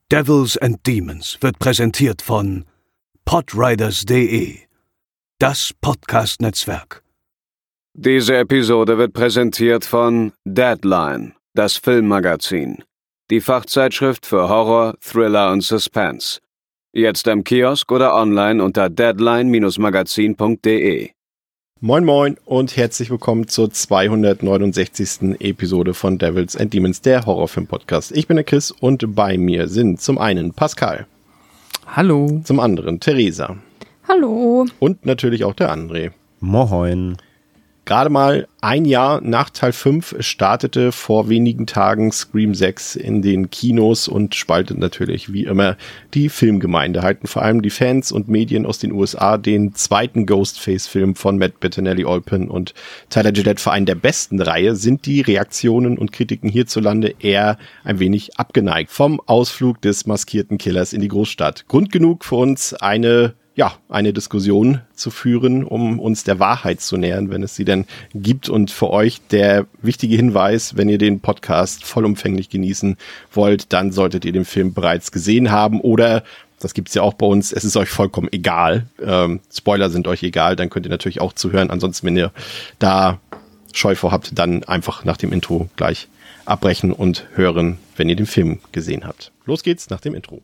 Devils and Demons wird präsentiert von podriders.de, das Podcast-Netzwerk. Diese Episode wird präsentiert von Deadline, das Filmmagazin, die Fachzeitschrift für Horror, Thriller und Suspense. Jetzt im Kiosk oder online unter deadline-magazin.de. Moin moin und herzlich willkommen zur 269. Episode von Devils and Demons, der Horrorfilm-Podcast. Ich bin der Chris und bei mir sind zum einen Pascal. Hallo. Zum anderen Theresa. Hallo. Und natürlich auch der André. Moin. Gerade mal ein Jahr nach Teil 5 startete vor wenigen Tagen Scream 6 in den Kinos und spaltet natürlich wie immer die Filmgemeinde. Halten vor allem die Fans und Medien aus den USA den zweiten Ghostface-Film von Matt Bettinelli-Olpin und Tyler Gillette für einen der besten Reihe, sind die Reaktionen und Kritiken hierzulande eher ein wenig abgeneigt vom Ausflug des maskierten Killers in die Großstadt. Grund genug für uns eine Diskussion zu führen, um uns der Wahrheit zu nähern, wenn es sie denn gibt. Und für euch der wichtige Hinweis, wenn ihr den Podcast vollumfänglich genießen wollt, dann solltet ihr den Film bereits gesehen haben oder, das gibt's ja auch bei uns, es ist euch vollkommen egal. Spoiler sind euch egal, dann könnt ihr natürlich auch zuhören. Ansonsten, wenn ihr da Scheu vor habt, dann einfach nach dem Intro gleich abbrechen und hören, wenn ihr den Film gesehen habt. Los geht's nach dem Intro.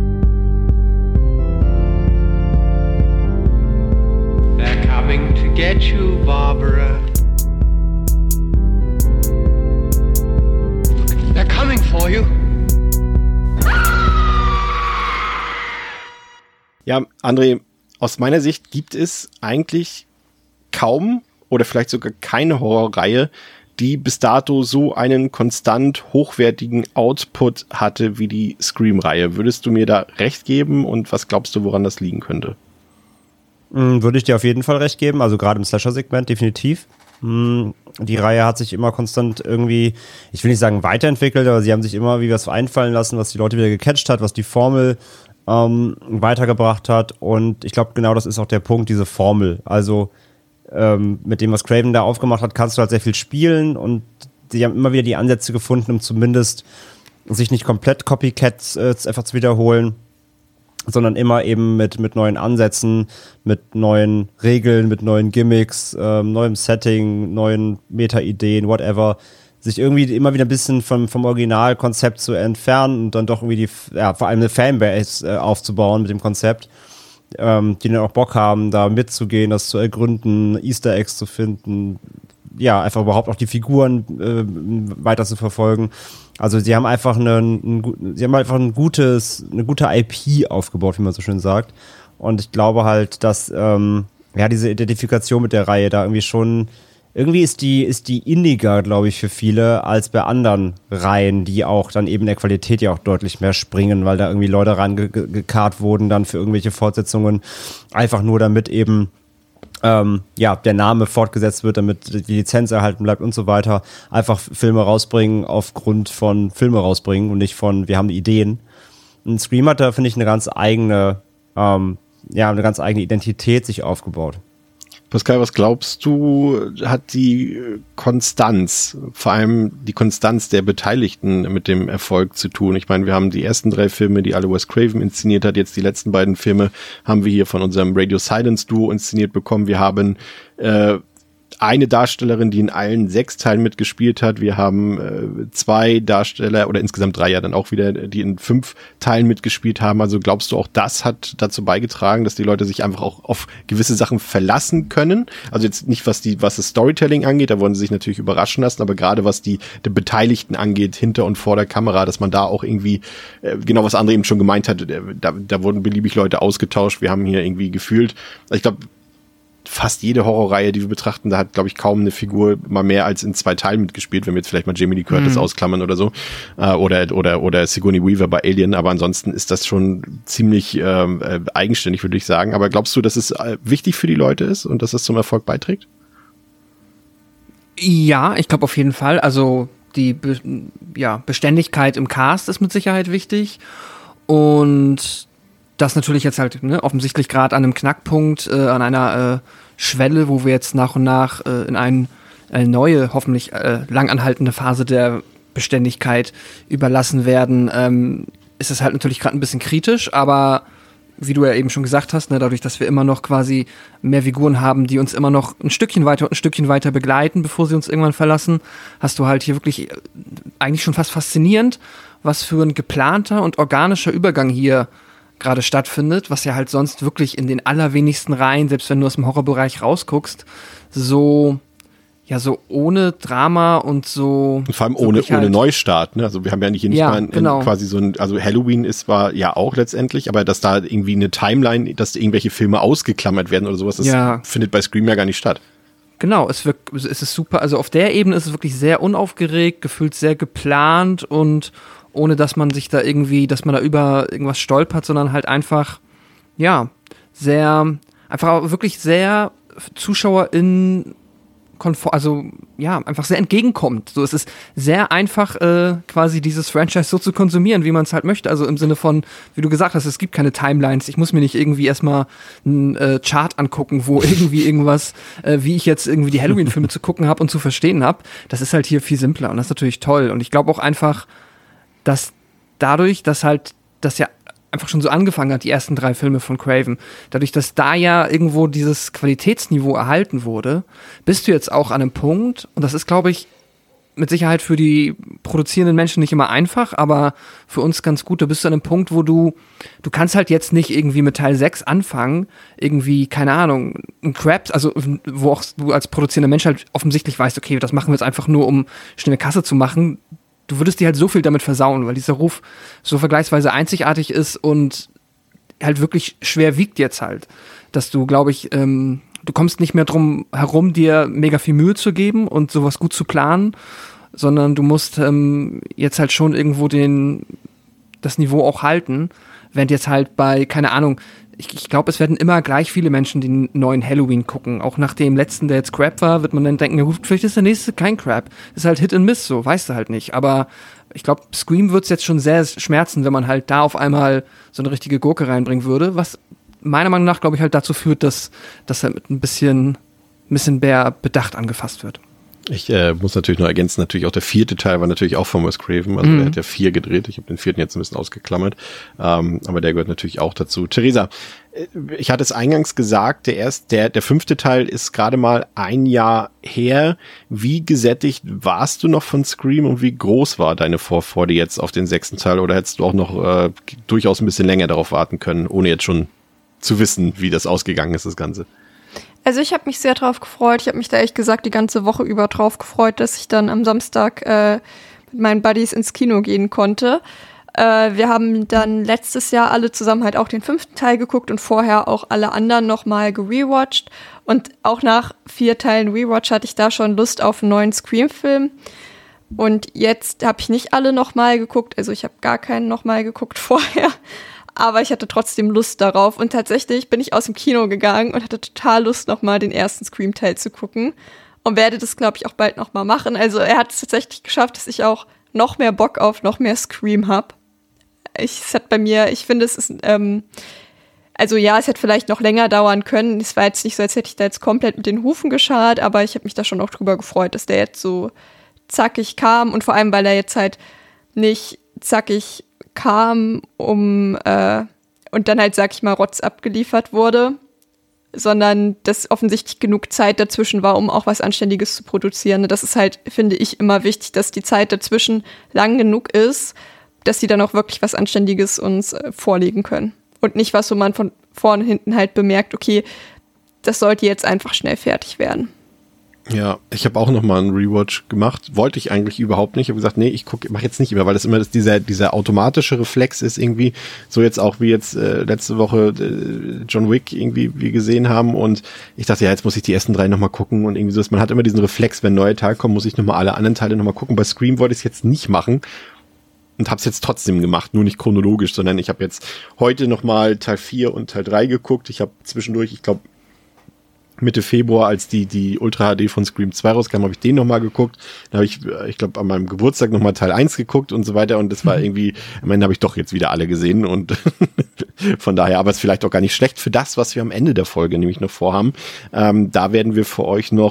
They're coming to get you, Barbara. They're coming for you. Ja, André, aus meiner Sicht gibt es eigentlich kaum oder vielleicht sogar keine Horrorreihe, die bis dato so einen konstant hochwertigen Output hatte wie die Scream-Reihe. Würdest du mir da recht geben und was glaubst du, woran das liegen könnte? Würde ich dir auf jeden Fall recht geben, also gerade im Slasher-Segment definitiv. Die Reihe hat sich immer konstant irgendwie, ich will nicht sagen weiterentwickelt, aber sie haben sich immer wieder was einfallen lassen, was die Leute wieder gecatcht hat, was die Formel weitergebracht hat, und ich glaube, genau das ist auch der Punkt, diese Formel. Also mit dem, was Craven da aufgemacht hat, kannst du halt sehr viel spielen, und sie haben immer wieder die Ansätze gefunden, um zumindest sich nicht komplett Copycats einfach zu wiederholen, sondern immer eben mit neuen Ansätzen, mit neuen Regeln, mit neuen Gimmicks, neuem Setting, neuen Meta-Ideen, whatever, sich irgendwie immer wieder ein bisschen vom Originalkonzept zu entfernen und dann doch irgendwie vor allem eine Fanbase aufzubauen mit dem Konzept, die dann auch Bock haben, da mitzugehen, das zu ergründen, Easter Eggs zu finden, ja, einfach überhaupt auch die Figuren weiter zu verfolgen. Also sie haben einfach eine gute IP aufgebaut, wie man so schön sagt. Und ich glaube halt, dass diese Identifikation mit der Reihe da irgendwie schon, irgendwie ist die inniger, glaube ich, für viele als bei anderen Reihen, die auch dann eben in der Qualität ja auch deutlich mehr springen, weil da irgendwie Leute rangekarrt wurden dann für irgendwelche Fortsetzungen, einfach nur damit eben der Name fortgesetzt wird, damit die Lizenz erhalten bleibt und so weiter. Einfach Filme rausbringen aufgrund von Filme rausbringen und nicht von, wir haben Ideen. Und Scream hat da, finde ich, eine ganz eigene Identität sich aufgebaut. Pascal, was glaubst du, hat die Konstanz, vor allem die Konstanz der Beteiligten mit dem Erfolg zu tun? Ich meine, wir haben die ersten 3 Filme, die alle Wes Craven inszeniert hat. Jetzt die letzten beiden Filme haben wir hier von unserem Radio Silence Duo inszeniert bekommen. Wir haben eine Darstellerin, die in allen 6 Teilen mitgespielt hat. Wir haben 2 Darsteller oder insgesamt 3 ja dann auch wieder, die in 5 Teilen mitgespielt haben. Also glaubst du, auch das hat dazu beigetragen, dass die Leute sich einfach auch auf gewisse Sachen verlassen können? Also jetzt nicht, was das Storytelling angeht, da wollen sie sich natürlich überraschen lassen, aber gerade was die Beteiligten angeht, hinter und vor der Kamera, dass man da auch irgendwie, genau was André eben schon gemeint hat, da wurden beliebig Leute ausgetauscht. Wir haben hier irgendwie gefühlt, ich glaube, fast jede Horrorreihe, die wir betrachten, da hat, glaube ich, kaum eine Figur mal mehr als in 2 Teilen mitgespielt, wenn wir jetzt vielleicht mal Jamie Lee Curtis ausklammern oder so, oder Sigourney Weaver bei Alien, aber ansonsten ist das schon ziemlich eigenständig, würde ich sagen. Aber glaubst du, dass es wichtig für die Leute ist und dass es zum Erfolg beiträgt? Ja, ich glaube auf jeden Fall. Also die Beständigkeit im Cast ist mit Sicherheit wichtig, und das natürlich jetzt halt offensichtlich gerade an einem Knackpunkt, an einer Schwelle, wo wir jetzt nach und nach in eine neue, hoffentlich langanhaltende Phase der Beständigkeit überlassen werden, ist es halt natürlich gerade ein bisschen kritisch, aber wie du ja eben schon gesagt hast, ne, dadurch, dass wir immer noch quasi mehr Figuren haben, die uns immer noch ein Stückchen weiter begleiten, bevor sie uns irgendwann verlassen, hast du halt hier wirklich eigentlich schon fast faszinierend, was für ein geplanter und organischer Übergang hier gerade stattfindet, was ja halt sonst wirklich in den allerwenigsten Reihen, selbst wenn du aus dem Horrorbereich rausguckst, so ohne Drama und so. Und vor allem ohne Neustart, ne? Also wir haben ja hier nicht mal quasi so ein, also Halloween ist zwar ja auch letztendlich, aber dass da irgendwie eine Timeline, dass irgendwelche Filme ausgeklammert werden oder sowas, das findet bei Scream ja gar nicht statt. Genau, es ist super, also auf der Ebene ist es wirklich sehr unaufgeregt, gefühlt sehr geplant und ohne dass man sich da irgendwie, dass man da über irgendwas stolpert, sondern halt einfach, wirklich sehr ZuschauerInnen einfach sehr entgegenkommt. So, es ist sehr einfach, quasi dieses Franchise so zu konsumieren, wie man es halt möchte. Also im Sinne von, wie du gesagt hast, es gibt keine Timelines. Ich muss mir nicht irgendwie erstmal einen Chart angucken, wo irgendwie irgendwas, wie ich jetzt irgendwie die Halloween-Filme zu gucken habe und zu verstehen habe. Das ist halt hier viel simpler und das ist natürlich toll. Und ich glaube auch einfach, dass dadurch, dass halt das ja einfach schon so angefangen hat, die ersten 3 Filme von Craven, dadurch, dass da ja irgendwo dieses Qualitätsniveau erhalten wurde, bist du jetzt auch an einem Punkt, und das ist, glaube ich, mit Sicherheit für die produzierenden Menschen nicht immer einfach, aber für uns ganz gut, da bist du an einem Punkt, wo du kannst halt jetzt nicht irgendwie mit Teil 6 anfangen, irgendwie, keine Ahnung, ein Crab, also wo auch du als produzierender Mensch halt offensichtlich weißt, okay, das machen wir jetzt einfach nur, um schnell eine Kasse zu machen. Du würdest dir halt so viel damit versauen, weil dieser Ruf so vergleichsweise einzigartig ist und halt wirklich schwer wiegt jetzt halt. Dass du, glaube ich, du kommst nicht mehr drum herum, dir mega viel Mühe zu geben und sowas gut zu planen, sondern du musst jetzt halt schon irgendwo das Niveau auch halten, während jetzt halt bei, keine Ahnung, ich glaube, es werden immer gleich viele Menschen den neuen Halloween gucken. Auch nach dem letzten, der jetzt Crab war, wird man dann denken, ja gut, vielleicht ist der nächste kein Crab. Ist halt Hit and Miss, so, weißt du halt nicht. Aber ich glaube, Scream wird es jetzt schon sehr schmerzen, wenn man halt da auf einmal so eine richtige Gurke reinbringen würde, was meiner Meinung nach, glaube ich, halt dazu führt, dass das halt mit ein bisschen mehr Bedacht angefasst wird. Ich muss natürlich noch ergänzen, natürlich auch der 4. Teil war natürlich auch von Wes Craven, also der hat ja 4 gedreht, ich habe den 4. jetzt ein bisschen ausgeklammert, aber der gehört natürlich auch dazu. Theresa, ich hatte es eingangs gesagt, der 5. Teil ist gerade mal 1 Jahr her. Wie gesättigt warst du noch von Scream und wie groß war deine Vorfreude jetzt auf den 6. Teil, oder hättest du auch noch durchaus ein bisschen länger darauf warten können, ohne jetzt schon zu wissen, wie das ausgegangen ist, das Ganze? Also ich habe mich sehr drauf gefreut. Ich habe mich da ehrlich gesagt die ganze Woche über drauf gefreut, dass ich dann am Samstag mit meinen Buddies ins Kino gehen konnte. Wir haben dann letztes Jahr alle zusammen halt auch den 5. Teil geguckt und vorher auch alle anderen nochmal gerewatcht. Und auch nach 4 Teilen Rewatch hatte ich da schon Lust auf einen neuen Scream-Film. Und jetzt habe ich nicht alle nochmal geguckt. Also ich habe gar keinen nochmal geguckt vorher. Aber ich hatte trotzdem Lust darauf und tatsächlich bin ich aus dem Kino gegangen und hatte total Lust, nochmal den ersten Scream-Teil zu gucken und werde das, glaube ich, auch bald nochmal machen. Also er hat es tatsächlich geschafft, dass ich auch noch mehr Bock auf noch mehr Scream habe. Ich finde, es ist, es hätte vielleicht noch länger dauern können. Es war jetzt nicht so, als hätte ich da jetzt komplett mit den Hufen geschart, aber ich habe mich da schon auch drüber gefreut, dass der jetzt so zackig kam und vor allem, weil er jetzt halt nicht zackig kam, und dann halt, sag ich mal, Rotz abgeliefert wurde, sondern dass offensichtlich genug Zeit dazwischen war, um auch was Anständiges zu produzieren. Das ist halt, finde ich, immer wichtig, dass die Zeit dazwischen lang genug ist, dass sie dann auch wirklich was Anständiges uns vorlegen können. Und nicht was, wo man von vorne hinten halt bemerkt, okay, das sollte jetzt einfach schnell fertig werden. Ja, ich habe auch noch mal einen Rewatch gemacht. Wollte ich eigentlich überhaupt nicht. Ich habe gesagt, nee, mache jetzt nicht mehr, weil das immer dieser automatische Reflex ist irgendwie. So jetzt auch wie jetzt letzte Woche John Wick irgendwie wir gesehen haben. Und ich dachte, ja, jetzt muss ich die ersten 3 noch mal gucken. Und irgendwie so, man hat immer diesen Reflex, wenn ein neuer Teil kommt, muss ich noch mal alle anderen Teile noch mal gucken. Bei Scream wollte ich es jetzt nicht machen. Und habe es jetzt trotzdem gemacht, nur nicht chronologisch, sondern ich habe jetzt heute noch mal Teil 4 und Teil 3 geguckt. Ich habe zwischendurch, ich glaube, Mitte Februar, als die Ultra HD von Scream 2 rauskam, habe ich den nochmal geguckt. Dann habe ich glaube, an meinem Geburtstag nochmal Teil 1 geguckt und so weiter. Und das war irgendwie, am Ende habe ich doch jetzt wieder alle gesehen. Und von daher, aber es ist vielleicht auch gar nicht schlecht für das, was wir am Ende der Folge nämlich noch vorhaben. Da werden wir für euch noch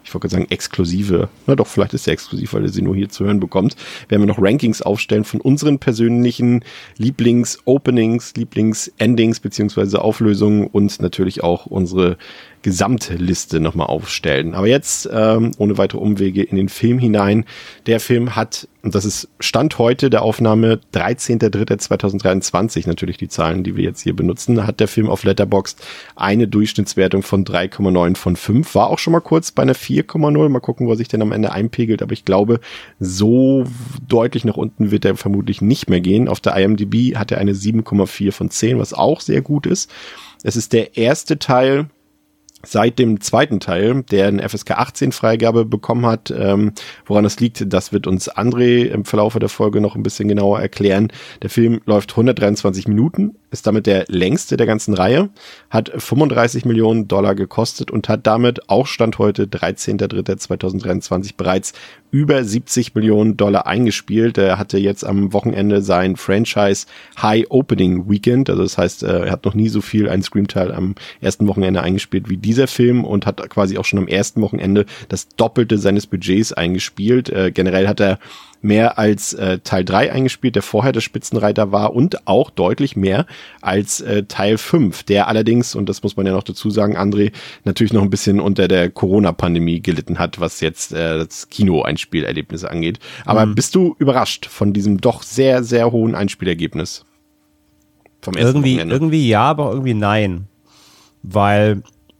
ich wollte gerade sagen, exklusive, na doch, vielleicht ist er exklusiv, weil er sie nur hier zu hören bekommt, werden wir noch Rankings aufstellen von unseren persönlichen Lieblings-Openings, Lieblings-Endings beziehungsweise Auflösungen und natürlich auch unsere Gesamtliste nochmal aufstellen. Aber jetzt, ohne weitere Umwege, in den Film hinein. Der Film hat, und das ist Stand heute der Aufnahme, 13.03.2023, natürlich die Zahlen, die wir jetzt hier benutzen, hat der Film auf Letterboxd eine Durchschnittswertung von 3,9 von 5. War auch schon mal kurz bei einer 4,0. Mal gucken, wo er sich denn am Ende einpegelt. Aber ich glaube, so deutlich nach unten wird er vermutlich nicht mehr gehen. Auf der IMDb hat er eine 7,4 von 10, was auch sehr gut ist. Es ist der erste Teil seit dem zweiten Teil, der eine FSK 18 Freigabe bekommen hat. Woran das liegt, das wird uns André im Verlauf der Folge noch ein bisschen genauer erklären. Der Film läuft 123 Minuten, ist damit der längste der ganzen Reihe, hat 35 Millionen Dollar gekostet und hat damit auch Stand heute 13.03.2023 bereits über 70 Millionen Dollar eingespielt. Er hatte jetzt am Wochenende sein Franchise High Opening Weekend, also das heißt, er hat noch nie so viel einen Scream-Teil am ersten Wochenende eingespielt wie dieser Film und hat quasi auch schon am ersten Wochenende das Doppelte seines Budgets eingespielt. Generell hat er mehr als Teil 3 eingespielt, der vorher der Spitzenreiter war und auch deutlich mehr als Teil 5, der allerdings, und das muss man ja noch dazu sagen, André, natürlich noch ein bisschen unter der Corona-Pandemie gelitten hat, was jetzt das Kino-Einspielerlebnis angeht. Aber bist du überrascht von diesem doch sehr, sehr hohen Einspielergebnis vom ersten Wochenende? Irgendwie ja, aber irgendwie nein. Weil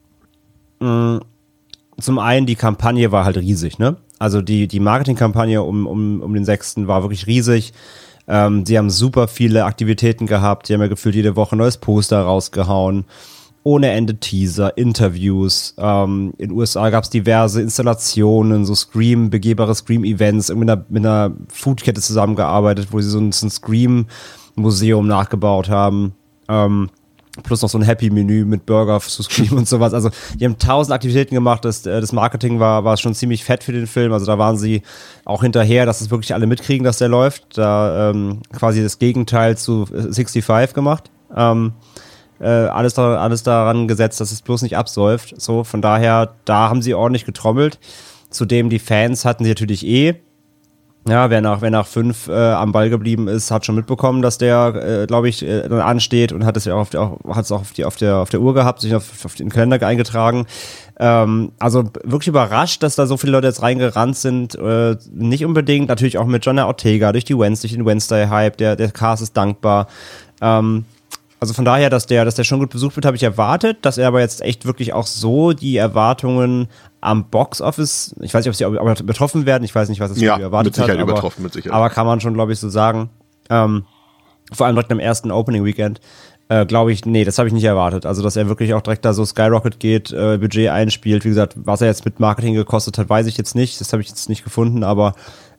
zum einen die Kampagne war halt riesig, ne? Also die Marketingkampagne um den 6. war wirklich riesig. Sie haben super viele Aktivitäten gehabt. Die haben ja gefühlt jede Woche ein neues Poster rausgehauen. Ohne Ende Teaser, Interviews. In den USA gab es diverse Installationen, so begehbare Scream-Events, mit einer Foodkette zusammengearbeitet, wo sie so ein Scream-Museum nachgebaut haben. Plus noch so ein Happy-Menü mit Burger zu Scream und sowas. Also die haben 1000 Aktivitäten gemacht. Das Marketing war schon ziemlich fett für den Film. Also da waren sie auch hinterher, dass es wirklich alle mitkriegen, dass der läuft. Da quasi das Gegenteil zu 65 gemacht. Alles daran gesetzt, dass es bloß nicht absäuft. So, von daher, da haben sie ordentlich getrommelt. Zudem die Fans hatten sie natürlich ja, wer nach 5 am Ball geblieben ist, hat schon mitbekommen, dass der, glaube ich, dann ansteht und hat es ja auch auf der Uhr gehabt, sich auf den Kalender eingetragen. Also wirklich überrascht, dass da so viele Leute jetzt reingerannt sind. Nicht unbedingt, natürlich auch mit John Ortega durch den Wednesday-Hype. Der Cast ist dankbar. Also von daher, dass der schon gut besucht wird, habe ich erwartet, dass er aber jetzt echt wirklich auch so die Erwartungen am Box-Office, ich weiß nicht, ob sie betroffen werden, ich weiß nicht, was es erwartet hat, übertroffen, mit Sicherheit. Aber kann man schon, glaube ich, so sagen. Vor allem direkt am ersten Opening-Weekend, glaube ich, nee, das habe ich nicht erwartet. Also, dass er wirklich auch direkt da so Skyrocket geht, Budget einspielt. Wie gesagt, was er jetzt mit Marketing gekostet hat, weiß ich jetzt nicht. Das habe ich jetzt nicht gefunden, aber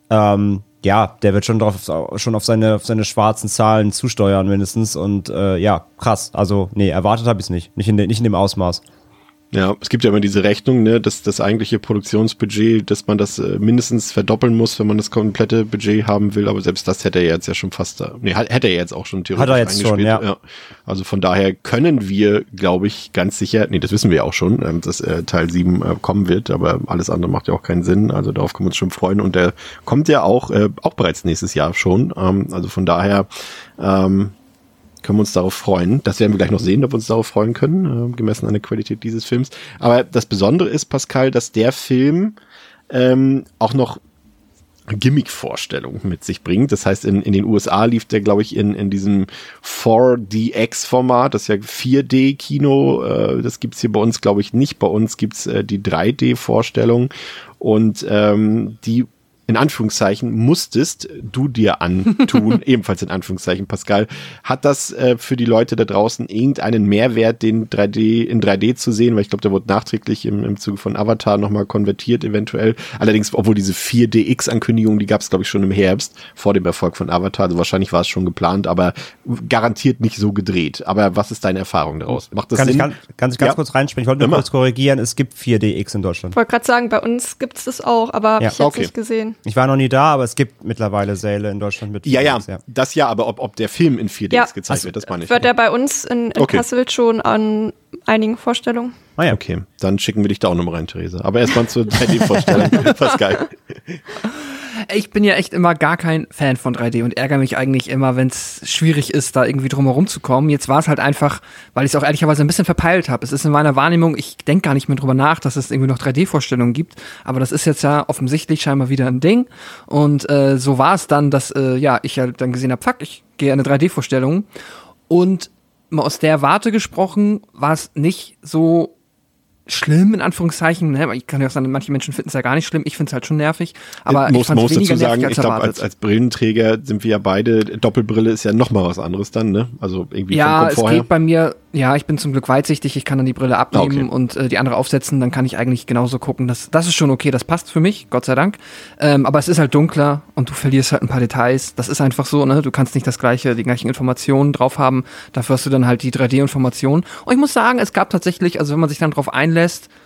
ja, der wird schon auf seine schwarzen Zahlen zusteuern mindestens und ja, krass. Also, nee, erwartet habe ich es nicht. Nicht in dem Ausmaß. Ja, es gibt ja immer diese Rechnung, ne, dass das eigentliche Produktionsbudget, dass man das mindestens verdoppeln muss, wenn man das komplette Budget haben will, aber selbst das hätte er jetzt ja schon fast, hätte er jetzt auch schon theoretisch hat er jetzt eingespielt. Schon, ja. Also von daher können wir, glaube ich, ganz sicher, das wissen wir ja auch schon, dass Teil 7 kommen wird, aber alles andere macht ja auch keinen Sinn, also darauf können wir uns schon freuen und der kommt ja auch bereits nächstes Jahr schon, also von daher, können wir uns darauf freuen. Das werden wir gleich noch sehen, ob wir uns darauf freuen können, gemessen an der Qualität dieses Films. Aber das Besondere ist, Pascal, dass der Film auch noch Gimmick-Vorstellungen mit sich bringt. Das heißt, in den USA lief der, glaube ich, in diesem 4DX-Format, das ist ja 4D-Kino. Das gibt's hier bei uns, glaube ich, nicht. Bei uns gibt's die 3D-Vorstellung und die in Anführungszeichen, musstest du dir antun, ebenfalls in Anführungszeichen, Pascal, hat das für die Leute da draußen irgendeinen Mehrwert, den in 3D zu sehen, weil ich glaube, der wurde nachträglich im Zuge von Avatar nochmal konvertiert eventuell, allerdings, obwohl diese 4DX-Ankündigung, die gab es, glaube ich, schon im Herbst, vor dem Erfolg von Avatar, also wahrscheinlich war es schon geplant, aber garantiert nicht so gedreht. Aber was ist deine Erfahrung daraus? Macht das Sinn? Kann ich ganz kurz reinspringen? Ich wollte nur kurz korrigieren, es gibt 4DX in Deutschland. Ich wollte gerade sagen, bei uns gibt es das auch, aber habe ich jetzt nicht gesehen. Ich war noch nie da, aber es gibt mittlerweile Säle in Deutschland mit 4DX. Das ja, aber ob der Film in 4DX gezeigt wird, das meine ich. Wird er bei uns in Kassel schon einigen Vorstellungen. Ah ja, okay. Dann schicken wir dich da auch nochmal rein, Theresa. Aber erstmal zur 3D-Vorstellung. Pascal. Ich bin ja echt immer gar kein Fan von 3D und ärgere mich eigentlich immer, wenn es schwierig ist, da irgendwie drum herum zu kommen. Jetzt war es halt einfach, weil ich es auch ehrlicherweise ein bisschen verpeilt habe. Es ist in meiner Wahrnehmung, ich denke gar nicht mehr drüber nach, dass es irgendwie noch 3D-Vorstellungen gibt. Aber das ist jetzt ja offensichtlich scheinbar wieder ein Ding. Und so war es dann, dass ich halt dann gesehen habe, fuck, ich gehe an eine 3D-Vorstellung. Und mal aus der Warte gesprochen, war es nicht so schlimm, in Anführungszeichen. Ne? Ich kann ja auch sagen, manche Menschen finden es ja gar nicht schlimm. Ich finde es halt schon nervig. Aber ich fand es weniger nervig als erwartet. Ich glaube, als Brillenträger sind wir ja beide, Doppelbrille ist ja nochmal was anderes dann, ne? Also irgendwie vom Komfort her. Es geht bei mir, ich bin zum Glück weitsichtig, ich kann dann die Brille abnehmen und die andere aufsetzen, dann kann ich eigentlich genauso gucken. Das ist schon okay, das passt für mich, Gott sei Dank. Aber es ist halt dunkler und du verlierst halt ein paar Details. Das ist einfach so, ne? Du kannst nicht die gleichen Informationen drauf haben. Dafür hast du dann halt die 3D-Informationen. Und ich muss sagen, es gab tatsächlich, also wenn man sich dann drauf einlässt,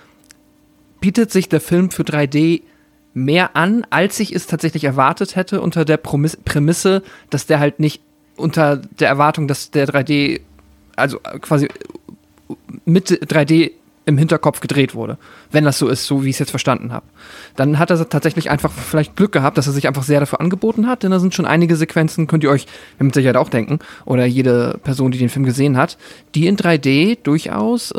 bietet sich der Film für 3D mehr an, als ich es tatsächlich erwartet hätte, unter der Prämisse, dass der halt nicht unter der Erwartung, dass der 3D, also quasi mit 3D im Hinterkopf gedreht wurde. Wenn das so ist, so wie ich es jetzt verstanden habe. Dann hat er tatsächlich einfach vielleicht Glück gehabt, dass er sich einfach sehr dafür angeboten hat, denn da sind schon einige Sequenzen, könnt ihr euch mit Sicherheit auch denken, oder jede Person, die den Film gesehen hat, die in 3D durchaus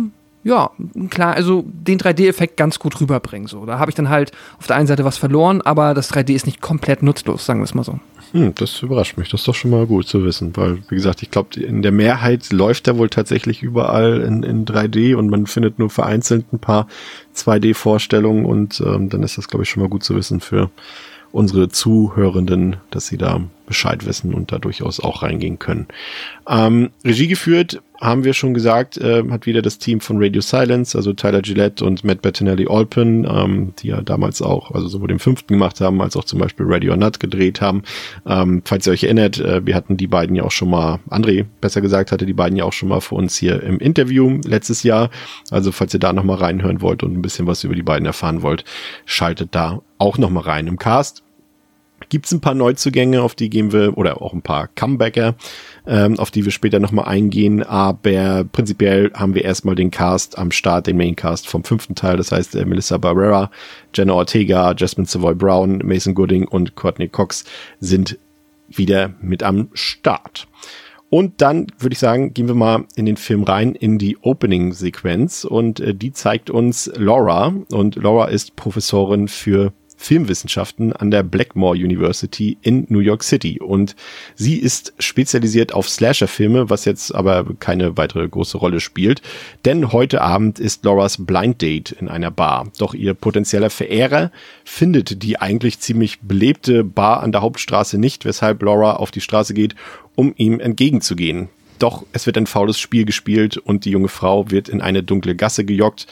klar, also den 3D-Effekt ganz gut rüberbringen. So. Da habe ich dann halt auf der einen Seite was verloren, aber das 3D ist nicht komplett nutzlos, sagen wir es mal so. Das überrascht mich. Das ist doch schon mal gut zu wissen, weil, wie gesagt, ich glaube, in der Mehrheit läuft er wohl tatsächlich überall in 3D und man findet nur vereinzelt ein paar 2D-Vorstellungen und dann ist das, glaube ich, schon mal gut zu wissen für unsere Zuhörenden, dass sie da Bescheid wissen und da durchaus auch reingehen können. Regie geführt, haben wir schon gesagt, hat wieder das Team von Radio Silence, also Tyler Gillette und Matt Bettinelli-Olpin, die ja damals auch, also sowohl den 5. gemacht haben, als auch zum Beispiel Ready or Not gedreht haben. Falls ihr euch erinnert, wir hatten die beiden ja auch schon mal, André, besser gesagt, hatte die beiden ja auch schon mal für uns hier im Interview letztes Jahr. Also falls ihr da nochmal reinhören wollt und ein bisschen was über die beiden erfahren wollt, schaltet da auch nochmal rein. Im Cast gibt's ein paar Neuzugänge, auf die gehen wir, oder auch ein paar Comebacker, auf die wir später nochmal eingehen, aber prinzipiell haben wir erstmal den Cast am Start, den Maincast vom 5. Teil, das heißt Melissa Barrera, Jenna Ortega, Jasmine Savoy Brown, Mason Gooding und Courtney Cox sind wieder mit am Start. Und dann würde ich sagen, gehen wir mal in den Film rein, in die Opening-Sequenz und die zeigt uns Laura und Laura ist Professorin für Filmwissenschaften an der Blackmore University in New York City und sie ist spezialisiert auf Slasher-Filme, was jetzt aber keine weitere große Rolle spielt, denn heute Abend ist Lauras Blind Date in einer Bar, doch ihr potenzieller Verehrer findet die eigentlich ziemlich belebte Bar an der Hauptstraße nicht, weshalb Laura auf die Straße geht, um ihm entgegenzugehen. Doch es wird ein faules Spiel gespielt und die junge Frau wird in eine dunkle Gasse gelockt,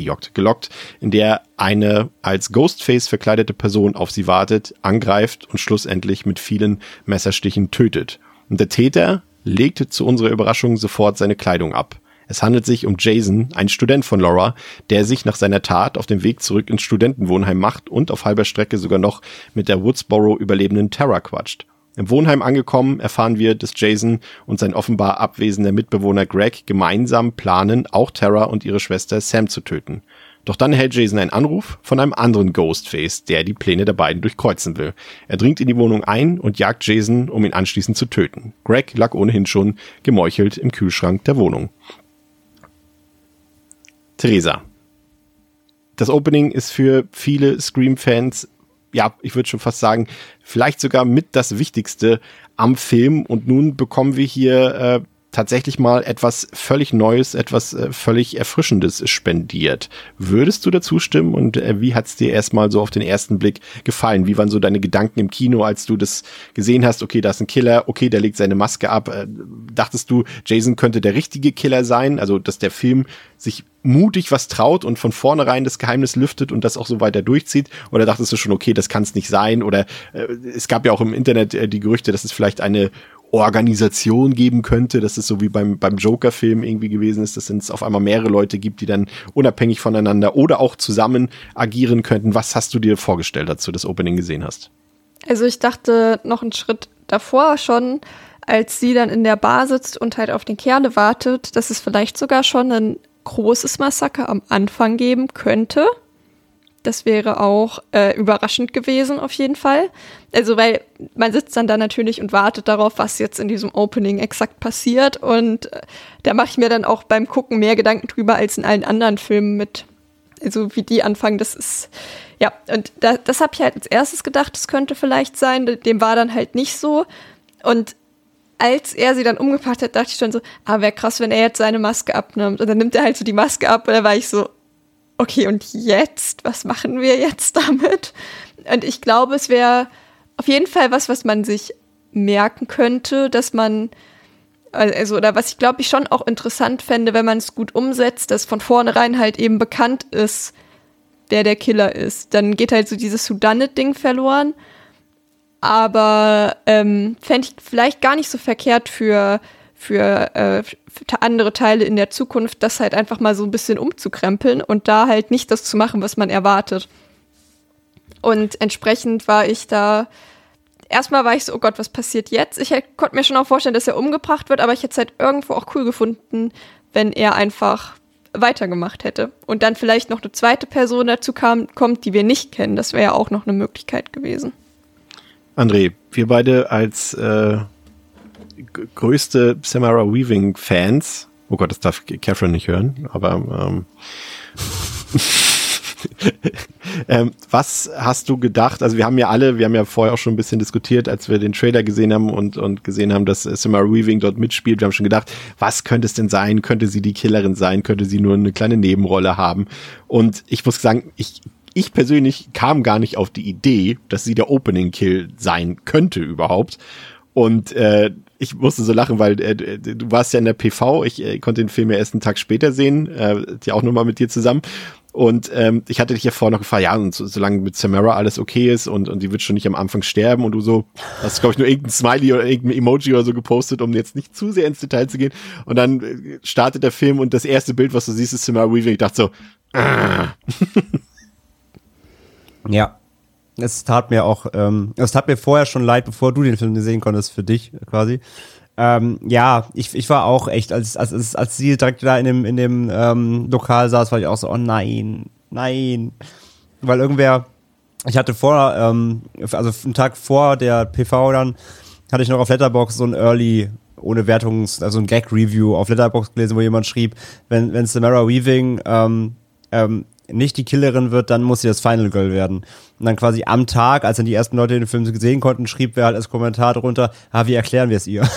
in der eine als Ghostface verkleidete Person auf sie wartet, angreift und schlussendlich mit vielen Messerstichen tötet. Und der Täter legt zu unserer Überraschung sofort seine Kleidung ab. Es handelt sich um Jason, ein Student von Laura, der sich nach seiner Tat auf dem Weg zurück ins Studentenwohnheim macht und auf halber Strecke sogar noch mit der Woodsboro überlebenden Tara quatscht. Im Wohnheim angekommen, erfahren wir, dass Jason und sein offenbar abwesender Mitbewohner Greg gemeinsam planen, auch Tara und ihre Schwester Sam zu töten. Doch dann erhält Jason einen Anruf von einem anderen Ghostface, der die Pläne der beiden durchkreuzen will. Er dringt in die Wohnung ein und jagt Jason, um ihn anschließend zu töten. Greg lag ohnehin schon gemeuchelt im Kühlschrank der Wohnung. Theresa. Das Opening ist für viele Scream-Fans, ja, ich würde schon fast sagen, vielleicht sogar mit das Wichtigste am Film. Und nun bekommen wir hier tatsächlich mal etwas völlig Neues, etwas völlig Erfrischendes spendiert. Würdest du dazu stimmen und wie hat es dir erstmal so auf den ersten Blick gefallen? Wie waren so deine Gedanken im Kino, als du das gesehen hast? Okay, da ist ein Killer, okay, der legt seine Maske ab. Dachtest du, Jason könnte der richtige Killer sein? Also, dass der Film sich mutig was traut und von vornherein das Geheimnis lüftet und das auch so weiter durchzieht? Oder dachtest du schon, okay, das kann es nicht sein? Oder es gab ja auch im Internet die Gerüchte, dass es vielleicht eine Organisation geben könnte, dass es so wie beim Joker-Film irgendwie gewesen ist, dass es auf einmal mehrere Leute gibt, die dann unabhängig voneinander oder auch zusammen agieren könnten. Was hast du dir vorgestellt, als du das Opening gesehen hast? Also ich dachte noch einen Schritt davor schon, als sie dann in der Bar sitzt und halt auf den Kerle wartet, dass es vielleicht sogar schon ein großes Massaker am Anfang geben könnte. Das wäre auch überraschend gewesen auf jeden Fall. Also weil man sitzt dann da natürlich und wartet darauf, was jetzt in diesem Opening exakt passiert. Und da mache ich mir dann auch beim Gucken mehr Gedanken drüber als in allen anderen Filmen mit, also wie die anfangen. Das ist, ja, und das habe ich halt als erstes gedacht, das könnte vielleicht sein. Dem war dann halt nicht so. Und als er sie dann umgepackt hat, dachte ich schon so, wäre krass, wenn er jetzt seine Maske abnimmt. Und dann nimmt er halt so die Maske ab und da war ich so, okay, und jetzt? Was machen wir jetzt damit? Und ich glaube, es wäre auf jeden Fall was man sich merken könnte, dass man, also, oder was ich glaube ich schon auch interessant fände, wenn man es gut umsetzt, dass von vornherein halt eben bekannt ist, wer der Killer ist. Dann geht halt so dieses Whodunit-Ding verloren. Aber fände ich vielleicht gar nicht so verkehrt für andere Teile in der Zukunft, das halt einfach mal so ein bisschen umzukrempeln und da halt nicht das zu machen, was man erwartet. Und entsprechend war ich da, erstmal war ich so, oh Gott, was passiert jetzt? Ich konnte mir schon auch vorstellen, dass er umgebracht wird, aber ich hätte es halt irgendwo auch cool gefunden, wenn er einfach weitergemacht hätte. Und dann vielleicht noch eine zweite Person dazu kommt, die wir nicht kennen. Das wäre ja auch noch eine Möglichkeit gewesen. André, wir beide als größte Samara Weaving-Fans, oh Gott, das darf Catherine nicht hören, aber was hast du gedacht? Also wir haben ja vorher auch schon ein bisschen diskutiert, als wir den Trailer gesehen haben und gesehen haben, dass Samara Weaving dort mitspielt. Wir haben schon gedacht, was könnte es denn sein? Könnte sie die Killerin sein? Könnte sie nur eine kleine Nebenrolle haben? Und ich muss sagen, ich persönlich kam gar nicht auf die Idee, dass sie der Opening Kill sein könnte überhaupt. Und ich musste so lachen, weil du warst ja in der PV, ich konnte den Film ja erst einen Tag später sehen, ja auch nochmal mit dir zusammen. Und ich hatte dich ja vorher noch gefragt, ja, und solange mit Samara alles okay ist und die wird schon nicht am Anfang sterben und du so, hast glaube ich nur irgendein Smiley oder irgendein Emoji oder so gepostet, um jetzt nicht zu sehr ins Detail zu gehen. Und dann startet der Film und das erste Bild, was du siehst, ist Samara Weaving. Ich dachte so, Ja, es tat mir vorher schon leid, bevor du den Film sehen konntest, für dich quasi. Ja, ich war auch echt, als sie direkt da in dem Lokal saß, war ich auch so, oh nein. Weil ich hatte also einen Tag vor der PV dann, hatte ich noch auf Letterboxd so ein Early, ohne also ein Gag-Review auf Letterboxd gelesen, wo jemand schrieb, wenn Samara Weaving nicht die Killerin wird, dann muss sie das Final Girl werden. Und dann quasi am Tag, als dann die ersten Leute den Film gesehen konnten, schrieb wer halt als Kommentar drunter, wie erklären wir es ihr?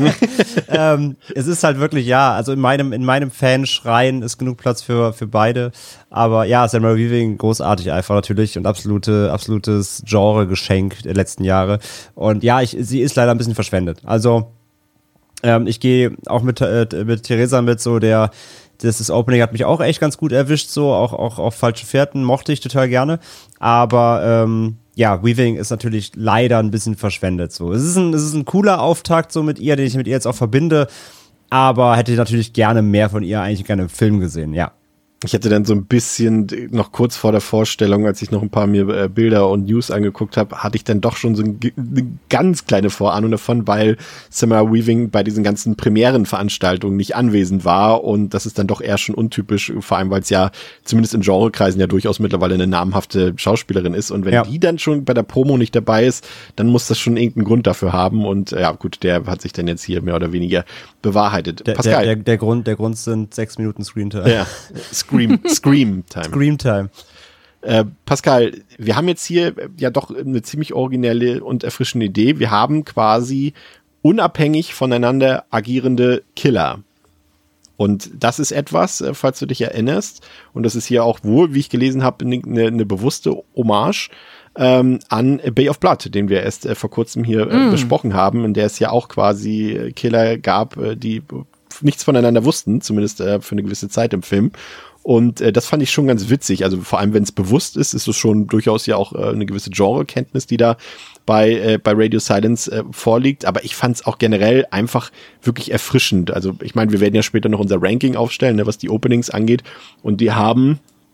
Es ist halt wirklich, ja, also in meinem Fanschrein ist genug Platz für beide. Aber ja, Samara Weaving, großartig einfach natürlich und absolutes Genre-Geschenk der letzten Jahre. Und ja, sie ist leider ein bisschen verschwendet. Also, ich gehe auch mit Theresa mit, so das Opening hat mich auch echt ganz gut erwischt, so, auch auf falsche Fährten, mochte ich total gerne, aber ja, Weaving ist natürlich leider ein bisschen verschwendet, so. Es ist ein cooler Auftakt so mit ihr, den ich mit ihr jetzt auch verbinde, aber hätte natürlich gerne mehr von ihr eigentlich gerne im Film gesehen, ja. Ich hatte dann so ein bisschen, noch kurz vor der Vorstellung, als ich noch ein paar mir Bilder und News angeguckt habe, hatte ich dann doch schon so eine ganz kleine Vorahnung davon, weil Samara Weaving bei diesen ganzen Premierenveranstaltungen nicht anwesend war und das ist dann doch eher schon untypisch, vor allem weil es ja zumindest in Genrekreisen ja durchaus mittlerweile eine namhafte Schauspielerin ist und wenn die dann schon bei der Promo nicht dabei ist, dann muss das schon irgendeinen Grund dafür haben und ja gut, der hat sich dann jetzt hier mehr oder weniger bewahrheitet. Pascal. Der Grund sind 6 Minuten Screentime. Ja. Scream-Time. Pascal, wir haben jetzt hier ja doch eine ziemlich originelle und erfrischende Idee. Wir haben quasi unabhängig voneinander agierende Killer. Und das ist etwas, falls du dich erinnerst, und das ist hier auch wohl, wie ich gelesen habe, eine bewusste Hommage an Bay of Blood, den wir erst vor kurzem hier besprochen haben, in der es ja auch quasi Killer gab, die nichts voneinander wussten, zumindest für eine gewisse Zeit im Film. Und das fand ich schon ganz witzig. Also vor allem, wenn es bewusst ist es schon durchaus ja auch eine gewisse Genrekenntnis, die da bei Radio Silence vorliegt. Aber ich fand es auch generell einfach wirklich erfrischend. Also ich meine, wir werden ja später noch unser Ranking aufstellen, ne, was die Openings angeht. Und die haben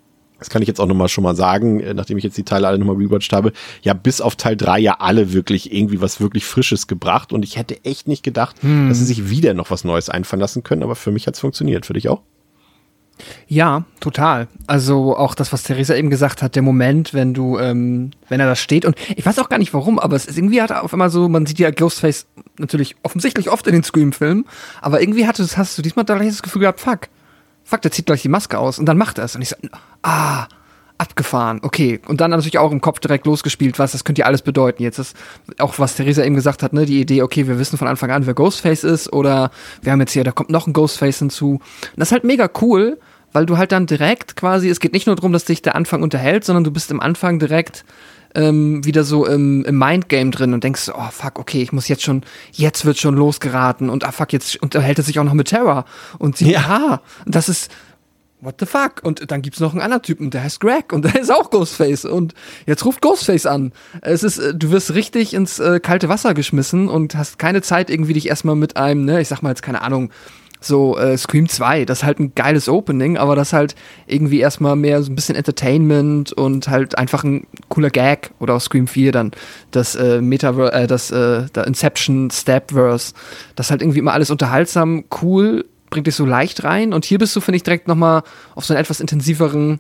das kann ich jetzt auch nochmal schon mal sagen, nachdem ich jetzt die Teile alle nochmal rewatcht habe, ja bis auf Teil 3 ja alle wirklich irgendwie was wirklich Frisches gebracht und ich hätte echt nicht gedacht, dass sie sich wieder noch was Neues einfallen lassen können, aber für mich hat's funktioniert. Für dich auch? Ja, total. Also auch das, was Theresa eben gesagt hat, der Moment, wenn du, wenn er da steht und ich weiß auch gar nicht warum, aber es ist irgendwie hat auf einmal so, man sieht ja Ghostface natürlich offensichtlich oft in den Scream-Filmen, aber irgendwie hast du diesmal das Gefühl gehabt, fuck, der zieht gleich die Maske aus und dann macht er es und ich so, abgefahren, okay. Und dann natürlich auch im Kopf direkt losgespielt, das könnte ja alles bedeuten. Jetzt ist auch, was Theresa eben gesagt hat, ne, die Idee, okay, wir wissen von Anfang an, wer Ghostface ist oder wir haben jetzt hier, da kommt noch ein Ghostface hinzu. Und das ist halt mega cool, weil du halt dann direkt quasi, es geht nicht nur darum, dass dich der Anfang unterhält, sondern du bist im Anfang direkt wieder so im Mindgame drin und denkst, oh fuck, okay, ich muss jetzt wird schon losgeraten und fuck, jetzt unterhält er sich auch noch mit Tara und sie, das ist what the fuck? Und dann gibt's noch einen anderen Typen, der heißt Greg und der ist auch Ghostface und jetzt ruft Ghostface an. Du wirst richtig ins kalte Wasser geschmissen und hast keine Zeit irgendwie dich erstmal mit einem, ne, ich sag mal jetzt keine Ahnung, so Scream 2, das ist halt ein geiles Opening, aber das halt irgendwie erstmal mehr so ein bisschen Entertainment und halt einfach ein cooler Gag oder auch Scream 4 dann das Inception Stepverse, das halt irgendwie immer alles unterhaltsam, cool, bringt dich so leicht rein und hier bist du, finde ich, direkt nochmal auf so einer etwas intensiveren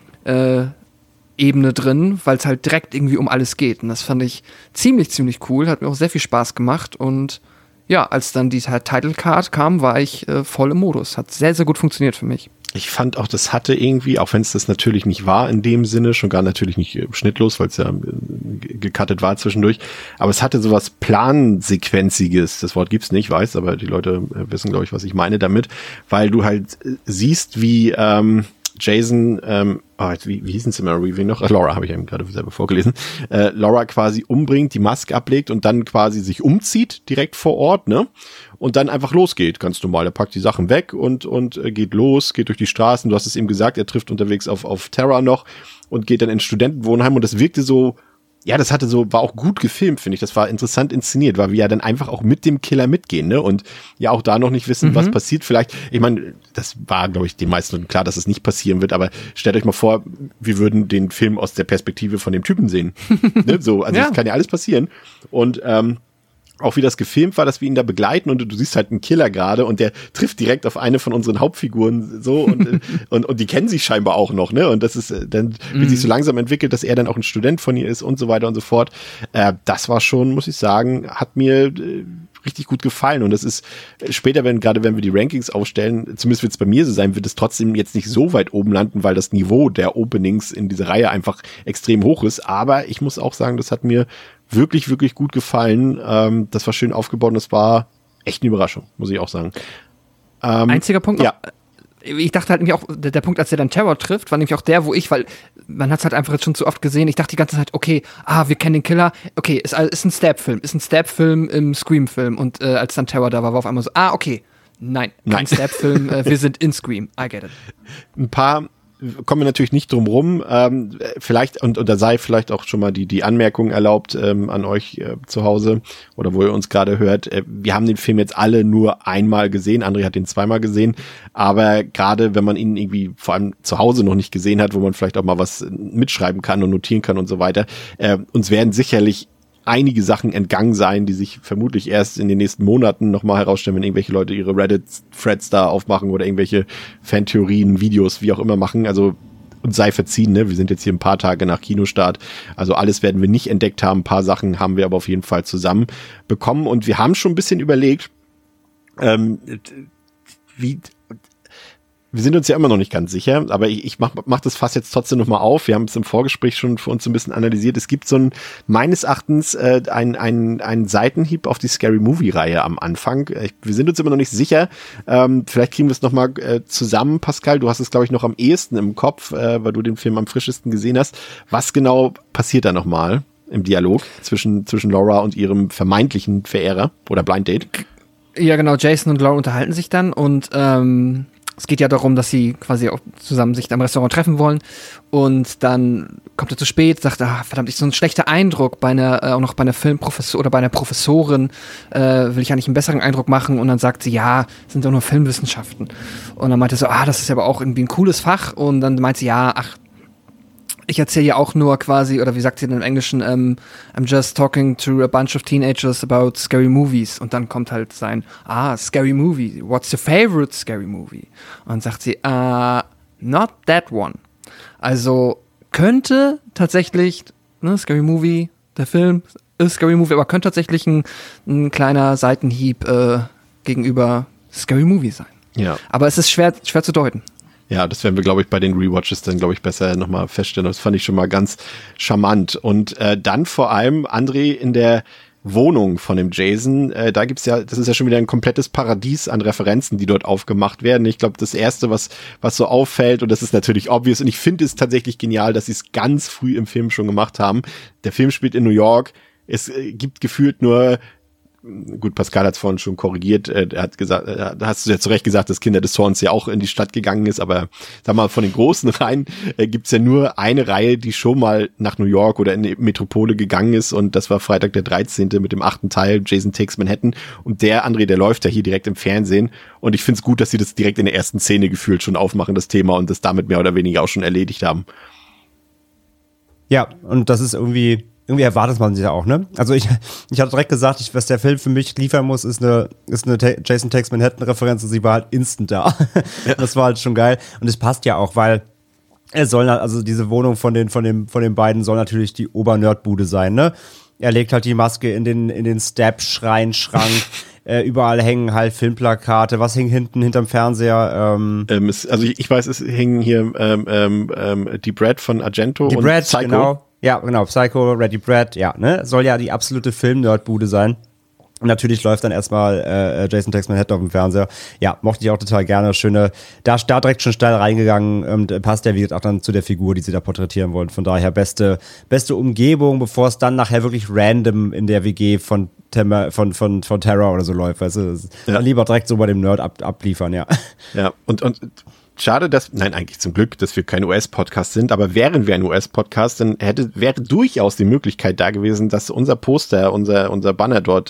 Ebene drin, weil es halt direkt irgendwie um alles geht und das fand ich ziemlich, ziemlich cool, hat mir auch sehr viel Spaß gemacht und ja, als dann die Title Card kam, war ich voll im Modus. Hat sehr, sehr gut funktioniert für mich. Ich fand auch, das hatte irgendwie, auch wenn es das natürlich nicht war in dem Sinne, schon gar natürlich nicht schnittlos, weil es ja gecuttet war zwischendurch, aber es hatte sowas Plansequenziges. Das Wort gibt's nicht, weiß, aber die Leute wissen, glaube ich, was ich meine damit, weil du halt siehst, wie Jason, wie hießen sie immer Review noch? Laura habe ich eben gerade selber vorgelesen. Laura quasi umbringt, die Maske ablegt und dann quasi sich umzieht direkt vor Ort, ne? Und dann einfach losgeht, ganz normal. Er packt die Sachen weg und geht los, geht durch die Straßen. Du hast es eben gesagt, er trifft unterwegs auf Tara noch und geht dann ins Studentenwohnheim und das wirkte so, ja, war auch gut gefilmt, finde ich. Das war interessant inszeniert, weil wir ja dann einfach auch mit dem Killer mitgehen, ne? Und ja auch da noch nicht wissen, was passiert. Vielleicht, ich meine, das war, glaube ich, den meisten klar, dass es nicht passieren wird, aber stellt euch mal vor, wir würden den Film aus der Perspektive von dem Typen sehen. Ne? So, also das kann ja alles passieren. Und auch wie das gefilmt war, dass wir ihn da begleiten und du siehst halt einen Killer gerade und der trifft direkt auf eine von unseren Hauptfiguren so und die kennen sich scheinbar auch noch, ne? Und das ist dann, wie sich so langsam entwickelt, dass er dann auch ein Student von ihr ist und so weiter und so fort. Das war schon, muss ich sagen, hat mir richtig gut gefallen und das ist später, wenn wir die Rankings aufstellen, zumindest wird es bei mir so sein, wird es trotzdem jetzt nicht so weit oben landen, weil das Niveau der Openings in dieser Reihe einfach extrem hoch ist, aber ich muss auch sagen, das hat mir wirklich, wirklich gut gefallen. Das war schön aufgebaut und das war echt eine Überraschung, muss ich auch sagen. Einziger Punkt noch. Ja. Ich dachte halt nämlich auch, der Punkt, als er dann Terror trifft, war nämlich auch der, weil man hat es halt einfach jetzt schon zu oft gesehen. Ich dachte die ganze Zeit, okay, wir kennen den Killer. Okay, ist ein Stab-Film, im Scream-Film. Und als dann Terror da war auf einmal so, okay, nein. Kein Stab-Film, wir sind in Scream. I get it. Ein paar kommen wir natürlich nicht drum rum. Vielleicht, und da sei vielleicht auch schon mal die Anmerkung erlaubt an euch zu Hause oder wo ihr uns gerade hört. Wir haben den Film jetzt alle nur einmal gesehen. André hat den zweimal gesehen. Aber gerade wenn man ihn irgendwie vor allem zu Hause noch nicht gesehen hat, wo man vielleicht auch mal was mitschreiben kann und notieren kann und so weiter, uns werden sicherlich einige Sachen entgangen sein, die sich vermutlich erst in den nächsten Monaten nochmal herausstellen, wenn irgendwelche Leute ihre Reddit-Threads da aufmachen oder irgendwelche Fantheorien, Videos, wie auch immer machen. Also uns sei verziehen, ne? Wir sind jetzt hier ein paar Tage nach Kinostart. Also alles werden wir nicht entdeckt haben. Ein paar Sachen haben wir aber auf jeden Fall zusammen bekommen. Und wir haben schon ein bisschen überlegt, wir sind uns ja immer noch nicht ganz sicher, aber ich mach das Fass jetzt trotzdem nochmal auf. Wir haben es im Vorgespräch schon für uns so ein bisschen analysiert. Es gibt so meines Erachtens einen Seitenhieb auf die Scary Movie-Reihe am Anfang. Wir sind uns immer noch nicht sicher. Vielleicht kriegen wir es nochmal zusammen, Pascal. Du hast es, glaube ich, noch am ehesten im Kopf, weil du den Film am frischesten gesehen hast. Was genau passiert da nochmal im Dialog zwischen Laura und ihrem vermeintlichen Verehrer oder Blind Date? Ja, genau. Jason und Laura unterhalten sich dann und es geht ja darum, dass sie quasi auch zusammen sich am Restaurant treffen wollen und dann kommt er zu spät, sagt, verdammt, ich so ein schlechter Eindruck auch noch bei einer Filmprofessor oder bei einer Professorin, will ich eigentlich einen besseren Eindruck machen und dann sagt sie, ja, sind doch nur Filmwissenschaften und dann meinte er so, das ist aber auch irgendwie ein cooles Fach und dann meint sie, ich erzähle ja auch nur quasi, oder wie sagt sie denn im Englischen, I'm just talking to a bunch of teenagers about scary movies. Und dann kommt halt sein, scary movie, what's your favorite scary movie? Und sagt sie, not that one. Also könnte tatsächlich, ne, Scary Movie, der Film ist Scary Movie, aber könnte tatsächlich ein kleiner Seitenhieb gegenüber Scary Movie sein. Ja. Aber es ist schwer zu deuten. Ja, das werden wir, glaube ich, bei den Rewatches dann, glaube ich, besser nochmal feststellen. Das fand ich schon mal ganz charmant. Und dann vor allem, André, in der Wohnung von dem Jason, da gibt's ja, das ist ja schon wieder ein komplettes Paradies an Referenzen, die dort aufgemacht werden. Ich glaube, das Erste, was so auffällt, und das ist natürlich obvious, und ich finde es tatsächlich genial, dass sie es ganz früh im Film schon gemacht haben. Der Film spielt in New York. Es gibt gefühlt nur, gut, Pascal hat es vorhin schon korrigiert, er hat gesagt, da hast du ja zu Recht gesagt, dass Kinder des Zorns ja auch in die Stadt gegangen ist, aber sag mal, von den großen Reihen gibt's ja nur eine Reihe, die schon mal nach New York oder in die Metropole gegangen ist, und das war Freitag der 13. mit dem 8. Teil, Jason Takes Manhattan, und der André, der läuft ja hier direkt im Fernsehen, und ich find's gut, dass sie das direkt in der ersten Szene gefühlt schon aufmachen, das Thema, und das damit mehr oder weniger auch schon erledigt haben. Ja, und das ist irgendwie erwartet man sich ja auch, ne? Also ich hatte direkt gesagt, was der Film für mich liefern muss, ist eine Jason Takes Manhattan-Referenz, und sie war halt instant da. Ja. Das war halt schon geil. Und es passt ja auch, weil er soll, also diese Wohnung von den beiden soll natürlich die Obernerdbude sein, ne? Er legt halt die Maske in den Stab-Schrein-Schrank. Überall hängen halt Filmplakate. Was hing hinterm Fernseher? Also ich weiß, es hängen hier die Brad von Argento die und Brad, Psycho. Genau. Ja, genau, Psycho, Ready Brad, ja, ne? Soll ja die absolute Film-Nerdbude sein. Und natürlich läuft dann erstmal Jason Takes Manhattan auf dem Fernseher. Ja, mochte ich auch total gerne. Schöne, da direkt schon steil reingegangen. Und passt ja, wie gesagt, auch dann zu der Figur, die sie da porträtieren wollen. Von daher beste Umgebung, bevor es dann nachher wirklich random in der WG von Terror oder so läuft. Weißt du? Ja. Dann lieber direkt so bei dem Nerd abliefern, ja. Ja, und schade, eigentlich zum Glück, dass wir kein US-Podcast sind, aber wären wir ein US-Podcast, dann wäre durchaus die Möglichkeit da gewesen, dass unser Poster, unser Banner dort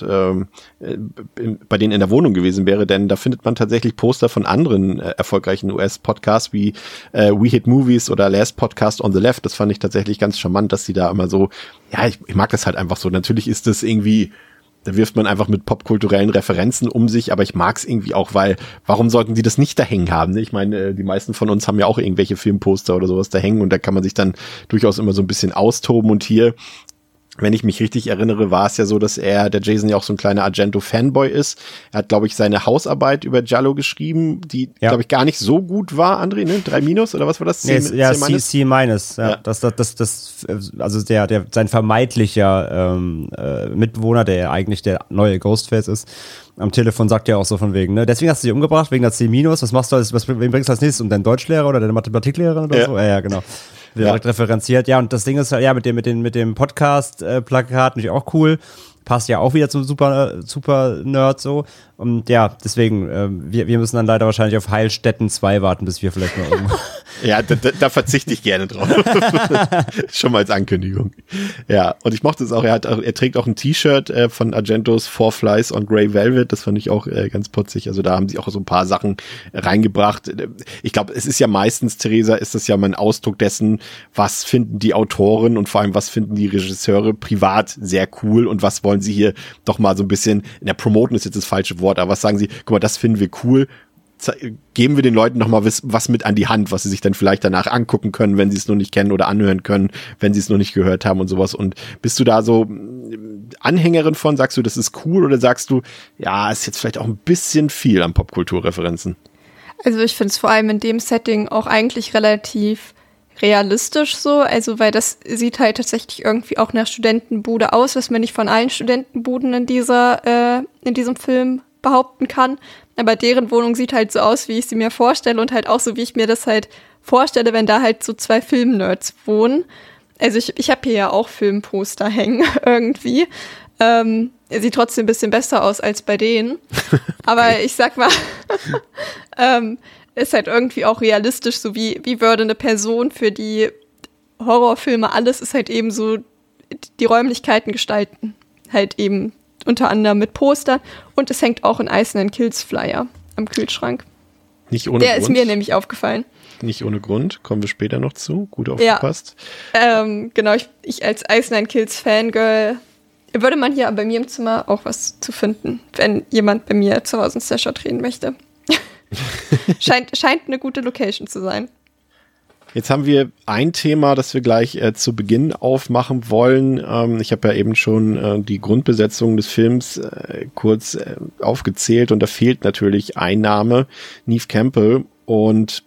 bei denen in der Wohnung gewesen wäre, denn da findet man tatsächlich Poster von anderen erfolgreichen US-Podcasts wie We Hit Movies oder Last Podcast on the Left. Das fand ich tatsächlich ganz charmant, dass sie da immer so, ja, ich mag das halt einfach so. Natürlich ist das irgendwie, da wirft man einfach mit popkulturellen Referenzen um sich, aber ich mag's irgendwie auch, weil warum sollten die das nicht da hängen haben? Ne? Ich meine, die meisten von uns haben ja auch irgendwelche Filmposter oder sowas da hängen, und da kann man sich dann durchaus immer so ein bisschen austoben, und hier, wenn ich mich richtig erinnere, war es ja so, dass der Jason ja auch so ein kleiner Argento-Fanboy ist. Er hat, glaube ich, seine Hausarbeit über Giallo geschrieben, die, glaube ich, gar nicht so gut war, André, ne? 3- oder was war das? C-? Ja, C-. Ja. Das, also sein vermeidlicher Mitbewohner, der eigentlich der neue Ghostface ist, am Telefon sagt ja auch so von wegen, ne? Deswegen hast du dich umgebracht, wegen der C-. Was machst du wen bringst du als nächstes? Um deinen Deutschlehrer oder deine Mathematiklehrerin oder so? Ja, genau. Direkt referenziert. Ja, und das Ding ist ja mit dem Podcast-Plakat natürlich auch cool. Passt ja auch wieder zum super Nerd so. Und ja, deswegen, wir müssen dann leider wahrscheinlich auf Heilstätten 2 warten, bis wir vielleicht mal Ja, da verzichte ich gerne drauf. Schon mal als Ankündigung. Ja, und ich mochte es auch, er trägt auch ein T-Shirt von Argentos Four Flies on Grey Velvet, das fand ich auch ganz putzig. Also da haben sie auch so ein paar Sachen reingebracht. Ich glaube, es ist ja meistens, Theresa, ist das ja mal ein Ausdruck dessen, was finden die Autoren und vor allem, was finden die Regisseure privat sehr cool und was wollen sie hier doch mal so ein bisschen, promoten ist jetzt das falsche Wort, aber was sagen sie, guck mal, das finden wir cool, geben wir den Leuten noch mal was mit an die Hand, was sie sich dann vielleicht danach angucken können, wenn sie es noch nicht kennen, oder anhören können, wenn sie es noch nicht gehört haben und sowas. Und bist du da so Anhängerin von, sagst du, das ist cool, oder sagst du, ja, ist jetzt vielleicht auch ein bisschen viel an Popkulturreferenzen? Also ich finde es vor allem in dem Setting auch eigentlich relativ realistisch so, also weil das sieht halt tatsächlich irgendwie auch nach Studentenbude aus, was man nicht von allen Studentenbuden in diesem Film behaupten kann, aber deren Wohnung sieht halt so aus, wie ich sie mir vorstelle, und halt auch so, wie ich mir das halt vorstelle, wenn da halt so 2 Filmnerds wohnen. Also ich habe hier ja auch Filmposter hängen irgendwie. Sieht trotzdem ein bisschen besser aus als bei denen. Aber ich sag mal, ist halt irgendwie auch realistisch, so wie würde eine Person, für die Horrorfilme alles ist halt eben so die Räumlichkeiten gestalten. Halt eben unter anderem mit Postern, und es hängt auch ein Ice and Kills Flyer am Kühlschrank. Nicht ohne Der Grund. ist mir nämlich aufgefallen. Nicht ohne Grund, kommen wir später noch zu. Gut aufgepasst. Ja, genau, ich als Ice Nine Kills Fangirl, würde man hier bei mir im Zimmer auch was zu finden, wenn jemand bei mir zu Hause einen Slasher drehen möchte. scheint eine gute Location zu sein. Jetzt haben wir ein Thema, das wir gleich zu Beginn aufmachen wollen. Ich habe ja eben schon die Grundbesetzung des Films kurz aufgezählt und da fehlt natürlich ein Name, Neve Campbell. Und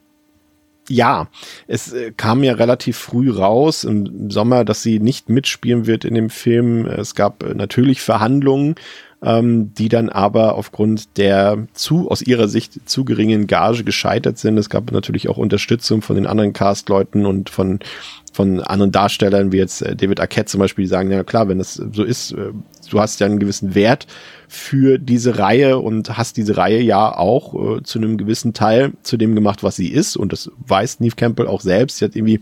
ja, es kam ja relativ früh raus im Sommer, dass sie nicht mitspielen wird in dem Film. Es gab natürlich Verhandlungen, die dann aber aufgrund der aus ihrer Sicht zu geringen Gage gescheitert sind. Es gab natürlich auch Unterstützung von den anderen Castleuten und von anderen Darstellern, wie jetzt David Arquette zum Beispiel, die sagen, ja klar, wenn das so ist, du hast ja einen gewissen Wert für diese Reihe und hast diese Reihe ja auch zu einem gewissen Teil zu dem gemacht, was sie ist. Und das weiß Neve Campbell auch selbst. Sie hat irgendwie,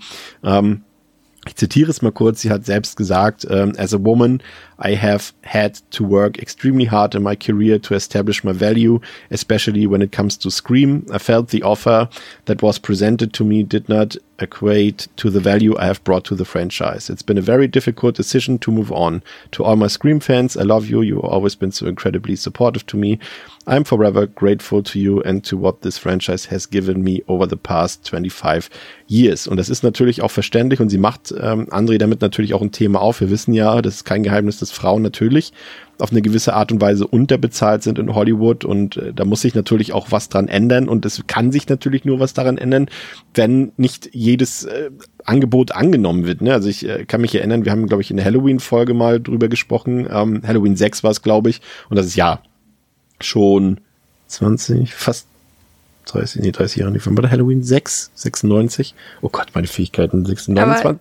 ich zitiere es mal kurz, sie hat selbst gesagt, as a woman, I have had to work extremely hard in my career to establish my value, especially when it comes to Scream. I felt the offer that was presented to me did not equate to the value I have brought to the franchise. It's been a very difficult decision to move on. To all my Scream fans, I love you. You've always been so incredibly supportive to me. I'm forever grateful to you and to what this franchise has given me over the past 25 years. Und das ist natürlich auch verständlich und sie macht André damit natürlich auch ein Thema auf. Wir wissen ja, das ist kein Geheimnis, dass Frauen natürlich auf eine gewisse Art und Weise unterbezahlt sind in Hollywood und da muss sich natürlich auch was dran ändern und es kann sich natürlich nur was daran ändern, wenn nicht jedes Angebot angenommen wird. Ne? Also ich kann mich erinnern, wir haben, glaube ich, in der Halloween-Folge mal drüber gesprochen. Halloween 6 war es, glaube ich, und das ist ja schon 20, fast 30 Jahre. Wann war der Halloween 6? 96? Oh Gott, meine Fähigkeiten. 29,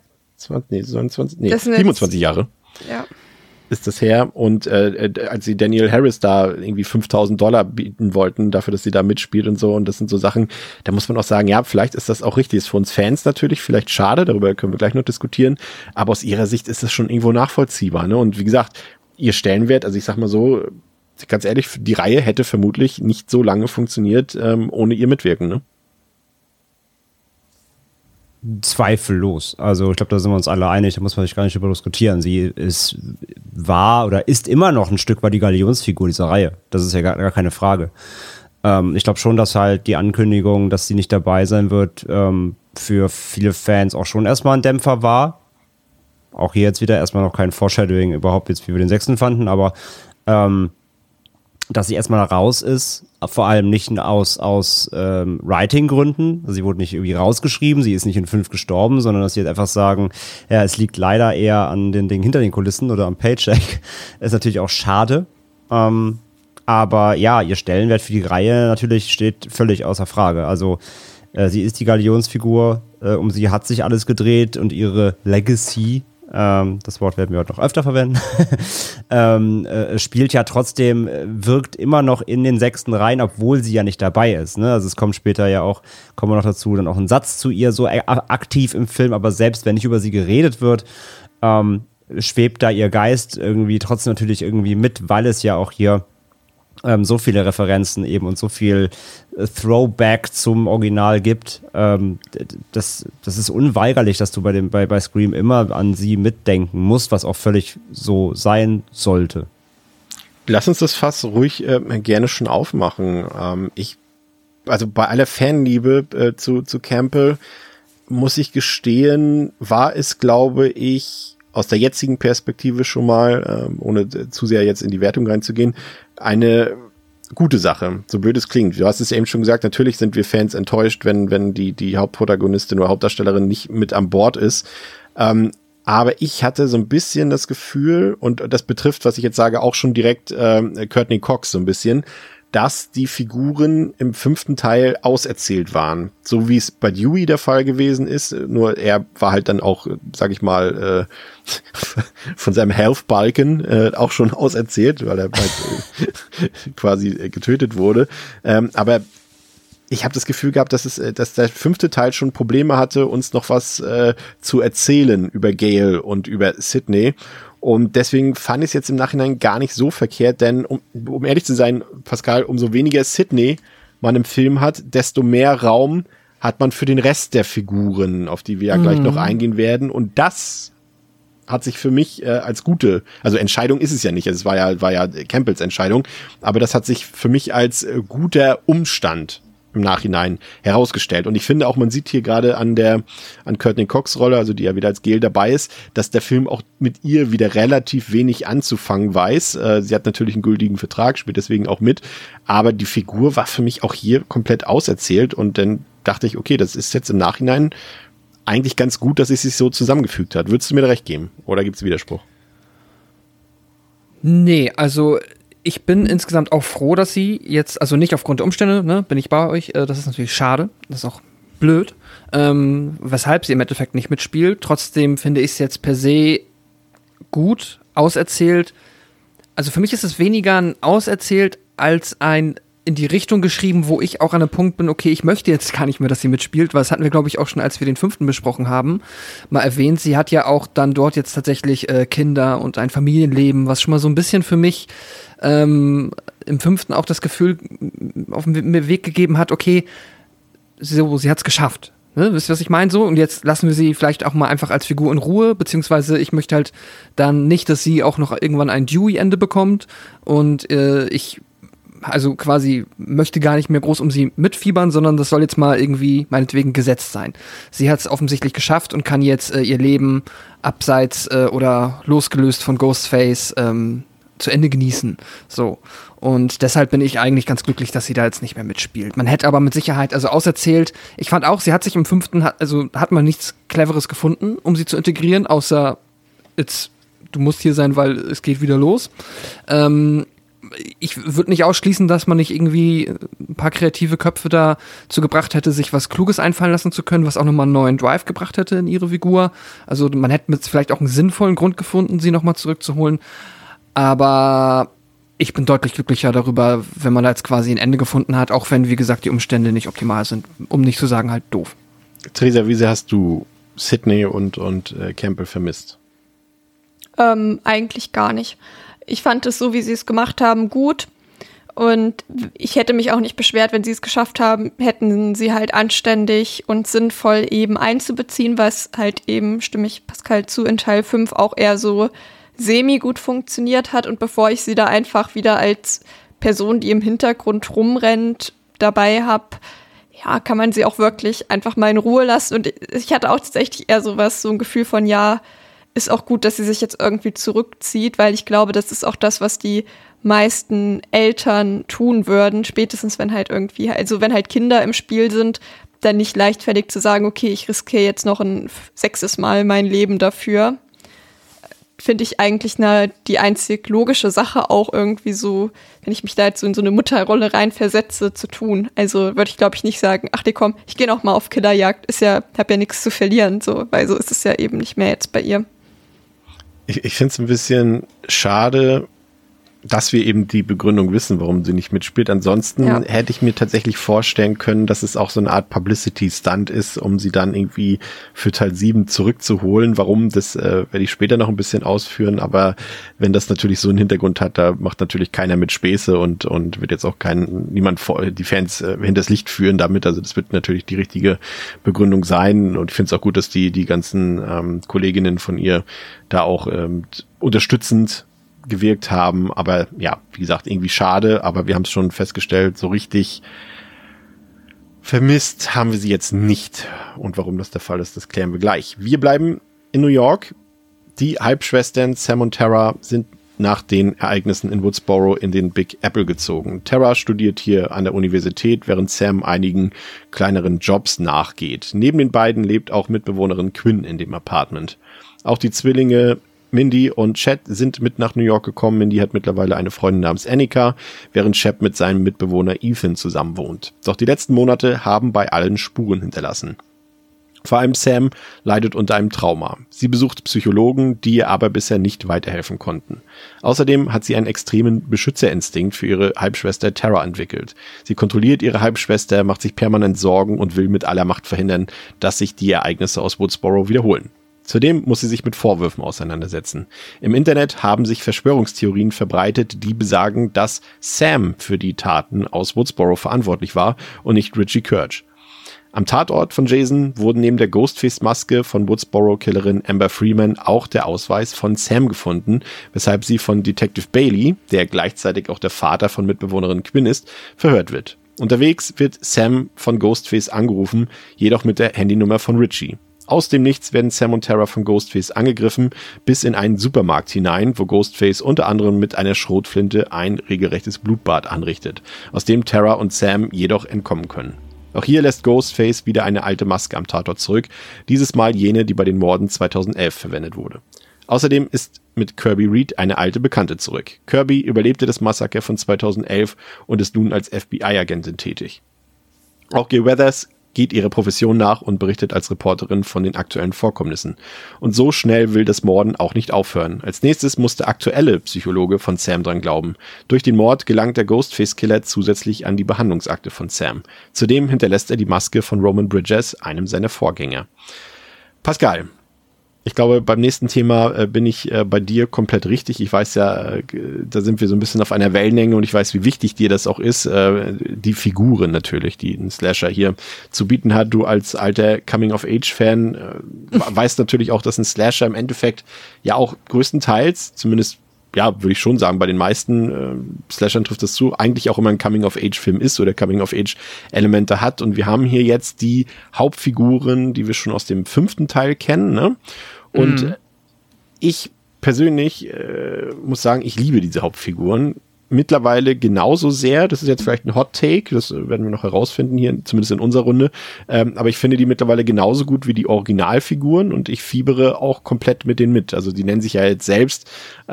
27 Jahre. Ja. Ist das her und als sie Danielle Harris da irgendwie $5.000 bieten wollten dafür, dass sie da mitspielt und so und das sind so Sachen, da muss man auch sagen, ja, vielleicht ist das auch richtig, ist für uns Fans natürlich vielleicht schade, darüber können wir gleich noch diskutieren, aber aus ihrer Sicht ist das schon irgendwo nachvollziehbar, ne? Und wie gesagt, ihr Stellenwert, also ich sag mal so, ganz ehrlich, die Reihe hätte vermutlich nicht so lange funktioniert ohne ihr Mitwirken, ne? Zweifellos. Also ich glaube, da sind wir uns alle einig, da muss man sich gar nicht drüber diskutieren. Sie war oder ist immer noch ein Stück weit die Galionsfigur dieser Reihe. Das ist ja gar keine Frage. Ich glaube schon, dass halt die Ankündigung, dass sie nicht dabei sein wird, für viele Fans auch schon erstmal ein Dämpfer war. Auch hier jetzt wieder erstmal noch kein Foreshadowing überhaupt jetzt, wie wir den 6. fanden, aber dass sie erstmal raus ist, vor allem nicht aus Writing-Gründen. Also sie wurde nicht irgendwie rausgeschrieben, sie ist nicht in 5 gestorben, sondern dass sie jetzt einfach sagen, ja, es liegt leider eher an den Dingen hinter den Kulissen oder am Paycheck. Ist natürlich auch schade. Aber ja, ihr Stellenwert für die Reihe natürlich steht völlig außer Frage. Also sie ist die Galionsfigur, um sie hat sich alles gedreht und ihre Legacy, das Wort werden wir heute noch öfter verwenden, spielt ja trotzdem, wirkt immer noch in den 6. Reihen, obwohl sie ja nicht dabei ist. Ne? Also es kommt später ja auch, kommen wir noch dazu, dann auch ein Satz zu ihr so aktiv im Film, aber selbst wenn nicht über sie geredet wird, schwebt da ihr Geist irgendwie trotzdem natürlich irgendwie mit, weil es ja auch hier so viele Referenzen eben und so viel Throwback zum Original gibt. Das ist unweigerlich, dass du bei Scream immer an sie mitdenken musst, was auch völlig so sein sollte. Lass uns das Fass ruhig gerne schon aufmachen. Also bei aller Fanliebe zu Campbell muss ich gestehen, war es, glaube ich, aus der jetzigen Perspektive schon mal, ohne zu sehr jetzt in die Wertung reinzugehen, eine gute Sache, so blöd es klingt. Du hast es ja eben schon gesagt, natürlich sind wir Fans enttäuscht, wenn die Hauptprotagonistin oder Hauptdarstellerin nicht mit an Bord ist. Aber ich hatte so ein bisschen das Gefühl, und das betrifft, was ich jetzt sage, auch schon direkt Courtney Cox so ein bisschen, dass die Figuren im 5. Teil auserzählt waren. So wie es bei Dewey der Fall gewesen ist, nur er war halt dann auch, sag ich mal, von seinem Health-Balken auch schon auserzählt, weil er halt quasi getötet wurde. Aber ich habe das Gefühl gehabt, dass der 5. Teil schon Probleme hatte, uns noch was zu erzählen über Gale und über Sidney. Und deswegen fand ich es jetzt im Nachhinein gar nicht so verkehrt, denn um ehrlich zu sein, Pascal, umso weniger Sidney man im Film hat, desto mehr Raum hat man für den Rest der Figuren, auf die wir ja gleich noch eingehen werden. Und das hat sich für mich als gute, also Entscheidung ist es ja nicht, es war ja Campbells Entscheidung, aber das hat sich für mich als guter Umstand im Nachhinein herausgestellt. Und ich finde auch, man sieht hier gerade an Courtney Cox Rolle, also die ja wieder als Gail dabei ist, dass der Film auch mit ihr wieder relativ wenig anzufangen weiß. Sie hat natürlich einen gültigen Vertrag, spielt deswegen auch mit, aber die Figur war für mich auch hier komplett auserzählt und dann dachte ich, okay, das ist jetzt im Nachhinein eigentlich ganz gut, dass es sich so zusammengefügt hat. Würdest du mir da recht geben? Oder gibt es Widerspruch? Nee, also ich bin insgesamt auch froh, dass sie jetzt, also nicht aufgrund der Umstände, ne, bin ich bei euch, das ist natürlich schade, das ist auch blöd, weshalb sie im Endeffekt nicht mitspielt. Trotzdem finde ich es jetzt per se gut auserzählt. Also für mich ist es weniger ein auserzählt als ein in die Richtung geschrieben, wo ich auch an einem Punkt bin, okay, ich möchte jetzt gar nicht mehr, dass sie mitspielt, weil das hatten wir, glaube ich, auch schon, als wir den 5. besprochen haben, mal erwähnt. Sie hat ja auch dann dort jetzt tatsächlich Kinder und ein Familienleben, was schon mal so ein bisschen für mich im 5. auch das Gefühl auf den Weg gegeben hat, okay, sie hat's geschafft. Ne? Wisst ihr, was ich meine? So, und jetzt lassen wir sie vielleicht auch mal einfach als Figur in Ruhe, beziehungsweise ich möchte halt dann nicht, dass sie auch noch irgendwann ein Dewey-Ende bekommt und ich also quasi möchte gar nicht mehr groß um sie mitfiebern, sondern das soll jetzt mal irgendwie meinetwegen gesetzt sein. Sie hat es offensichtlich geschafft und kann jetzt ihr Leben abseits oder losgelöst von Ghostface zu Ende genießen. So. Und deshalb bin ich eigentlich ganz glücklich, dass sie da jetzt nicht mehr mitspielt. Man hätte aber mit Sicherheit, also auserzählt, ich fand auch, sie hat sich im 5., also hat man nichts Cleveres gefunden, um sie zu integrieren, außer jetzt, du musst hier sein, weil es geht wieder los. Ich würde nicht ausschließen, dass man nicht irgendwie ein paar kreative Köpfe dazu gebracht hätte, sich was Kluges einfallen lassen zu können, was auch nochmal einen neuen Drive gebracht hätte in ihre Figur. Also man hätte mit vielleicht auch einen sinnvollen Grund gefunden, sie nochmal zurückzuholen. Aber ich bin deutlich glücklicher darüber, wenn man da jetzt quasi ein Ende gefunden hat, auch wenn, wie gesagt, die Umstände nicht optimal sind, um nicht zu sagen halt doof. Theresa, wie sehr hast du Sidney und Campbell vermisst? Eigentlich gar nicht. Ich fand es so, wie sie es gemacht haben, gut. Und ich hätte mich auch nicht beschwert, wenn sie es geschafft haben, hätten sie halt anständig und sinnvoll eben einzubeziehen, was halt eben, stimme ich Pascal zu, in Teil 5 auch eher so semi-gut funktioniert hat. Und bevor ich sie da einfach wieder als Person, die im Hintergrund rumrennt, dabei habe, ja, kann man sie auch wirklich einfach mal in Ruhe lassen. Und ich hatte auch tatsächlich eher so ein Gefühl von, ja, ist auch gut, dass sie sich jetzt irgendwie zurückzieht, weil ich glaube, das ist auch das, was die meisten Eltern tun würden, spätestens wenn halt irgendwie, also wenn halt Kinder im Spiel sind, dann nicht leichtfertig zu sagen, okay, ich riskiere jetzt noch ein 6. Mal mein Leben dafür. Finde ich eigentlich die einzig logische Sache auch irgendwie so, wenn ich mich da jetzt so in so eine Mutterrolle reinversetze, zu tun. Also würde ich, glaube ich, nicht sagen, ach nee, komm, ich gehe noch mal auf Killerjagd, hab ja nichts zu verlieren, so, weil so ist es ja eben nicht mehr jetzt bei ihr. Ich finde es ein bisschen schade, dass wir eben die Begründung wissen, warum sie nicht mitspielt. Ansonsten hätte ich mir tatsächlich vorstellen können, dass es auch so eine Art Publicity-Stunt ist, um sie dann irgendwie für Teil 7 zurückzuholen. Warum, das werde ich später noch ein bisschen ausführen. Aber wenn das natürlich so einen Hintergrund hat, da macht natürlich keiner mit Späße und wird jetzt auch niemand die Fans hinters Licht führen damit. Also das wird natürlich die richtige Begründung sein. Und ich finde es auch gut, dass die ganzen Kolleginnen von ihr da auch unterstützend gewirkt haben, aber ja, wie gesagt, irgendwie schade, aber wir haben es schon festgestellt, so richtig vermisst haben wir sie jetzt nicht. Und warum das der Fall ist, das klären wir gleich. Wir bleiben in New York. Die Halbschwestern Sam und Tara sind nach den Ereignissen in Woodsboro in den Big Apple gezogen. Tara studiert hier an der Universität, während Sam einigen kleineren Jobs nachgeht. Neben den beiden lebt auch Mitbewohnerin Quinn in dem Apartment. Auch die Zwillinge Mindy und Chet sind mit nach New York gekommen. Mindy hat mittlerweile eine Freundin namens Annika, während Chet mit seinem Mitbewohner Ethan zusammen wohnt. Doch die letzten Monate haben bei allen Spuren hinterlassen. Vor allem Sam leidet unter einem Trauma. Sie besucht Psychologen, die ihr aber bisher nicht weiterhelfen konnten. Außerdem hat sie einen extremen Beschützerinstinkt für ihre Halbschwester Tara entwickelt. Sie kontrolliert ihre Halbschwester, macht sich permanent Sorgen und will mit aller Macht verhindern, dass sich die Ereignisse aus Woodsboro wiederholen. Zudem muss sie sich mit Vorwürfen auseinandersetzen. Im Internet haben sich Verschwörungstheorien verbreitet, die besagen, dass Sam für die Taten aus Woodsboro verantwortlich war und nicht Richie Kirch. Am Tatort von Jason wurden neben der Ghostface-Maske von Woodsboro-Killerin Amber Freeman auch der Ausweis von Sam gefunden, weshalb sie von Detective Bailey, der gleichzeitig auch der Vater von Mitbewohnerin Quinn ist, verhört wird. Unterwegs wird Sam von Ghostface angerufen, jedoch mit der Handynummer von Richie. Aus dem Nichts werden Sam und Tara von Ghostface angegriffen, bis in einen Supermarkt hinein, wo Ghostface unter anderem mit einer Schrotflinte ein regelrechtes Blutbad anrichtet, aus dem Tara und Sam jedoch entkommen können. Auch hier lässt Ghostface wieder eine alte Maske am Tatort zurück, dieses Mal jene, die bei den Morden 2011 verwendet wurde. Außerdem ist mit Kirby Reed eine alte Bekannte zurück. Kirby überlebte das Massaker von 2011 und ist nun als FBI-Agentin tätig. Auch Gil Weathers geht ihre Profession nach und berichtet als Reporterin von den aktuellen Vorkommnissen. Und so schnell will das Morden auch nicht aufhören. Als nächstes muss der aktuelle Psychologe von Sam dran glauben. Durch den Mord gelangt der Ghostface-Killer zusätzlich an die Behandlungsakte von Sam. Zudem hinterlässt er die Maske von Roman Bridges, einem seiner Vorgänger. Pascal, ich glaube, beim nächsten Thema bin ich bei dir komplett richtig. Ich weiß ja, da sind wir so ein bisschen auf einer Wellenlänge und ich weiß, wie wichtig dir das auch ist. Die Figuren natürlich, die ein Slasher hier zu bieten hat. Du als alter Coming-of-Age-Fan weißt natürlich auch, dass ein Slasher im Endeffekt ja auch größtenteils, zumindest ja, würde ich schon sagen, bei den meisten Slashern trifft das zu, eigentlich auch immer ein Coming-of-Age-Film ist oder Coming-of-Age-Elemente hat. Und wir haben hier jetzt die Hauptfiguren, die wir schon aus dem 5. Teil kennen, ne? Und ich persönlich muss sagen, ich liebe diese Hauptfiguren mittlerweile genauso sehr. Das ist jetzt vielleicht ein Hot Take, das werden wir noch herausfinden hier, zumindest in unserer Runde. Aber ich finde die mittlerweile genauso gut wie die Originalfiguren und ich fiebere auch komplett mit denen mit. Also die nennen sich ja jetzt selbst,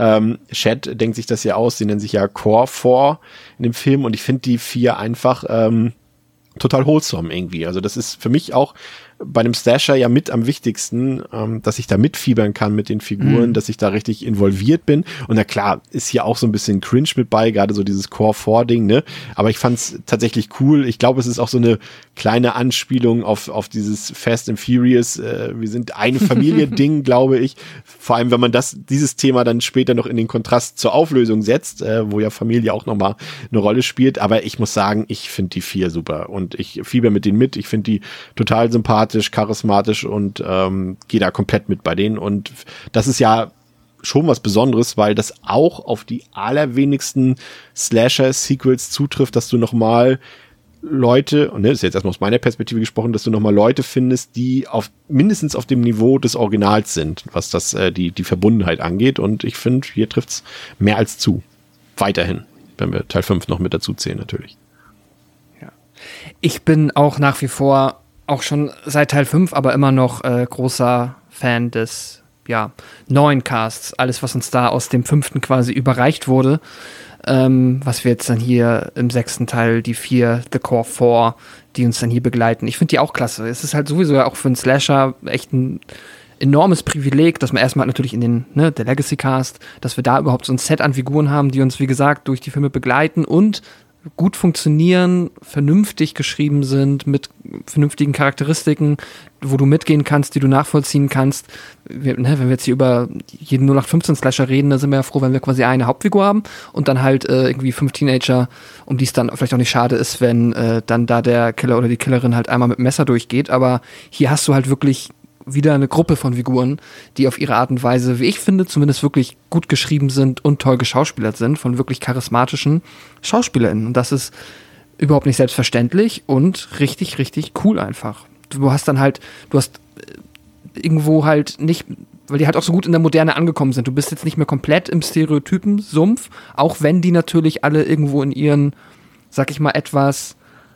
Chad denkt sich das ja aus, die nennen sich ja Core 4 in dem Film und ich finde die 4 einfach total wholesome irgendwie. Also das ist für mich auch bei einem Slasher ja mit am wichtigsten, dass ich da mitfiebern kann mit den Figuren, dass ich da richtig involviert bin. Und na klar, ist hier auch so ein bisschen Cringe mit bei, gerade so dieses Core-4-Ding, ne? Aber ich fand's tatsächlich cool. Ich glaube, es ist auch so eine kleine Anspielung auf dieses Fast and Furious, wir sind eine Familie-Ding, glaube ich. Vor allem, wenn man dieses Thema dann später noch in den Kontrast zur Auflösung setzt, wo ja Familie auch nochmal eine Rolle spielt. Aber ich muss sagen, ich finde die 4 super und ich fieber mit denen mit. Ich finde die total sympathisch, charismatisch und gehe da komplett mit bei denen. Und das ist ja schon was Besonderes, weil das auch auf die allerwenigsten Slasher-Sequels zutrifft, dass du nochmal Leute, und das ist jetzt erstmal aus meiner Perspektive gesprochen, dass du nochmal Leute findest, die mindestens auf dem Niveau des Originals sind, was das die Verbundenheit angeht. Und ich finde, hier trifft's mehr als zu. Weiterhin, wenn wir Teil 5 noch mit dazu zählen, natürlich. Ja. Ich bin auch nach wie vor auch schon seit Teil 5, aber immer noch großer Fan des neuen Casts. Alles, was uns da aus dem 5. quasi überreicht wurde. Was wir jetzt dann hier im 6. Teil, die 4, The Core 4, die uns dann hier begleiten. Ich finde die auch klasse. Es ist halt sowieso auch für einen Slasher echt ein enormes Privileg, dass man erstmal natürlich in den, der Legacy Cast, dass wir da überhaupt so ein Set an Figuren haben, die uns, wie gesagt, durch die Filme begleiten und gut funktionieren, vernünftig geschrieben sind, mit vernünftigen Charakteristiken, wo du mitgehen kannst, die du nachvollziehen kannst. Wenn wir jetzt hier über jeden 0815-Slasher reden, da sind wir ja froh, wenn wir quasi eine Hauptfigur haben und dann halt irgendwie 5 Teenager, um die es dann vielleicht auch nicht schade ist, wenn dann da der Killer oder die Killerin halt einmal mit dem Messer durchgeht. Aber hier hast du halt wirklich wieder eine Gruppe von Figuren, die auf ihre Art und Weise, wie ich finde, zumindest wirklich gut geschrieben sind und toll geschauspielert sind, von wirklich charismatischen SchauspielerInnen. Und das ist überhaupt nicht selbstverständlich und richtig, richtig cool einfach. Du hast irgendwo halt nicht, weil die halt auch so gut in der Moderne angekommen sind. Du bist jetzt nicht mehr komplett im Stereotypen-Sumpf, auch wenn die natürlich alle irgendwo in ihren, sag ich mal, etwas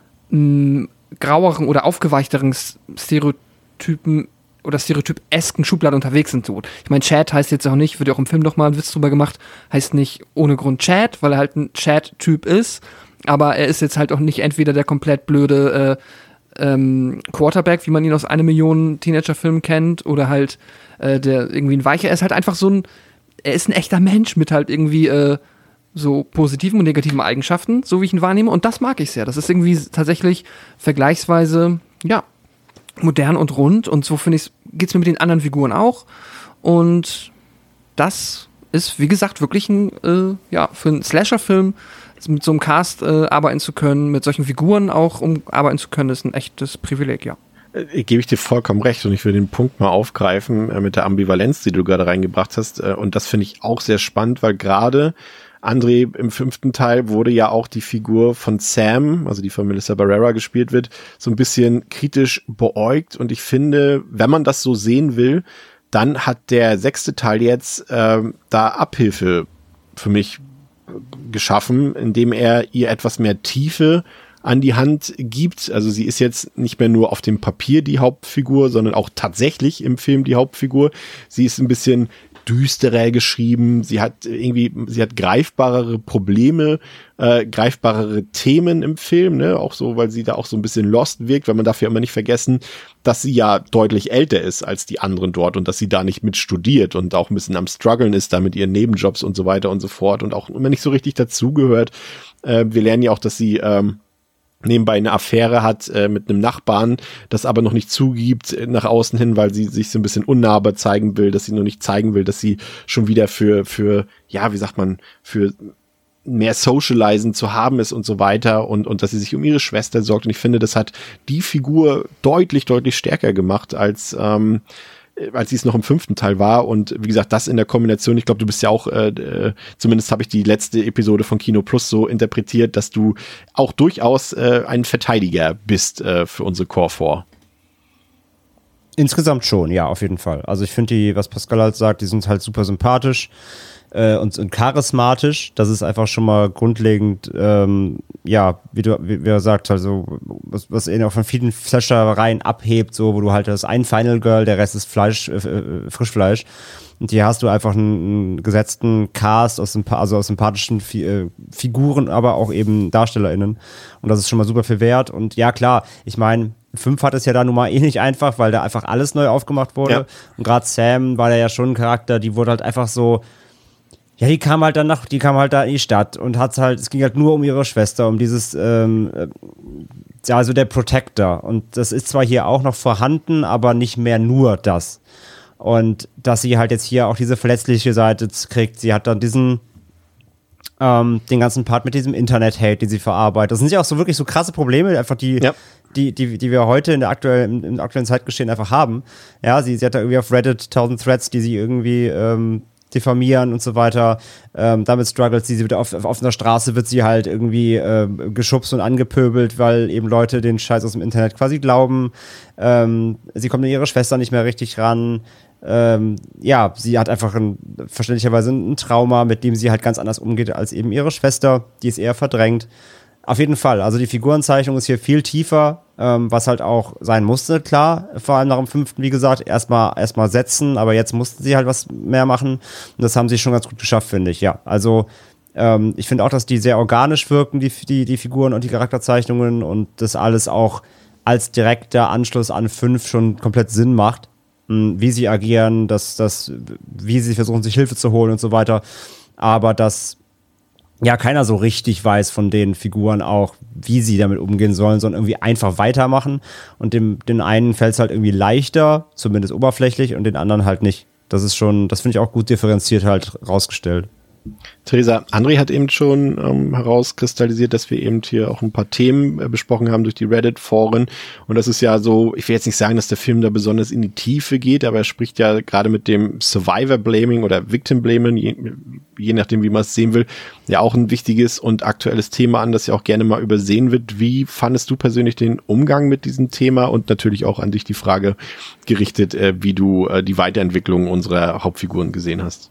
graueren oder aufgeweichteren Stereotypen oder stereotypesken Schubladen unterwegs sind. So. Ich meine, Chad heißt jetzt auch nicht, wird ja auch im Film nochmal ein Witz drüber gemacht, heißt nicht ohne Grund Chad, weil er halt ein Chad-Typ ist, aber er ist jetzt halt auch nicht entweder der komplett blöde Quarterback, wie man ihn aus 1 Million Teenager-Filmen kennt, oder halt der irgendwie ein Weicher. Er ist halt einfach er ist ein echter Mensch mit halt irgendwie so positiven und negativen Eigenschaften, so wie ich ihn wahrnehme, und das mag ich sehr. Das ist irgendwie tatsächlich vergleichsweise, modern und rund, und so finde ich, geht's mir mit den anderen Figuren auch, und das ist, wie gesagt, wirklich für einen Slasher-Film mit so einem Cast arbeiten zu können, mit solchen Figuren auch arbeiten zu können, ist ein echtes Privileg, ja. Gebe ich dir vollkommen recht, und ich will den Punkt mal aufgreifen mit der Ambivalenz, die du gerade reingebracht hast, und das finde ich auch sehr spannend, weil gerade André, im 5. Teil wurde ja auch die Figur von Sam, also die von Melissa Barrera gespielt wird, so ein bisschen kritisch beäugt, und ich finde, wenn man das so sehen will, dann hat der 6. Teil jetzt da Abhilfe für mich geschaffen, indem er ihr etwas mehr Tiefe an die Hand gibt. Also sie ist jetzt nicht mehr nur auf dem Papier die Hauptfigur, sondern auch tatsächlich im Film die Hauptfigur. Sie ist ein bisschen düsterer geschrieben, sie hat greifbarere Probleme, greifbarere Themen im Film, ne, auch so, weil sie da auch so ein bisschen lost wirkt, weil man darf ja immer nicht vergessen, dass sie ja deutlich älter ist als die anderen dort und dass sie da nicht mit studiert und auch ein bisschen am struggeln ist da mit ihren Nebenjobs und so weiter und so fort und auch immer nicht so richtig dazugehört. Wir lernen ja auch, dass sie nebenbei eine Affäre hat mit einem Nachbarn, das aber noch nicht zugibt nach außen hin, weil sie sich so ein bisschen unnahbar zeigen will, dass sie noch nicht zeigen will, dass sie schon wieder für mehr Socializen zu haben ist und so weiter und dass sie sich um ihre Schwester sorgt. Und ich finde, das hat die Figur deutlich, deutlich stärker gemacht, als sie es noch im 5. Teil war. Und wie gesagt, das in der Kombination, ich glaube, du bist ja auch, zumindest habe ich die letzte Episode von Kino Plus so interpretiert, dass du auch durchaus ein Verteidiger bist für unsere Core 4. Insgesamt schon, ja, auf jeden Fall. Also ich finde was Pascal halt sagt, die sind halt super sympathisch und charismatisch. Das ist einfach schon mal grundlegend, wie er sagt, also was ihn auch von vielen Slasher-Reihen abhebt, so, wo du halt das ein Final Girl, der Rest ist Frischfleisch. Und hier hast du einfach einen gesetzten Cast aus sympathischen Figuren, aber auch eben DarstellerInnen. Und das ist schon mal super viel wert. Und ja, klar, ich meine, 5 hat es ja da nun mal nicht einfach, weil da einfach alles neu aufgemacht wurde. Ja. Und gerade Sam war da ja schon ein Charakter, die wurde halt einfach so, ja, die kam halt da in die Stadt und es ging halt nur um ihre Schwester, um dieses, also der Protector. Und das ist zwar hier auch noch vorhanden, aber nicht mehr nur das. Und dass sie halt jetzt hier auch diese verletzliche Seite kriegt. Sie hat dann den ganzen Part mit diesem Internet-Hate, den sie verarbeitet. Das sind ja auch so wirklich so krasse Probleme, einfach die wir heute im aktuellen Zeitgeschehen einfach haben. Ja, sie hat da irgendwie auf Reddit 1000 Threads, die sie irgendwie diffamieren und so weiter. Damit struggelt sie wird auf einer Straße wird sie halt irgendwie geschubst und angepöbelt, weil eben Leute den Scheiß aus dem Internet quasi glauben. Sie kommt an ihre Schwester nicht mehr richtig ran. Sie hat einfach verständlicherweise ein Trauma, mit dem sie halt ganz anders umgeht als eben ihre Schwester. Die ist eher verdrängt. Auf jeden Fall. Also die Figurenzeichnung ist hier viel tiefer, was halt auch sein musste, klar. Vor allem nach dem 5., wie gesagt, erstmal setzen, aber jetzt mussten sie halt was mehr machen. Und das haben sie schon ganz gut geschafft, finde ich, ja. Also ich finde auch, dass die sehr organisch wirken, die Figuren und die Charakterzeichnungen und das alles auch als direkter Anschluss an 5 schon komplett Sinn macht. Wie sie agieren, wie sie versuchen, sich Hilfe zu holen und so weiter. Aber dass ja keiner so richtig weiß von den Figuren auch, wie sie damit umgehen sollen, sondern irgendwie einfach weitermachen. Und den einen fällt es halt irgendwie leichter, zumindest oberflächlich, und den anderen halt nicht. Das finde ich auch gut differenziert halt rausgestellt. Theresa, André hat eben schon herauskristallisiert, dass wir eben hier auch ein paar Themen besprochen haben durch die Reddit-Foren. Und das ist ja so, ich will jetzt nicht sagen, dass der Film da besonders in die Tiefe geht, aber er spricht ja gerade mit dem Survivor-Blaming oder Victim-Blaming, je nachdem, wie man es sehen will, ja auch ein wichtiges und aktuelles Thema an, das ja auch gerne mal übersehen wird. Wie fandest du persönlich den Umgang mit diesem Thema? Und natürlich auch an dich die Frage gerichtet, wie du die Weiterentwicklung unserer Hauptfiguren gesehen hast.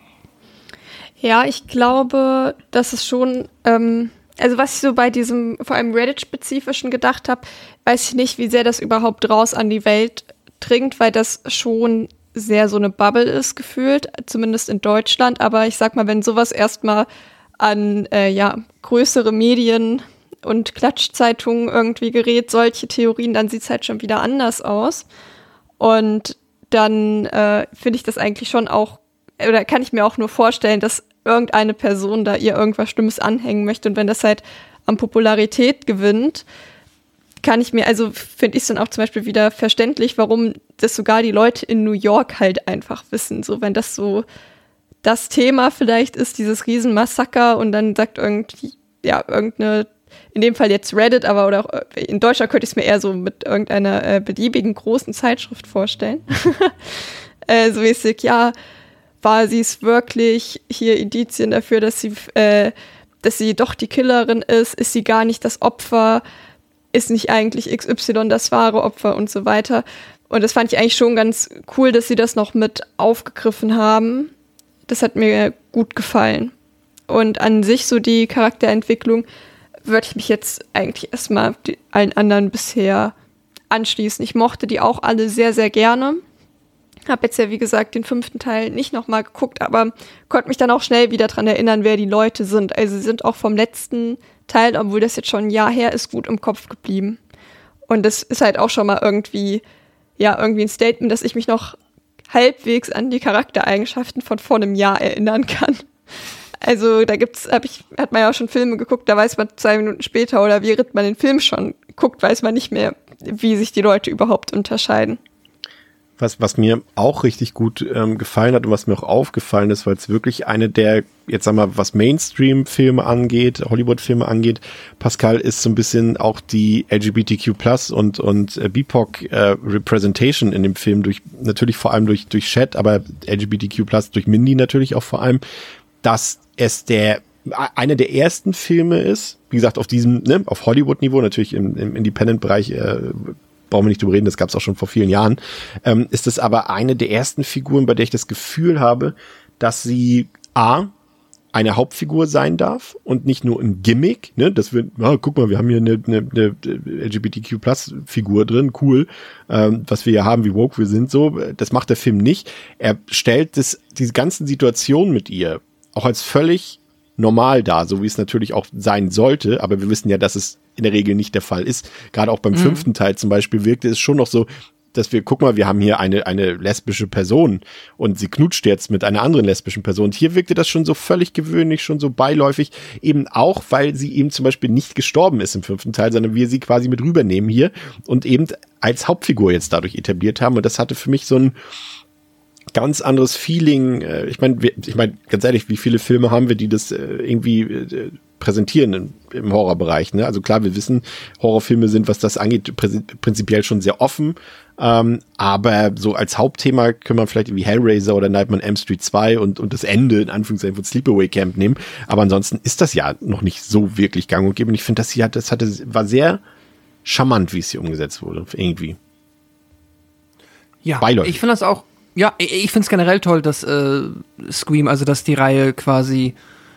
Ja, ich glaube, dass es schon, also was ich so bei diesem, vor allem Reddit-spezifischen gedacht habe, weiß ich nicht, wie sehr das überhaupt raus an die Welt dringt, weil das schon sehr so eine Bubble ist gefühlt, zumindest in Deutschland. Aber ich sag mal, wenn sowas erstmal an größere Medien und Klatschzeitungen irgendwie gerät, solche Theorien, dann sieht es halt schon wieder anders aus. Und dann finde ich das eigentlich schon auch, oder kann ich mir auch nur vorstellen, dass irgendeine Person da ihr irgendwas Schlimmes anhängen möchte. Und wenn das halt an Popularität gewinnt, finde ich es dann auch zum Beispiel wieder verständlich, warum das sogar die Leute in New York halt einfach wissen. So, wenn das so das Thema vielleicht ist, dieses Riesenmassaker, und dann sagt irgendwie, ja, irgendeine, in dem Fall jetzt Reddit, aber oder auch in Deutschland könnte ich es mir eher so mit irgendeiner beliebigen großen Zeitschrift vorstellen. So mäßig, ja, war sie es wirklich, hier Indizien dafür, dass sie doch die Killerin ist sie gar nicht das Opfer, ist nicht eigentlich XY das wahre Opfer und so weiter. Und das fand ich eigentlich schon ganz cool, dass sie das noch mit aufgegriffen haben. Das hat mir gut gefallen. Und an sich so die Charakterentwicklung würde ich mich jetzt eigentlich erstmal allen anderen bisher anschließen. Ich mochte die auch alle sehr, sehr gerne. Habe jetzt ja, wie gesagt, den 5. Teil nicht nochmal geguckt, aber konnte mich dann auch schnell wieder dran erinnern, wer die Leute sind. Also sie sind auch vom letzten Teil, obwohl das jetzt schon ein Jahr her ist, gut im Kopf geblieben. Und das ist halt auch schon mal irgendwie ein Statement, dass ich mich noch halbwegs an die Charaktereigenschaften von vor einem Jahr erinnern kann. Also da hat man ja auch schon Filme geguckt, da weiß man 2 Minuten später, oder wie man den Film schon guckt, weiß man nicht mehr, wie sich die Leute überhaupt unterscheiden. Was mir auch richtig gut gefallen hat und was mir auch aufgefallen ist, weil es wirklich eine der, jetzt sagen wir, was Mainstream-Filme angeht, Hollywood-Filme angeht, Pascal, ist so ein bisschen auch die LGBTQ+ und BIPOC Representation in dem Film, natürlich vor allem durch Chet, aber LGBTQ+ durch Mindy natürlich auch vor allem, dass es einer der ersten Filme ist, wie gesagt, auf diesem, auf Hollywood-Niveau, natürlich im Independent-Bereich, brauchen wir nicht drüber reden, das gab es auch schon vor vielen Jahren, ist es aber eine der ersten Figuren, bei der ich das Gefühl habe, dass sie eine Hauptfigur sein darf und nicht nur ein Gimmick, dass wir, guck mal, wir haben hier eine LGBTQ+-Figur drin, cool, was wir hier haben, wie woke wir sind, so, das macht der Film nicht. Er stellt diese ganzen Situationen mit ihr auch als völlig normal dar, so wie es natürlich auch sein sollte, aber wir wissen ja, dass es in der Regel nicht der Fall ist. Gerade auch beim 5. Teil zum Beispiel wirkte es schon noch so, dass guck mal, wir haben hier eine lesbische Person und sie knutscht jetzt mit einer anderen lesbischen Person. Und hier wirkte das schon so völlig gewöhnlich, schon so beiläufig, eben auch, weil sie eben zum Beispiel nicht gestorben ist im 5. Teil, sondern wir sie quasi mit rübernehmen hier und eben als Hauptfigur jetzt dadurch etabliert haben. Und das hatte für mich so ein ganz anderes Feeling. Ich meine, ganz ehrlich, wie viele Filme haben wir, die das irgendwie präsentieren im Horrorbereich, ne? Also klar, wir wissen, Horrorfilme sind, was das angeht, prinzipiell schon sehr offen, aber so als Hauptthema können wir vielleicht irgendwie Hellraiser oder Nightmare on Elm Street 2 und das Ende, in Anführungszeichen, von Sleepaway Camp nehmen, aber ansonsten ist das ja noch nicht so wirklich gang und gäbe, und ich finde, war sehr charmant, wie es hier umgesetzt wurde, irgendwie. Ja, beiläufig. Ich finde das auch, ja, ich finde es generell toll, dass Scream, also dass die Reihe quasi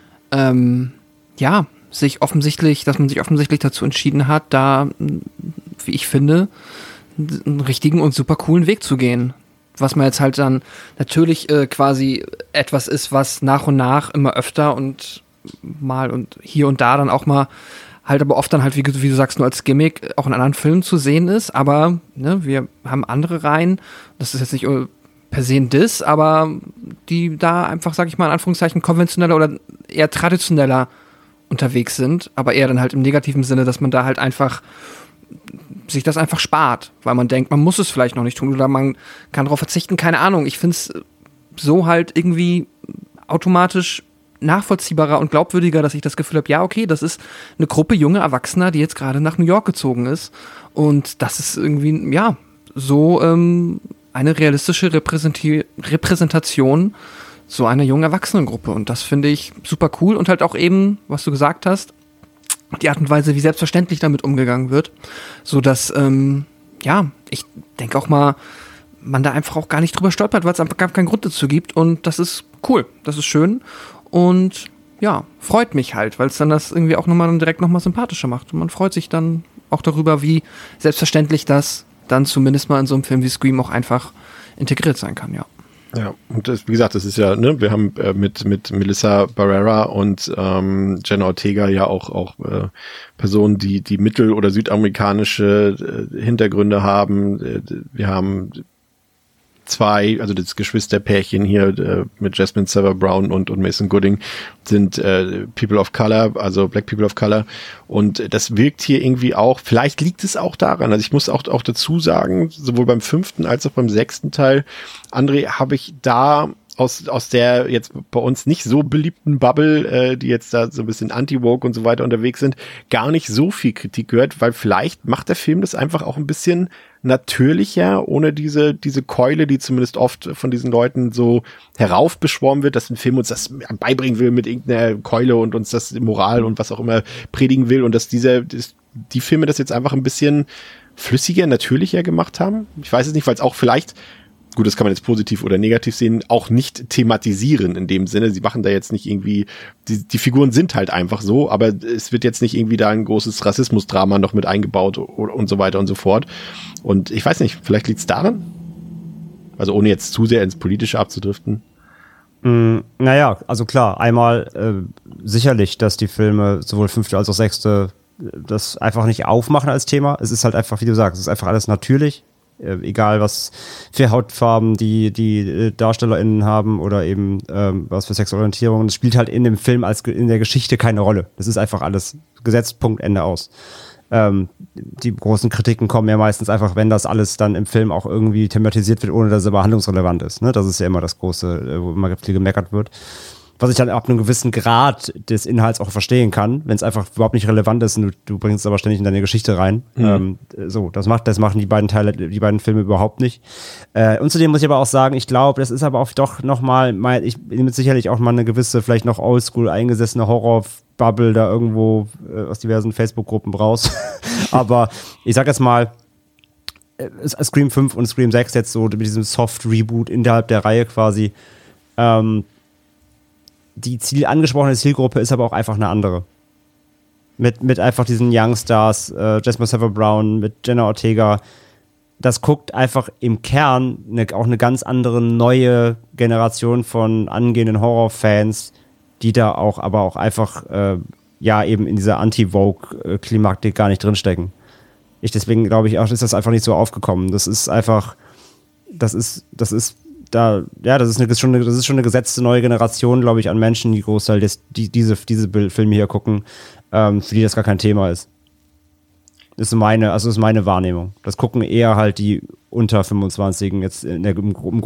dass man sich offensichtlich dazu entschieden hat, da, wie ich finde, einen richtigen und super coolen Weg zu gehen. Was man jetzt halt dann natürlich quasi etwas ist, was nach und nach immer öfter und mal und hier und da dann auch mal halt aber oft dann halt, wie du sagst, nur als Gimmick auch in anderen Filmen zu sehen ist. Aber wir haben andere Reihen, das ist jetzt nicht per se ein Diss, aber die da einfach, sag ich mal, in Anführungszeichen konventioneller oder eher traditioneller unterwegs sind, aber eher dann halt im negativen Sinne, dass man da halt einfach sich das einfach spart, weil man denkt, man muss es vielleicht noch nicht tun oder man kann darauf verzichten, keine Ahnung. Ich finde es so halt irgendwie automatisch nachvollziehbarer und glaubwürdiger, dass ich das Gefühl habe, ja, okay, das ist eine Gruppe junger Erwachsener, die jetzt gerade nach New York gezogen ist, und das ist irgendwie, ja, so eine realistische Repräsentation so einer jungen Erwachsenengruppe, und das finde ich super cool, und halt auch eben, was du gesagt hast, die Art und Weise, wie selbstverständlich damit umgegangen wird, so dass, ich denke auch mal, man da einfach auch gar nicht drüber stolpert, weil es einfach gar keinen Grund dazu gibt, und das ist cool, das ist schön und ja, freut mich halt, weil es dann das irgendwie auch direkt nochmal sympathischer macht, und man freut sich dann auch darüber, wie selbstverständlich das dann zumindest mal in so einem Film wie Scream auch einfach integriert sein kann, ja. Ja, und das, wie gesagt, das ist ja, wir haben mit Melissa Barrera und Jenna Ortega ja auch Personen, die mittel- oder südamerikanische Hintergründe haben. Wir haben zwei, also das Geschwisterpärchen hier mit Jasmine Sever Brown und Mason Gooding sind People of Color, also Black People of Color, und das wirkt hier irgendwie auch, vielleicht liegt es auch daran, also ich muss auch dazu sagen, sowohl beim 5. als auch beim 6. Teil, André, habe ich da aus der jetzt bei uns nicht so beliebten Bubble, die jetzt da so ein bisschen anti-woke und so weiter unterwegs sind, gar nicht so viel Kritik gehört, weil vielleicht macht der Film das einfach auch ein bisschen natürlicher, ohne diese Keule, die zumindest oft von diesen Leuten so heraufbeschworen wird, dass ein Film uns das beibringen will mit irgendeiner Keule und uns das Moral und was auch immer predigen will und dass die Filme das jetzt einfach ein bisschen flüssiger, natürlicher gemacht haben. Ich weiß es nicht, weil es auch vielleicht, gut, das kann man jetzt positiv oder negativ sehen, auch nicht thematisieren in dem Sinne. Sie machen da jetzt nicht irgendwie, die Figuren sind halt einfach so, aber es wird jetzt nicht irgendwie da ein großes Rassismusdrama noch mit eingebaut und so weiter und so fort. Und ich weiß nicht, vielleicht liegt es daran? Also ohne jetzt zu sehr ins Politische abzudriften. Naja, also klar, einmal sicherlich, dass die Filme, sowohl 5. als auch 6., das einfach nicht aufmachen als Thema. Es ist halt einfach, wie du sagst, es ist einfach alles natürlich. Egal was für Hautfarben die DarstellerInnen haben oder eben was für Sexualorientierung. Das spielt halt in dem Film als in der Geschichte keine Rolle. Das ist einfach alles gesetzt, Punkt, Ende, aus. Die großen Kritiken kommen ja meistens einfach, wenn das alles dann im Film auch irgendwie thematisiert wird, ohne dass es aber handlungsrelevant ist. Ne? Das ist ja immer das Große, wo immer viel gemeckert wird. Was ich dann ab einem gewissen Grad des Inhalts auch verstehen kann, wenn es einfach überhaupt nicht relevant ist und du bringst es aber ständig in deine Geschichte rein. Das machen die beiden Filme überhaupt nicht. Und zudem muss ich aber auch sagen, ich glaube, das ist aber auch doch nochmal, ich nehme sicherlich auch mal eine gewisse, vielleicht noch oldschool eingesessene Horror-Bubble da irgendwo aus diversen Facebook-Gruppen raus. Aber ich sag jetzt mal, Scream 5 und Scream 6 jetzt so mit diesem Soft-Reboot innerhalb der Reihe quasi, die angesprochene Zielgruppe ist aber auch einfach eine andere. Mit einfach diesen Youngstars, Jasmine Savile Brown, mit Jenna Ortega. Das guckt einfach im Kern auch eine ganz andere neue Generation von angehenden Horrorfans, die da auch aber auch einfach eben in dieser Anti-Vogue-Klimaktik gar nicht drinstecken. Deswegen glaube ich auch, ist das einfach nicht so aufgekommen. Das ist einfach, das ist schon eine gesetzte neue Generation, glaube ich, an Menschen, die Großteil diese Filme hier gucken, für die das gar kein Thema ist. Das ist meine Wahrnehmung. Das gucken eher halt die unter 25 jetzt in der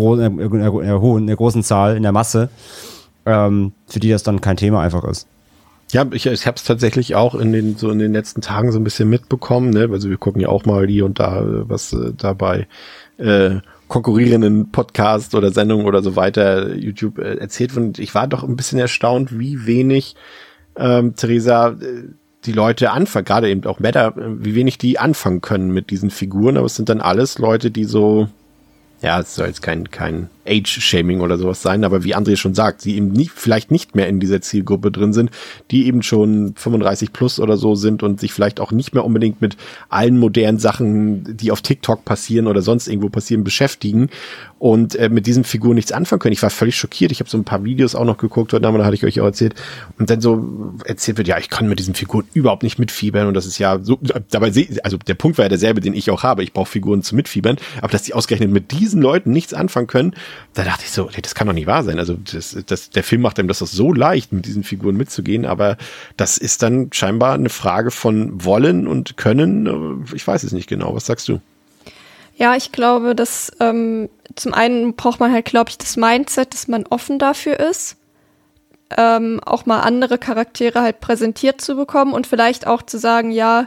großen Zahl, in der Masse, für die das dann kein Thema einfach ist. Ja, ich habe es tatsächlich auch in den letzten Tagen so ein bisschen mitbekommen, ne? Also wir gucken ja auch mal hier und da was dabei konkurrierenden Podcast oder Sendungen oder so weiter YouTube erzählt wird. Ich war doch ein bisschen erstaunt, wie wenig Theresa die Leute anfangen, gerade eben auch Meta, wie wenig die anfangen können mit diesen Figuren, aber es sind dann alles Leute, die so, ja, es soll jetzt kein Age-Shaming oder sowas sein, aber wie André schon sagt, die eben vielleicht nicht mehr in dieser Zielgruppe drin sind, die eben schon 35 plus oder so sind und sich vielleicht auch nicht mehr unbedingt mit allen modernen Sachen, die auf TikTok passieren oder sonst irgendwo passieren, beschäftigen und mit diesen Figuren nichts anfangen können. Ich war völlig schockiert. Ich habe so ein paar Videos auch noch geguckt heute Abend, da hatte ich euch auch erzählt. Und dann so erzählt wird, ja, ich kann mit diesen Figuren überhaupt nicht mitfiebern und das ist ja so, dabei, also der Punkt war ja derselbe, den ich auch habe. Ich brauche Figuren zum Mitfiebern, aber dass die ausgerechnet mit diesen Leuten nichts anfangen können, da dachte ich so, das kann doch nicht wahr sein. Also der Film macht einem das doch so leicht, mit diesen Figuren mitzugehen, aber das ist dann scheinbar eine Frage von Wollen und Können. Ich weiß es nicht genau. Was sagst du? Ja, ich glaube, dass zum einen braucht man halt, glaube ich, das Mindset, dass man offen dafür ist, auch mal andere Charaktere halt präsentiert zu bekommen und vielleicht auch zu sagen, ja,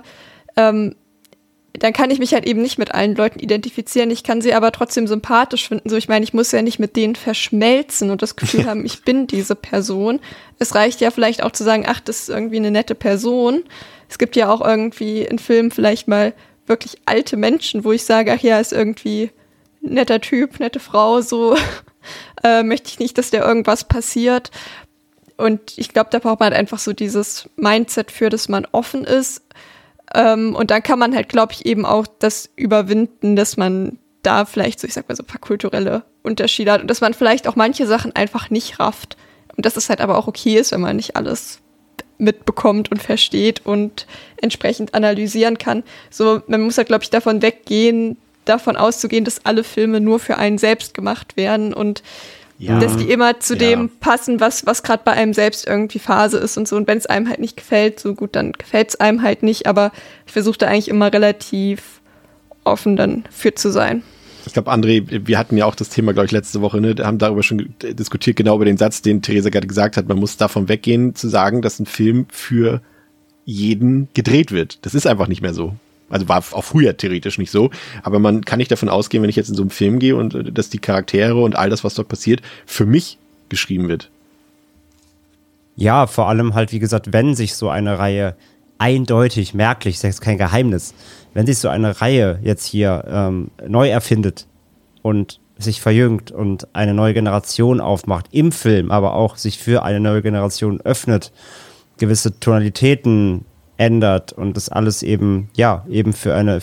dann kann ich mich halt eben nicht mit allen Leuten identifizieren. Ich kann sie aber trotzdem sympathisch finden. So, ich meine, ich muss ja nicht mit denen verschmelzen und das Gefühl haben, ich bin diese Person. Es reicht ja vielleicht auch zu sagen, ach, das ist irgendwie eine nette Person. Es gibt ja auch irgendwie in Filmen vielleicht mal wirklich alte Menschen, wo ich sage, ach ja, ist irgendwie ein netter Typ, nette Frau, so möchte ich nicht, dass der irgendwas passiert. Und ich glaube, da braucht man halt einfach so dieses Mindset für, dass man offen ist. Und dann kann man halt, glaube ich, eben auch das überwinden, dass man da vielleicht so, ich sag mal, so ein paar kulturelle Unterschiede hat und dass man vielleicht auch manche Sachen einfach nicht rafft. Und dass es halt aber auch okay ist, wenn man nicht alles mitbekommt und versteht und entsprechend analysieren kann. So, man muss halt, glaube ich, davon weggehen, davon auszugehen, dass alle Filme nur für einen selbst gemacht werden und dass die immer zu dem passen, was gerade bei einem selbst irgendwie Phase ist und so. Und wenn es einem halt nicht gefällt, so gut, dann gefällt es einem halt nicht. Aber ich versuche da eigentlich immer relativ offen dann für zu sein. Ich glaube, André, wir hatten ja auch das Thema, glaube ich, letzte Woche, ne, haben darüber schon diskutiert, genau über den Satz, den Theresa gerade gesagt hat, man muss davon weggehen, zu sagen, dass ein Film für jeden gedreht wird. Das ist einfach nicht mehr so. Also war auch früher theoretisch nicht so, aber man kann nicht davon ausgehen, wenn ich jetzt in so einen Film gehe und dass die Charaktere und all das, was dort passiert, für mich geschrieben wird. Ja, vor allem halt, wie gesagt, wenn sich so eine Reihe eindeutig, merklich, das ist kein Geheimnis, wenn sich so eine Reihe jetzt hier neu erfindet und sich verjüngt und eine neue Generation aufmacht, im Film, aber auch sich für eine neue Generation öffnet, gewisse Tonalitäten ändert und das alles eben, ja, eben für eine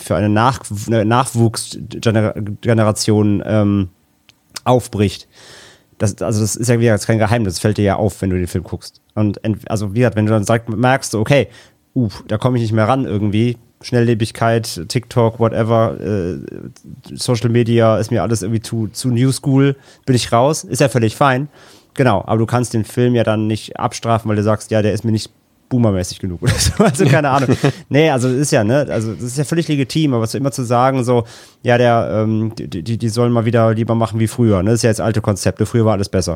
Nachwuchsgeneration aufbricht. Das ist ja wieder kein Geheimnis, das fällt dir ja auf, wenn du den Film guckst. Und also wie gesagt, wenn du dann merkst, okay, da komme ich nicht mehr ran irgendwie, Schnelllebigkeit, TikTok, whatever, Social Media ist mir alles irgendwie zu New School, bin ich raus, ist ja völlig fein. Genau, aber du kannst den Film ja dann nicht abstrafen, weil du sagst, ja, der ist mir nicht boomermäßig genug oder so, also keine Ahnung. Nee, also das ist ja, ne, also das ist ja völlig legitim, aber so immer zu sagen, so, ja, die sollen mal wieder lieber machen wie früher, ne, das ist ja jetzt alte Konzepte, früher war alles besser.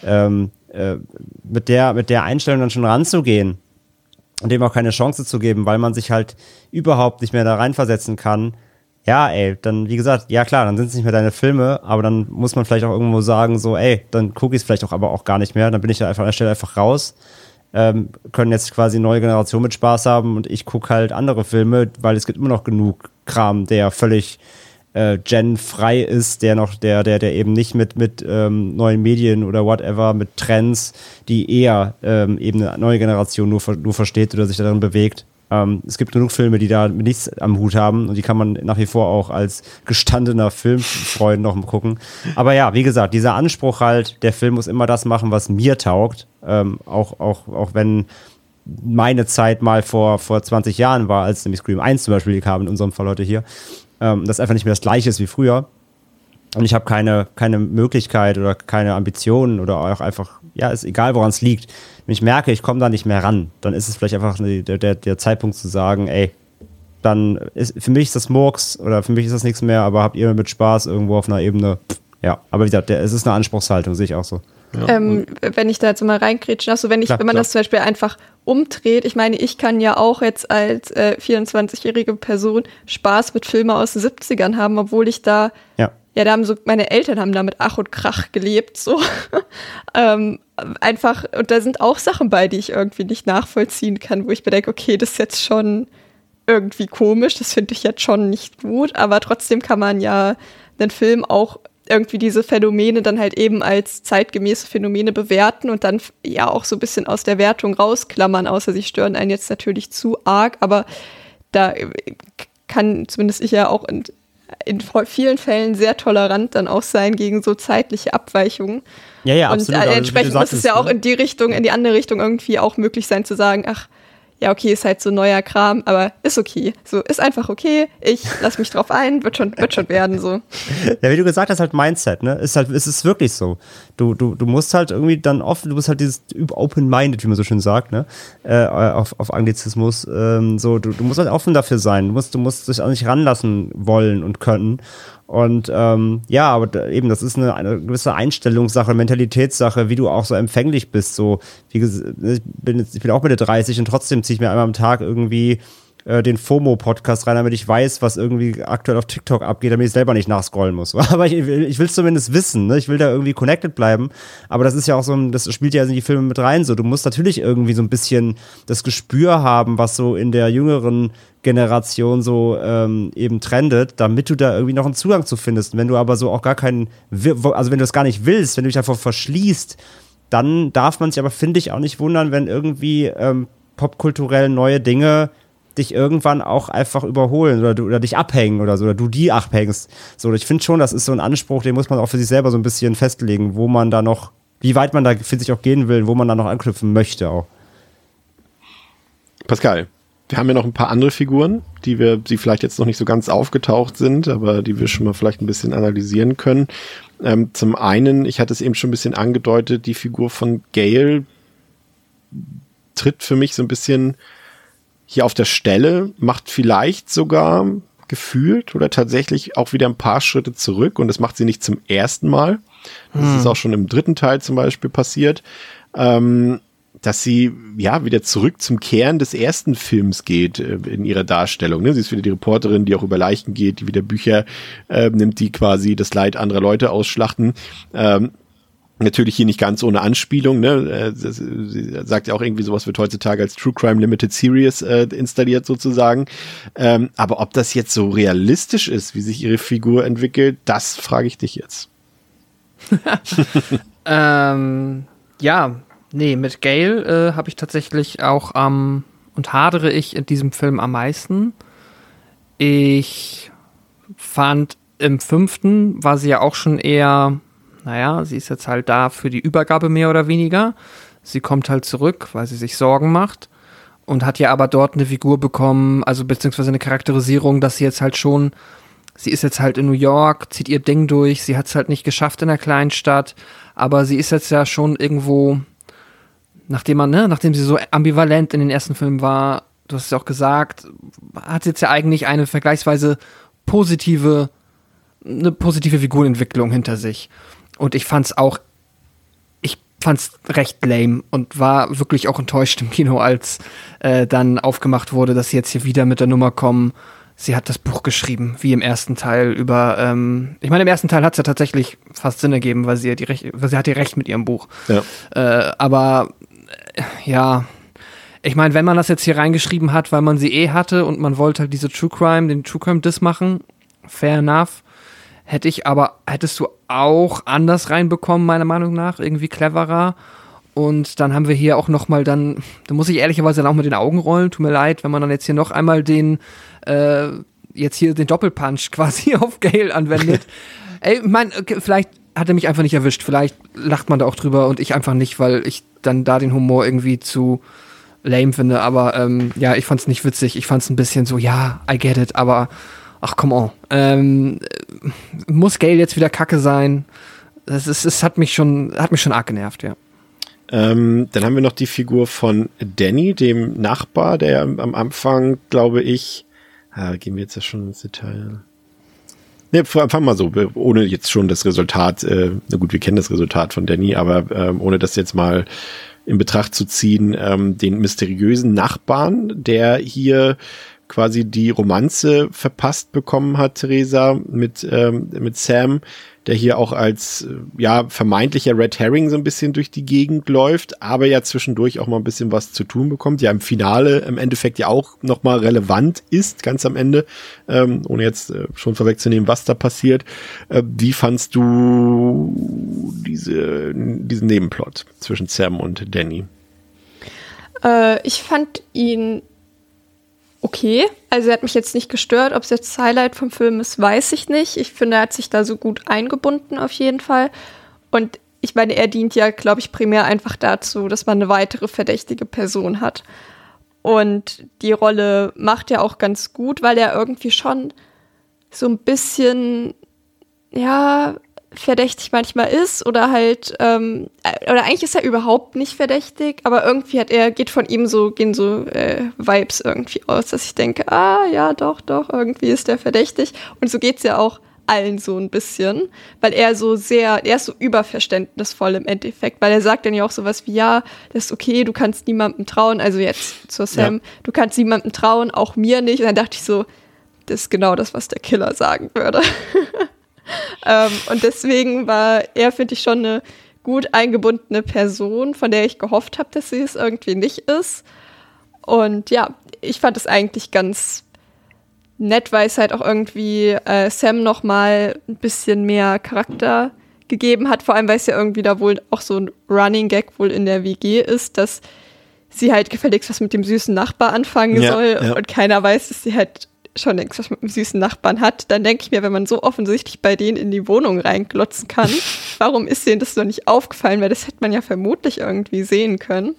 Mit der Einstellung dann schon ranzugehen und dem auch keine Chance zu geben, weil man sich halt überhaupt nicht mehr da reinversetzen kann, ja, ey, dann, wie gesagt, ja klar, dann sind es nicht mehr deine Filme, aber dann muss man vielleicht auch irgendwo sagen, so, ey, dann gucke ich es vielleicht auch aber auch gar nicht mehr, dann bin ich da einfach an der Stelle einfach raus. Können jetzt quasi neue Generationen mit Spaß haben und ich gucke halt andere Filme, weil es gibt immer noch genug Kram, der völlig genfrei ist, der eben nicht mit neuen Medien oder whatever, mit Trends, die eher eben eine neue Generation nur versteht oder sich darin bewegt. Es gibt genug Filme, die da nichts am Hut haben und die kann man nach wie vor auch als gestandener Filmfreund noch mal gucken. Aber ja, wie gesagt, dieser Anspruch halt, der Film muss immer das machen, was mir taugt. Auch wenn meine Zeit mal vor 20 Jahren war, als nämlich Scream 1 zum Beispiel kam, in unserem Fall heute hier, das einfach nicht mehr das Gleiche ist wie früher. Und ich habe keine Möglichkeit oder keine Ambitionen oder auch einfach, ja, ist egal, woran es liegt. Wenn ich merke, ich komme da nicht mehr ran, dann ist es vielleicht einfach der Zeitpunkt zu sagen, ey, dann ist für mich ist das Murks oder für mich ist das nichts mehr, aber habt ihr mit Spaß irgendwo auf einer Ebene, ja, aber wie gesagt, es ist eine Anspruchshaltung, sehe ich auch so. Ja. Wenn ich da jetzt mal reingrätschen, also wenn man das zum Beispiel einfach umdreht, ich meine, ich kann ja auch jetzt als 24-jährige Person Spaß mit Filmen aus den 70ern haben, obwohl ich da da haben meine Eltern haben da mit Ach und Krach gelebt, so. Einfach, und da sind auch Sachen bei, die ich irgendwie nicht nachvollziehen kann, wo ich mir denke, okay, das ist jetzt schon irgendwie komisch, das finde ich jetzt schon nicht gut, aber trotzdem kann man ja einen Film auch irgendwie diese Phänomene dann halt eben als zeitgemäße Phänomene bewerten und dann ja auch so ein bisschen aus der Wertung rausklammern, außer sie stören einen jetzt natürlich zu arg, aber da kann zumindest ich ja auch in vielen Fällen sehr tolerant dann auch sein gegen so zeitliche Abweichungen. Ja, absolut. Und entsprechend muss es ja auch in die andere Richtung irgendwie auch möglich sein zu sagen, ach, ja, okay, ist halt so neuer Kram, aber ist okay. So, ist einfach okay. Ich lass mich drauf ein, wird schon werden, so. Ja, wie du gesagt hast, halt Mindset, ne? Es ist wirklich so. Du musst halt irgendwie dann offen, du musst halt dieses open-minded, wie man so schön sagt, ne? Auf Anglizismus, so, du musst halt offen dafür sein. Du musst dich auch nicht ranlassen wollen und können. Und ja, aber eben, das ist eine gewisse Einstellungssache, Mentalitätssache, wie du auch so empfänglich bist. So, wie gesagt, ich bin auch Mitte 30 und trotzdem ziehe ich mir einmal am Tag irgendwie den FOMO-Podcast rein, damit ich weiß, was irgendwie aktuell auf TikTok abgeht, damit ich selber nicht nachscrollen muss. Aber ich will es zumindest wissen, ne? Ich will da irgendwie connected bleiben. Aber das ist ja auch so, das spielt ja in die Filme mit rein. So, du musst natürlich irgendwie so ein bisschen das Gespür haben, was so in der jüngeren Generation so eben trendet, damit du da irgendwie noch einen Zugang zu findest. Wenn du aber so auch gar keinen, also wenn du das gar nicht willst, wenn du dich davor verschließt, dann darf man sich aber, finde ich, auch nicht wundern, wenn irgendwie popkulturell neue Dinge dich irgendwann auch einfach überholen oder dich abhängen oder so, oder du die abhängst. So, ich finde schon, das ist so ein Anspruch, den muss man auch für sich selber so ein bisschen festlegen, wo man da noch, wie weit man da für sich auch gehen will, wo man da noch anknüpfen möchte auch. Pascal, wir haben ja noch ein paar andere Figuren, die vielleicht jetzt noch nicht so ganz aufgetaucht sind, aber die wir schon mal vielleicht ein bisschen analysieren können. Zum einen, ich hatte es eben schon ein bisschen angedeutet, die Figur von Gale tritt für mich so ein bisschen hier auf der Stelle, macht vielleicht sogar gefühlt oder tatsächlich auch wieder ein paar Schritte zurück und das macht sie nicht zum ersten Mal. Das ist auch schon im 3. Teil zum Beispiel passiert, dass sie ja wieder zurück zum Kern des ersten Films geht in ihrer Darstellung. Ne? Sie ist wieder die Reporterin, die auch über Leichen geht, die wieder Bücher nimmt, die quasi das Leid anderer Leute ausschlachten. Natürlich hier nicht ganz ohne Anspielung, ne? Sie sagt ja auch irgendwie, sowas wird heutzutage als True Crime Limited Series installiert sozusagen. Aber ob das jetzt so realistisch ist, wie sich ihre Figur entwickelt, das frage ich dich jetzt. Ja, nee, mit Gail habe ich tatsächlich auch und hadere ich in diesem Film am meisten. Ich fand im 5. war sie ja auch schon eher, naja, sie ist jetzt halt da für die Übergabe mehr oder weniger. Sie kommt halt zurück, weil sie sich Sorgen macht und hat ja aber dort eine Figur bekommen, also beziehungsweise eine Charakterisierung, dass sie jetzt halt schon, sie ist jetzt halt in New York, zieht ihr Ding durch, sie hat es halt nicht geschafft in einer kleinen Stadt, aber sie ist jetzt ja schon irgendwo, nachdem sie so ambivalent in den ersten Filmen war, du hast es ja auch gesagt, hat sie jetzt ja eigentlich eine vergleichsweise positive Figurenentwicklung hinter sich. Und ich fand's recht lame und war wirklich auch enttäuscht im Kino, als dann aufgemacht wurde, dass sie jetzt hier wieder mit der Nummer kommen. Sie hat das Buch geschrieben, wie im ersten Teil über, ich meine, im ersten Teil hat es ja tatsächlich fast Sinn ergeben, weil sie hat ja recht mit ihrem Buch. Ja. Aber ja, ich meine, wenn man das jetzt hier reingeschrieben hat, weil man sie hatte und man wollte halt den True Crime Diss machen, fair enough. Hättest du auch anders reinbekommen, meiner Meinung nach, irgendwie cleverer. Und dann haben wir hier auch nochmal da muss ich ehrlicherweise dann auch mit den Augen rollen, tut mir leid, wenn man dann jetzt hier noch einmal den Doppelpunch quasi auf Gail anwendet. Ey, vielleicht hat er mich einfach nicht erwischt, vielleicht lacht man da auch drüber und ich einfach nicht, weil ich dann da den Humor irgendwie zu lame finde, aber ja, ich fand's nicht witzig, ich fand's ein bisschen so, ja, I get it, aber ach, come on. Muss Gail jetzt wieder Kacke sein? Es hat mich schon arg genervt, ja. Dann haben wir noch die Figur von Danny, dem Nachbar, der am Anfang, glaube ich, gehen wir jetzt ja schon ins Detail. Ne, fangen mal so, ohne jetzt schon das Resultat, na gut, wir kennen das Resultat von Danny, aber ohne das jetzt mal in Betracht zu ziehen, den mysteriösen Nachbarn, der hier quasi die Romanze verpasst bekommen hat, Theresa, mit Sam, der hier auch als vermeintlicher Red Herring so ein bisschen durch die Gegend läuft, aber ja zwischendurch auch mal ein bisschen was zu tun bekommt, ja im Finale im Endeffekt ja auch nochmal relevant ist, ganz am Ende, ohne jetzt schon vorwegzunehmen, was da passiert. Wie fandst du diesen Nebenplot zwischen Sam und Danny? Ich fand ihn okay, also er hat mich jetzt nicht gestört. Ob es jetzt das Highlight vom Film ist, weiß ich nicht. Ich finde, er hat sich da so gut eingebunden auf jeden Fall. Und ich meine, er dient ja, glaube ich, primär einfach dazu, dass man eine weitere verdächtige Person hat. Und die Rolle macht er auch ganz gut, weil er irgendwie schon so ein bisschen, verdächtig manchmal ist oder halt, oder eigentlich ist er überhaupt nicht verdächtig, aber irgendwie gehen von ihm so Vibes irgendwie aus, dass ich denke, ja, doch, irgendwie ist der verdächtig. Und so geht's ja auch allen so ein bisschen, weil er ist so überverständnisvoll im Endeffekt, weil er sagt dann ja auch sowas wie, ja, das ist okay, du kannst niemandem trauen, also jetzt zur Sam, du kannst niemandem trauen, auch mir nicht. Und dann dachte ich so, das ist genau das, was der Killer sagen würde. Und deswegen war er, finde ich, schon eine gut eingebundene Person, von der ich gehofft habe, dass sie es irgendwie nicht ist. Und ja, ich fand es eigentlich ganz nett, weil es halt auch irgendwie Sam noch mal ein bisschen mehr Charakter gegeben hat, vor allem weil es ja irgendwie da wohl auch so ein Running Gag wohl in der WG ist, dass sie halt gefälligst was mit dem süßen Nachbar anfangen soll und keiner weiß, dass sie halt schon längst was mit einem süßen Nachbarn hat. Dann denke ich mir, wenn man so offensichtlich bei denen in die Wohnung reinglotzen kann, warum ist denen das noch nicht aufgefallen? Weil das hätte man ja vermutlich irgendwie sehen können.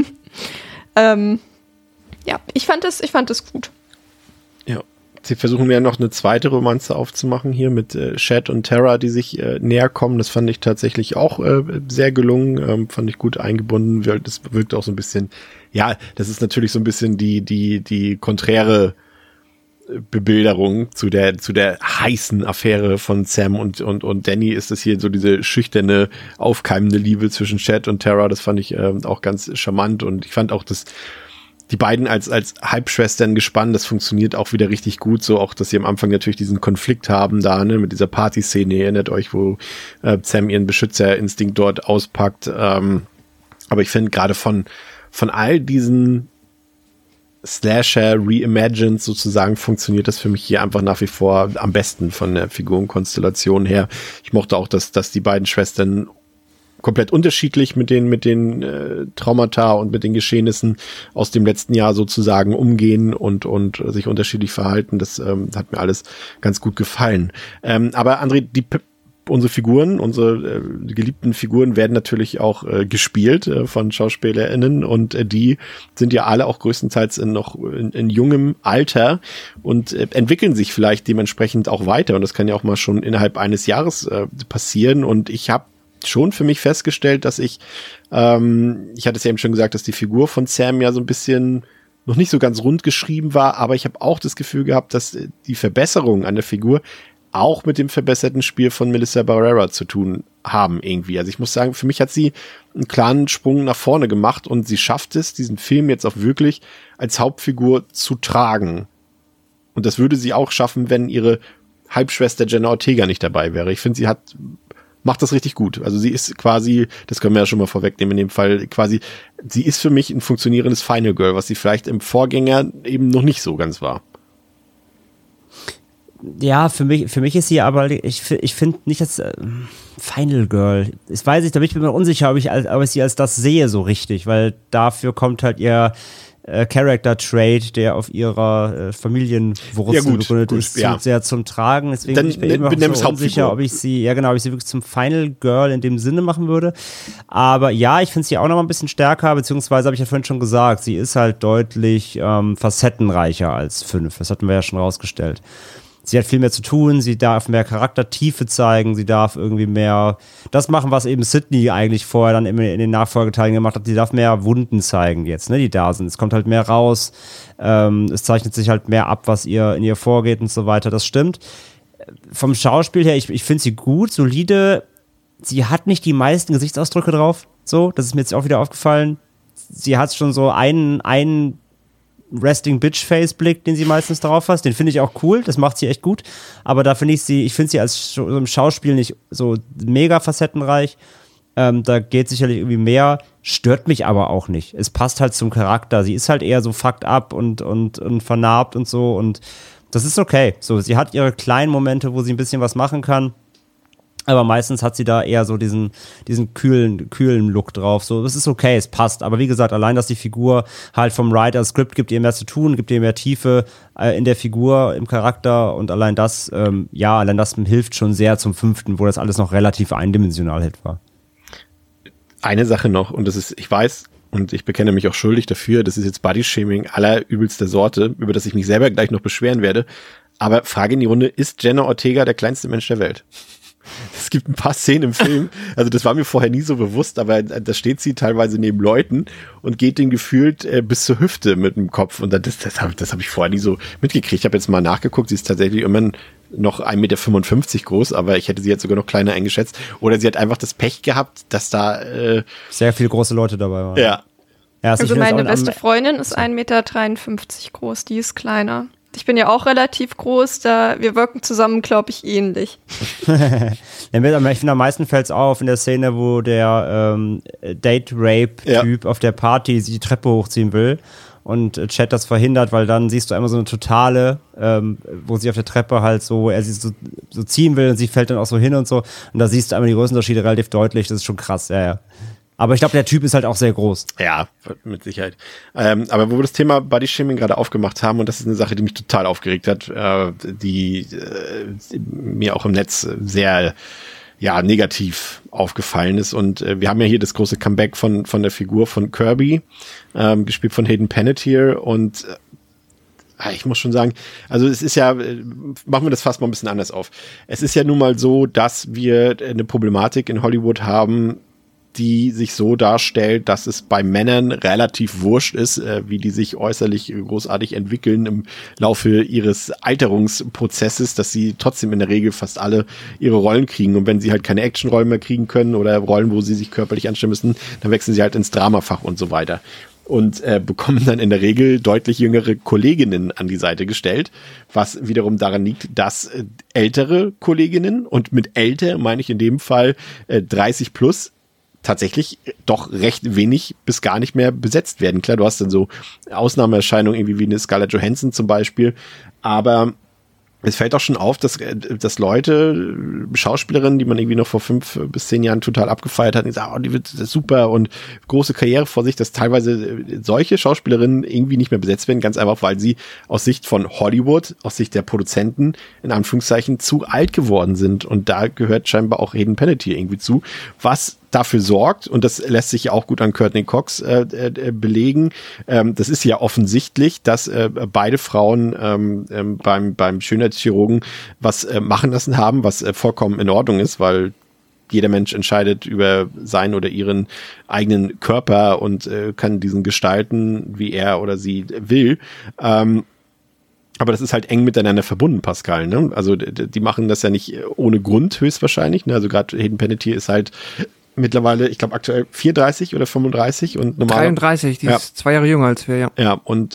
Ich fand es gut. Ja. Sie versuchen ja noch eine zweite Romanze aufzumachen hier mit Chad und Tara, die sich näher kommen. Das fand ich tatsächlich auch sehr gelungen, fand ich gut eingebunden. Das wirkt auch so ein bisschen, ja, das ist natürlich so ein bisschen die konträre Bebilderung zu der heißen Affäre von Sam und Danny ist das hier so diese schüchterne, aufkeimende Liebe zwischen Chad und Tara. Das fand ich auch ganz charmant und ich fand auch, dass die beiden als Halbschwestern gespannt, das funktioniert auch wieder richtig gut, so auch, dass sie am Anfang natürlich diesen Konflikt haben da, ne, mit dieser Partyszene, erinnert euch, wo Sam ihren Beschützerinstinkt dort auspackt, aber ich finde gerade von all diesen Slasher Reimagined sozusagen funktioniert das für mich hier einfach nach wie vor am besten von der Figurenkonstellation her. Ich mochte auch, dass die beiden Schwestern komplett unterschiedlich mit den Traumata und mit den Geschehnissen aus dem letzten Jahr sozusagen umgehen und sich unterschiedlich verhalten. Das hat mir alles ganz gut gefallen. Aber André, unsere Figuren, unsere geliebten Figuren werden natürlich auch gespielt von SchauspielerInnen und die sind ja alle auch größtenteils in jungem Alter und entwickeln sich vielleicht dementsprechend auch weiter und das kann ja auch mal schon innerhalb eines Jahres passieren und ich habe schon für mich festgestellt, dass ich hatte es ja eben schon gesagt, dass die Figur von Sam ja so ein bisschen noch nicht so ganz rund geschrieben war, aber ich habe auch das Gefühl gehabt, dass die Verbesserungen an der Figur auch mit dem verbesserten Spiel von Melissa Barrera zu tun haben irgendwie. Also ich muss sagen, für mich hat sie einen klaren Sprung nach vorne gemacht und sie schafft es, diesen Film jetzt auch wirklich als Hauptfigur zu tragen. Und das würde sie auch schaffen, wenn ihre Halbschwester Jenna Ortega nicht dabei wäre. Ich finde, sie macht das richtig gut. Also sie ist quasi, das können wir ja schon mal vorwegnehmen in dem Fall, quasi, sie ist für mich ein funktionierendes Final Girl, was sie vielleicht im Vorgänger eben noch nicht so ganz war. Ja, für mich ist sie aber, ich finde nicht das Final Girl. Ich weiß nicht, da bin ich mir unsicher, ob ich sie als das sehe so richtig, weil dafür kommt halt ihr Character-Trait, der auf ihrer Familienwurzel begründet ist, sehr zum Tragen. Deswegen bin ich mir eben auch so unsicher, ob ich sie wirklich zum Final Girl in dem Sinne machen würde. Aber ja, ich finde sie auch noch mal ein bisschen stärker, beziehungsweise habe ich ja vorhin schon gesagt, sie ist halt deutlich facettenreicher als 5. Das hatten wir ja schon rausgestellt. Sie hat viel mehr zu tun, sie darf mehr Charaktertiefe zeigen, sie darf irgendwie mehr das machen, was eben Sydney eigentlich vorher dann in den Nachfolgeteilen gemacht hat. Sie darf mehr Wunden zeigen jetzt, ne, die da sind. Es kommt halt mehr raus, es zeichnet sich halt mehr ab, was in ihr vorgeht und so weiter. Das stimmt. Vom Schauspiel her, ich finde sie gut, solide. Sie hat nicht die meisten Gesichtsausdrücke drauf, so, das ist mir jetzt auch wieder aufgefallen. Sie hat schon so einen Resting Bitch Face Blick, den sie meistens drauf hat, den finde ich auch cool, das macht sie echt gut, aber da finde ich finde sie als im Schauspiel nicht so mega facettenreich, da geht sicherlich irgendwie mehr, stört mich aber auch nicht, es passt halt zum Charakter, sie ist halt eher so fucked up und vernarbt und so und das ist okay, so, sie hat ihre kleinen Momente, wo sie ein bisschen was machen kann, aber meistens hat sie da eher so diesen kühlen Look drauf. So, das ist okay, es passt. Aber wie gesagt, allein, dass die Figur halt vom Writer-Skript gibt ihr mehr zu tun, gibt ihr mehr Tiefe in der Figur, im Charakter und allein das hilft schon sehr zum 5., wo das alles noch relativ eindimensional war. Eine Sache noch, und das ist, ich weiß, und ich bekenne mich auch schuldig dafür, das ist jetzt Bodyshaming allerübelster Sorte, über das ich mich selber gleich noch beschweren werde. Aber Frage in die Runde, ist Jenna Ortega der kleinste Mensch der Welt? Es gibt ein paar Szenen im Film, also das war mir vorher nie so bewusst, aber da steht sie teilweise neben Leuten und geht denen gefühlt bis zur Hüfte mit dem Kopf und das hab ich vorher nie so mitgekriegt. Ich habe jetzt mal nachgeguckt, sie ist tatsächlich immer noch 1,55 Meter groß, aber ich hätte sie jetzt sogar noch kleiner eingeschätzt. Oder sie hat einfach das Pech gehabt, dass da sehr viele große Leute dabei waren. Ja. Also meine beste Freundin ist 1,53 Meter groß, die ist kleiner. Ich bin ja auch relativ groß, wir wirken zusammen, glaube ich, ähnlich. Ich finde, am meisten fällt es auf in der Szene, wo der Date-Rape-Typ auf der Party die Treppe hochziehen will und Chad das verhindert, weil dann siehst du einmal so eine totale, wo sie auf der Treppe halt sie so ziehen will und sie fällt dann auch so hin und so und da siehst du einmal die Größenunterschiede relativ deutlich, das ist schon krass, ja. Aber ich glaube, der Typ ist halt auch sehr groß. Ja, mit Sicherheit. Aber wo wir das Thema Bodyshaming gerade aufgemacht haben, und das ist eine Sache, die mich total aufgeregt hat, die mir auch im Netz sehr negativ aufgefallen ist. Und wir haben ja hier das große Comeback von der Figur von Kirby, gespielt von Hayden Panettiere. Und ich muss schon sagen, also es ist ja, machen wir das fast mal ein bisschen anders auf. Es ist ja nun mal so, dass wir eine Problematik in Hollywood haben, die sich so darstellt, dass es bei Männern relativ wurscht ist, wie die sich äußerlich großartig entwickeln im Laufe ihres Alterungsprozesses, dass sie trotzdem in der Regel fast alle ihre Rollen kriegen. Und wenn sie halt keine Actionrollen mehr kriegen können oder Rollen, wo sie sich körperlich anstellen müssen, dann wechseln sie halt ins Dramafach und so weiter. Und bekommen dann in der Regel deutlich jüngere Kolleginnen an die Seite gestellt, was wiederum daran liegt, dass ältere Kolleginnen, und mit älter meine ich in dem Fall 30 plus, tatsächlich doch recht wenig bis gar nicht mehr besetzt werden. Klar, du hast dann so Ausnahmeerscheinungen irgendwie wie eine Scarlett Johansson zum Beispiel, aber es fällt auch schon auf, dass Leute, Schauspielerinnen, die man irgendwie noch vor 5 bis 10 Jahren total abgefeiert hat, die sagen, oh, die wird super und große Karriere vor sich, dass teilweise solche Schauspielerinnen irgendwie nicht mehr besetzt werden, ganz einfach, weil sie aus Sicht von Hollywood, aus Sicht der Produzenten, in Anführungszeichen, zu alt geworden sind. Und da gehört scheinbar auch Hayden Panettiere irgendwie zu, was dafür sorgt, und das lässt sich ja auch gut an Courtney Cox belegen, das ist ja offensichtlich, dass beide Frauen beim Schönheitschirurgen was machen lassen haben, was vollkommen in Ordnung ist, weil jeder Mensch entscheidet über seinen oder ihren eigenen Körper und kann diesen gestalten, wie er oder sie will. Aber das ist halt eng miteinander verbunden, Pascal, ne? Also die machen das ja nicht ohne Grund höchstwahrscheinlich, ne? Also gerade Hayden Panettiere ist halt mittlerweile, ich glaube aktuell 34 oder 35 und normal 33, die ist 2 Jahre jünger als wir, ja. Ja, und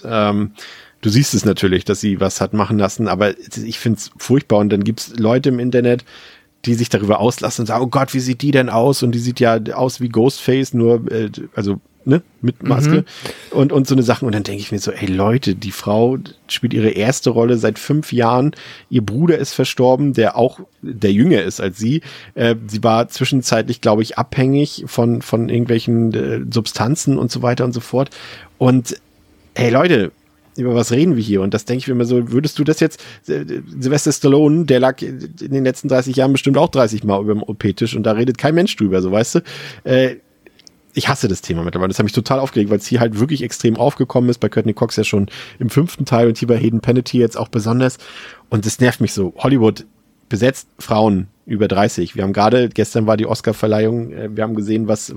du siehst es natürlich, dass sie was hat machen lassen, aber ich finde es furchtbar, und dann gibt's Leute im Internet, die sich darüber auslassen und sagen, oh Gott, wie sieht die denn aus? Und die sieht ja aus wie Ghostface, nur also ne, mit Maske und so eine Sachen. Und dann denke ich mir so, ey Leute, die Frau spielt ihre erste Rolle seit 5 Jahren. Ihr Bruder ist verstorben, der jünger ist als sie. Sie war zwischenzeitlich, glaube ich, abhängig von irgendwelchen Substanzen und so weiter und so fort. Und hey Leute, über was reden wir hier? Und das denke ich mir immer so, würdest du das jetzt, Sylvester Stallone, der lag in den letzten 30 Jahren bestimmt auch 30 Mal über dem OP-Tisch und da redet kein Mensch drüber, so weißt du? Ich hasse das Thema mittlerweile. Das hat mich total aufgeregt, weil es hier halt wirklich extrem aufgekommen ist. Bei Courtney Cox ja schon im 5. Teil und hier bei Hayden Panettiere jetzt auch besonders. Und das nervt mich so. Hollywood besetzt Frauen über 30. Wir haben gestern war die Oscar-Verleihung, wir haben gesehen, was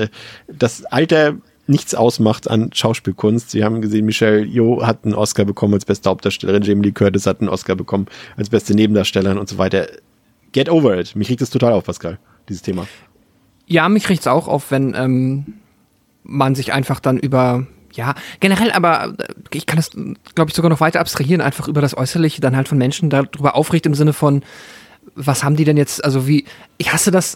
das Alter nichts ausmacht an Schauspielkunst. Wir haben gesehen, Michelle Yeoh hat einen Oscar bekommen als beste Hauptdarstellerin, Jamie Lee Curtis hat einen Oscar bekommen als beste Nebendarstellerin und so weiter. Get over it. Mich regt das total auf, Pascal, dieses Thema. Ja, mich riecht's auch auf, wenn man sich einfach dann über, ja, generell, aber ich kann das, glaube ich, sogar noch weiter abstrahieren, einfach über das Äußerliche dann halt von Menschen darüber aufregt im Sinne von, was haben die denn jetzt, also ich hasse das,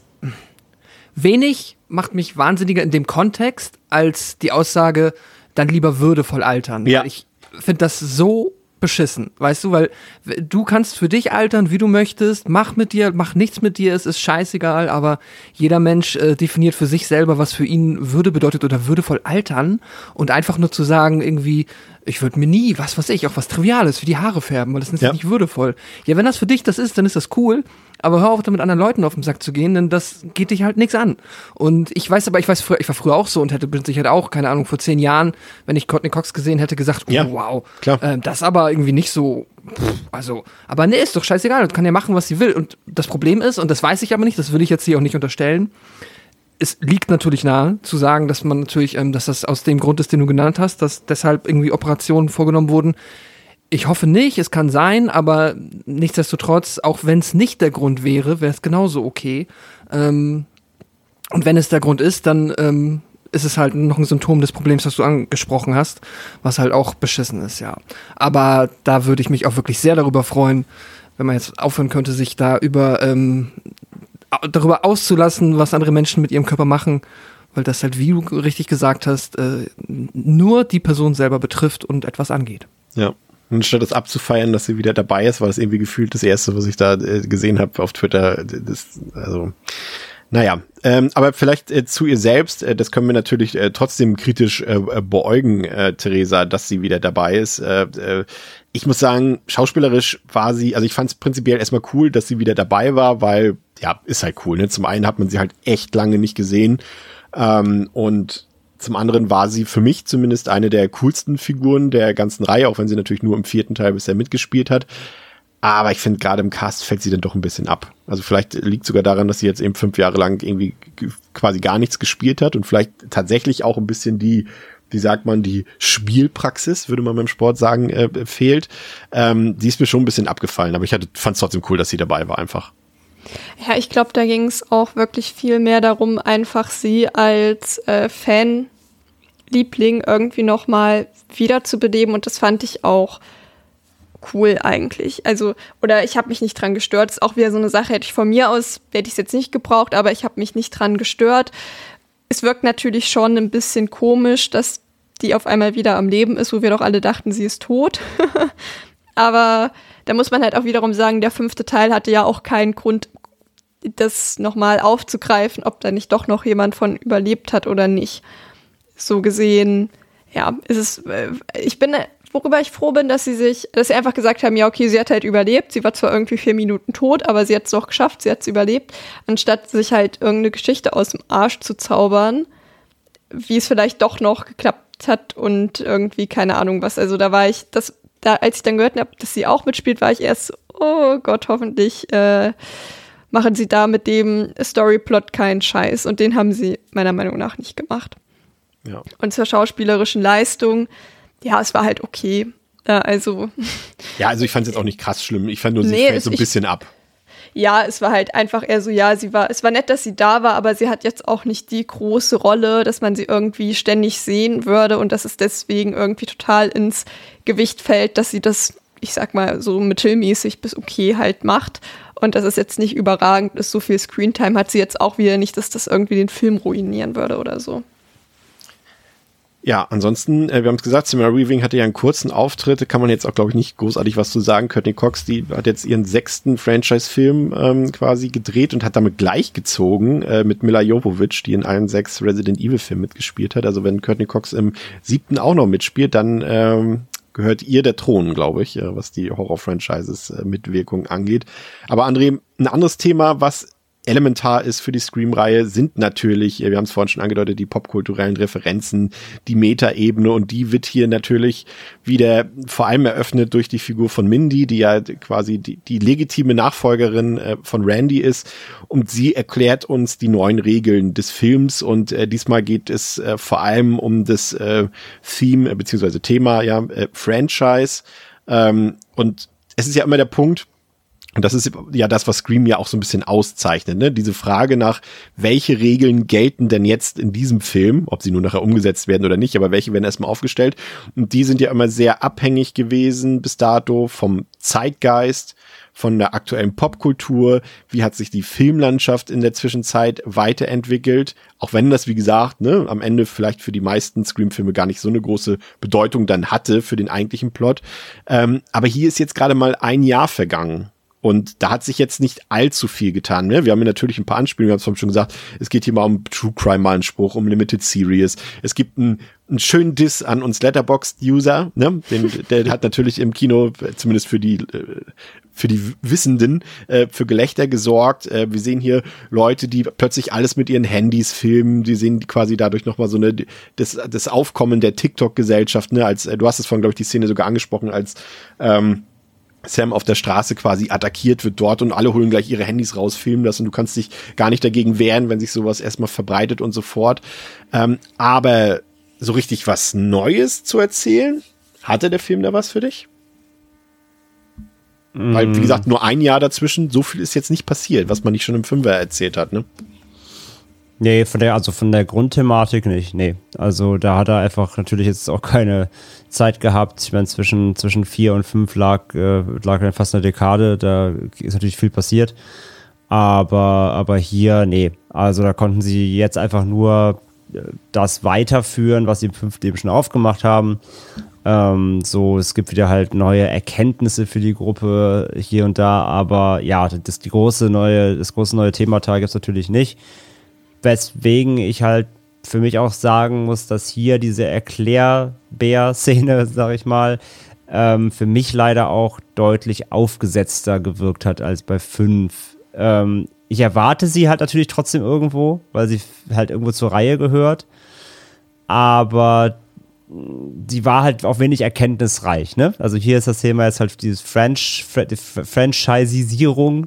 wenig macht mich wahnsinniger in dem Kontext, als die Aussage, dann lieber würdevoll altern. Ja. Ich finde das so beschissen, weißt du, weil du kannst für dich altern, wie du möchtest, mach nichts mit dir, es ist scheißegal, aber jeder Mensch definiert für sich selber, was für ihn Würde bedeutet oder würdevoll altern, und einfach nur zu sagen, irgendwie, ich würde mir nie, was weiß ich, auch was Triviales für die Haare färben, weil das ist nicht würdevoll. Ja, wenn das für dich das ist, dann ist das cool, aber hör auf, damit anderen Leuten auf den Sack zu gehen, denn das geht dich halt nichts an. Und ich war früher auch so und hätte mit Sicherheit auch, keine Ahnung, vor 10 Jahren, wenn ich Courtney Cox gesehen hätte, gesagt, wow, klar. Das aber irgendwie nicht so, aber nee, ist doch scheißegal, kann ja machen, was sie will. Und das Problem ist, und das weiß ich aber nicht, das will ich jetzt hier auch nicht unterstellen, es liegt natürlich nahe, zu sagen, dass man natürlich, dass das aus dem Grund ist, den du genannt hast, dass deshalb irgendwie Operationen vorgenommen wurden. Ich hoffe nicht, es kann sein, aber nichtsdestotrotz, auch wenn es nicht der Grund wäre, wäre es genauso okay. Und wenn es der Grund ist, dann ist es halt noch ein Symptom des Problems, das du angesprochen hast, was halt auch beschissen ist, ja. Aber da würde ich mich auch wirklich sehr darüber freuen, wenn man jetzt aufhören könnte, sich da darüber auszulassen, was andere Menschen mit ihrem Körper machen, weil das halt, wie du richtig gesagt hast, nur die Person selber betrifft und etwas angeht. Ja. Und statt das abzufeiern, dass sie wieder dabei ist, war das irgendwie gefühlt das Erste, was ich da gesehen habe auf Twitter. Naja, aber vielleicht zu ihr selbst, das können wir natürlich trotzdem kritisch beäugen, Theresa, dass sie wieder dabei ist. Ich muss sagen, schauspielerisch war sie, also ich fand es prinzipiell erstmal cool, dass sie wieder dabei war, weil, ja, ist halt cool, ne? Zum einen hat man sie halt echt lange nicht gesehen und zum anderen war sie für mich zumindest eine der coolsten Figuren der ganzen Reihe, auch wenn sie natürlich nur im 4. Teil bisher mitgespielt hat. Aber ich finde, gerade im Cast fällt sie dann doch ein bisschen ab. Also vielleicht liegt sogar daran, dass sie jetzt eben 5 Jahre lang irgendwie quasi gar nichts gespielt hat und vielleicht tatsächlich auch ein bisschen die Spielpraxis, würde man beim Sport sagen, fehlt. Die ist mir schon ein bisschen abgefallen, aber ich fand es trotzdem cool, dass sie dabei war einfach. Ja, ich glaube, da ging es auch wirklich viel mehr darum, einfach sie als Fanliebling irgendwie nochmal wiederzubeleben und das fand ich auch cool eigentlich. Also, oder ich habe mich nicht dran gestört. Das ist auch wieder so eine Sache, hätte ich von mir aus, hätte ich es jetzt nicht gebraucht, aber ich habe mich nicht dran gestört. Es wirkt natürlich schon ein bisschen komisch, dass die auf einmal wieder am Leben ist, wo wir doch alle dachten, sie ist tot. Aber da muss man halt auch wiederum sagen, der 5. Teil hatte ja auch keinen Grund, das nochmal aufzugreifen, ob da nicht doch noch jemand von überlebt hat oder nicht. So gesehen, ja, ist es, worüber ich froh bin, dass sie einfach gesagt haben, ja, okay, sie hat halt überlebt. Sie war zwar irgendwie 4 Minuten tot, aber sie hat es doch geschafft, sie hat es überlebt. Anstatt sich halt irgendeine Geschichte aus dem Arsch zu zaubern, wie es vielleicht doch noch geklappt hat und irgendwie keine Ahnung was. Also da war ich, als ich dann gehört habe, dass sie auch mitspielt, war ich erst so, oh Gott, hoffentlich machen sie da mit dem Storyplot keinen Scheiß. Und den haben sie meiner Meinung nach nicht gemacht. Ja. Und zur schauspielerischen Leistung, ja, es war halt okay. Also ich fand es jetzt auch nicht krass schlimm. Ich fand nur, sie fällt so ein bisschen ab. Ja, es war halt einfach eher so, ja, es war nett, dass sie da war, aber sie hat jetzt auch nicht die große Rolle, dass man sie irgendwie ständig sehen würde und dass es deswegen irgendwie total ins Gewicht fällt, dass sie das, ich sag mal, so mittelmäßig bis okay halt macht. Und dass es jetzt nicht überragend ist, so viel Screentime hat sie jetzt auch wieder nicht, dass das irgendwie den Film ruinieren würde oder so. Ja, ansonsten, wir haben es gesagt, Samara Weaving hatte ja einen kurzen Auftritt, da kann man jetzt auch, glaube ich, nicht großartig was zu sagen. Courtney Cox, die hat jetzt ihren 6. Franchise-Film quasi gedreht und hat damit gleichgezogen mit Milla Jovovich, die in allen 6 Resident Evil-Filmen mitgespielt hat. Also wenn Courtney Cox im 7. auch noch mitspielt, dann gehört ihr der Thron, glaube ich, was die Horror-Franchises-Mitwirkung angeht. Aber André, ein anderes Thema, was elementar ist für die Scream-Reihe, sind natürlich, wir haben es vorhin schon angedeutet, die popkulturellen Referenzen, die Metaebene, und die wird hier natürlich wieder vor allem eröffnet durch die Figur von Mindy, die ja quasi die legitime Nachfolgerin von Randy ist, und sie erklärt uns die neuen Regeln des Films, und diesmal geht es vor allem um das Theme beziehungsweise Thema, Franchise, und es ist ja immer der Punkt, und das ist ja das, was Scream ja auch so ein bisschen auszeichnet, ne? Diese Frage nach, welche Regeln gelten denn jetzt in diesem Film, ob sie nur nachher umgesetzt werden oder nicht, aber welche werden erstmal aufgestellt. Und die sind ja immer sehr abhängig gewesen bis dato vom Zeitgeist, von der aktuellen Popkultur. Wie hat sich die Filmlandschaft in der Zwischenzeit weiterentwickelt? Auch wenn das, wie gesagt, ne, am Ende vielleicht für die meisten Scream-Filme gar nicht so eine große Bedeutung dann hatte für den eigentlichen Plot. Aber hier ist jetzt gerade mal ein Jahr vergangen. Und da hat sich jetzt nicht allzu viel getan. Ne? Wir haben hier natürlich ein paar Anspielungen, wir haben es vorhin schon gesagt, es geht hier mal um True Crime-Anspruch, um Limited Series. Es gibt einen schönen Diss an uns Letterboxd-User. Ne? Der hat natürlich im Kino, zumindest für die Wissenden, für Gelächter gesorgt. Wir sehen hier Leute, die plötzlich alles mit ihren Handys filmen. Die sehen quasi dadurch nochmal so das Aufkommen der TikTok-Gesellschaft. Ne? Du hast es vorhin, glaube ich, die Szene sogar angesprochen, als Sam auf der Straße quasi attackiert wird dort und alle holen gleich ihre Handys raus, filmen das, und du kannst dich gar nicht dagegen wehren, wenn sich sowas erstmal verbreitet und so fort. Aber so richtig was Neues zu erzählen, hatte der Film da was für dich? Weil, wie gesagt, nur ein Jahr dazwischen, so viel ist jetzt nicht passiert, was man nicht schon im Fünfer erzählt hat, ne? Nee, von der Grundthematik nicht, nee. Also da hat er einfach natürlich jetzt auch keine Zeit gehabt. Ich meine, zwischen 4 und 5 lag dann fast eine Dekade, da ist natürlich viel passiert. Aber hier, nee. Also da konnten sie jetzt einfach nur das weiterführen, was sie im 5. eben schon aufgemacht haben. Es gibt wieder halt neue Erkenntnisse für die Gruppe hier und da, aber ja, das große neue Themata gibt es natürlich nicht. Weswegen ich halt für mich auch sagen muss, dass hier diese Erklärbär-Szene, sag ich mal, für mich leider auch deutlich aufgesetzter gewirkt hat als bei 5. Ich erwarte sie halt natürlich trotzdem irgendwo, weil sie halt irgendwo zur Reihe gehört. Aber die war halt auch wenig erkenntnisreich, ne? Also hier ist das Thema jetzt halt dieses Franchisierung,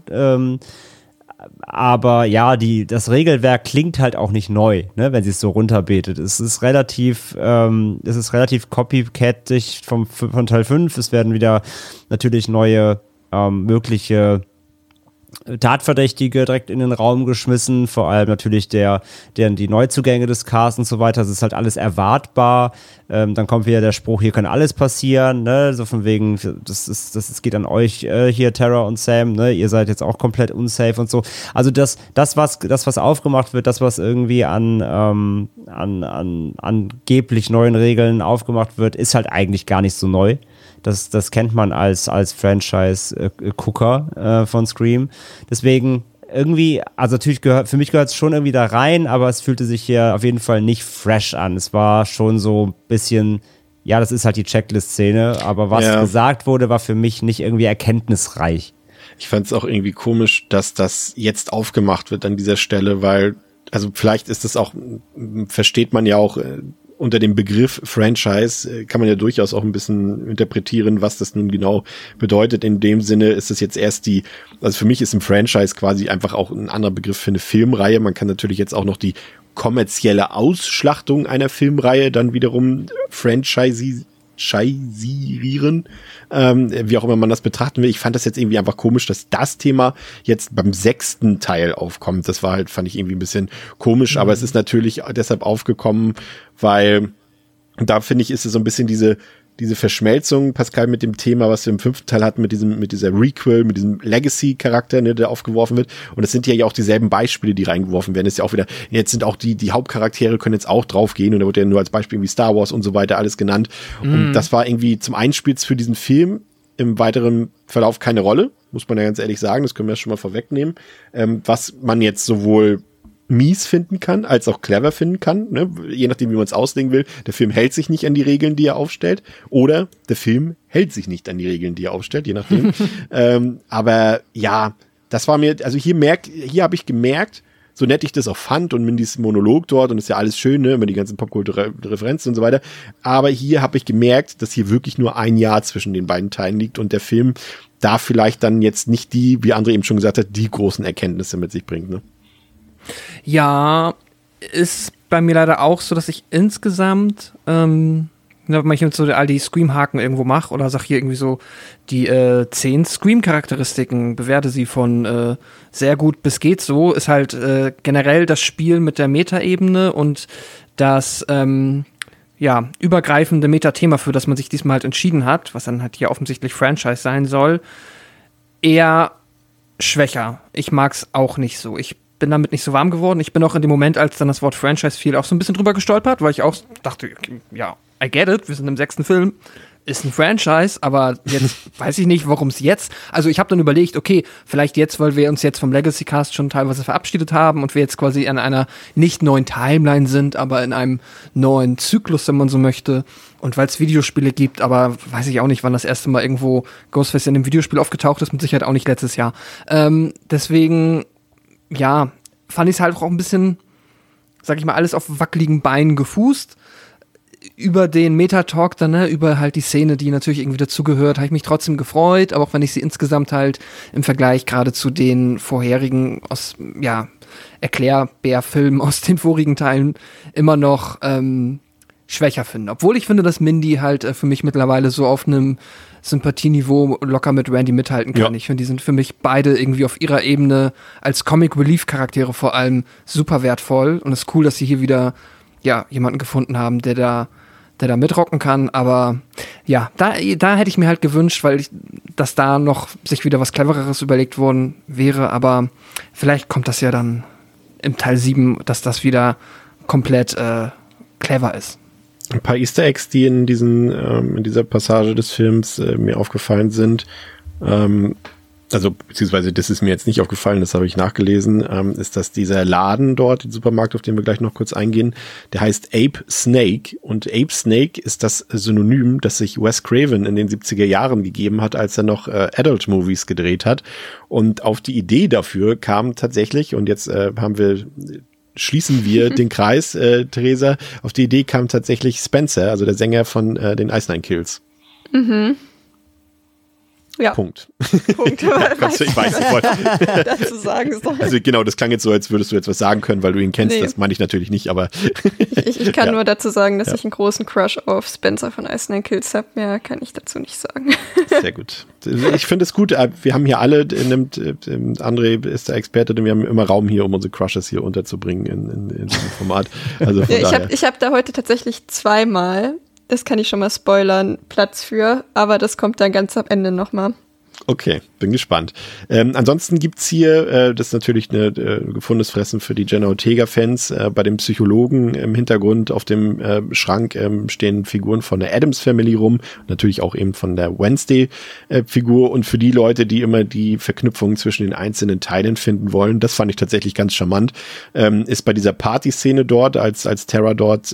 aber ja, das Regelwerk klingt halt auch nicht neu, ne, wenn sie es so runterbetet. Es ist relativ copycatig von Teil 5. Es werden wieder natürlich neue mögliche Tatverdächtige direkt in den Raum geschmissen, vor allem natürlich die Neuzugänge des Casts und so weiter. Das ist halt alles erwartbar. Dann kommt wieder der Spruch, hier kann alles passieren, ne? So von wegen, das geht an euch hier, Tara und Sam, ne? Ihr seid jetzt auch komplett unsafe und so. Also das was aufgemacht wird, das, was irgendwie an angeblich neuen Regeln aufgemacht wird, ist halt eigentlich gar nicht so neu. Das kennt man als Franchise-Gucker von Scream. Deswegen irgendwie, also natürlich für mich gehört es schon irgendwie da rein, aber es fühlte sich hier auf jeden Fall nicht fresh an. Es war schon so ein bisschen, ja, das ist halt die Checklist-Szene, aber was gesagt wurde, war für mich nicht irgendwie erkenntnisreich. Ich fand es auch irgendwie komisch, dass das jetzt aufgemacht wird an dieser Stelle, weil, also vielleicht ist das auch, versteht man ja auch, unter dem Begriff Franchise kann man ja durchaus auch ein bisschen interpretieren, was das nun genau bedeutet. In dem Sinne ist es jetzt erst also für mich ist ein Franchise quasi einfach auch ein anderer Begriff für eine Filmreihe. Man kann natürlich jetzt auch noch die kommerzielle Ausschlachtung einer Filmreihe dann wiederum franchiseieren, wie auch immer man das betrachten will. Ich fand das jetzt irgendwie einfach komisch, dass das Thema jetzt beim 6. Teil aufkommt. Das war halt, fand ich irgendwie ein bisschen komisch, aber es ist natürlich deshalb aufgekommen, weil da finde ich, ist es so ein bisschen diese Verschmelzung, Pascal, mit dem Thema, was wir im 5. Teil hatten, mit dieser Requel, mit diesem Legacy-Charakter, ne, der aufgeworfen wird. Und es sind ja auch dieselben Beispiele, die reingeworfen werden. Das ist ja auch wieder, jetzt sind auch die Hauptcharaktere können jetzt auch draufgehen und da wird ja nur als Beispiel irgendwie Star Wars und so weiter alles genannt. Und das war irgendwie zum einen spielt's für diesen Film im weiteren Verlauf keine Rolle, muss man ja ganz ehrlich sagen, das können wir ja schon mal vorwegnehmen. Was man jetzt sowohl mies finden kann, als auch clever finden kann, ne? Je nachdem, wie man es auslegen will. Der Film hält sich nicht an die Regeln, die er aufstellt, oder der Film hält sich nicht an die Regeln, die er aufstellt, je nachdem. Aber ja, das war mir, also hier habe ich gemerkt, so nett ich das auch fand und Mindys Monolog dort und ist ja alles schön, ne, immer die ganzen Popkultur-Referenzen und so weiter, aber hier habe ich gemerkt, dass hier wirklich nur ein Jahr zwischen den beiden Teilen liegt und der Film da vielleicht dann jetzt nicht wie André eben schon gesagt hat, die großen Erkenntnisse mit sich bringt, ne? Ja, ist bei mir leider auch so, dass ich insgesamt, wenn ich jetzt so all die Scream-Haken irgendwo mache oder sag hier irgendwie so die 10 Scream-Charakteristiken, bewerte sie von sehr gut bis geht so, ist halt generell das Spiel mit der Metaebene und das übergreifende Metathema, für das man sich diesmal halt entschieden hat, was dann halt hier offensichtlich Franchise sein soll, eher schwächer. Ich mag's auch nicht so. Ich bin damit nicht so warm geworden. Ich bin auch in dem Moment, als dann das Wort Franchise fiel, auch so ein bisschen drüber gestolpert, weil ich auch dachte, ja, I get it, wir sind im 6. Film, ist ein Franchise, aber jetzt weiß ich nicht, warum es jetzt, also ich habe dann überlegt, okay, vielleicht jetzt, weil wir uns jetzt vom Legacy Cast schon teilweise verabschiedet haben und wir jetzt quasi in einer nicht neuen Timeline sind, aber in einem neuen Zyklus, wenn man so möchte, und weil es Videospiele gibt, aber weiß ich auch nicht, wann das erste Mal irgendwo Ghostface in einem Videospiel aufgetaucht ist, mit Sicherheit auch nicht letztes Jahr. Deswegen ja, fand ich es halt auch ein bisschen, sag ich mal, alles auf wackeligen Beinen gefußt. Über den Meta-Talk dann, ne, über halt die Szene, die natürlich irgendwie dazugehört, habe ich mich trotzdem gefreut, aber auch wenn ich sie insgesamt halt im Vergleich gerade zu den vorherigen Erklärbär-Filmen aus den vorigen Teilen immer noch schwächer finde. Obwohl ich finde, dass Mindy halt für mich mittlerweile so auf einem Sympathieniveau locker mit Randy mithalten kann. Ja. Ich finde, die sind für mich beide irgendwie auf ihrer Ebene als Comic-Relief-Charaktere vor allem super wertvoll. Und es ist cool, dass sie hier wieder jemanden gefunden haben, der da mitrocken kann. Aber ja, da hätte ich mir halt gewünscht, dass da noch sich wieder was Clevereres überlegt worden wäre. Aber vielleicht kommt das ja dann im Teil 7, dass das wieder komplett clever ist. Ein paar Easter Eggs, die in dieser Passage des Films mir aufgefallen sind, beziehungsweise das ist mir jetzt nicht aufgefallen, das habe ich nachgelesen, ist, dass dieser Laden dort, den Supermarkt, auf den wir gleich noch kurz eingehen, der heißt Ape Snake, und Ape Snake ist das Synonym, das sich Wes Craven in den 70er Jahren gegeben hat, als er noch Adult-Movies gedreht hat, und auf die Idee dafür kam tatsächlich, und jetzt haben wir schließen wir den Kreis, Theresa. Auf die Idee kam tatsächlich Spencer, also der Sänger von den Ice Nine Kills. Ja. Punkt. Ich weiß, ich wollte dazu sagen soll. Also genau, das klang jetzt so, als würdest du jetzt was sagen können, weil du ihn kennst. Nee. Das meine ich natürlich nicht, aber Ich kann nur dazu sagen, dass ich einen großen Crush auf Spencer von Ice Nine Kills habe. Mehr kann ich dazu nicht sagen. Sehr gut. Ich finde es gut. Wir haben hier alle, André ist der Experte, denn wir haben immer Raum hier, um unsere Crushes hier unterzubringen in diesem Format. Also von daher. Ich hab da heute tatsächlich zweimal, das kann ich schon mal spoilern, Platz für, aber das kommt dann ganz am Ende nochmal. Okay, bin gespannt. Ansonsten gibt's hier, das ist natürlich ein gefundenes Fressen für die Jenna Ortega-Fans, bei dem Psychologen im Hintergrund auf dem Schrank stehen Figuren von der Addams-Family rum, natürlich auch eben von der Wednesday-Figur, und für die Leute, die immer die Verknüpfungen zwischen den einzelnen Teilen finden wollen, das fand ich tatsächlich ganz charmant, ist bei dieser Party-Szene dort, als Tara dort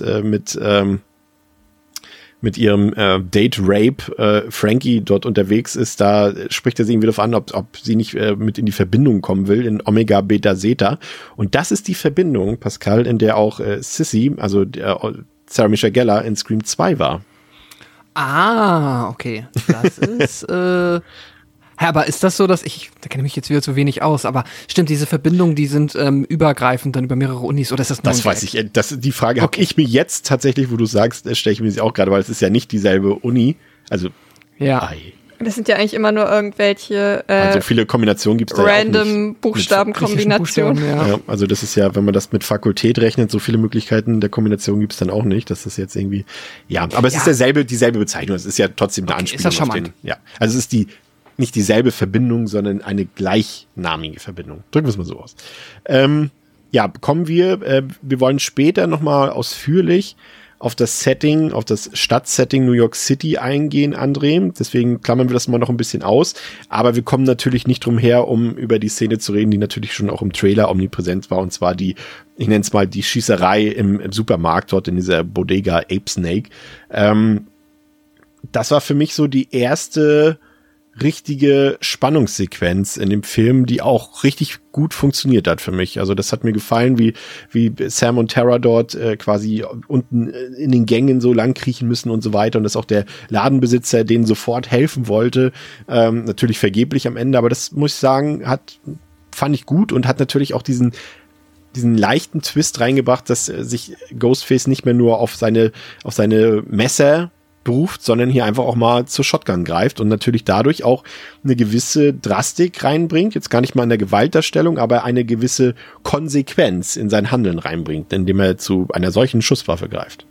mit ihrem Date-Rape Frankie dort unterwegs ist, da spricht er sie irgendwie darauf an, ob sie nicht mit in die Verbindung kommen will, in Omega Beta Zeta. Und das ist die Verbindung, Pascal, in der auch Sissy, also Sarah Michelle Gellar in Scream 2 war. Ah, okay. Das ist, aber ist das so, dass da kenne ich mich jetzt wieder zu wenig aus, aber stimmt, diese Verbindungen, die sind übergreifend dann über mehrere Unis, oder ist das nur Das weiß ich, die Frage habe ich mir jetzt tatsächlich, wo du sagst, stelle ich mir sie auch gerade, weil es ist ja nicht dieselbe Uni, also ja. Das sind ja eigentlich immer nur irgendwelche also viele Kombinationen gibt es da random ja auch nicht. Buchstabenkombinationen. Ja, also das ist ja, wenn man das mit Fakultät rechnet, so viele Möglichkeiten der Kombination gibt es dann auch nicht. Das ist jetzt irgendwie, ja, aber es ist dieselbe Bezeichnung. Es ist ja trotzdem eine Anspielung ist das auf den, ja. Also es ist nicht dieselbe Verbindung, sondern eine gleichnamige Verbindung. Drücken wir es mal so aus. Kommen wir wollen später nochmal ausführlich auf das Setting, auf das Stadtsetting New York City eingehen, André. Deswegen klammern wir das mal noch ein bisschen aus. Aber wir kommen natürlich nicht drum her, um über die Szene zu reden, die natürlich schon auch im Trailer omnipräsent war. Und zwar ich nenne es mal die Schießerei im Supermarkt, dort in dieser Bodega Ape Snake. Das war für mich so die erste richtige Spannungssequenz in dem Film, die auch richtig gut funktioniert hat für mich. Also das hat mir gefallen, wie Sam und Tara dort quasi unten in den Gängen so lang kriechen müssen und so weiter, und dass auch der Ladenbesitzer denen sofort helfen wollte. Natürlich vergeblich am Ende, aber das muss ich sagen, fand ich gut und hat natürlich auch diesen leichten Twist reingebracht, dass sich Ghostface nicht mehr nur auf seine Messer beruft, sondern hier einfach auch mal zur Shotgun greift und natürlich dadurch auch eine gewisse Drastik reinbringt, jetzt gar nicht mal in der Gewaltdarstellung, aber eine gewisse Konsequenz in sein Handeln reinbringt, indem er zu einer solchen Schusswaffe greift.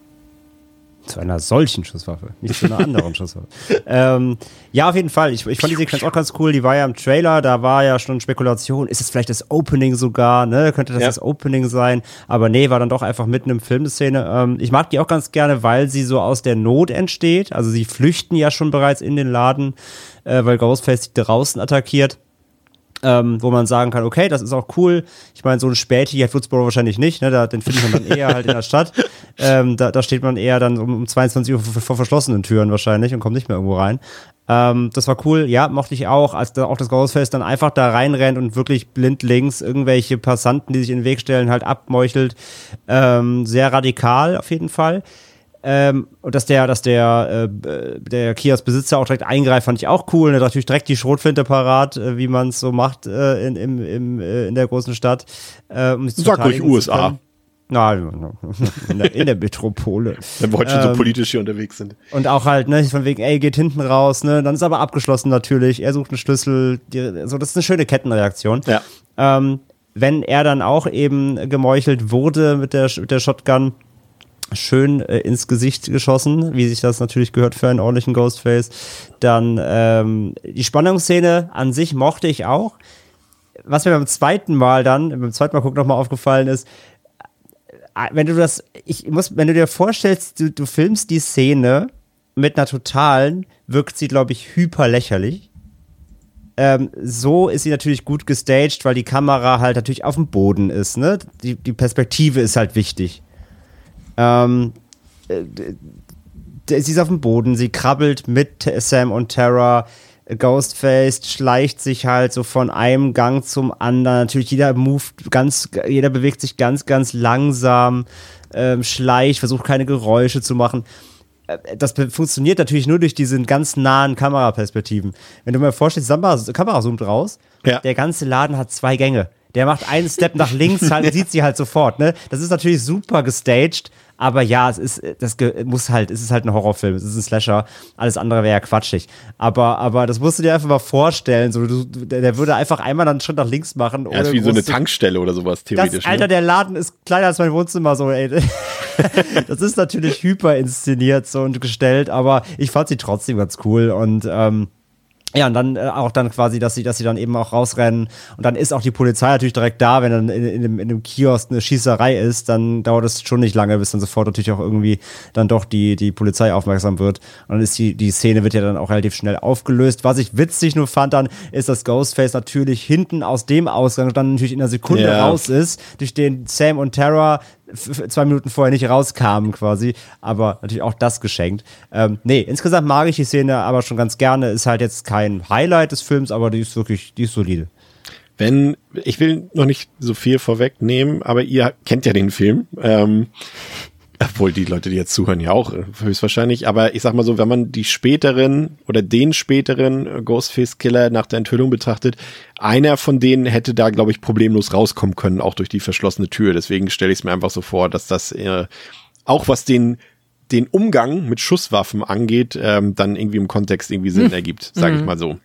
Zu einer solchen Schusswaffe, nicht zu einer anderen Schusswaffe. Ja, auf jeden Fall. Ich fand die Sequenz auch ganz cool. Die war ja im Trailer, da war ja schon Spekulation. Ist es vielleicht das Opening sogar, ne? Könnte das Opening sein? Aber nee, war dann doch einfach mitten im Film die Szene. Ich mag die auch ganz gerne, weil sie so aus der Not entsteht. Also sie flüchten ja schon bereits in den Laden, weil Ghostface sie draußen attackiert. Wo man sagen kann, okay, das ist auch cool. Ich meine, so ein Späti hat Woodsboro wahrscheinlich nicht, ne? Den findet man dann eher halt in der Stadt. Da steht man eher dann um 22 Uhr vor verschlossenen Türen wahrscheinlich und kommt nicht mehr irgendwo rein. Das war cool, ja, mochte ich auch, als da auch das Ghostface dann einfach da reinrennt und wirklich blindlings irgendwelche Passanten, die sich in den Weg stellen, halt abmeuchelt. Sehr radikal auf jeden Fall. Und dass der Kioskbesitzer auch direkt eingreift, fand ich auch cool. Und er hat natürlich direkt die Schrotflinte parat, wie man es so macht in der großen Stadt. Sag ruhig USA. Na, in der Metropole. Wenn wir heute schon so politisch hier unterwegs sind. Und auch halt, ne, von wegen, geht hinten raus, ne, dann ist aber abgeschlossen natürlich. Er sucht einen Schlüssel. Das ist eine schöne Kettenreaktion. Ja. Wenn er dann auch eben gemeuchelt wurde mit der Shotgun, schön ins Gesicht geschossen, wie sich das natürlich gehört für einen ordentlichen Ghostface. Dann die Spannungsszene an sich mochte ich auch. Was mir beim zweiten Mal gucken nochmal aufgefallen ist, wenn du dir vorstellst, du filmst die Szene mit einer totalen, wirkt sie, glaube ich, hyper lächerlich. So ist sie natürlich gut gestaged, weil die Kamera halt natürlich auf dem Boden ist, ne? Die Perspektive ist halt wichtig. Sie ist auf dem Boden, sie krabbelt mit Sam und Tara Ghostface schleicht sich halt so von einem Gang zum anderen. Natürlich jeder bewegt sich ganz, ganz langsam, schleicht, versucht keine Geräusche zu machen. Das funktioniert natürlich nur durch diese ganz nahen Kameraperspektiven. Wenn du mir vorstellst, die Kamera zoomt raus, der ganze Laden hat 2 Gänge. Der macht einen Step nach links halt und sieht sie halt sofort, ne? Das ist natürlich super gestaged, aber ja, es ist halt ein Horrorfilm, es ist ein Slasher, alles andere wäre ja quatschig. Aber das musst du dir einfach mal vorstellen, so, der würde einfach einmal dann einen Schritt nach links machen. Ja, ist wie so eine Tankstelle oder sowas, theoretisch. Alter, der Laden ist kleiner als mein Wohnzimmer, so, ey. Das ist natürlich hyper inszeniert so und gestellt, aber ich fand sie trotzdem ganz cool und ja, und dann auch dann quasi, dass sie dann eben auch rausrennen. Und dann ist auch die Polizei natürlich direkt da, wenn dann in dem Kiosk eine Schießerei ist, dann dauert es schon nicht lange, bis dann sofort natürlich auch irgendwie dann doch die Polizei aufmerksam wird. Und dann ist die Szene wird ja dann auch relativ schnell aufgelöst. Was ich witzig nur fand dann, ist, dass Ghostface natürlich hinten aus dem Ausgang dann natürlich in einer Sekunde raus ist, durch den Sam und Tara 2 Minuten vorher nicht rauskamen quasi, aber natürlich auch das geschenkt. Insgesamt mag ich die Szene aber schon ganz gerne, ist halt jetzt kein Highlight des Films, aber die ist solide. Ich will noch nicht so viel vorwegnehmen, aber ihr kennt ja den Film, obwohl die Leute, die jetzt zuhören, ja auch höchstwahrscheinlich, aber ich sag mal so, wenn man den späteren Ghostface-Killer nach der Enthüllung betrachtet, einer von denen hätte da, glaube ich, problemlos rauskommen können, auch durch die verschlossene Tür. Deswegen stelle ich es mir einfach so vor, dass das auch was den Umgang mit Schusswaffen angeht, dann irgendwie im Kontext irgendwie Sinn ergibt, sage ich mal so.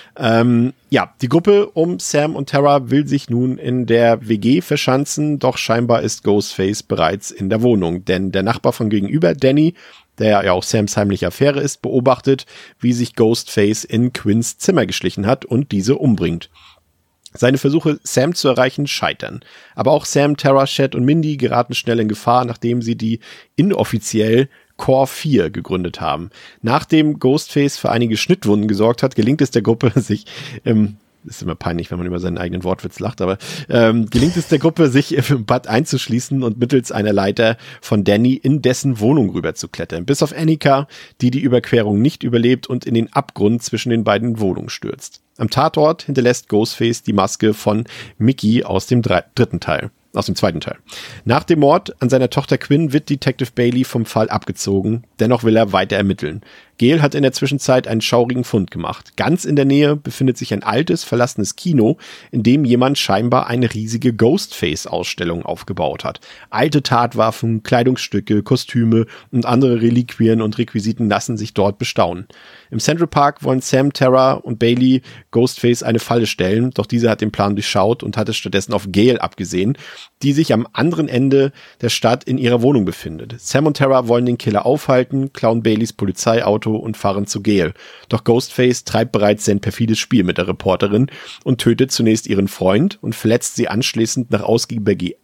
Die Gruppe um Sam und Tara will sich nun in der WG verschanzen, doch scheinbar ist Ghostface bereits in der Wohnung, denn der Nachbar von gegenüber, Danny, der ja auch Sams heimliche Affäre ist, beobachtet, wie sich Ghostface in Quinns Zimmer geschlichen hat und diese umbringt. Seine Versuche, Sam zu erreichen, scheitern. Aber auch Sam, Tara, Chet und Mindy geraten schnell in Gefahr, nachdem sie die inoffiziell Core 4 gegründet haben. Nachdem Ghostface für einige Schnittwunden gesorgt hat, gelingt es der Gruppe, sich ist immer peinlich, wenn man über seinen eigenen Wortwitz lacht, aber gelingt es der Gruppe, sich im Bad einzuschließen und mittels einer Leiter von Danny in dessen Wohnung rüber zu klettern. Bis auf Annika, die Überquerung nicht überlebt und in den Abgrund zwischen den beiden Wohnungen stürzt. Am Tatort hinterlässt Ghostface die Maske von Mickey aus dem zweiten Teil. Nach dem Mord an seiner Tochter Quinn wird Detective Bailey vom Fall abgezogen. Dennoch will er weiter ermitteln. Gail hat in der Zwischenzeit einen schaurigen Fund gemacht. Ganz in der Nähe befindet sich ein altes, verlassenes Kino, in dem jemand scheinbar eine riesige Ghostface-Ausstellung aufgebaut hat. Alte Tatwaffen, Kleidungsstücke, Kostüme und andere Reliquien und Requisiten lassen sich dort bestaunen. Im Central Park wollen Sam, Tara und Bailey Ghostface eine Falle stellen, doch diese hat den Plan durchschaut und hat es stattdessen auf Gail abgesehen, die sich am anderen Ende der Stadt in ihrer Wohnung befindet. Sam und Tara wollen den Killer aufhalten, klauen Baileys Polizeiauto und fahren zu Gail. Doch Ghostface treibt bereits sein perfides Spiel mit der Reporterin und tötet zunächst ihren Freund und verletzt sie anschließend nach ausgiebiger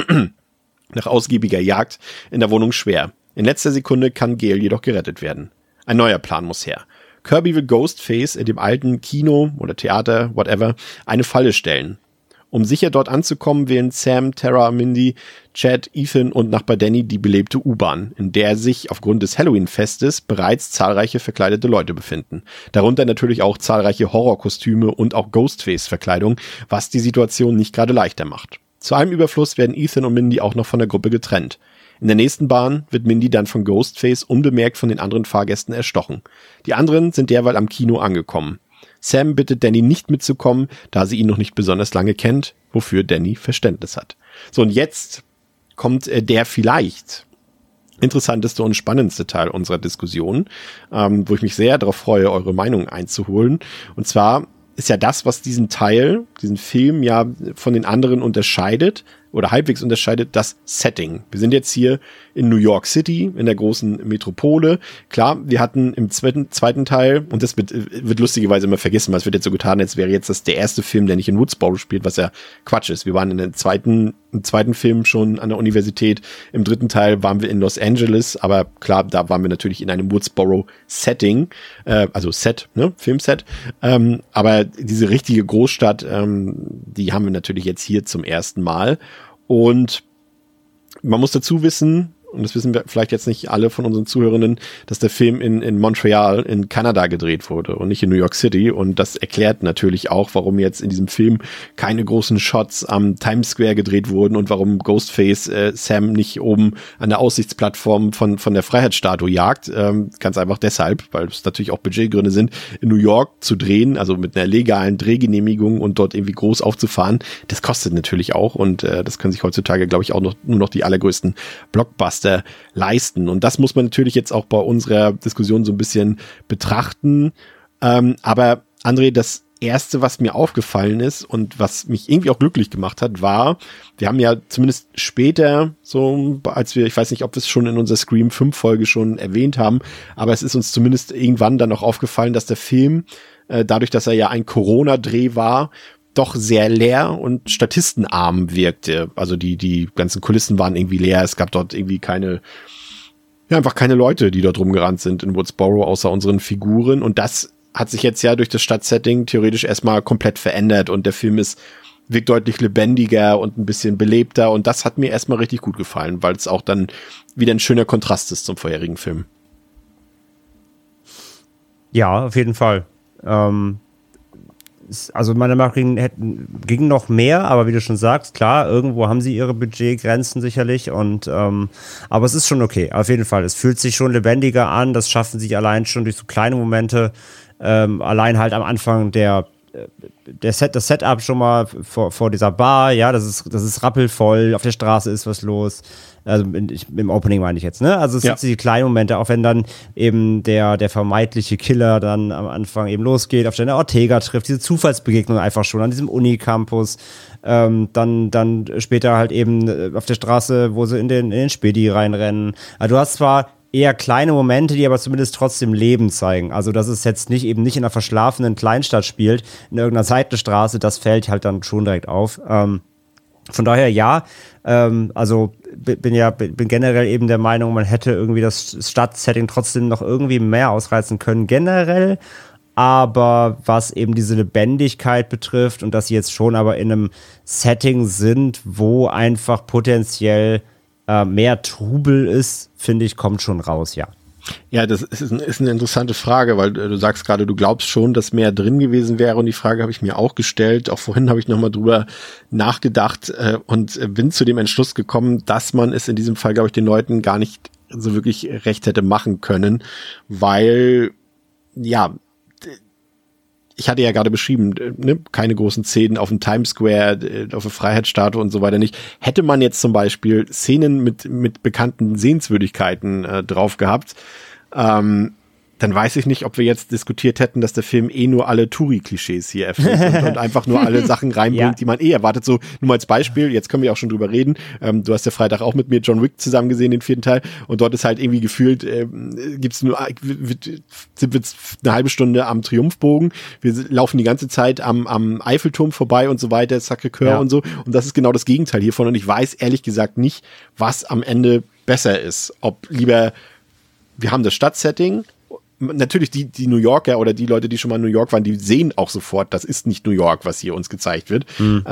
Jagd in der Wohnung schwer. In letzter Sekunde kann Gail jedoch gerettet werden. Ein neuer Plan muss her. Kirby will Ghostface in dem alten Kino oder Theater, whatever, eine Falle stellen. Um sicher dort anzukommen, wählen Sam, Tara, Mindy, Chad, Ethan und Nachbar Danny die belebte U-Bahn, in der sich aufgrund des Halloween-Festes bereits zahlreiche verkleidete Leute befinden. Darunter natürlich auch zahlreiche Horrorkostüme und auch Ghostface-Verkleidung, was die Situation nicht gerade leichter macht. Zu allem Überfluss werden Ethan und Mindy auch noch von der Gruppe getrennt. In der nächsten Bahn wird Mindy dann von Ghostface unbemerkt von den anderen Fahrgästen erstochen. Die anderen sind derweil am Kino angekommen. Sam bittet Danny nicht mitzukommen, da sie ihn noch nicht besonders lange kennt, wofür Danny Verständnis hat. So, und jetzt kommt der vielleicht interessanteste und spannendste Teil unserer Diskussion, wo ich mich sehr darauf freue, eure Meinung einzuholen. Und zwar ist ja das, was diesen Film ja von den anderen unterscheidet oder halbwegs unterscheidet, das Setting. Wir sind jetzt hier in New York City, in der großen Metropole. Klar, wir hatten im zweiten Teil, und das wird lustigerweise immer vergessen, weil es wird jetzt so getan, als wäre jetzt das der erste Film, der nicht in Woodsboro spielt, was ja Quatsch ist. Wir waren im zweiten Film schon an der Universität. Im dritten Teil waren wir in Los Angeles, aber klar, da waren wir natürlich in einem Woodsboro-Setting, also Set, ne, Filmset. Aber diese richtige Großstadt, die haben wir natürlich jetzt hier zum ersten Mal. Und man muss dazu wissen, und das wissen wir vielleicht jetzt nicht alle von unseren Zuhörenden, dass der Film in Montreal in Kanada gedreht wurde und nicht in New York City. Und das erklärt natürlich auch, warum jetzt in diesem Film keine großen Shots am Times Square gedreht wurden und warum Ghostface Sam nicht oben an der Aussichtsplattform von der Freiheitsstatue jagt. Ganz einfach deshalb, weil es natürlich auch Budgetgründe sind, in New York zu drehen, also mit einer legalen Drehgenehmigung und dort irgendwie groß aufzufahren. Das kostet natürlich auch und das können sich heutzutage, glaube ich, auch nur noch die allergrößten Blockbuster leisten. Und das muss man natürlich jetzt auch bei unserer Diskussion so ein bisschen betrachten. Aber André, das Erste, was mir aufgefallen ist und was mich irgendwie auch glücklich gemacht hat, war, wir haben ja zumindest später, so als wir, ich weiß nicht, ob wir es schon in unserer Scream 5 Folge schon erwähnt haben, aber es ist uns zumindest irgendwann dann auch aufgefallen, dass der Film, dadurch, dass er ja ein Corona-Dreh war, doch sehr leer und statistenarm wirkte. Also die ganzen Kulissen waren irgendwie leer. Es gab dort irgendwie einfach keine Leute, die dort rumgerannt sind in Woodsboro, außer unseren Figuren. Und das hat sich jetzt ja durch das Stadtsetting theoretisch erstmal komplett verändert. Und der Film wirkt deutlich lebendiger und ein bisschen belebter. Und das hat mir erstmal richtig gut gefallen, weil es auch dann wieder ein schöner Kontrast ist zum vorherigen Film. Ja, auf jeden Fall. Also meiner Meinung nach ging noch mehr, aber wie du schon sagst, klar, irgendwo haben sie ihre Budgetgrenzen sicherlich und aber es ist schon okay, auf jeden Fall. Es fühlt sich schon lebendiger an, das schaffen sie allein schon durch so kleine Momente, allein halt am Anfang das Setup schon mal vor dieser Bar, ja, das ist rappelvoll, auf der Straße ist was los. Also im Opening meine ich jetzt, ne? Also es sind die kleinen Momente, auch wenn dann eben der vermeintliche Killer dann am Anfang eben losgeht, auf Jenna Ortega trifft, diese Zufallsbegegnung einfach schon an diesem Unicampus, dann später halt eben auf der Straße, wo sie in den Spedi reinrennen. Also du hast zwar eher kleine Momente, die aber zumindest trotzdem Leben zeigen. Also dass es jetzt nicht in einer verschlafenen Kleinstadt spielt, in irgendeiner Seitenstraße, das fällt halt dann schon direkt auf. Von daher ja, also bin generell eben der Meinung, man hätte irgendwie das Stadtsetting trotzdem noch irgendwie mehr ausreizen können, generell. Aber was eben diese Lebendigkeit betrifft und dass sie jetzt schon aber in einem Setting sind, wo einfach potenziell mehr Trubel ist, finde ich, kommt schon raus, ja. Ja, das ist eine interessante Frage, weil du sagst gerade, du glaubst schon, dass mehr drin gewesen wäre und die Frage habe ich mir auch gestellt. Auch vorhin habe ich nochmal drüber nachgedacht und bin zu dem Entschluss gekommen, dass man es in diesem Fall, glaube ich, den Leuten gar nicht so wirklich recht hätte machen können, weil, ja, ich hatte ja gerade beschrieben, ne, keine großen Szenen auf dem Times Square, auf der Freiheitsstatue und so weiter nicht. Hätte man jetzt zum Beispiel Szenen mit bekannten Sehenswürdigkeiten drauf gehabt, dann weiß ich nicht, ob wir jetzt diskutiert hätten, dass der Film nur alle Touri-Klischees hier erfüllt und einfach nur alle Sachen reinbringt, die man erwartet. So, nur mal als Beispiel, jetzt können wir auch schon drüber reden. Du hast ja Freitag auch mit mir John Wick zusammen gesehen, den 4. Teil. Und dort ist halt irgendwie gefühlt, sind wir eine halbe Stunde am Triumphbogen. Wir laufen die ganze Zeit am Eiffelturm vorbei und so weiter, Sacré-Cœur und so. Und das ist genau das Gegenteil hiervon. Und ich weiß ehrlich gesagt nicht, was am Ende besser ist. Ob lieber, wir haben das Stadtsetting. Natürlich die New Yorker oder die Leute, die schon mal in New York waren, die sehen auch sofort, das ist nicht New York, was hier uns gezeigt wird.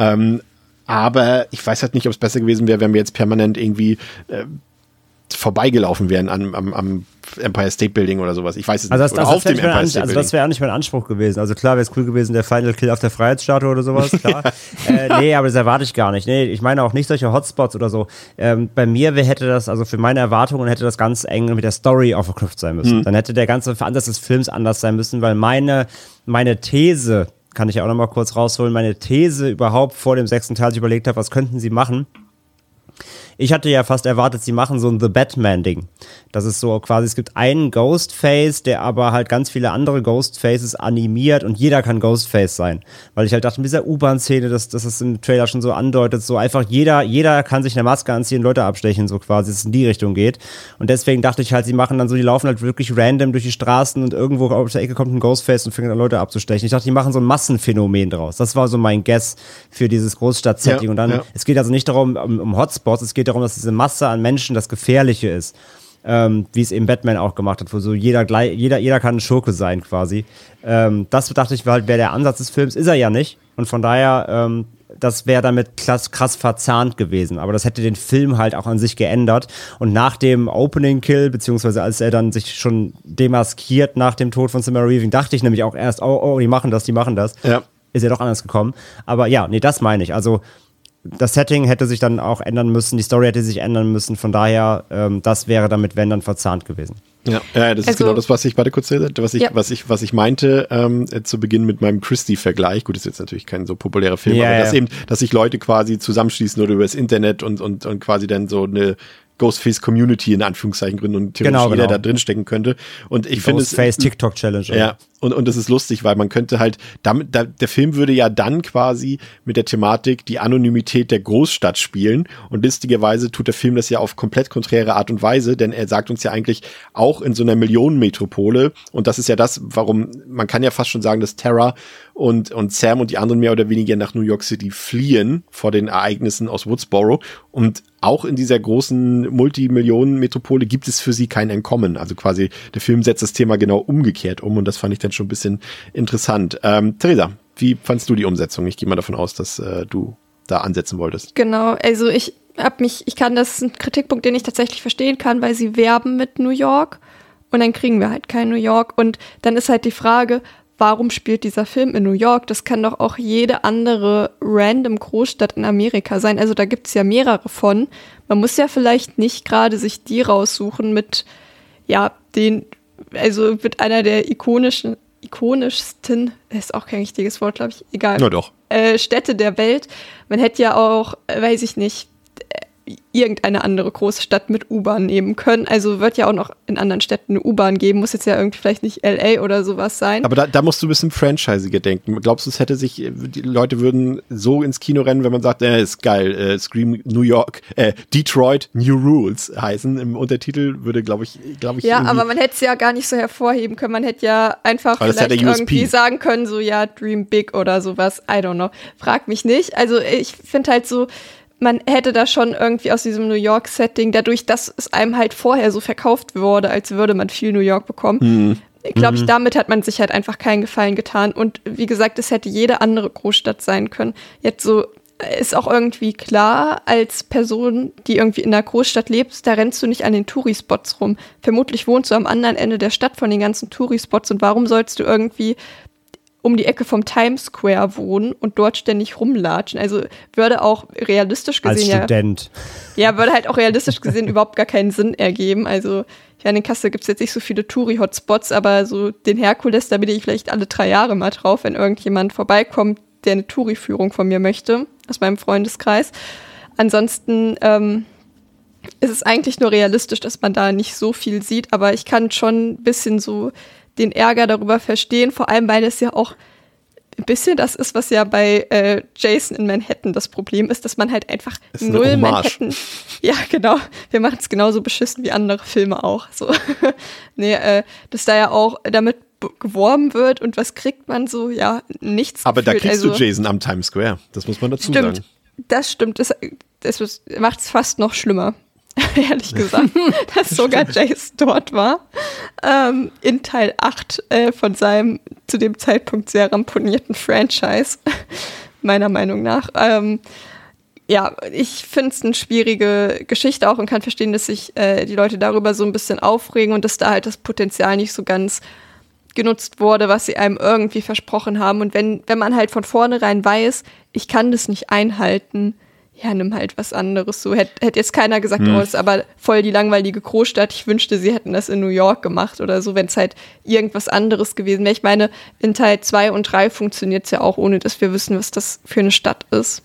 Aber ich weiß halt nicht, ob es besser gewesen wäre, wenn wir jetzt permanent irgendwie vorbeigelaufen wären am Empire State Building oder sowas. Ich weiß es nicht. Oder auf dem Empire State Building. Das wäre auch nicht mein Anspruch gewesen. Also klar wäre es cool gewesen, der Final Kill auf der Freiheitsstatue oder sowas, klar. Nee, aber das erwarte ich gar nicht. Nee, ich meine auch nicht solche Hotspots oder so. Bei mir hätte das, also für meine Erwartungen hätte das ganz eng mit der Story auch verknüpft sein müssen. Dann hätte der ganze Ansatz des Films anders sein müssen, weil meine These, kann ich ja auch noch mal kurz rausholen, meine These überhaupt vor dem 6. Teil, als ich überlegt habe, was könnten sie machen. Ich hatte ja fast erwartet, sie machen so ein The Batman-Ding. Das ist so quasi, es gibt einen Ghostface, der aber halt ganz viele andere Ghostfaces animiert und jeder kann Ghostface sein. Weil ich halt dachte, mit dieser U-Bahn-Szene, dass das im Trailer schon so andeutet, so einfach jeder kann sich eine Maske anziehen, Leute abstechen, so quasi, dass es in die Richtung geht. Und deswegen dachte ich halt, sie machen dann so, die laufen halt wirklich random durch die Straßen und irgendwo auf der Ecke kommt ein Ghostface und fängt an, Leute abzustechen. Ich dachte, die machen so ein Massenphänomen draus. Das war so mein Guess für dieses Großstadt-Setting. Und dann, es geht also nicht darum, um Hotspots, es geht darum, dass diese Masse an Menschen das Gefährliche ist. Wie es eben Batman auch gemacht hat, wo so jeder kann ein Schurke sein quasi. Das dachte ich wäre der Ansatz des Films, ist er ja nicht. Und von daher das wäre damit krass verzahnt gewesen. Aber das hätte den Film halt auch an sich geändert. Und nach dem Opening-Kill, beziehungsweise als er dann sich schon demaskiert nach dem Tod von Samara Weaving, dachte ich nämlich auch erst, oh, die machen das. Ja. Ist ja doch anders gekommen. Aber ja, nee, das meine ich. Also das Setting hätte sich dann auch ändern müssen, die Story hätte sich ändern müssen. Von daher, das wäre damit, wenn, dann verzahnt gewesen. Ja, das ist genau das, was ich ich meinte zu Beginn mit meinem Christie-Vergleich. Gut, ist jetzt natürlich kein so populärer Film, aber dass sich Leute quasi zusammenschließen oder über das Internet und quasi dann so eine Ghostface-Community in Anführungszeichen gründen und theoretisch jeder da drin stecken könnte. Und ich finde es Ghostface-TikTok-Challenge. Ja, und das ist lustig, weil man könnte halt der Film würde ja dann quasi mit der Thematik die Anonymität der Großstadt spielen. Und lustigerweise tut der Film das ja auf komplett konträre Art und Weise, denn er sagt uns ja eigentlich auch in so einer Millionenmetropole, und das ist ja das, warum man kann ja fast schon sagen, dass Tara und Sam und die anderen mehr oder weniger nach New York City fliehen vor den Ereignissen aus Woodsboro. Und auch in dieser großen Multimillionen-Metropole gibt es für sie kein Entkommen. Also quasi der Film setzt das Thema genau umgekehrt um, und das fand ich dann schon ein bisschen interessant. Theresa, wie fandst du die Umsetzung? Ich gehe mal davon aus, dass du da ansetzen wolltest. Genau, also das ist ein Kritikpunkt, den ich tatsächlich verstehen kann, weil sie werben mit New York und dann kriegen wir halt kein New York, und dann ist halt die Frage, warum spielt dieser Film in New York? Das kann doch auch jede andere random Großstadt in Amerika sein. Also da gibt es ja mehrere von. Man muss ja vielleicht nicht gerade sich die raussuchen mit, mit einer der ikonischsten, ist auch kein richtiges Wort, glaube ich, egal. Na doch. Städte der Welt. Man hätte ja auch, weiß ich nicht, irgendeine andere große Stadt mit U-Bahn nehmen können. Also wird ja auch noch in anderen Städten eine U-Bahn geben. Muss jetzt ja irgendwie vielleicht nicht L.A. oder sowas sein. Aber da musst du ein bisschen franchisiger denken. Glaubst du, die Leute würden so ins Kino rennen, wenn man sagt, ist geil, Scream New York, Detroit New Rules heißen. Im Untertitel würde, glaube ich. Ja, aber man hätte es ja gar nicht so hervorheben können. Man hätte ja einfach vielleicht irgendwie sagen können, so Dream Big oder sowas. I don't know. Frag mich nicht. Also ich finde halt so, man hätte da schon irgendwie aus diesem New York-Setting, dadurch, dass es einem halt vorher so verkauft wurde, als würde man viel New York bekommen, glaube ich, damit hat man sich halt einfach keinen Gefallen getan. Und wie gesagt, es hätte jede andere Großstadt sein können. Jetzt so ist auch irgendwie klar, als Person, die irgendwie in einer Großstadt lebst, da rennst du nicht an den Touri-Spots rum. Vermutlich wohnst du am anderen Ende der Stadt von den ganzen Touri-Spots, und warum sollst du irgendwie um die Ecke vom Times Square wohnen und dort ständig rumlatschen? Also würde auch realistisch gesehen als Student. Würde halt auch realistisch gesehen überhaupt gar keinen Sinn ergeben. Also in Kassel gibt es jetzt nicht so viele Touri-Hotspots, aber so den Herkules, da bin ich vielleicht alle 3 Jahre mal drauf, wenn irgendjemand vorbeikommt, der eine Touri-Führung von mir möchte, aus meinem Freundeskreis. Ansonsten ist es eigentlich nur realistisch, dass man da nicht so viel sieht, aber ich kann schon ein bisschen so den Ärger darüber verstehen, vor allem, weil es ja auch ein bisschen das ist, was ja bei Jason in Manhattan das Problem ist, dass man halt einfach null Manhattan. Ja, genau. Wir machen es genauso beschissen wie andere Filme auch. So. Dass da ja auch damit geworben wird, und was kriegt man so? Ja, nichts. Aber gefühlt. Da kriegst du Jason am Times Square. Das muss man dazu sagen. Das stimmt. Das macht es fast noch schlimmer. Ehrlich gesagt, dass sogar Jason dort war, in Teil 8 von seinem zu dem Zeitpunkt sehr ramponierten Franchise, meiner Meinung nach. Ich finde es eine schwierige Geschichte auch und kann verstehen, dass sich die Leute darüber so ein bisschen aufregen und dass da halt das Potenzial nicht so ganz genutzt wurde, was sie einem irgendwie versprochen haben. Und wenn man halt von vornherein weiß, ich kann das nicht einhalten, ja, nimm halt was anderes. So hätte jetzt keiner gesagt, oh, ist aber voll die langweilige Großstadt. Ich wünschte, sie hätten das in New York gemacht oder so, wenn es halt irgendwas anderes gewesen wäre. Ich meine, in Teil 2 und 3 funktioniert es ja auch, ohne dass wir wissen, was das für eine Stadt ist.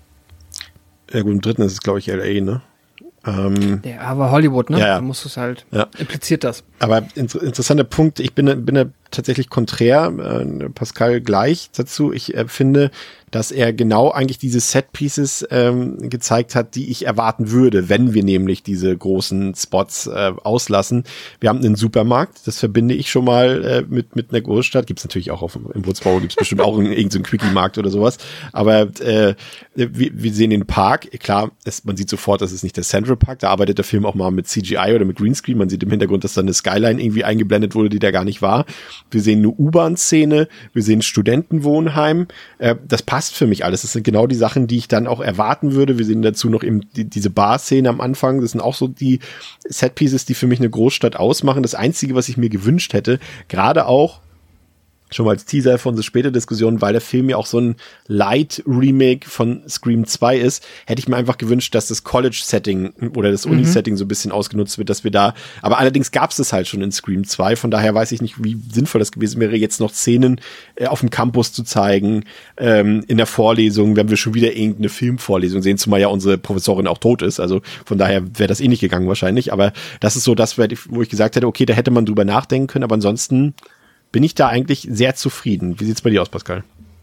Ja gut, im 3. ist es, glaube ich, L.A., ne? Ja, aber Hollywood, ne? Ja. Da musst du es halt, impliziert das. Aber interessanter Punkt, ich bin da tatsächlich konträr, Pascal gleich dazu. Ich finde, dass er genau eigentlich diese Set-Pieces gezeigt hat, die ich erwarten würde, wenn wir nämlich diese großen Spots auslassen. Wir haben einen Supermarkt, das verbinde ich schon mal mit einer Großstadt. Gibt's natürlich auch im Woodsboro, gibt's bestimmt auch irgendeinen Quickie-Markt oder sowas. Aber wir sehen den Park. Klar, man sieht sofort, das ist nicht der Central Park. Da arbeitet der Film auch mal mit CGI oder mit Greenscreen. Man sieht im Hintergrund, dass da eine Skyline irgendwie eingeblendet wurde, die da gar nicht war. Wir sehen eine U-Bahn-Szene, wir sehen Studentenwohnheim. Das passt für mich alles. Das sind genau die Sachen, die ich dann auch erwarten würde. Wir sehen dazu noch eben diese Bar-Szene am Anfang. Das sind auch so die Set-Pieces, die für mich eine Großstadt ausmachen. Das Einzige, was ich mir gewünscht hätte, gerade auch schon mal als Teaser für unsere späte Diskussion, weil der Film ja auch so ein Light-Remake von Scream 2 ist, hätte ich mir einfach gewünscht, dass das College-Setting oder das Uni-Setting so ein bisschen ausgenutzt wird, dass wir da, aber allerdings gab es das halt schon in Scream 2, von daher weiß ich nicht, wie sinnvoll das gewesen wäre, jetzt noch Szenen auf dem Campus zu zeigen, in der Vorlesung, wenn wir schon wieder irgendeine Filmvorlesung sehen, zumal ja unsere Professorin auch tot ist, also von daher wäre das eh nicht gegangen wahrscheinlich, aber das ist so das, wo ich gesagt hätte, okay, da hätte man drüber nachdenken können, aber ansonsten bin ich da eigentlich sehr zufrieden. Wie sieht's bei dir aus, Pascal?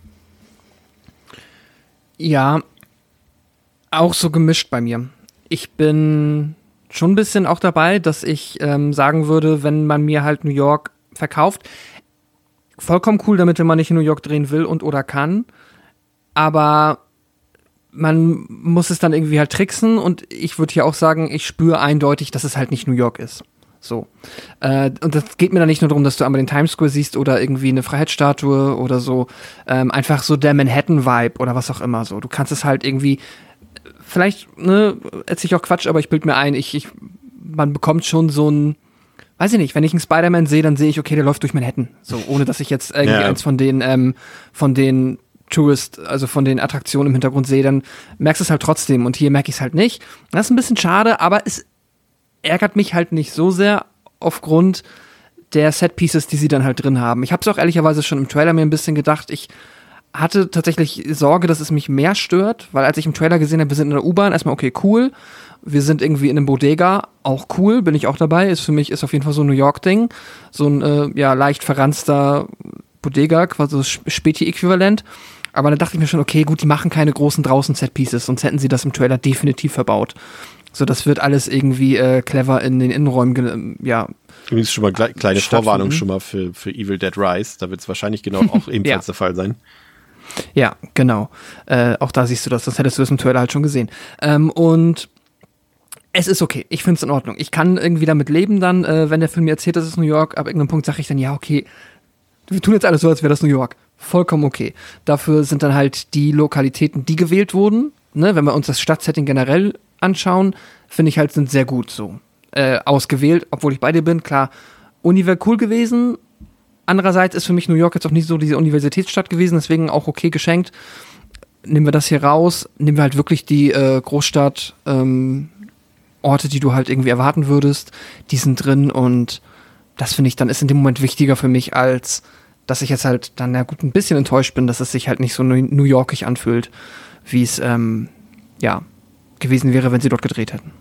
Ja, auch so gemischt bei mir. Ich bin schon ein bisschen auch dabei, dass ich sagen würde, wenn man mir halt New York verkauft, vollkommen cool damit, wenn man nicht in New York drehen will und oder kann, aber man muss es dann irgendwie halt tricksen und ich würde hier auch sagen, ich spüre eindeutig, dass es halt nicht New York ist. So. Und das geht mir dann nicht nur darum, dass du einmal den Times Square siehst oder irgendwie eine Freiheitsstatue oder so. Einfach so der Manhattan-Vibe oder was auch immer so. Du kannst es halt irgendwie, vielleicht, ne, erzähl ich auch Quatsch, aber ich bild mir ein, man bekommt schon so ein, weiß ich nicht, wenn ich einen Spider-Man sehe, dann sehe ich, okay, der läuft durch Manhattan. So, ohne dass ich jetzt irgendwie eins von den Tourist, also von den Attraktionen im Hintergrund sehe, dann merkst du es halt trotzdem. Und hier merke ich es halt nicht. Das ist ein bisschen schade, aber es ärgert mich halt nicht so sehr aufgrund der Set-Pieces, die sie dann halt drin haben. Ich habe es auch ehrlicherweise schon im Trailer mir ein bisschen gedacht. Ich hatte tatsächlich Sorge, dass es mich mehr stört, weil als ich im Trailer gesehen habe, wir sind in der U-Bahn, erstmal okay, cool. Wir sind irgendwie in einem Bodega, auch cool, bin ich auch dabei. Ist für mich auf jeden Fall so ein New York-Ding. So ein leicht verranzter Bodega, quasi das Späti-Äquivalent. Aber dann dachte ich mir schon, okay, gut, die machen keine großen draußen Set-Pieces, sonst hätten sie das im Trailer definitiv verbaut. So, das wird alles irgendwie clever in den Innenräumen, Übrigens schon mal kleine Vorwarnung schon mal für Evil Dead Rise. Da wird es wahrscheinlich genau auch ebenfalls der Fall sein. Ja, genau. Auch da siehst du das. Das hättest du das im Trailer halt schon gesehen. Und es ist okay. Ich finde es in Ordnung. Ich kann irgendwie damit leben dann, wenn der Film mir erzählt, das ist New York. Ab irgendeinem Punkt sage ich dann, ja, okay, wir tun jetzt alles so, als wäre das New York. Vollkommen okay. Dafür sind dann halt die Lokalitäten, die gewählt wurden. Ne? Wenn wir uns das Stadtsetting generell anschauen, finde ich halt, sind sehr gut so ausgewählt, obwohl ich bei dir bin. Klar, Uni wäre cool gewesen. Andererseits ist für mich New York jetzt auch nicht so diese Universitätsstadt gewesen, deswegen auch okay geschenkt. Nehmen wir das hier raus, nehmen wir halt wirklich die Großstadt Orte, die du halt irgendwie erwarten würdest, die sind drin und das finde ich dann ist in dem Moment wichtiger für mich, als dass ich jetzt halt dann ein bisschen enttäuscht bin, dass es sich halt nicht so New Yorkig anfühlt, wie es gewesen wäre, wenn sie dort gedreht hätten.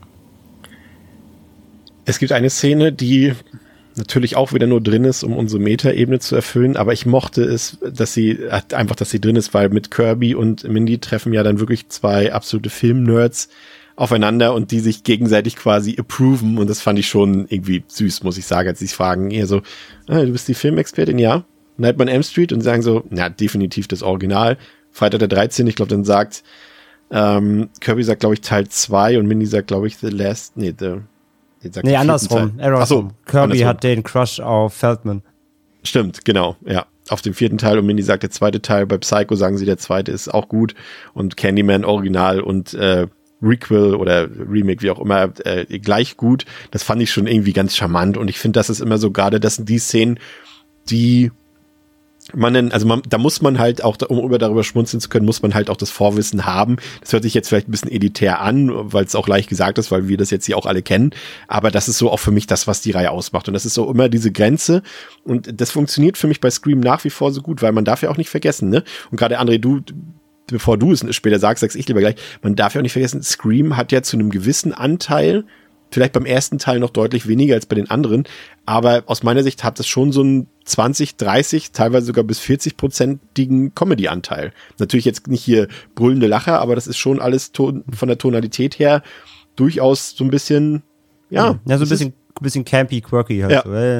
Es gibt eine Szene, die natürlich auch wieder nur drin ist, um unsere Meta-Ebene zu erfüllen, aber ich mochte es, dass sie drin ist, weil mit Kirby und Mindy treffen ja dann wirklich zwei absolute Film-Nerds aufeinander und die sich gegenseitig quasi approven und das fand ich schon irgendwie süß, muss ich sagen, als sie sich fragen, eher so, du bist die Filmexpertin, ja? Nightmare on Elm Street und sie sagen so, na, definitiv das Original. Freitag der 13, ich glaube, dann sagt Kirby sagt, glaube ich, Teil 2 und Mindy sagt, glaube ich, andersrum. Achso, Kirby andersrum. hat den Crush auf Feldman. Stimmt, genau, ja. Auf dem 4. Teil und Mindy sagt der 2. Teil. Bei Psycho sagen sie, der 2. ist auch gut und Candyman Original und Requel oder Remake, wie auch immer, gleich gut. Das fand ich schon irgendwie ganz charmant und ich finde, das ist immer so gerade, das sind die Szenen, die da muss man halt auch, um darüber schmunzeln zu können, muss man halt auch das Vorwissen haben. Das hört sich jetzt vielleicht ein bisschen elitär an, weil es auch leicht gesagt ist, weil wir das jetzt hier auch alle kennen. Aber das ist so auch für mich das, was die Reihe ausmacht. Und das ist so immer diese Grenze. Und das funktioniert für mich bei Scream nach wie vor so gut, weil man darf ja auch nicht vergessen, ne? Und gerade André, bevor du es später sagst ich lieber gleich, man darf ja auch nicht vergessen, Scream hat ja zu einem gewissen Anteil, vielleicht beim ersten Teil noch deutlich weniger als bei den anderen, aber aus meiner Sicht hat es schon so einen 20, 30, teilweise sogar bis 40%igen Comedy-Anteil. Natürlich jetzt nicht hier brüllende Lacher, aber das ist schon alles von der Tonalität her durchaus so ein bisschen, so ein bisschen campy, quirky halt. Ja. So,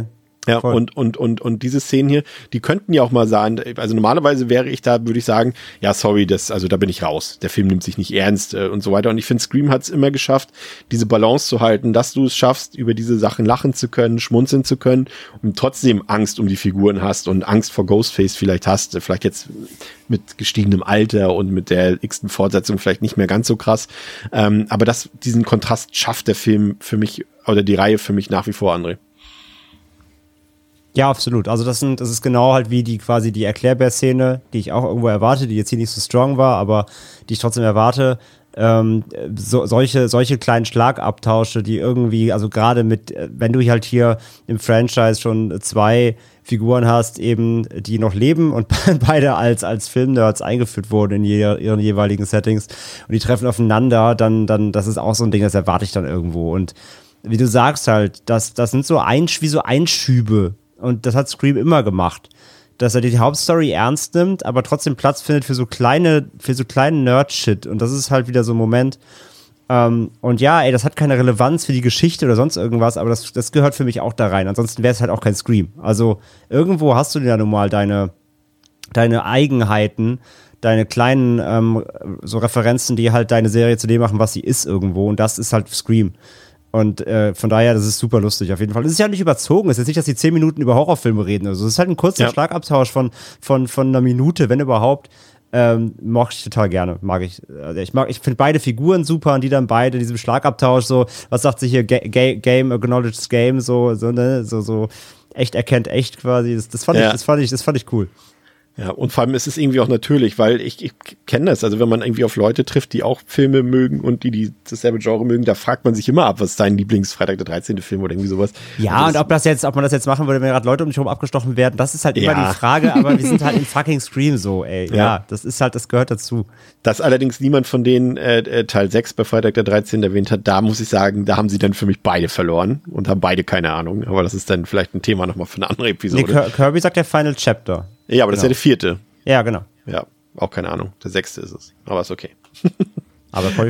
Ja, Voll. und diese Szenen hier, die könnten ja auch mal sein, also normalerweise wäre ich da, würde ich sagen, ja, sorry, also da bin ich raus. Der Film nimmt sich nicht ernst und so weiter. Und ich finde, Scream hat es immer geschafft, diese Balance zu halten, dass du es schaffst, über diese Sachen lachen zu können, schmunzeln zu können und trotzdem Angst um die Figuren hast und Angst vor Ghostface vielleicht hast, vielleicht jetzt mit gestiegenem Alter und mit der x-ten Fortsetzung vielleicht nicht mehr ganz so krass. Aber diesen Kontrast schafft der Film für mich, oder die Reihe für mich nach wie vor, André. Ja, absolut. Also das ist genau halt wie quasi die Erklärbär-Szene, die ich auch irgendwo erwarte, die jetzt hier nicht so strong war, aber die ich trotzdem erwarte. Solche kleinen Schlagabtausche, die irgendwie, also gerade wenn du halt hier im Franchise schon 2 Figuren hast, eben, die noch leben und beide als Filmnerds eingeführt wurden in ihren jeweiligen Settings und die treffen aufeinander, dann das ist auch so ein Ding, das erwarte ich dann irgendwo. Und wie du sagst halt, das sind wie so Einschübe. Und das hat Scream immer gemacht, dass er die Hauptstory ernst nimmt, aber trotzdem Platz findet für so kleinen Nerd-Shit. Und das ist halt wieder so ein Moment. Und ja, das hat keine Relevanz für die Geschichte oder sonst irgendwas, aber das gehört für mich auch da rein. Ansonsten wäre es halt auch kein Scream. Also irgendwo hast du ja nun mal deine Eigenheiten, deine kleinen so Referenzen, die halt deine Serie zu dem machen, was sie ist irgendwo. Und das ist halt Scream. Und von daher, das ist super lustig auf jeden Fall. Es ist ja nicht überzogen, es ist jetzt nicht, dass die 10 Minuten über Horrorfilme reden. Also es ist halt ein kurzer Schlagabtausch von einer Minute, wenn überhaupt. Mag ich total gerne, mag ich. Ich finde beide Figuren super und die dann beide in diesem Schlagabtausch so, was sagt sie hier, Game acknowledges Game, so echt erkennt echt quasi. Das fand ich cool. Ja, und vor allem ist es irgendwie auch natürlich, weil ich kenne das, also wenn man irgendwie auf Leute trifft, die auch Filme mögen und die dasselbe Genre mögen, da fragt man sich immer ab, was ist dein Lieblings-Freitag der 13. Film oder irgendwie sowas. Ja, und ob man das jetzt machen würde, wenn gerade Leute um dich herum abgestochen werden, das ist halt immer die Frage, aber wir sind halt in fucking Scream so, ey. Ja, das ist halt, das gehört dazu. Dass allerdings niemand von denen Teil 6 bei Freitag der 13. erwähnt hat, da muss ich sagen, da haben sie dann für mich beide verloren und haben beide keine Ahnung, aber das ist dann vielleicht ein Thema nochmal für eine andere Episode. Nee, Kirby sagt der Final Chapter. Ja, aber das ist ja der 4. Ja, genau. Ja, auch keine Ahnung. Der 6. ist es. Aber ist okay. Aber voll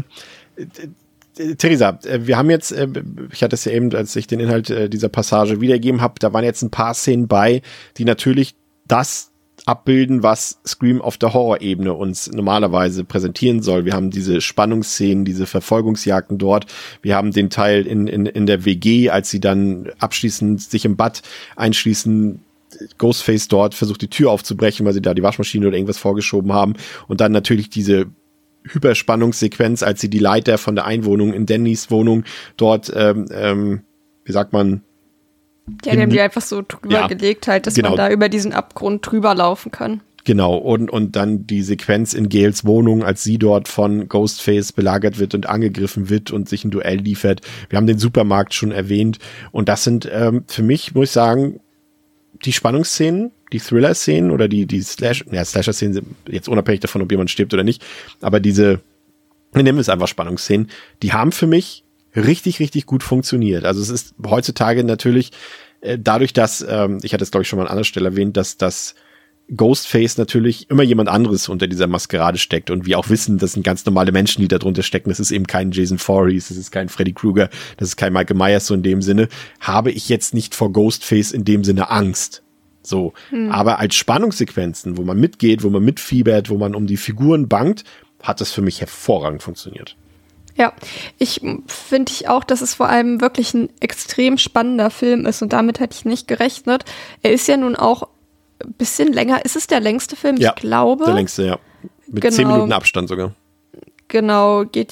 Theresa, wir haben jetzt, ich hatte es ja eben, als ich den Inhalt dieser Passage wiedergegeben habe, da waren jetzt ein paar Szenen bei, die natürlich das abbilden, was Scream auf der Horrorebene uns normalerweise präsentieren soll. Wir haben diese Spannungsszenen, diese Verfolgungsjagden dort. Wir haben den Teil in der WG, als sie dann abschließend sich im Bad einschließen, Ghostface dort versucht, die Tür aufzubrechen, weil sie da die Waschmaschine oder irgendwas vorgeschoben haben. Und dann natürlich diese Hyperspannungssequenz, als sie die Leiter von der Einwohnung in Dannys Wohnung dort, wie sagt man? Ja, die haben die einfach so drüber gelegt halt, dass man da über diesen Abgrund drüber laufen kann. Genau, und dann die Sequenz in Gales Wohnung, als sie dort von Ghostface belagert wird und angegriffen wird und sich ein Duell liefert. Wir haben den Supermarkt schon erwähnt. Und das sind für mich, muss ich sagen, die Spannungsszenen, die Thriller-Szenen oder die Slasher-Szenen sind jetzt unabhängig davon, ob jemand stirbt oder nicht, aber wir nennen es einfach Spannungsszenen, die haben für mich richtig, richtig gut funktioniert. Also es ist heutzutage natürlich dadurch, dass, ich hatte es glaube ich schon mal an anderer Stelle erwähnt, dass Ghostface natürlich immer jemand anderes unter dieser Maskerade steckt und wir auch wissen, das sind ganz normale Menschen, die da drunter stecken. Das ist eben kein Jason Voorhees, das ist kein Freddy Krueger, das ist kein Michael Myers so in dem Sinne. Habe ich jetzt nicht vor Ghostface in dem Sinne Angst. So. Aber als Spannungssequenzen, wo man mitgeht, wo man mitfiebert, wo man um die Figuren bangt, hat das für mich hervorragend funktioniert. Ja, finde auch, dass es vor allem wirklich ein extrem spannender Film ist und damit hätte ich nicht gerechnet. Er ist ja nun auch ein bisschen länger. Ist es der längste Film? Ja, ich glaube. Der längste, ja. Mit 10 Minuten Abstand sogar. Genau, geht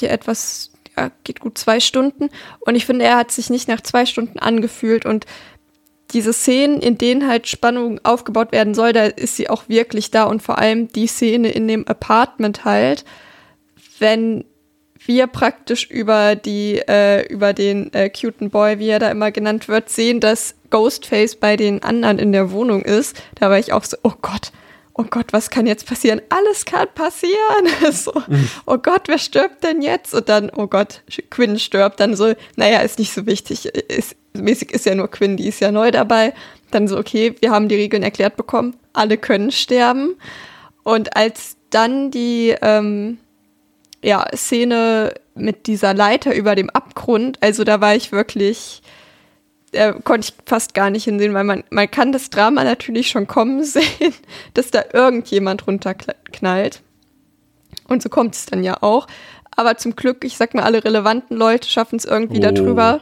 gut 2 Stunden. Und ich finde, er hat sich nicht nach 2 Stunden angefühlt. Und diese Szenen, in denen halt Spannung aufgebaut werden soll, da ist sie auch wirklich da. Und vor allem die Szene in dem Apartment halt, wenn wir praktisch über den cuten Boy, wie er da immer genannt wird, sehen, dass Ghostface bei den anderen in der Wohnung ist. Da war ich auch so, oh Gott, was kann jetzt passieren? Alles kann passieren. So, oh Gott, wer stirbt denn jetzt? Und dann, oh Gott, Quinn stirbt. Dann so, naja, ist nicht so wichtig. Mäßig ist ja nur Quinn, die ist ja neu dabei. Dann so, okay, wir haben die Regeln erklärt bekommen. Alle können sterben. Und als dann die Szene mit dieser Leiter über dem Abgrund, also da war ich wirklich konnte ich fast gar nicht hinsehen, weil man kann das Drama natürlich schon kommen sehen, dass da irgendjemand runterknallt. Und so kommt es dann ja auch. Aber zum Glück, ich sag mal, alle relevanten Leute schaffen es irgendwie darüber.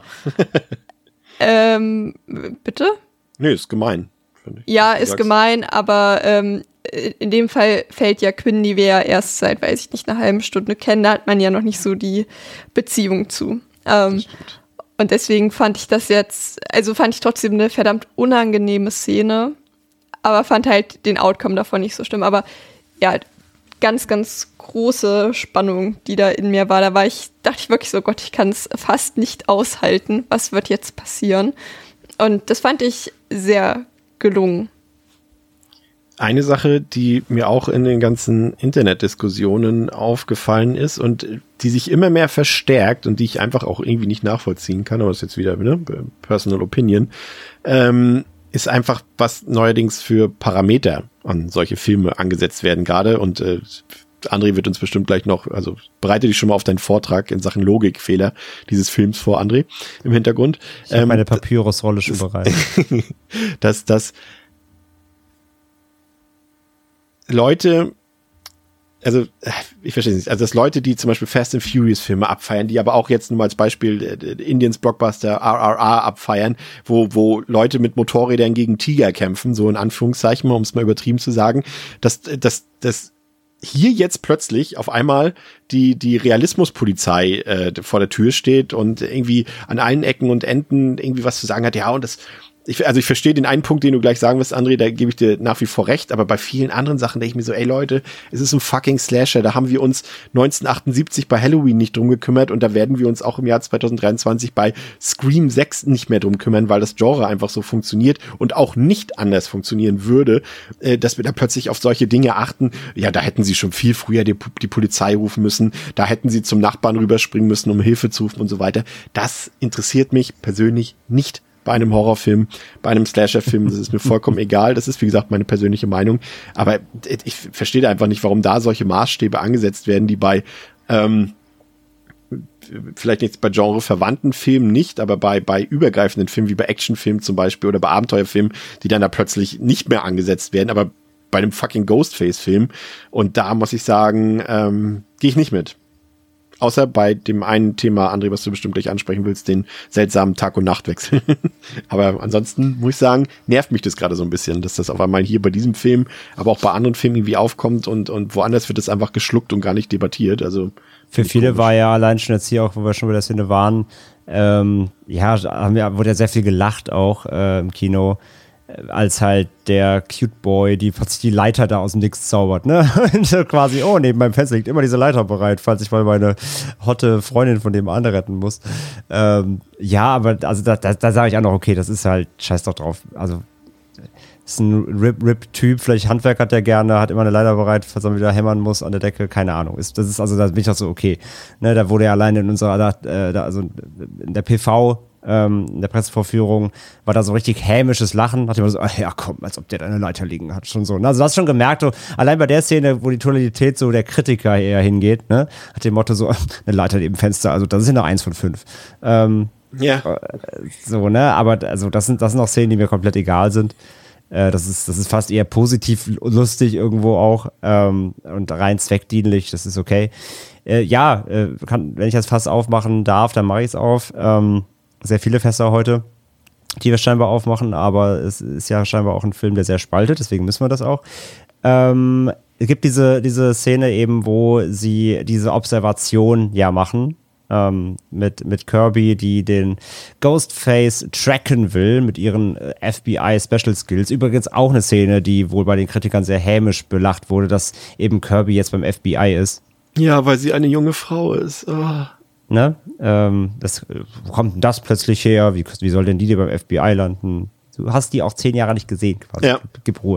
Bitte? Nee, ist gemein. Ja, ist gemein, aber in dem Fall fällt ja Quinn, die wir ja erst seit, weiß ich nicht, einer halben Stunde kennen, da hat man ja noch nicht so die Beziehung zu. Und deswegen fand ich trotzdem eine verdammt unangenehme Szene, aber fand halt den Outcome davon nicht so schlimm. Aber ja, ganz, ganz große Spannung, die da in mir war. Dachte ich wirklich so, Gott, ich kann es fast nicht aushalten. Was wird jetzt passieren? Und das fand ich sehr gelungen. Eine Sache, die mir auch in den ganzen Internetdiskussionen aufgefallen ist und die sich immer mehr verstärkt und die ich einfach auch irgendwie nicht nachvollziehen kann, aber das ist jetzt wieder Personal Opinion, ist einfach, was neuerdings für Parameter an solche Filme angesetzt werden gerade. Und André wird uns bestimmt gleich noch, also bereite dich schon mal auf deinen Vortrag in Sachen Logikfehler dieses Films vor, André, im Hintergrund. Ich habe meine Papyrusrolle schon bereit. dass Leute, also ich verstehe es nicht, also dass Leute, die zum Beispiel Fast and Furious Filme abfeiern, die aber auch jetzt nur mal als Beispiel Indians Blockbuster RRR abfeiern, wo Leute mit Motorrädern gegen Tiger kämpfen, so in Anführungszeichen, um es mal übertrieben zu sagen, dass hier jetzt plötzlich auf einmal die Realismuspolizei vor der Tür steht und irgendwie an allen Ecken und Enden irgendwie was zu sagen hat, ja, und ich verstehe den einen Punkt, den du gleich sagen wirst, André, da gebe ich dir nach wie vor recht, aber bei vielen anderen Sachen denke ich mir so, ey Leute, es ist ein fucking Slasher, da haben wir uns 1978 bei Halloween nicht drum gekümmert und da werden wir uns auch im Jahr 2023 bei Scream 6 nicht mehr drum kümmern, weil das Genre einfach so funktioniert und auch nicht anders funktionieren würde, dass wir da plötzlich auf solche Dinge achten. Ja, da hätten sie schon viel früher die Polizei rufen müssen, da hätten sie zum Nachbarn rüberspringen müssen, um Hilfe zu rufen und so weiter. Das interessiert mich persönlich nicht. Bei einem Horrorfilm, bei einem Slasher-Film, das ist mir vollkommen egal. Das ist, wie gesagt, meine persönliche Meinung. Aber ich verstehe da einfach nicht, warum da solche Maßstäbe angesetzt werden, die bei, vielleicht nicht bei genreverwandten Filmen nicht, aber bei übergreifenden Filmen, wie bei Actionfilmen zum Beispiel oder bei Abenteuerfilmen, die dann da plötzlich nicht mehr angesetzt werden, aber bei einem fucking Ghostface-Film. Und da muss ich sagen, gehe ich nicht mit. Außer bei dem einen Thema, André, was du bestimmt gleich ansprechen willst, den seltsamen Tag- und Nachtwechsel. Aber ansonsten muss ich sagen, nervt mich das gerade so ein bisschen, dass das auf einmal hier bei diesem Film, aber auch bei anderen Filmen irgendwie aufkommt und woanders wird es einfach geschluckt und gar nicht debattiert. Also für viele komisch. War ja allein schon jetzt hier auch, wo wir schon bei der Szene waren, wurde ja sehr viel gelacht auch im Kino, als halt der Cute Boy, die plötzlich die Leiter da aus dem Nix zaubert, ne? Und quasi, neben meinem Fenster liegt immer diese Leiter bereit, falls ich mal meine hotte Freundin von dem anretten muss. Aber also da sage ich auch noch, okay, das ist halt, scheiß doch drauf. Also, ist ein Rip-Typ, vielleicht Handwerk hat der gerne, hat immer eine Leiter bereit, falls er wieder hämmern muss an der Decke, keine Ahnung. Da bin ich auch so, okay. Ne, da wurde ja alleine in unserer, also in der PV, in der Pressevorführung war da so richtig hämisches Lachen, hat immer so, ja komm, als ob der da eine Leiter liegen hat, schon so. Also du hast schon gemerkt, so, allein bei der Szene, wo die Tonalität so der Kritiker eher hingeht, ne, hat dem Motto so, eine Leiter neben Fenster, also das ist eine 1 von 5. So, ne, aber also das sind auch Szenen, die mir komplett egal sind. Das ist fast eher positiv lustig irgendwo auch und rein zweckdienlich, das ist okay. Wenn ich das Fass aufmachen darf, dann mache ich es auf. Sehr viele Fässer heute, die wir scheinbar aufmachen, aber es ist ja scheinbar auch ein Film, der sehr spaltet, deswegen müssen wir das auch. Es gibt diese Szene eben, wo sie diese Observation ja machen, mit Kirby, die den Ghostface tracken will mit ihren FBI Special Skills. Übrigens auch eine Szene, die wohl bei den Kritikern sehr hämisch belacht wurde, dass eben Kirby jetzt beim FBI ist. Ja, weil sie eine junge Frau ist. Oh. Ne? Wo kommt denn das plötzlich her? Wie soll denn die beim FBI landen? Du hast die auch 10 Jahre nicht gesehen, quasi. Ja. Gib Ruhe.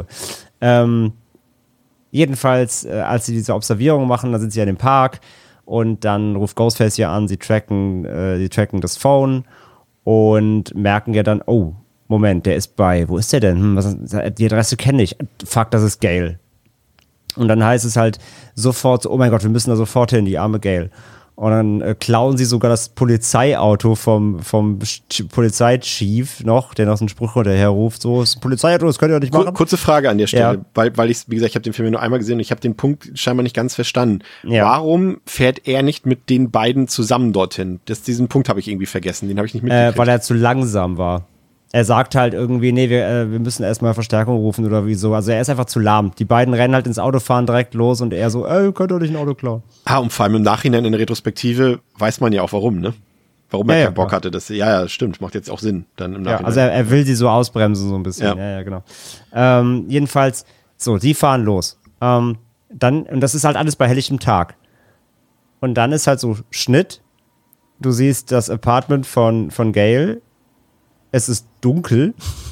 Jedenfalls, als sie diese Observierung machen, dann sind sie ja in dem Park und dann ruft Ghostface ja an, sie tracken das Phone und merken ja dann, oh, Moment, der ist wo ist der denn? Die Adresse kenne ich. Fuck, das ist Gail. Und dann heißt es halt sofort, oh mein Gott, wir müssen da sofort hin, die arme Gail. Und dann klauen sie sogar das Polizeiauto vom Polizeichief noch, der noch so einen Spruch hinterher ruft, so, ist ein Polizeiauto, das könnt ihr doch nicht machen. Kurze Frage an der Stelle, weil ich, wie gesagt, ich habe den Film nur einmal gesehen und ich habe den Punkt scheinbar nicht ganz verstanden. Ja. Warum fährt er nicht mit den beiden zusammen dorthin? Diesen Punkt habe ich irgendwie vergessen, den habe ich nicht mitgekriegt. Weil er zu langsam war. Er sagt halt irgendwie, nee, wir müssen erstmal Verstärkung rufen oder wieso. Also er ist einfach zu lahm. Die beiden rennen halt ins Auto, fahren direkt los und er so, könnt ihr nicht ein Auto klauen. Und vor allem im Nachhinein in der Retrospektive weiß man ja auch warum, ne? Warum er keinen Bock hatte. Ja, stimmt. Macht jetzt auch Sinn dann im Nachhinein. Ja, also er will sie so ausbremsen so ein bisschen. Ja, genau. Jedenfalls, so, die fahren los. Und das ist halt alles bei helllichem Tag. Und dann ist halt so Schnitt. Du siehst das Apartment von Gale. Es ist dunkel.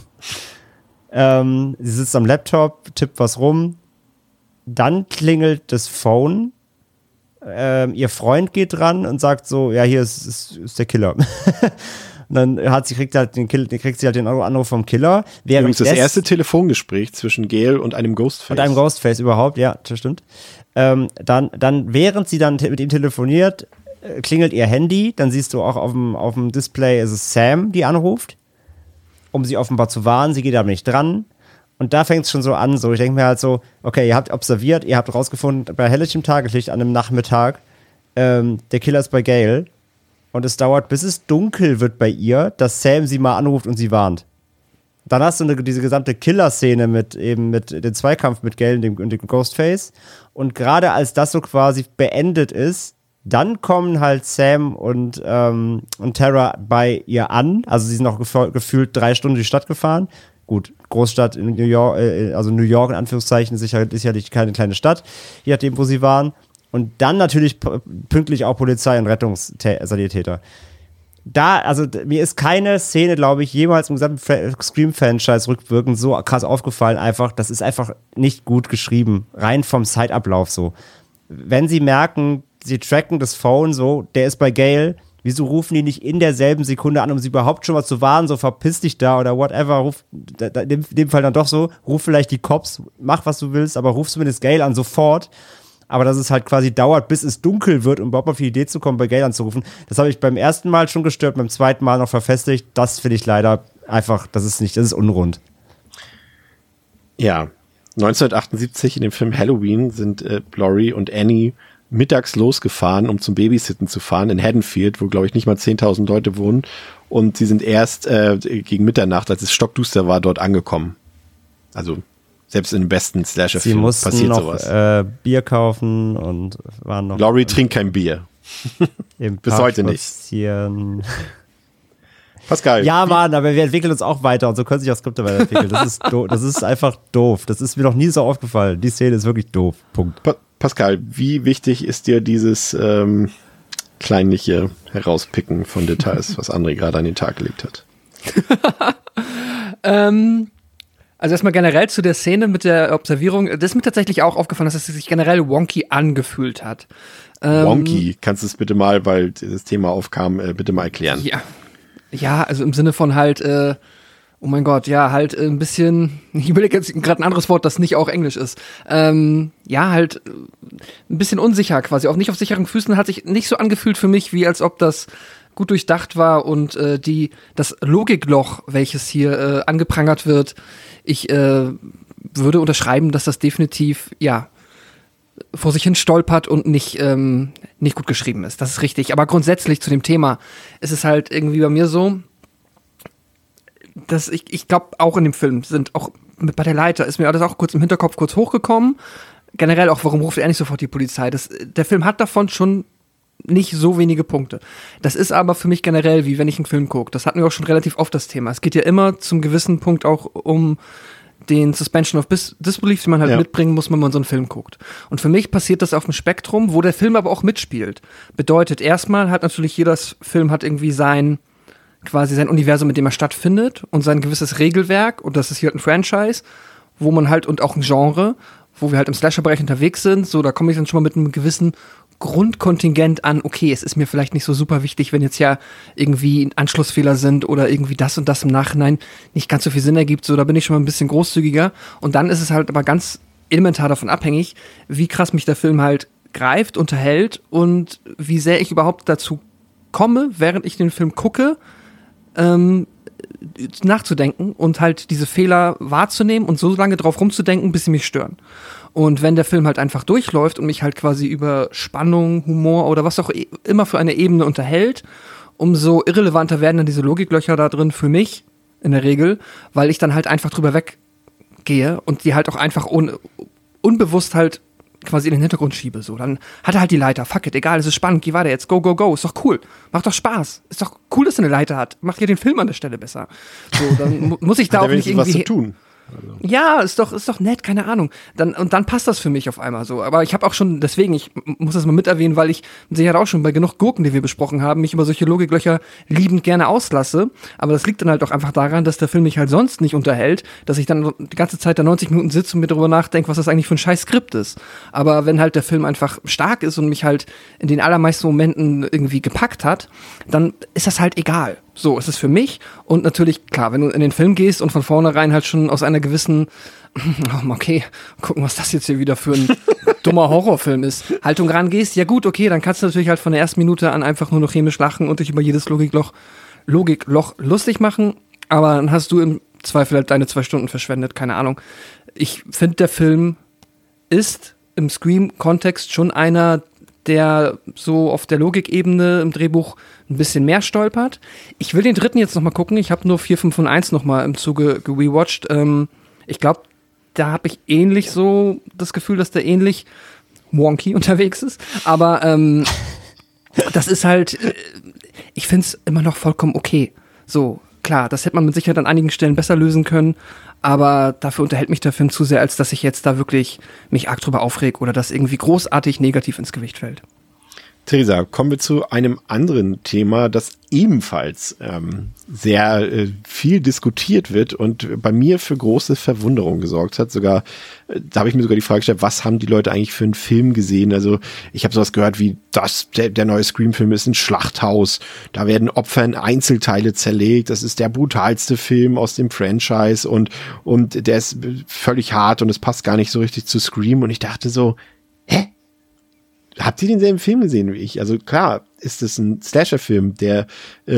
Sie sitzt am Laptop, tippt was rum. Dann klingelt das Phone. Ihr Freund geht dran und sagt so, ja, hier ist der Killer. Und dann kriegt sie halt den Anruf vom Killer. Übrigens das erste Telefongespräch zwischen Gale und einem Ghostface. Und einem Ghostface überhaupt, ja, das stimmt. Dann, während sie dann mit ihm telefoniert, klingelt ihr Handy. Dann siehst du auch auf dem Display, ist es Sam, die anruft, um sie offenbar zu warnen. Sie geht aber nicht dran. Und da fängt es schon so an. So, ich denke mir halt so, okay, ihr habt observiert, ihr habt rausgefunden, bei helllichem Tageslicht an einem Nachmittag, der Killer ist bei Gale. Und es dauert, bis es dunkel wird bei ihr, dass Sam sie mal anruft und sie warnt. Dann hast du diese gesamte Killer-Szene mit dem Zweikampf mit Gale und dem Ghostface. Und gerade als das so quasi beendet ist, dann kommen halt Sam und Tara bei ihr an. Also sie sind noch gefühlt 3 Stunden die Stadt gefahren. Gut, Großstadt in New York, also New York in Anführungszeichen, ist sicherlich keine kleine Stadt, je nachdem, wo sie waren. Und dann natürlich pünktlich auch Polizei und Rettungssanitäter. Mir ist keine Szene, glaube ich, jemals im gesamten Scream-Franchise rückwirkend so krass aufgefallen. Einfach, das ist einfach nicht gut geschrieben. Rein vom Zeitablauf so. Wenn sie merken, sie tracken das Phone so, der ist bei Gale, wieso rufen die nicht in derselben Sekunde an, um sie überhaupt schon mal zu warnen, so verpiss dich da oder whatever, in dem Fall dann doch so, ruf vielleicht die Cops, mach was du willst, aber ruf zumindest Gale an, sofort. Aber dass es halt quasi dauert, bis es dunkel wird, um überhaupt auf die Idee zu kommen, bei Gale anzurufen, das habe ich beim ersten Mal schon gestört, beim zweiten Mal noch verfestigt, das finde ich leider einfach, das ist unrund. Ja, 1978 in dem Film Halloween sind Laurie und Annie mittags losgefahren, um zum Babysitten zu fahren in Haddonfield, wo, glaube ich, nicht mal 10.000 Leute wohnen. Und sie sind erst gegen Mitternacht, als es stockduster war, dort angekommen. Also selbst in den besten Slasher-Filmen passiert sowas. Sie mussten noch Bier kaufen und waren noch... Laurie trinkt kein Bier. Bis heute nicht. Pascal. Ja, Mann, aber wir entwickeln uns auch weiter und so können sich auch Skripte weiterentwickeln. Das ist einfach doof. Das ist mir noch nie so aufgefallen. Die Szene ist wirklich doof. Punkt. Pascal, wie wichtig ist dir dieses kleinliche Herauspicken von Details, was André gerade an den Tag gelegt hat? Also erstmal generell zu der Szene mit der Observierung. Das ist mir tatsächlich auch aufgefallen, dass es sich generell wonky angefühlt hat. Wonky, kannst du es bitte mal, weil das Thema aufkam, bitte mal erklären? Ja, also im Sinne von halt, oh mein Gott, ja, halt ein bisschen, ich überlege jetzt gerade ein anderes Wort, das nicht auch Englisch ist. Ja, halt ein bisschen unsicher quasi, auch nicht auf sicheren Füßen, hat sich nicht so angefühlt für mich, wie als ob das gut durchdacht war und das Logikloch, welches hier angeprangert wird, ich würde unterschreiben, dass das definitiv, ja, vor sich hin stolpert und nicht gut geschrieben ist. Das ist richtig. Aber grundsätzlich zu dem Thema ist es halt irgendwie bei mir so, dass ich glaube, auch in dem Film sind auch bei der Leiter, ist mir das auch kurz im Hinterkopf kurz hochgekommen. Generell auch, warum ruft er nicht sofort die Polizei? Der Film hat davon schon nicht so wenige Punkte. Das ist aber für mich generell, wie wenn ich einen Film gucke. Das hatten wir auch schon relativ oft das Thema. Es geht ja immer zum gewissen Punkt auch um den Suspension of Disbelief, den man halt mitbringen muss, wenn man so einen Film guckt. Und für mich passiert das auf dem Spektrum, wo der Film aber auch mitspielt. Bedeutet, erstmal hat natürlich jeder Film hat irgendwie sein Universum, mit dem er stattfindet und sein gewisses Regelwerk, und das ist hier halt ein Franchise, wo man halt, und auch ein Genre, wo wir halt im Slasher-Bereich unterwegs sind, so, da komme ich dann schon mal mit einem gewissen Grundkontingent an, okay, es ist mir vielleicht nicht so super wichtig, wenn jetzt ja irgendwie Anschlussfehler sind oder irgendwie das und das im Nachhinein nicht ganz so viel Sinn ergibt, so, da bin ich schon mal ein bisschen großzügiger. Und dann ist es halt aber ganz elementar davon abhängig, wie krass mich der Film halt greift, unterhält und wie sehr ich überhaupt dazu komme, während ich den Film gucke, nachzudenken und halt diese Fehler wahrzunehmen und so lange drauf rumzudenken, bis sie mich stören. Und wenn der Film halt einfach durchläuft und mich halt quasi über Spannung, Humor oder was auch immer für eine Ebene unterhält, umso irrelevanter werden dann diese Logiklöcher da drin für mich in der Regel, weil ich dann halt einfach drüber weggehe und die halt auch einfach unbewusst halt quasi in den Hintergrund schiebe. So, dann hat er halt die Leiter. Fuck it, egal, es ist spannend, geh weiter jetzt, go, go, go. Ist doch cool. Macht doch Spaß. Ist doch cool, dass er eine Leiter hat. Macht ja den Film an der Stelle besser. So, dann muss ich da auch nicht irgendwie... was zu tun. Also. Ja, ist doch nett, keine Ahnung. Dann passt das für mich auf einmal so. Aber ich habe auch schon, deswegen, ich muss das mal mit erwähnen, weil ich sicher auch schon bei genug Gurken, die wir besprochen haben, mich über solche Logiklöcher liebend gerne auslasse. Aber das liegt dann halt auch einfach daran, dass der Film mich halt sonst nicht unterhält, dass ich dann die ganze Zeit da 90 Minuten sitze und mir darüber nachdenke, was das eigentlich für ein scheiß Skript ist. Aber wenn halt der Film einfach stark ist und mich halt in den allermeisten Momenten irgendwie gepackt hat, dann ist das halt egal. So ist es für mich. Und natürlich, klar, wenn du in den Film gehst und von vornherein halt schon aus einer gewissen, okay, gucken, was das jetzt hier wieder für ein dummer Horrorfilm ist, Haltung rangehst, ja gut, okay, dann kannst du natürlich halt von der ersten Minute an einfach nur noch chemisch lachen und dich über jedes Logikloch lustig machen. Aber dann hast du im Zweifel halt deine 2 Stunden verschwendet, keine Ahnung. Ich finde, der Film ist im Scream-Kontext schon einer, der so auf der Logikebene im Drehbuch ein bisschen mehr stolpert. Ich will den 3. jetzt nochmal gucken. Ich habe nur 4, 5 und 1 nochmal im Zuge gerewatcht. Ich glaube, da habe ich ähnlich so das Gefühl, dass der ähnlich wonky unterwegs ist. Aber das ist halt, ich finde es immer noch vollkommen okay. So, klar, das hätte man mit Sicherheit an einigen Stellen besser lösen können. Aber dafür unterhält mich der Film zu sehr, als dass ich jetzt da wirklich mich arg drüber aufreg oder das irgendwie großartig negativ ins Gewicht fällt. Theresa, kommen wir zu einem anderen Thema, das ebenfalls sehr viel diskutiert wird und bei mir für große Verwunderung gesorgt hat. Sogar, da habe ich mir sogar die Frage gestellt, was haben die Leute eigentlich für einen Film gesehen? Also ich habe sowas gehört wie, der neue Scream-Film ist ein Schlachthaus. Da werden Opfer in Einzelteile zerlegt. Das ist der brutalste Film aus dem Franchise und der ist völlig hart und es passt gar nicht so richtig zu Scream. Und ich dachte so, hä? Habt ihr denselben Film gesehen wie ich? Also klar, ist es ein Slasher-Film, der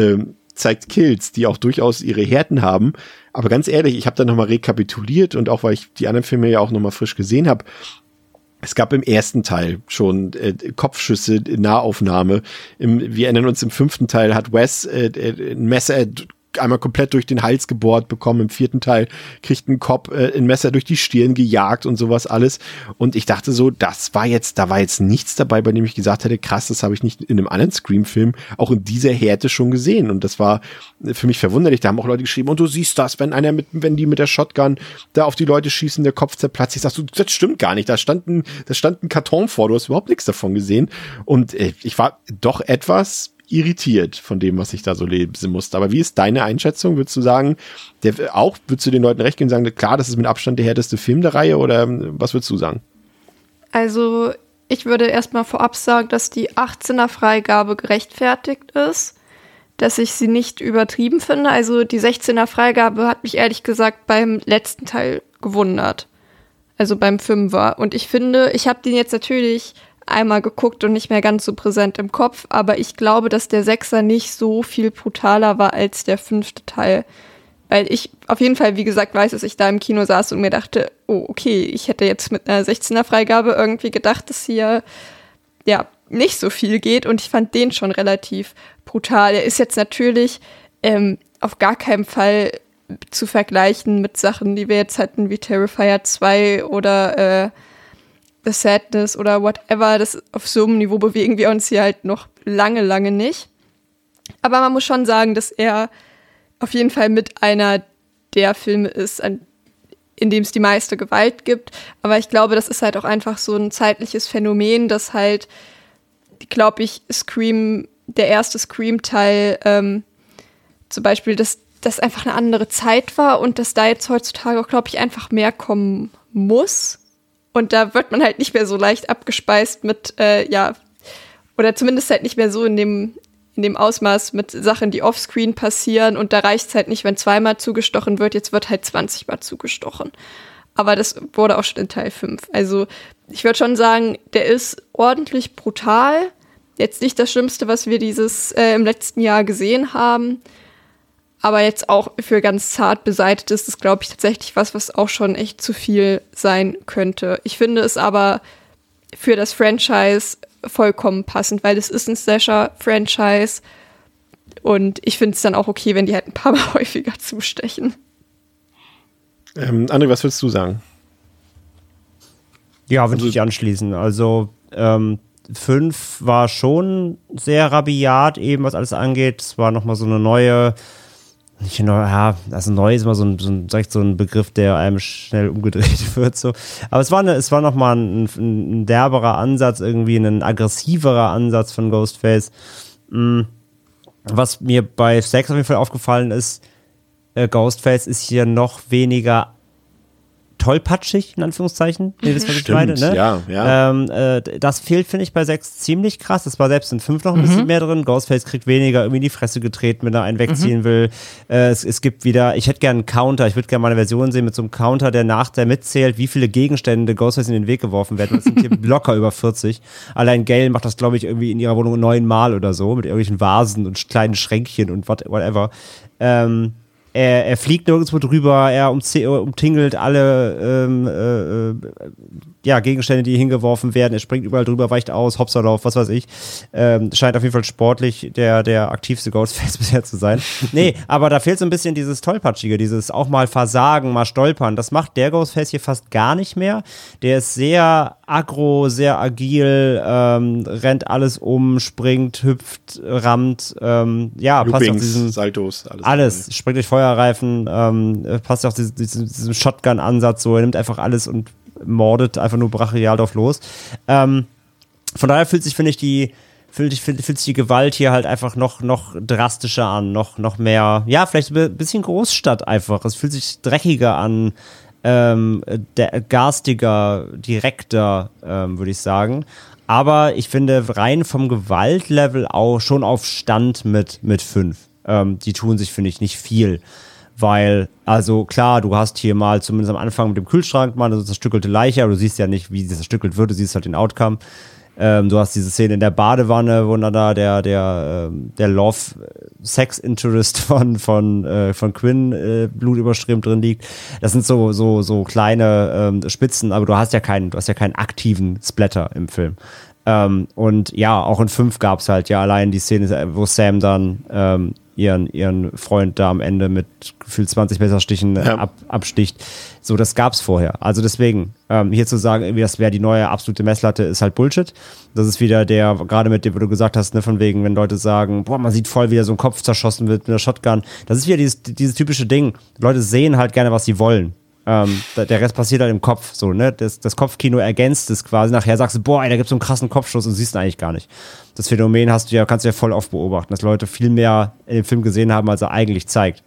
zeigt Kills, die auch durchaus ihre Härten haben. Aber ganz ehrlich, ich habe da nochmal rekapituliert und auch, weil ich die anderen Filme ja auch nochmal frisch gesehen habe, es gab im ersten Teil schon Kopfschüsse in Nahaufnahme. Wir erinnern uns, im 5. Teil hat Wes ein Messer einmal komplett durch den Hals gebohrt bekommen. Im 4. Teil kriegt ein Cop ein Messer durch die Stirn gejagt und sowas alles. Und ich dachte so, da war jetzt nichts dabei, bei dem ich gesagt hätte, krass, das habe ich nicht in einem anderen Scream-Film auch in dieser Härte schon gesehen. Und das war für mich verwunderlich. Da haben auch Leute geschrieben, und du siehst das, wenn die mit der Shotgun da auf die Leute schießen, der Kopf zerplatzt. Ich sag so, das stimmt gar nicht. Da stand ein Karton vor, du hast überhaupt nichts davon gesehen. Und ich war doch etwas irritiert von dem, was ich da so lesen musste. Aber wie ist deine Einschätzung? Würdest du sagen, würdest du den Leuten recht geben und sagen, klar, das ist mit Abstand der härteste Film der Reihe, oder was würdest du sagen? Also, ich würde erstmal vorab sagen, dass die 18er Freigabe gerechtfertigt ist, dass ich sie nicht übertrieben finde. Also, die 16er Freigabe hat mich ehrlich gesagt beim letzten Teil gewundert. Also beim 5er. Und ich finde, ich habe den jetzt natürlich einmal geguckt und nicht mehr ganz so präsent im Kopf, aber ich glaube, dass der 6er nicht so viel brutaler war als der 5. Teil. Weil ich auf jeden Fall, wie gesagt, weiß, dass ich da im Kino saß und mir dachte, oh, okay, ich hätte jetzt mit einer 16er Freigabe irgendwie gedacht, dass hier ja nicht so viel geht, und ich fand den schon relativ brutal. Er ist jetzt natürlich auf gar keinen Fall zu vergleichen mit Sachen, die wir jetzt hatten, wie Terrifier 2 oder The Sadness oder whatever. Das auf so einem Niveau bewegen wir uns hier halt noch lange, lange nicht. Aber man muss schon sagen, dass er auf jeden Fall mit einer der Filme ist, in dem es die meiste Gewalt gibt. Aber ich glaube, das ist halt auch einfach so ein zeitliches Phänomen, dass halt, glaube ich, der erste Scream-Teil zum Beispiel, dass das einfach eine andere Zeit war und dass da jetzt heutzutage auch, glaube ich, einfach mehr kommen muss. Und da wird man halt nicht mehr so leicht abgespeist mit, oder zumindest halt nicht mehr so in dem Ausmaß mit Sachen, die offscreen passieren. Und da reicht es halt nicht, wenn 2-mal zugestochen wird. Jetzt wird halt 20-mal zugestochen. aber das wurde auch schon in Teil 5. Also ich würde schon sagen, der ist ordentlich brutal. Jetzt nicht das Schlimmste, was wir im letzten Jahr gesehen haben, aber jetzt auch für ganz zart beseitigt ist es, glaube ich, tatsächlich was auch schon echt zu viel sein könnte. Ich finde es aber für das Franchise vollkommen passend, weil es ist ein Slasher-Franchise und ich finde es dann auch okay, wenn die halt ein paar Mal häufiger zustechen. André, was würdest du sagen? Ja, würde ich anschließen. Also 5 war schon sehr rabiat, eben was alles angeht. Es war nochmal so eine neue, also neu ist immer so ein Begriff, der einem schnell umgedreht wird. So. Aber es war nochmal ein derberer Ansatz, irgendwie ein aggressiverer Ansatz von Ghostface. Was mir bei 6 auf jeden Fall aufgefallen ist, Ghostface ist hier noch weniger tollpatschig, in Anführungszeichen. Nee, das, was ich meine, ne? Ja. Das fehlt, finde ich, bei 6 ziemlich krass. Das war selbst in 5 noch ein bisschen mehr drin. Ghostface kriegt weniger irgendwie in die Fresse getreten, wenn er einen wegziehen will. Es gibt wieder, ich hätte gerne einen Counter, ich würde gerne mal eine Version sehen mit so einem Counter, der mitzählt, wie viele Gegenstände Ghostface in den Weg geworfen werden. Das sind hier locker über 40. Allein Gail macht das, glaube ich, irgendwie in ihrer Wohnung 9 Mal oder so, mit irgendwelchen Vasen und kleinen Schränkchen und whatever. Er fliegt nirgendwo drüber, er umtingelt alle Gegenstände, die hingeworfen werden. Er springt überall drüber, weicht aus, Hopserlauf, was weiß ich. Scheint auf jeden Fall sportlich der aktivste Ghostface bisher zu sein. Nee, aber da fehlt so ein bisschen dieses Tollpatschige, dieses auch mal versagen, mal stolpern. Das macht der Ghostface hier fast gar nicht mehr. Der ist sehr aggro, sehr agil, rennt alles um, springt, hüpft, rammt, Loopings, passt auf diesen Saltos, alles springt durch Feuerreifen, passt auf diesen Shotgun-Ansatz, so, er nimmt einfach alles und mordet einfach nur brachial drauf los. Von daher fühlt sich die Gewalt hier halt einfach noch drastischer an, noch mehr, ja, vielleicht ein bisschen Großstadt einfach. Es fühlt sich dreckiger an, garstiger, direkter, würde ich sagen. Aber ich finde rein vom Gewaltlevel auch schon auf Stand mit 5. Die tun sich, finde ich, nicht viel. Weil, also klar, du hast hier mal zumindest am Anfang mit dem Kühlschrank mal eine zerstückelte Leiche, aber du siehst ja nicht, wie sie zerstückelt wird, du siehst halt den Outcome. Du hast diese Szene in der Badewanne, wo dann da der Love-Sex-Interest von Quinn blutüberströmt drin liegt. Das sind so kleine Spitzen, aber du hast ja keinen aktiven Splatter im Film. Und ja, auch in 5 gab es halt ja allein die Szene, wo Sam dann ihren Freund da am Ende mit gefühlt 20 Messerstichen absticht. So, das gab's vorher. Also deswegen, hier zu sagen, irgendwie, das wäre die neue absolute Messlatte, ist halt Bullshit. Das ist wieder gerade mit dem, wo du gesagt hast, ne, von wegen, wenn Leute sagen, boah, man sieht voll, wie da so ein Kopf zerschossen wird mit einer Shotgun. Das ist wieder dieses typische Ding. Leute sehen halt gerne, was sie wollen. Der Rest passiert halt im Kopf, so, ne? Das Kopfkino ergänzt es quasi. Nachher sagst du, boah, ey, da gibt's so einen krassen Kopfschuss und siehst ihn eigentlich gar nicht. Das Phänomen kannst du ja voll oft beobachten, dass Leute viel mehr in dem Film gesehen haben, als er eigentlich zeigt.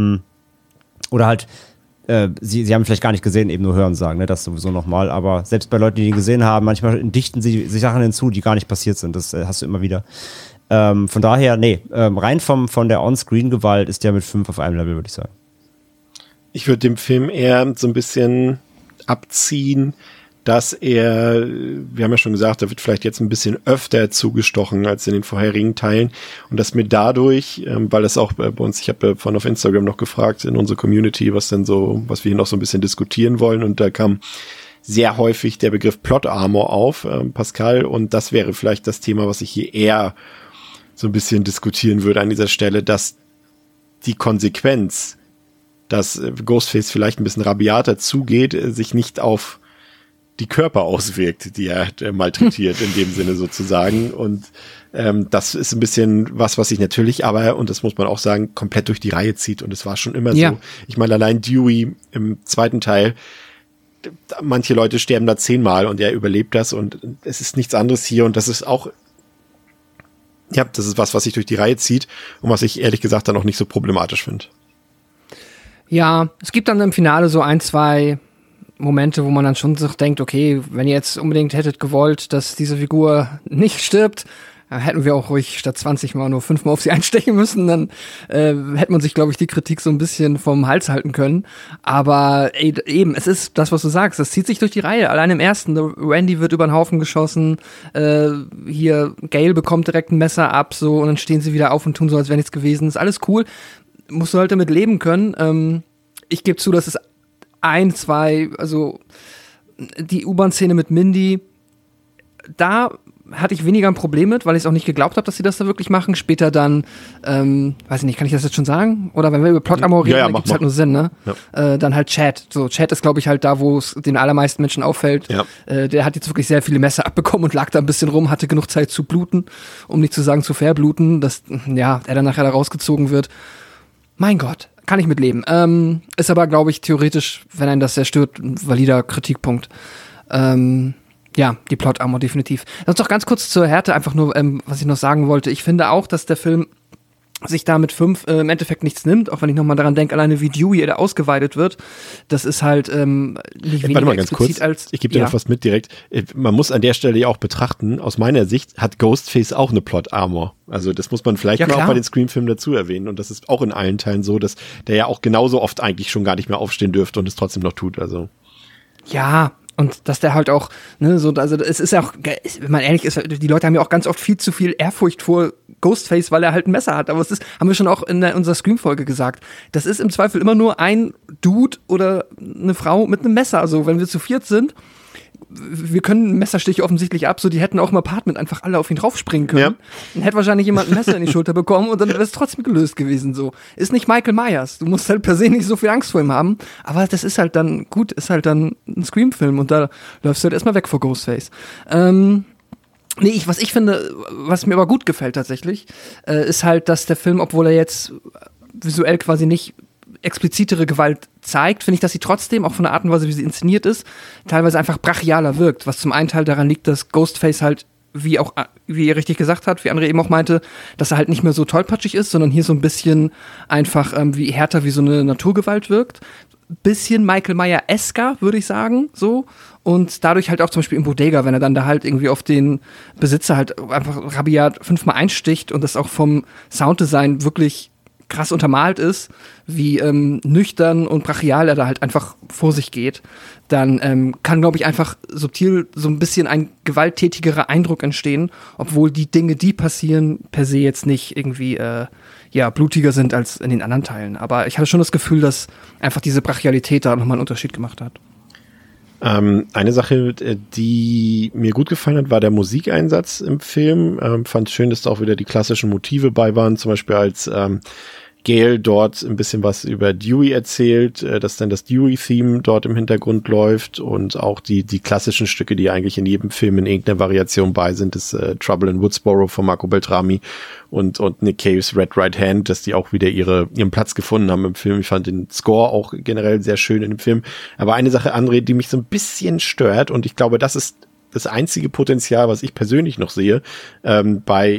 Oder halt, sie haben vielleicht gar nicht gesehen, eben nur hören sagen, ne? Das sowieso nochmal. Aber selbst bei Leuten, die ihn gesehen haben, manchmal dichten sie sich Sachen hinzu, die gar nicht passiert sind. Das hast du immer wieder. Von daher, nee, rein von der On-Screen-Gewalt ist der mit 5 auf einem Level, würde ich sagen. Ich würde dem Film eher so ein bisschen abziehen, dass wir haben ja schon gesagt, er wird vielleicht jetzt ein bisschen öfter zugestochen als in den vorherigen Teilen und dass mir dadurch, weil das auch bei uns, ich habe auf Instagram noch gefragt in unsere Community, was wir hier noch so ein bisschen diskutieren wollen und da kam sehr häufig der Begriff Plot Armor auf, Pascal, und das wäre vielleicht das Thema, was ich hier eher so ein bisschen diskutieren würde an dieser Stelle, dass die Konsequenz, dass Ghostface vielleicht ein bisschen rabiater zugeht, sich nicht auf die Körper auswirkt, die er malträtiert in dem Sinne sozusagen. Und das ist ein bisschen was sich natürlich aber, und das muss man auch sagen, komplett durch die Reihe zieht. Und es war schon immer so. Ich meine, allein Dewey im zweiten Teil, manche Leute sterben da 10-mal und er überlebt das. Und es ist nichts anderes hier. Und das ist auch, ja, das ist was sich durch die Reihe zieht und was ich ehrlich gesagt dann auch nicht so problematisch finde. Ja, es gibt dann im Finale so 1, 2 Momente, wo man dann schon sich denkt, okay, wenn ihr jetzt unbedingt hättet gewollt, dass diese Figur nicht stirbt, hätten wir auch ruhig statt 20 Mal nur 5 Mal auf sie einstechen müssen, dann hätte man sich, glaube ich, die Kritik so ein bisschen vom Hals halten können. Aber eben, es ist das, was du sagst, das zieht sich durch die Reihe. Allein im ersten, Randy wird über den Haufen geschossen, hier Gail bekommt direkt ein Messer ab, so, und dann stehen sie wieder auf und tun so, als wäre nichts gewesen. Ist alles cool, musst du halt damit leben können. Ich gebe zu, dass es 1, 2, also die U-Bahn-Szene mit Mindy, da hatte ich weniger ein Problem mit, weil ich es auch nicht geglaubt habe, dass sie das da wirklich machen. Später dann, weiß ich nicht, kann ich das jetzt schon sagen? Oder wenn wir über Plot-Armor reden, dann gibt's halt nur Sinn, ne? Ja. Dann halt Chad. So, Chad ist, glaube ich, halt da, wo es den allermeisten Menschen auffällt. Ja. Der hat jetzt wirklich sehr viele Messer abbekommen und lag da ein bisschen rum, hatte genug Zeit zu bluten, um nicht zu sagen zu verbluten, dass, ja, er dann nachher da rausgezogen wird. Mein Gott, kann ich mitleben. Ist aber, glaube ich, theoretisch, wenn einen das sehr stört, ein valider Kritikpunkt. Ja, die Plot-Armor definitiv. Sonst noch ganz kurz zur Härte, einfach nur, was ich noch sagen wollte. Ich finde auch, dass der Film sich da mit 5 im Endeffekt nichts nimmt, auch wenn ich nochmal daran denke, alleine wie Dewey da ausgeweitet wird. Das ist halt nicht weniger mal ganz kurz, als... Ich gebe dir noch was mit direkt. Man muss an der Stelle ja auch betrachten, aus meiner Sicht hat Ghostface auch eine Plot-Armor. Also das muss man vielleicht mal auch bei den Scream-Filmen dazu erwähnen. Und das ist auch in allen Teilen so, dass der ja auch genauso oft eigentlich schon gar nicht mehr aufstehen dürfte und es trotzdem noch tut. Also ja, und dass der halt auch, ne, so, also es ist ja auch, wenn man ehrlich ist, die Leute haben ja auch ganz oft viel zu viel Ehrfurcht vor Ghostface, weil er halt ein Messer hat. Aber es ist, haben wir schon auch in unserer Scream-Folge gesagt, das ist im Zweifel immer nur ein Dude oder eine Frau mit einem Messer. Also wenn wir zu 4 sind, wir können Messerstiche offensichtlich ab, so die hätten auch im Apartment einfach alle auf ihn draufspringen können. Ja. Dann hätte wahrscheinlich jemand ein Messer in die Schulter bekommen und dann wäre es trotzdem gelöst gewesen. So. Ist nicht Michael Myers. Du musst halt per se nicht so viel Angst vor ihm haben. Aber das ist halt dann, gut, ist halt dann ein Scream-Film und da läufst du halt erstmal weg vor Ghostface. Was ich finde, was mir aber gut gefällt tatsächlich, ist halt, dass der Film, obwohl er jetzt visuell quasi nicht explizitere Gewalt zeigt, finde ich, dass sie trotzdem, auch von der Art und Weise, wie sie inszeniert ist, teilweise einfach brachialer wirkt, was zum einen Teil daran liegt, dass Ghostface halt, wie ihr richtig gesagt habt, wie André eben auch meinte, dass er halt nicht mehr so tollpatschig ist, sondern hier so ein bisschen einfach wie härter wie so eine Naturgewalt wirkt. Bisschen Michael Myers-esker, würde ich sagen, so. Und dadurch halt auch zum Beispiel im Bodega, wenn er dann da halt irgendwie auf den Besitzer halt einfach rabiat 5-mal einsticht und das auch vom Sounddesign wirklich krass untermalt ist, wie nüchtern und brachial er da halt einfach vor sich geht, dann kann, glaube ich, einfach subtil so ein bisschen ein gewalttätigerer Eindruck entstehen, obwohl die Dinge, die passieren, per se jetzt nicht irgendwie blutiger sind als in den anderen Teilen. Aber ich hatte schon das Gefühl, dass einfach diese Brachialität da nochmal einen Unterschied gemacht hat. Eine Sache, die mir gut gefallen hat, war der Musikeinsatz im Film. Fand schön, dass da auch wieder die klassischen Motive bei waren, zum Beispiel als Gail dort ein bisschen was über Dewey erzählt, dass dann das Dewey-Theme dort im Hintergrund läuft und auch die klassischen Stücke, die eigentlich in jedem Film in irgendeiner Variation bei sind, das Trouble in Woodsboro von Marco Beltrami und Nick Caves Red Right Hand, dass die auch wieder ihren Platz gefunden haben im Film. Ich fand den Score auch generell sehr schön in dem Film. Aber eine Sache, André, die mich so ein bisschen stört, und ich glaube, das ist das einzige Potenzial, was ich persönlich noch sehe, bei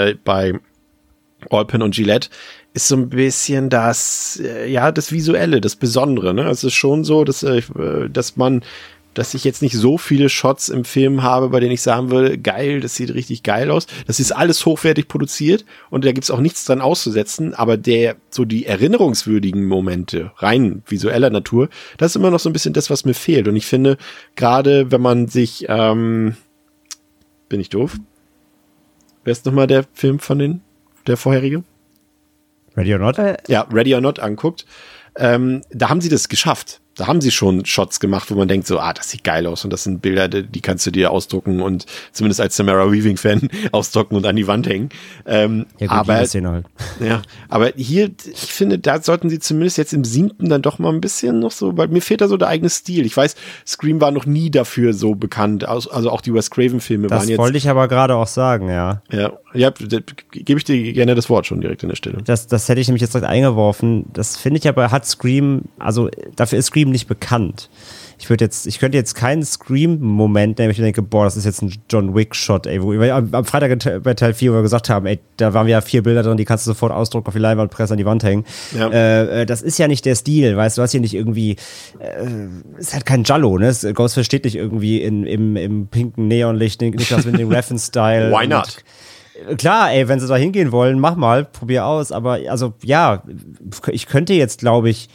Alpen und Gillette, ist so ein bisschen das Visuelle, das Besondere, ne? Es ist schon so, dass ich jetzt nicht so viele Shots im Film habe, bei denen ich sagen würde, geil, das sieht richtig geil aus. Das ist alles hochwertig produziert und da gibt's auch nichts dran auszusetzen, aber die erinnerungswürdigen Momente, rein visueller Natur, das ist immer noch so ein bisschen das, was mir fehlt. Und ich finde, gerade wenn man sich, bin ich doof? Wer ist nochmal der Film der vorherige? Ready or Not? Ja, Ready or Not anguckt. Da haben sie das geschafft. Da haben sie schon Shots gemacht, wo man denkt so, das sieht geil aus und das sind Bilder, die kannst du dir ausdrucken und zumindest als Samara Weaving-Fan ausdrucken und an die Wand hängen. Aber hier, ich finde, da sollten sie zumindest jetzt im 7. dann doch mal ein bisschen noch so, weil mir fehlt da so der eigene Stil. Ich weiß, Scream war noch nie dafür so bekannt, also auch die Wes Craven-Filme waren jetzt... Das wollte ich aber gerade auch sagen, ja. Ja, gebe ich dir gerne das Wort schon direkt an der Stelle. Das hätte ich nämlich jetzt direkt eingeworfen. Das finde ich aber, hat Scream, also dafür ist Scream nicht bekannt. Ich könnte jetzt keinen Scream-Moment nehmen, ich denke, das ist jetzt ein John Wick-Shot, ey, wo wir am Freitag bei Teil 4, wo wir gesagt haben, ey, da waren ja 4 Bilder drin, die kannst du sofort ausdrucken, auf die Leinwand pressen, an die Wand hängen. Ja. Das ist ja nicht der Stil, weißt du, hast hier nicht irgendwie, ist halt kein Giallo, ne? Ghostface steht nicht irgendwie im pinken Neonlicht, nicht das mit dem Refn-Style. Why not? klar, ey, wenn sie da hingehen wollen, mach mal, probier aus. Aber also ja, ich könnte jetzt, glaube ich,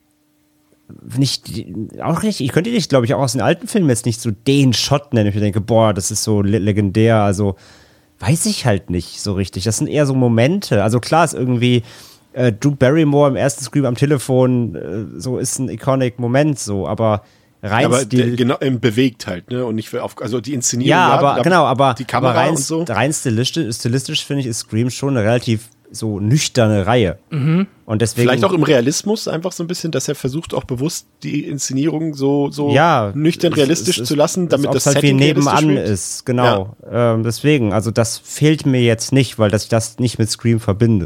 ich könnte dich, glaube ich, auch aus den alten Filmen jetzt nicht so den Shot nennen. Ich denke, boah, das ist so legendär. Also weiß ich halt nicht so richtig. Das sind eher so Momente. Also klar ist irgendwie Drew Barrymore im ersten Scream am Telefon, so ist ein iconic Moment so, aber rein genau, bewegt halt, ne? Und nicht für also die Inszenierung. Ja, aber die Kamera rein, und so. Rein stilistisch finde ich, ist Scream schon eine relativ so nüchterne Reihe. Mhm. Und deswegen, vielleicht auch im Realismus einfach so ein bisschen, dass er versucht auch bewusst die Inszenierung so nüchtern realistisch zu lassen, damit das halt Setting wie nebenan wird. ist. Genau. Ja. Deswegen, also das fehlt mir jetzt nicht, weil ich das nicht mit Scream verbinde.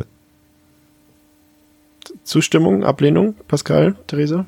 Zustimmung, Ablehnung, Pascal, Theresa?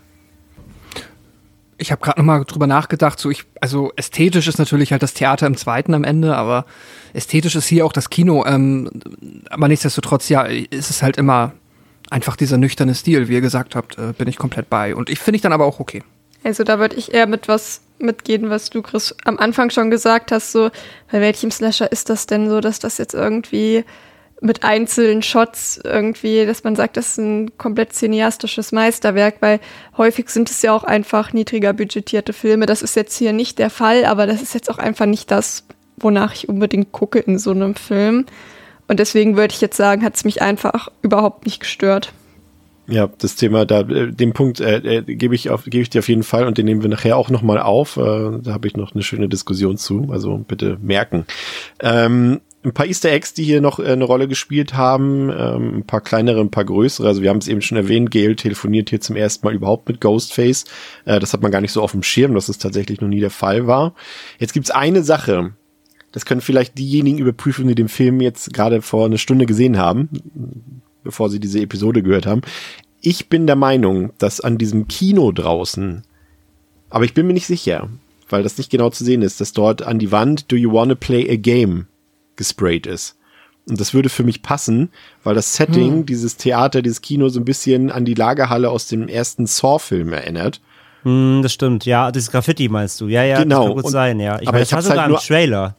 Ich habe gerade nochmal drüber nachgedacht, also ästhetisch ist natürlich halt das Theater im zweiten am Ende, aber ästhetisch ist hier auch das Kino. Aber nichtsdestotrotz, ja, ist es halt immer einfach dieser nüchterne Stil, wie ihr gesagt habt, bin ich komplett bei. Und ich finde ich dann aber auch okay. Also da würde ich eher mit was mitgehen, was du, Chris, am Anfang schon gesagt hast, so, bei welchem Slasher ist das denn so, dass das jetzt irgendwie mit einzelnen Shots irgendwie, dass man sagt, das ist ein komplett cineastisches Meisterwerk, weil häufig sind es ja auch einfach niedriger budgetierte Filme. Das ist jetzt hier nicht der Fall, aber das ist jetzt auch einfach nicht das, wonach ich unbedingt gucke in so einem Film. Und deswegen würde ich jetzt sagen, hat es mich einfach überhaupt nicht gestört. Ja, das Thema, den Punkt gebe ich dir auf jeden Fall und den nehmen wir nachher auch nochmal auf. Da habe ich noch eine schöne Diskussion zu, also bitte merken. Ein paar Easter Eggs, die hier noch eine Rolle gespielt haben, ein paar kleinere, ein paar größere. Also wir haben es eben schon erwähnt, Gale telefoniert hier zum ersten Mal überhaupt mit Ghostface. Das hat man gar nicht so auf dem Schirm, dass es tatsächlich noch nie der Fall war. Jetzt gibt's eine Sache, das können vielleicht diejenigen überprüfen, die den Film jetzt gerade vor einer Stunde gesehen haben, bevor sie diese Episode gehört haben. Ich bin der Meinung, dass an diesem Kino draußen, aber ich bin mir nicht sicher, weil das nicht genau zu sehen ist, dass dort an die Wand "Do you wanna play a game" gesprayt ist. Und das würde für mich passen, weil das Setting, dieses Theater, dieses Kino so ein bisschen an die Lagerhalle aus dem ersten Saw-Film erinnert. Das stimmt, ja, das Graffiti meinst du. Ja, genau. Das kann gut sein, ja. Aber das war sogar im Trailer.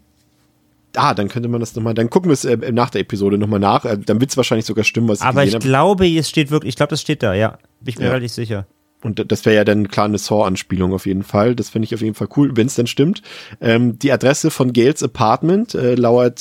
Dann könnte man das nochmal, dann gucken wir es nach der Episode nochmal nach. Dann wird es wahrscheinlich sogar stimmen, was aber ich gesehen habe. Aber ich glaube, es steht wirklich, ich glaube, das steht da, ja. Bin ich mir relativ sicher. Und das wäre ja dann klar eine Saw-Anspielung auf jeden Fall. Das finde ich auf jeden Fall cool, wenn es dann stimmt. Die Adresse von Gales Apartment hört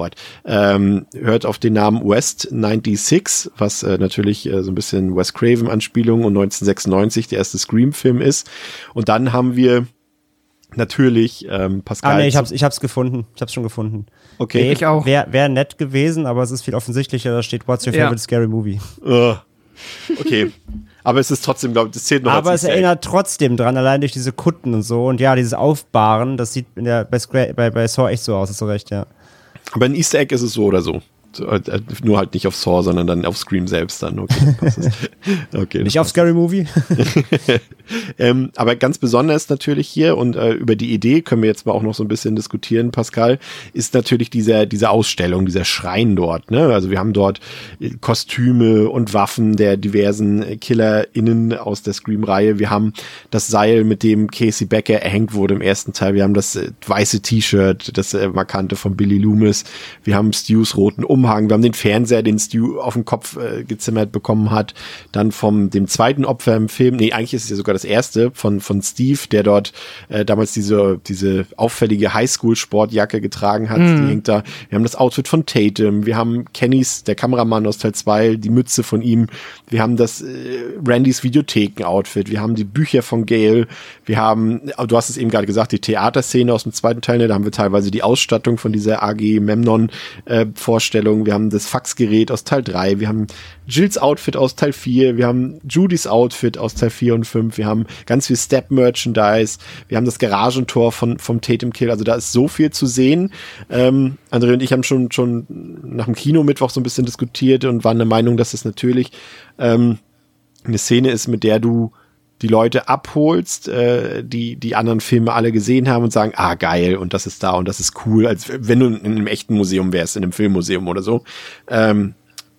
auf den Namen West 96, was natürlich so ein bisschen Wes Craven-Anspielung und 1996 der erste Scream-Film ist. Und dann haben wir natürlich Pascal. Nee, ich hab's gefunden. Ich hab's schon gefunden. Okay. Ich auch. Wäre nett gewesen, aber es ist viel offensichtlicher. Da steht "What's your favorite scary movie?" Okay. Aber es ist trotzdem, glaube ich, das zählt noch. Aber es erinnert trotzdem dran, allein durch diese Kutten und so. Und ja, dieses Aufbahren, das sieht bei Saw echt so aus, hast du recht, ja. Aber ein Easter Egg ist es so oder so. Nur halt nicht auf Saw, sondern dann auf Scream selbst dann. Okay, okay, nicht auf Scary Movie? Aber ganz besonders natürlich hier und über die Idee können wir jetzt mal auch noch so ein bisschen diskutieren, Pascal, ist natürlich diese Ausstellung, dieser Schrein dort. Ne? Also wir haben dort Kostüme und Waffen der diversen KillerInnen aus der Scream-Reihe. Wir haben das Seil, mit dem Casey Becker erhängt wurde im ersten Teil. Wir haben das weiße T-Shirt, das markante von Billy Loomis. Wir haben Stews roten Umhang. Wir haben den Fernseher, den Stu auf den Kopf gezimmert bekommen hat. Dann dem zweiten Opfer im Film, eigentlich ist es ja sogar das erste, von Steve, der dort damals diese auffällige Highschool-Sportjacke getragen hat. Die hängt da. Wir haben das Outfit von Tatum. Wir haben Kennys, der Kameramann aus Teil 2, die Mütze von ihm. Wir haben das Randys Videotheken-Outfit. Wir haben die Bücher von Gale. Wir haben, du hast es eben gerade gesagt, die Theaterszene aus dem zweiten Teil. Da haben wir teilweise die Ausstattung von dieser AG Memnon Vorstellung. Wir haben das Faxgerät aus Teil 3, wir haben Jills Outfit aus Teil 4, wir haben Judys Outfit aus Teil 4 und 5, wir haben ganz viel Step-Merchandise, wir haben das Garagentor vom Tatum Kill, also da ist so viel zu sehen. André und ich haben schon nach dem Kino-Mittwoch so ein bisschen diskutiert und waren der Meinung, dass es natürlich eine Szene ist, mit der du die Leute abholst, die anderen Filme alle gesehen haben und sagen, geil, und das ist da und das ist cool, als wenn du in einem echten Museum wärst, in einem Filmmuseum oder so.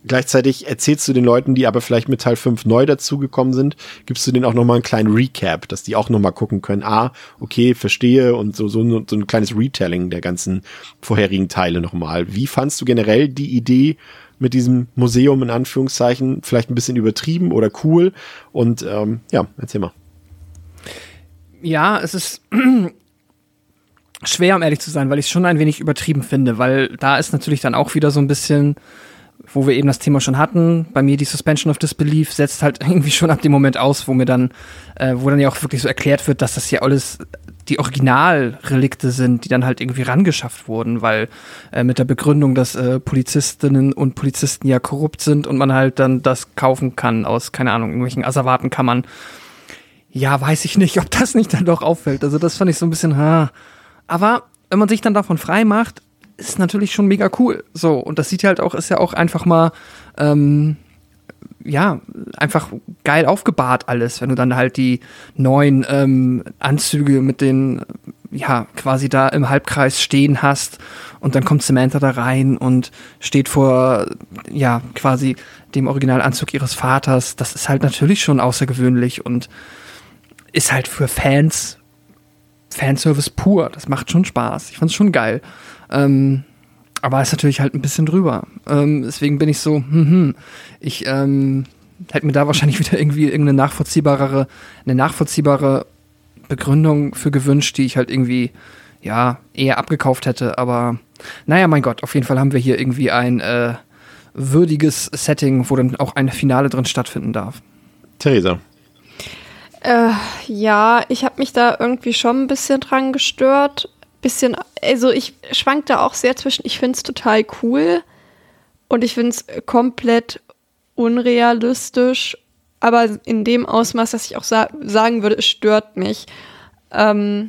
Gleichzeitig erzählst du den Leuten, die aber vielleicht mit Teil 5 neu dazugekommen sind, gibst du denen auch nochmal einen kleinen Recap, dass die auch nochmal gucken können, okay, verstehe, und so ein kleines Retelling der ganzen vorherigen Teile nochmal. Wie fandst du generell die Idee mit diesem Museum in Anführungszeichen? Vielleicht ein bisschen übertrieben oder cool? Und erzähl mal. Ja, es ist schwer, um ehrlich zu sein, weil ich es schon ein wenig übertrieben finde, weil da ist natürlich dann auch wieder so ein bisschen, wo wir eben das Thema schon hatten, bei mir die Suspension of Disbelief setzt halt irgendwie schon ab dem Moment aus, wo dann ja auch wirklich so erklärt wird, dass das ja alles die Originalrelikte sind, die dann halt irgendwie rangeschafft wurden, weil mit der Begründung, dass Polizistinnen und Polizisten ja korrupt sind und man halt dann das kaufen kann aus, keine Ahnung, irgendwelchen Asservatenkammern. Ja, weiß ich nicht, ob das nicht dann doch auffällt. Also das fand ich so ein bisschen, Aber wenn man sich dann davon frei macht, ist natürlich schon mega cool. So, und das sieht halt auch, ist ja auch einfach mal, einfach geil aufgebahrt alles, wenn du dann halt die neuen Anzüge mit den, quasi da im Halbkreis stehen hast und dann kommt Samantha da rein und steht vor, quasi dem Originalanzug ihres Vaters. Das ist halt natürlich schon außergewöhnlich und ist halt für Fans Fanservice pur. Das macht schon Spaß. Ich fand's schon geil. Aber ist natürlich halt ein bisschen drüber. Deswegen bin ich so, ich hätte mir da wahrscheinlich wieder irgendwie irgendeine nachvollziehbare Begründung für gewünscht, die ich halt irgendwie, eher abgekauft hätte. Aber naja, mein Gott, auf jeden Fall haben wir hier irgendwie ein würdiges Setting, wo dann auch ein Finale drin stattfinden darf. Theresa. Ich habe mich da irgendwie schon ein bisschen dran gestört. Also ich schwank da auch sehr zwischen, ich finde es total cool und ich finde es komplett unrealistisch, aber in dem Ausmaß, dass ich auch sagen würde, es stört mich. Also,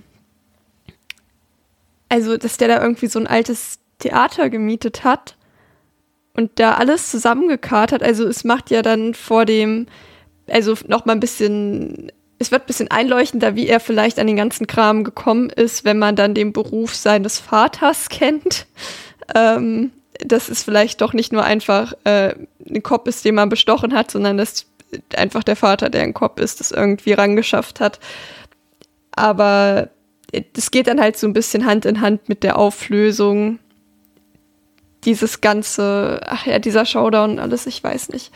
dass der da irgendwie so ein altes Theater gemietet hat und da alles zusammengekarrt hat, also es macht ja dann noch mal ein bisschen, es wird ein bisschen einleuchtender, wie er vielleicht an den ganzen Kram gekommen ist, wenn man dann den Beruf seines Vaters kennt. Dass es vielleicht doch nicht nur einfach ein Cop ist, den man bestochen hat, sondern dass einfach der Vater, der ein Cop ist, das irgendwie rangeschafft hat. Aber das geht dann halt so ein bisschen Hand in Hand mit der Auflösung. Dieses ganze, dieser Showdown und alles, ich weiß nicht.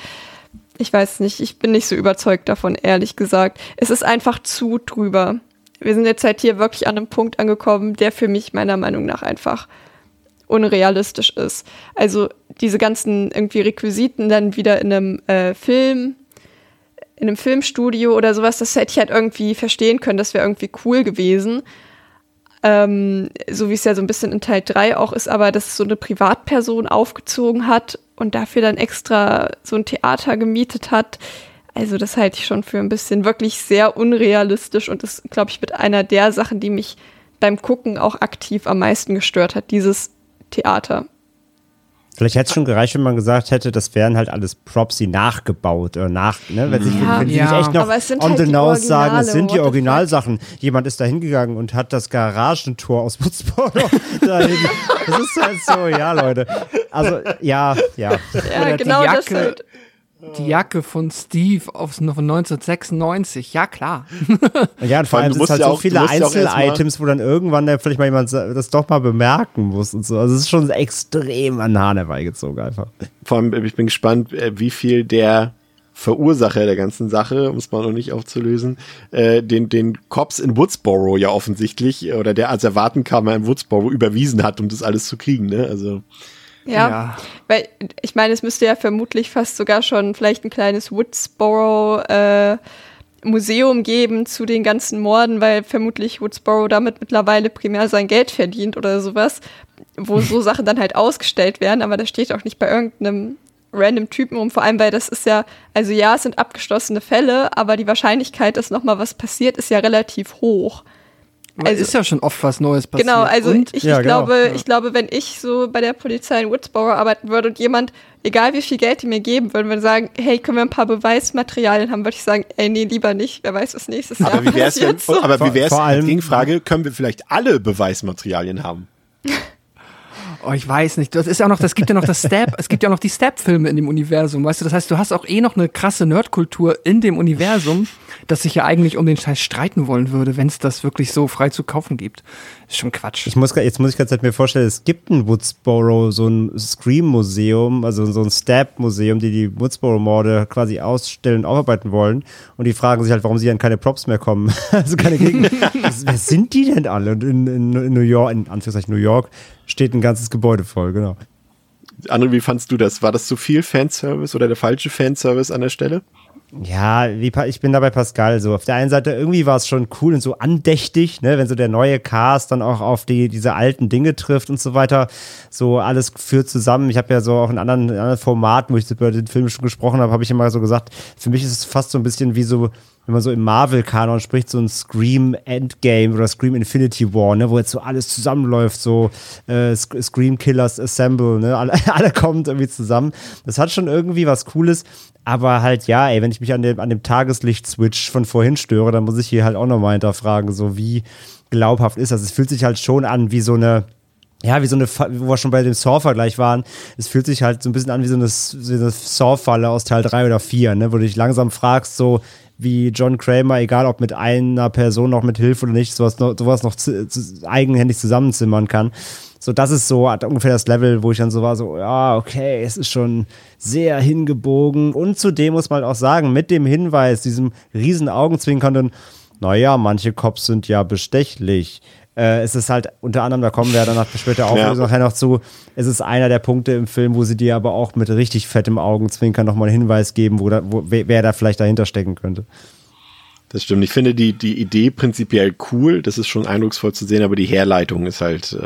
Ich bin nicht so überzeugt davon, ehrlich gesagt. Es ist einfach zu drüber. Wir sind jetzt halt hier wirklich an einem Punkt angekommen, der für mich meiner Meinung nach einfach unrealistisch ist. Also diese ganzen irgendwie Requisiten dann wieder in einem Filmstudio oder sowas, das hätte ich halt irgendwie verstehen können, das wäre irgendwie cool gewesen. So wie es ja so ein bisschen in Teil 3 auch ist, aber dass so eine Privatperson aufgezogen hat und dafür dann extra so ein Theater gemietet hat. Also das halte ich schon für ein bisschen wirklich sehr unrealistisch und das, glaube ich, mit einer der Sachen, die mich beim Gucken auch aktiv am meisten gestört hat, dieses Theater. Vielleicht hätte es schon gereicht, wenn man gesagt hätte, das wären halt alles Props, die nachgebaut oder wenn sie nicht echt noch on the nose sagen, es sind die Originalsachen. Jemand ist da hingegangen und hat das Garagentor aus Woodsboro dahin. Das ist halt so, Leute. Also, ja. Oder genau das halt. Die Jacke von Steve von 1996, ja klar. Ja, und vor allem sind es halt so viele Einzel-Items, wo dann irgendwann vielleicht mal jemand das doch mal bemerken muss und so. Also es ist schon extrem an den Haaren herbeigezogen einfach. Vor allem, ich bin gespannt, wie viel der Verursacher der ganzen Sache, um es mal noch nicht aufzulösen, den Cops in Woodsboro ja offensichtlich oder der Asservatenkammer in Woodsboro überwiesen hat, um das alles zu kriegen, ne? Also Ja, weil ich meine, es müsste ja vermutlich fast sogar schon vielleicht ein kleines Woodsboro Museum geben zu den ganzen Morden, weil vermutlich Woodsboro damit mittlerweile primär sein Geld verdient oder sowas, wo so Sachen dann halt ausgestellt werden, aber das steht auch nicht bei irgendeinem random Typen rum, vor allem, weil das ist ja, also es sind abgeschlossene Fälle, aber die Wahrscheinlichkeit, dass nochmal was passiert, ist ja relativ hoch. Also, ist ja schon oft was Neues passiert. Genau, also ich glaube, wenn ich so bei der Polizei in Woodsboro arbeiten würde und jemand, egal wie viel Geld die mir geben würden, würde sagen, hey, können wir ein paar Beweismaterialien haben, würde ich sagen, ey, nee, lieber nicht, wer weiß, was nächstes Jahr passiert. Aber wie wäre es, als Gegenfrage, können wir vielleicht alle Beweismaterialien haben? Oh, ich weiß nicht. Das ist ja auch noch, es gibt ja auch noch die Stab-Filme in dem Universum, weißt du? Das heißt, du hast auch noch eine krasse Nerdkultur in dem Universum, das sich ja eigentlich um den Scheiß streiten wollen würde, wenn es das wirklich so frei zu kaufen gibt. Ist schon Quatsch. Jetzt muss ich gerade mir vorstellen, es gibt in Woodsboro so ein Scream-Museum, also so ein Stab-Museum, die Woodsboro-Morde quasi ausstellen und aufarbeiten wollen. Und die fragen sich halt, warum sie an keine Props mehr kommen. Also keine Gegner. Wer sind die denn alle? Und in New York, in Anführungszeichen New York, steht ein ganzes Gebäude voll, genau. André, wie fandst du das? War das zu viel Fanservice oder der falsche Fanservice an der Stelle? Ja, ich bin da bei Pascal so. Auf der einen Seite irgendwie war es schon cool und so andächtig, ne, wenn so der neue Cast dann auch auf diese alten Dinge trifft und so weiter. So alles führt zusammen. Ich habe ja so auch in anderen Formaten, wo ich über den Film schon gesprochen habe ich immer so gesagt, für mich ist es fast so ein bisschen wie so, wenn man so im Marvel-Kanon spricht, so ein Scream Endgame oder Scream Infinity War, ne, wo jetzt so alles zusammenläuft, so Scream Killers Assemble, ne, alle kommen irgendwie zusammen. Das hat schon irgendwie was Cooles, aber halt, ja, ey, wenn ich mich an dem Tageslicht-Switch von vorhin störe, dann muss ich hier halt auch nochmal hinterfragen, so wie glaubhaft ist das? Es fühlt sich halt schon an wie so eine, wo wir schon bei dem Saw-Vergleich waren, es fühlt sich halt so ein bisschen an wie so eine Saw-Falle aus Teil 3 oder 4, ne, wo du dich langsam fragst, so wie John Kramer, egal ob mit einer Person noch mit Hilfe oder nicht, sowas noch eigenhändig zusammenzimmern kann. So, das ist so ungefähr das Level, wo ich dann so war, so, ja, okay, es ist schon sehr hingebogen. Und zudem muss man auch sagen, mit dem Hinweis, diesem riesen Augenzwinkern, naja, manche Cops sind ja bestechlich. Es ist halt unter anderem, da kommen wir ja danach später auch nachher noch zu, es ist einer der Punkte im Film, wo sie dir aber auch mit richtig fettem Augenzwinkern nochmal einen Hinweis geben, wer da vielleicht dahinter stecken könnte. Das stimmt. Ich finde die Idee prinzipiell cool, das ist schon eindrucksvoll zu sehen, aber die Herleitung ist halt,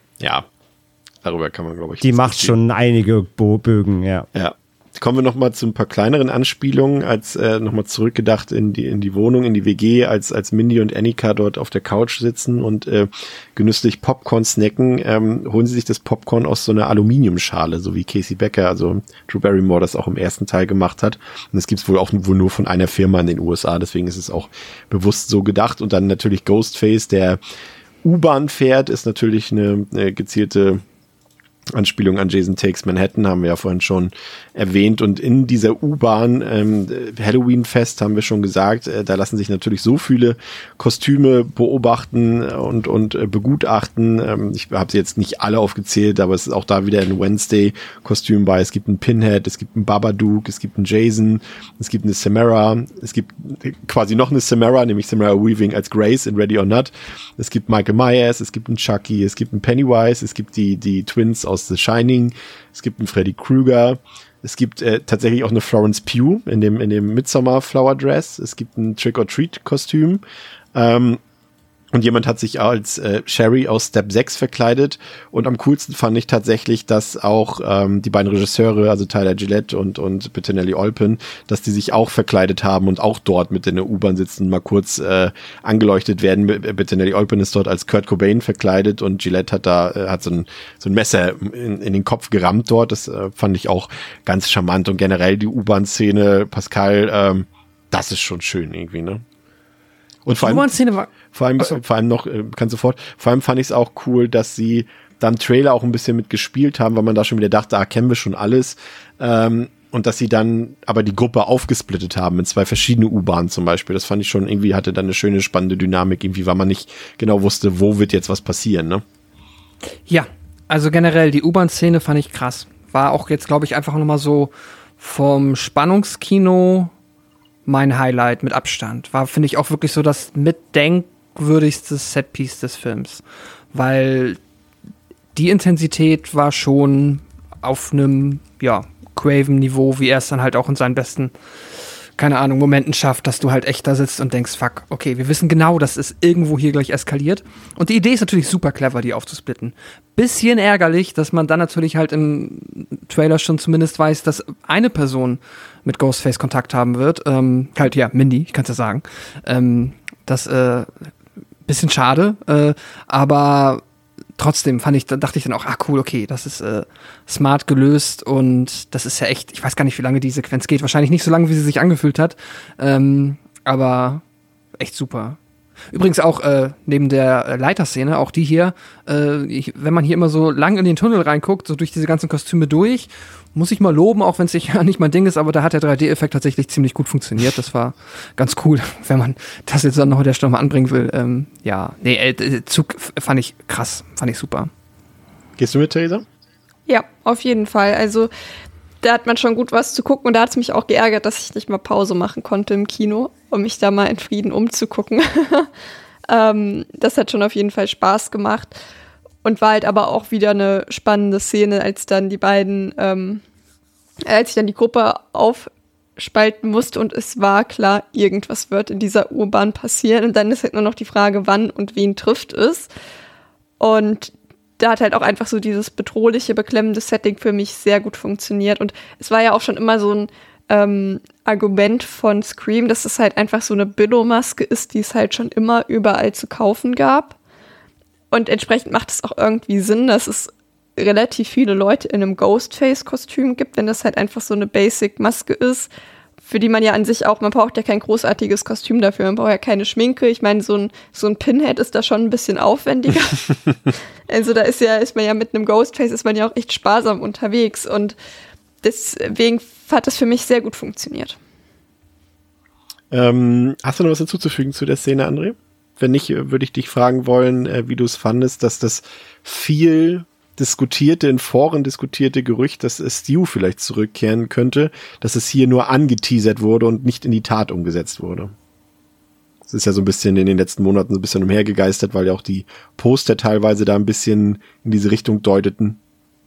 darüber kann man, glaube ich, die macht schon einige Bögen, ja. Ja. Kommen wir nochmal zu ein paar kleineren Anspielungen, als nochmal zurückgedacht in die Wohnung, in die WG, als Mindy und Annika dort auf der Couch sitzen und genüsslich Popcorn snacken, holen sie sich das Popcorn aus so einer Aluminiumschale, so wie Casey Becker, also Drew Barrymore das auch im ersten Teil gemacht hat. Und das gibt's wohl nur von einer Firma in den USA, deswegen ist es auch bewusst so gedacht. Und dann natürlich Ghostface, der U-Bahn fährt, ist natürlich eine gezielte Anspielung an Jason Takes Manhattan, haben wir ja vorhin schon erwähnt. Und in dieser U-Bahn, Halloween-Fest, haben wir schon gesagt, da lassen sich natürlich so viele Kostüme beobachten und begutachten. Ich habe sie jetzt nicht alle aufgezählt, aber es ist auch da wieder ein Wednesday-Kostüm bei. Es gibt einen Pinhead, es gibt einen Babadook, es gibt einen Jason, es gibt eine Samara, es gibt quasi noch eine Samara, nämlich Samara Weaving als Grace in Ready or Not. Es gibt Michael Myers, es gibt einen Chucky, es gibt einen Pennywise, es gibt die Twins aus The Shining, es gibt einen Freddy Krueger, es gibt tatsächlich auch eine Florence Pugh in dem Midsommar Flower Dress, es gibt ein Trick-or-Treat-Kostüm, und jemand hat sich als Sherry aus Step 6 verkleidet, und am coolsten fand ich tatsächlich, dass auch die beiden Regisseure, also Tyler Gillette und Bettinelli Olpin, dass die sich auch verkleidet haben und auch dort mit in der U-Bahn sitzen, mal kurz angeleuchtet werden. Bettinelli Olpin ist dort als Kurt Cobain verkleidet und Gillette hat so ein Messer in den Kopf gerammt dort. Das fand ich auch ganz charmant, und generell die U-Bahn-Szene, Pascal, das ist schon schön irgendwie, ne? Und vor allem noch, kannst du fort, vor allem fand ich es auch cool, dass sie dann Trailer auch ein bisschen mit gespielt haben, weil man da schon wieder dachte, kennen wir schon alles, und dass sie dann aber die Gruppe aufgesplittet haben in 2 verschiedene U-Bahnen zum Beispiel. Das fand ich schon, irgendwie hatte dann eine schöne, spannende Dynamik, irgendwie, weil man nicht genau wusste, wo wird jetzt was passieren, ne? Ja, also generell, die U-Bahn-Szene fand ich krass. War auch jetzt, glaube ich, einfach nochmal so vom Spannungskino mein Highlight mit Abstand. War, finde ich, auch wirklich so das mitdenkwürdigste Setpiece des Films. Weil die Intensität war schon auf einem, Craven-Niveau, wie er es dann halt auch in seinen besten, keine Ahnung, Momenten schafft, dass du halt echt da sitzt und denkst, fuck, okay, wir wissen genau, dass es irgendwo hier gleich eskaliert. Und die Idee ist natürlich super clever, die aufzusplitten. Bisschen ärgerlich, dass man dann natürlich halt im Trailer schon zumindest weiß, dass eine Person mit Ghostface Kontakt haben wird. Mindy, ich kann es ja sagen. Das bisschen schade, aber trotzdem dachte ich dann auch, cool, okay, das ist smart gelöst, und das ist ja echt, ich weiß gar nicht, wie lange die Sequenz geht, wahrscheinlich nicht so lange, wie sie sich angefühlt hat, aber echt super. Übrigens auch neben der Leiterszene, auch die hier, wenn man hier immer so lang in den Tunnel reinguckt, so durch diese ganzen Kostüme durch, muss ich mal loben, auch wenn es ja nicht mein Ding ist, aber da hat der 3D-Effekt tatsächlich ziemlich gut funktioniert. Das war ganz cool, wenn man das jetzt dann noch an der Stelle mal anbringen will. Zug fand ich krass, fand ich super. Gehst du mit, Theresa? Ja, auf jeden Fall. Also da hat man schon gut was zu gucken und da hat es mich auch geärgert, dass ich nicht mal Pause machen konnte im Kino, um mich da mal in Frieden umzugucken. Das hat schon auf jeden Fall Spaß gemacht und war halt aber auch wieder eine spannende Szene, als dann die beiden, als ich dann die Gruppe aufspalten musste und es war klar, irgendwas wird in dieser U-Bahn passieren und dann ist halt nur noch die Frage, wann und wen trifft es. Und da hat halt auch einfach so dieses bedrohliche, beklemmende Setting für mich sehr gut funktioniert. Und es war ja auch schon immer so ein Argument von Scream, dass es halt einfach so eine Billo-Maske ist, die es halt schon immer überall zu kaufen gab. Und entsprechend macht es auch irgendwie Sinn, dass es relativ viele Leute in einem Ghostface-Kostüm gibt, wenn das halt einfach so eine Basic-Maske ist, für die man ja an sich auch, man braucht ja kein großartiges Kostüm dafür, man braucht ja keine Schminke. Ich meine, so ein Pinhead ist da schon ein bisschen aufwendiger. Also da ist man ja mit einem Ghostface, ist man ja auch echt sparsam unterwegs und deswegen hat das für mich sehr gut funktioniert. Hast du noch was hinzuzufügen zu der Szene, André? Wenn nicht, würde ich dich fragen wollen, wie du es fandest, dass das viel in Foren diskutierte Gerücht, dass Stu vielleicht zurückkehren könnte, dass es hier nur angeteasert wurde und nicht in die Tat umgesetzt wurde. Das ist ja so ein bisschen in den letzten Monaten so ein bisschen umhergegeistert, weil ja auch die Poster teilweise da ein bisschen in diese Richtung deuteten.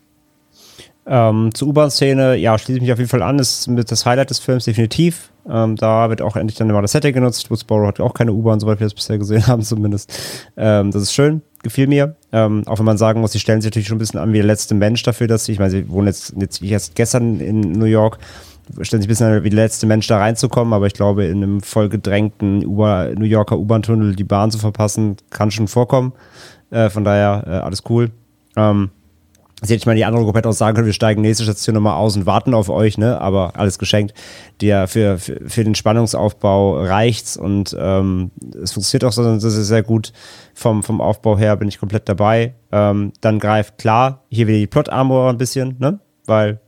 Zur U-Bahn-Szene, ja, schließe ich mich auf jeden Fall an, das ist mit das Highlight des Films definitiv. Da wird auch endlich dann mal das Setting genutzt. Woodsboro hat auch keine U-Bahn, soweit wir das bisher gesehen haben zumindest. Das ist schön, gefiel mir. Auch wenn man sagen muss, sie stellen sich natürlich schon ein bisschen an wie der letzte Mensch dafür, dass sie wohnen jetzt erst gestern in New York, stellen sich ein bisschen an wie der letzte Mensch da reinzukommen, aber ich glaube, in einem voll gedrängten New Yorker U-Bahn-Tunnel die Bahn zu verpassen, kann schon vorkommen. Von daher alles cool. Sie hätte ich mal die andere Gruppe hätte auch sagen können, wir steigen nächste Station nochmal aus und warten auf euch, ne? Aber alles geschenkt. Für den Spannungsaufbau reicht's und es funktioniert auch so, das ist sehr gut vom Aufbau her, bin ich komplett dabei. Dann greift klar hier wieder die Plot-Armor ein bisschen, ne? Weil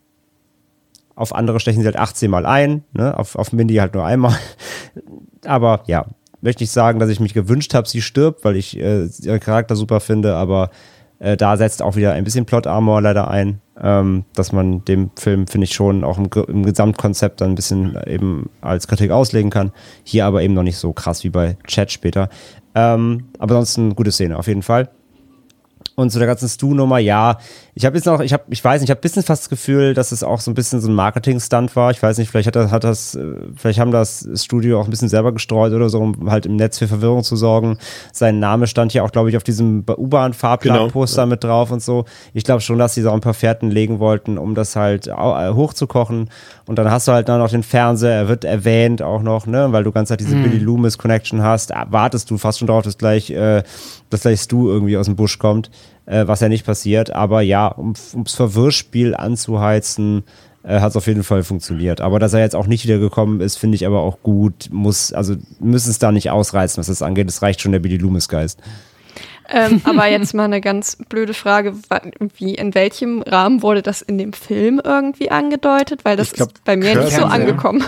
auf andere stechen sie halt 18 Mal ein, ne? Auf Mindy halt nur einmal. Aber ja, möchte nicht sagen, dass ich mich gewünscht habe, sie stirbt, weil ich ihren Charakter super finde, aber da setzt auch wieder ein bisschen Plot-Armor leider ein, dass man dem Film, finde ich, schon auch im Gesamtkonzept dann ein bisschen eben als Kritik auslegen kann. Hier aber eben noch nicht so krass wie bei Chat später. Aber sonst eine gute Szene, auf jeden Fall. Und zu der ganzen Stu-Nummer, ja, ich weiß nicht, ich habe ein bisschen fast das Gefühl, dass es auch so ein bisschen so ein Marketing-Stunt war. Ich weiß nicht, vielleicht haben das Studio auch ein bisschen selber gestreut oder so, um halt im Netz für Verwirrung zu sorgen. Sein Name stand ja auch, glaube ich, auf diesem U-Bahn-Fahrplan-Poster mit drauf und so. Ich glaube schon, dass sie so ein paar Fährten legen wollten, um das halt hochzukochen. Und dann hast du halt dann noch den Fernseher, er wird erwähnt auch noch, ne, weil du ganz halt diese Billy Loomis-Connection hast. Wartest du fast schon darauf, dass gleich Stu irgendwie aus dem Busch kommt. Was ja nicht passiert, aber ja, ums Verwirrspiel anzuheizen, hat es auf jeden Fall funktioniert. Aber dass er jetzt auch nicht wiedergekommen ist, finde ich aber auch gut. Müssen es da nicht ausreizen, was das angeht. Es reicht schon der Billy Loomis-Geist. Aber jetzt mal eine ganz blöde Frage, in welchem Rahmen wurde das in dem Film irgendwie angedeutet? Weil das ist bei mir nicht so angekommen.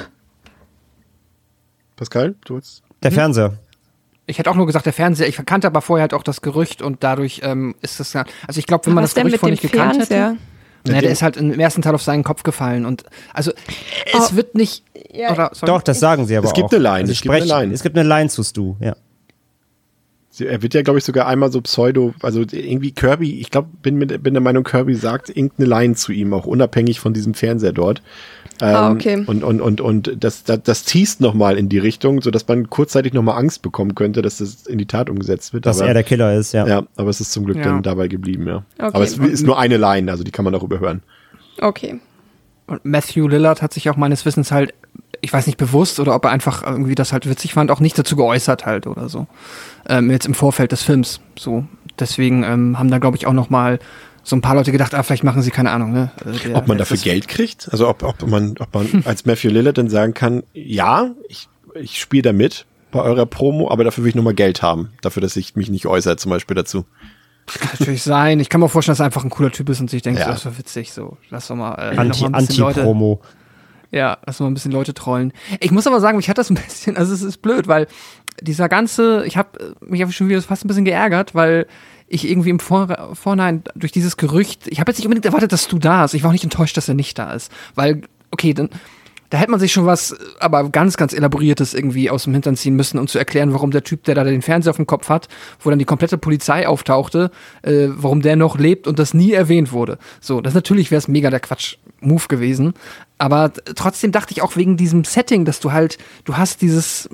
Pascal, du willst? Der Fernseher. Ich hätte auch nur gesagt, der Fernseher. Ich kannte aber vorher halt auch das Gerücht und dadurch ist das ja. Also ich glaube, wenn man das Gerücht vorher nicht gekannt hätte. Der ist halt im ersten Teil auf seinen Kopf gefallen und also es wird nicht. Ja. Doch, das sagen sie aber auch. Es gibt eine Line. Es gibt eine Line zu Stu, ja. Er wird ja, glaube ich, sogar einmal so also irgendwie Kirby, ich glaube, bin der Meinung, Kirby sagt irgendeine Line zu ihm, auch unabhängig von diesem Fernseher dort. Okay. Und das teast nochmal in die Richtung, sodass man kurzzeitig nochmal Angst bekommen könnte, dass das in die Tat umgesetzt wird. Dass er der Killer ist, ja. Ja, aber es ist zum Glück dann dabei geblieben, ja. Okay. Aber es ist nur eine Line, also die kann man auch überhören. Okay. Und Matthew Lillard hat sich auch meines Wissens halt, ich weiß nicht, bewusst oder ob er einfach irgendwie das halt witzig fand, auch nicht dazu geäußert halt oder so. Jetzt im Vorfeld des Films. So. Deswegen haben da, glaube ich, auch noch mal so ein paar Leute gedacht, vielleicht machen sie, keine Ahnung, ne? Ob man dafür Geld kriegt? Also ob man als Matthew Lillard dann sagen kann, ja, ich spiele da mit, bei eurer Promo, aber dafür will ich nochmal Geld haben. Dafür, dass ich mich nicht äußere, zum Beispiel dazu. Kann natürlich sein. Ich kann mir vorstellen, dass er einfach ein cooler Typ ist und sich denkt, das war witzig, so. Lass doch mal, Anti-Promo. Ja, lass mal ein bisschen Leute trollen. Ich muss aber sagen, mich hat das ein bisschen, also es ist blöd, weil dieser ganze, ich habe mich schon wieder fast ein bisschen geärgert, weil ich irgendwie im Vorhinein durch dieses Gerücht, ich habe jetzt nicht unbedingt erwartet, dass du da bist. Ich war auch nicht enttäuscht, dass er nicht da ist. Weil, okay, dann da hätte man sich schon was, aber ganz, ganz Elaboriertes irgendwie aus dem Hintern ziehen müssen, um zu erklären, warum der Typ, der da den Fernseher auf dem Kopf hat, wo dann die komplette Polizei auftauchte, warum der noch lebt und das nie erwähnt wurde. So, das natürlich wäre es mega der Quatsch-Move gewesen. Aber trotzdem dachte ich auch wegen diesem Setting, dass du hast dieses,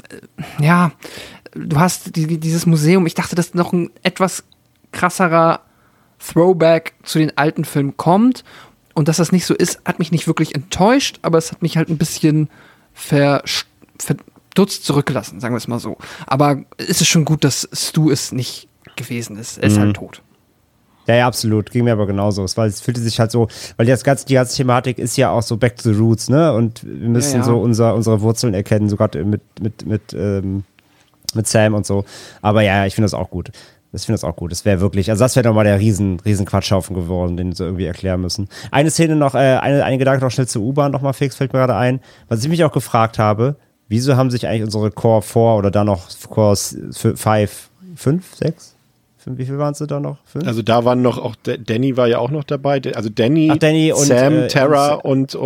du hast dieses Museum. Ich dachte, dass noch ein etwas krasserer Throwback zu den alten Filmen kommt. Und dass das nicht so ist, hat mich nicht wirklich enttäuscht, aber es hat mich halt ein bisschen verdutzt zurückgelassen, sagen wir es mal so. Aber es ist schon gut, dass Stu es nicht gewesen ist. Er ist halt tot. Ja, absolut. Ging mir aber genauso. Es fühlte sich halt so, weil die ganze Thematik ist ja auch so back to the roots, ne? Und wir müssen so unsere Wurzeln erkennen, sogar mit Sam und so. Aber ja, ich finde das auch gut. Das wäre wirklich, also das wäre nochmal der riesen Quatschhaufen geworden, den sie irgendwie erklären müssen. Eine Szene noch, ein Gedanke noch schnell zur U-Bahn nochmal fix, fällt mir gerade ein. Was ich mich auch gefragt habe, wieso haben sich eigentlich unsere Core 4 oder dann noch Core 5, 6? Wie viel waren es da noch? 5? Also da waren noch auch, Danny war ja auch noch dabei. Also Danny und Sam, Tara und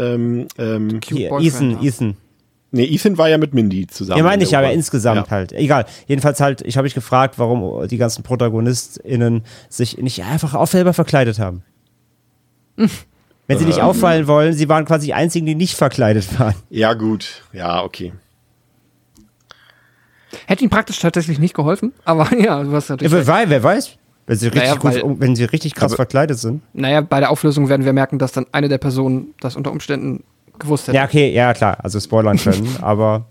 Ethan. Nee, Ethan war ja mit Mindy zusammen. Ja, meine ich, aber insgesamt halt. Egal. Jedenfalls halt, ich habe mich gefragt, warum die ganzen ProtagonistInnen sich nicht einfach auch selber verkleidet haben. Wenn sie nicht auffallen wollen, sie waren quasi die einzigen, die nicht verkleidet waren. Ja, gut. Ja, okay. Hätte ihnen praktisch tatsächlich nicht geholfen, aber ja, du hast natürlich. Ja, wer weiß? Wenn sie richtig krass verkleidet sind. Naja, bei der Auflösung werden wir merken, dass dann eine der Personen das unter Umständen gewusst hätte. Ja, okay, ja klar, also spoilern können, aber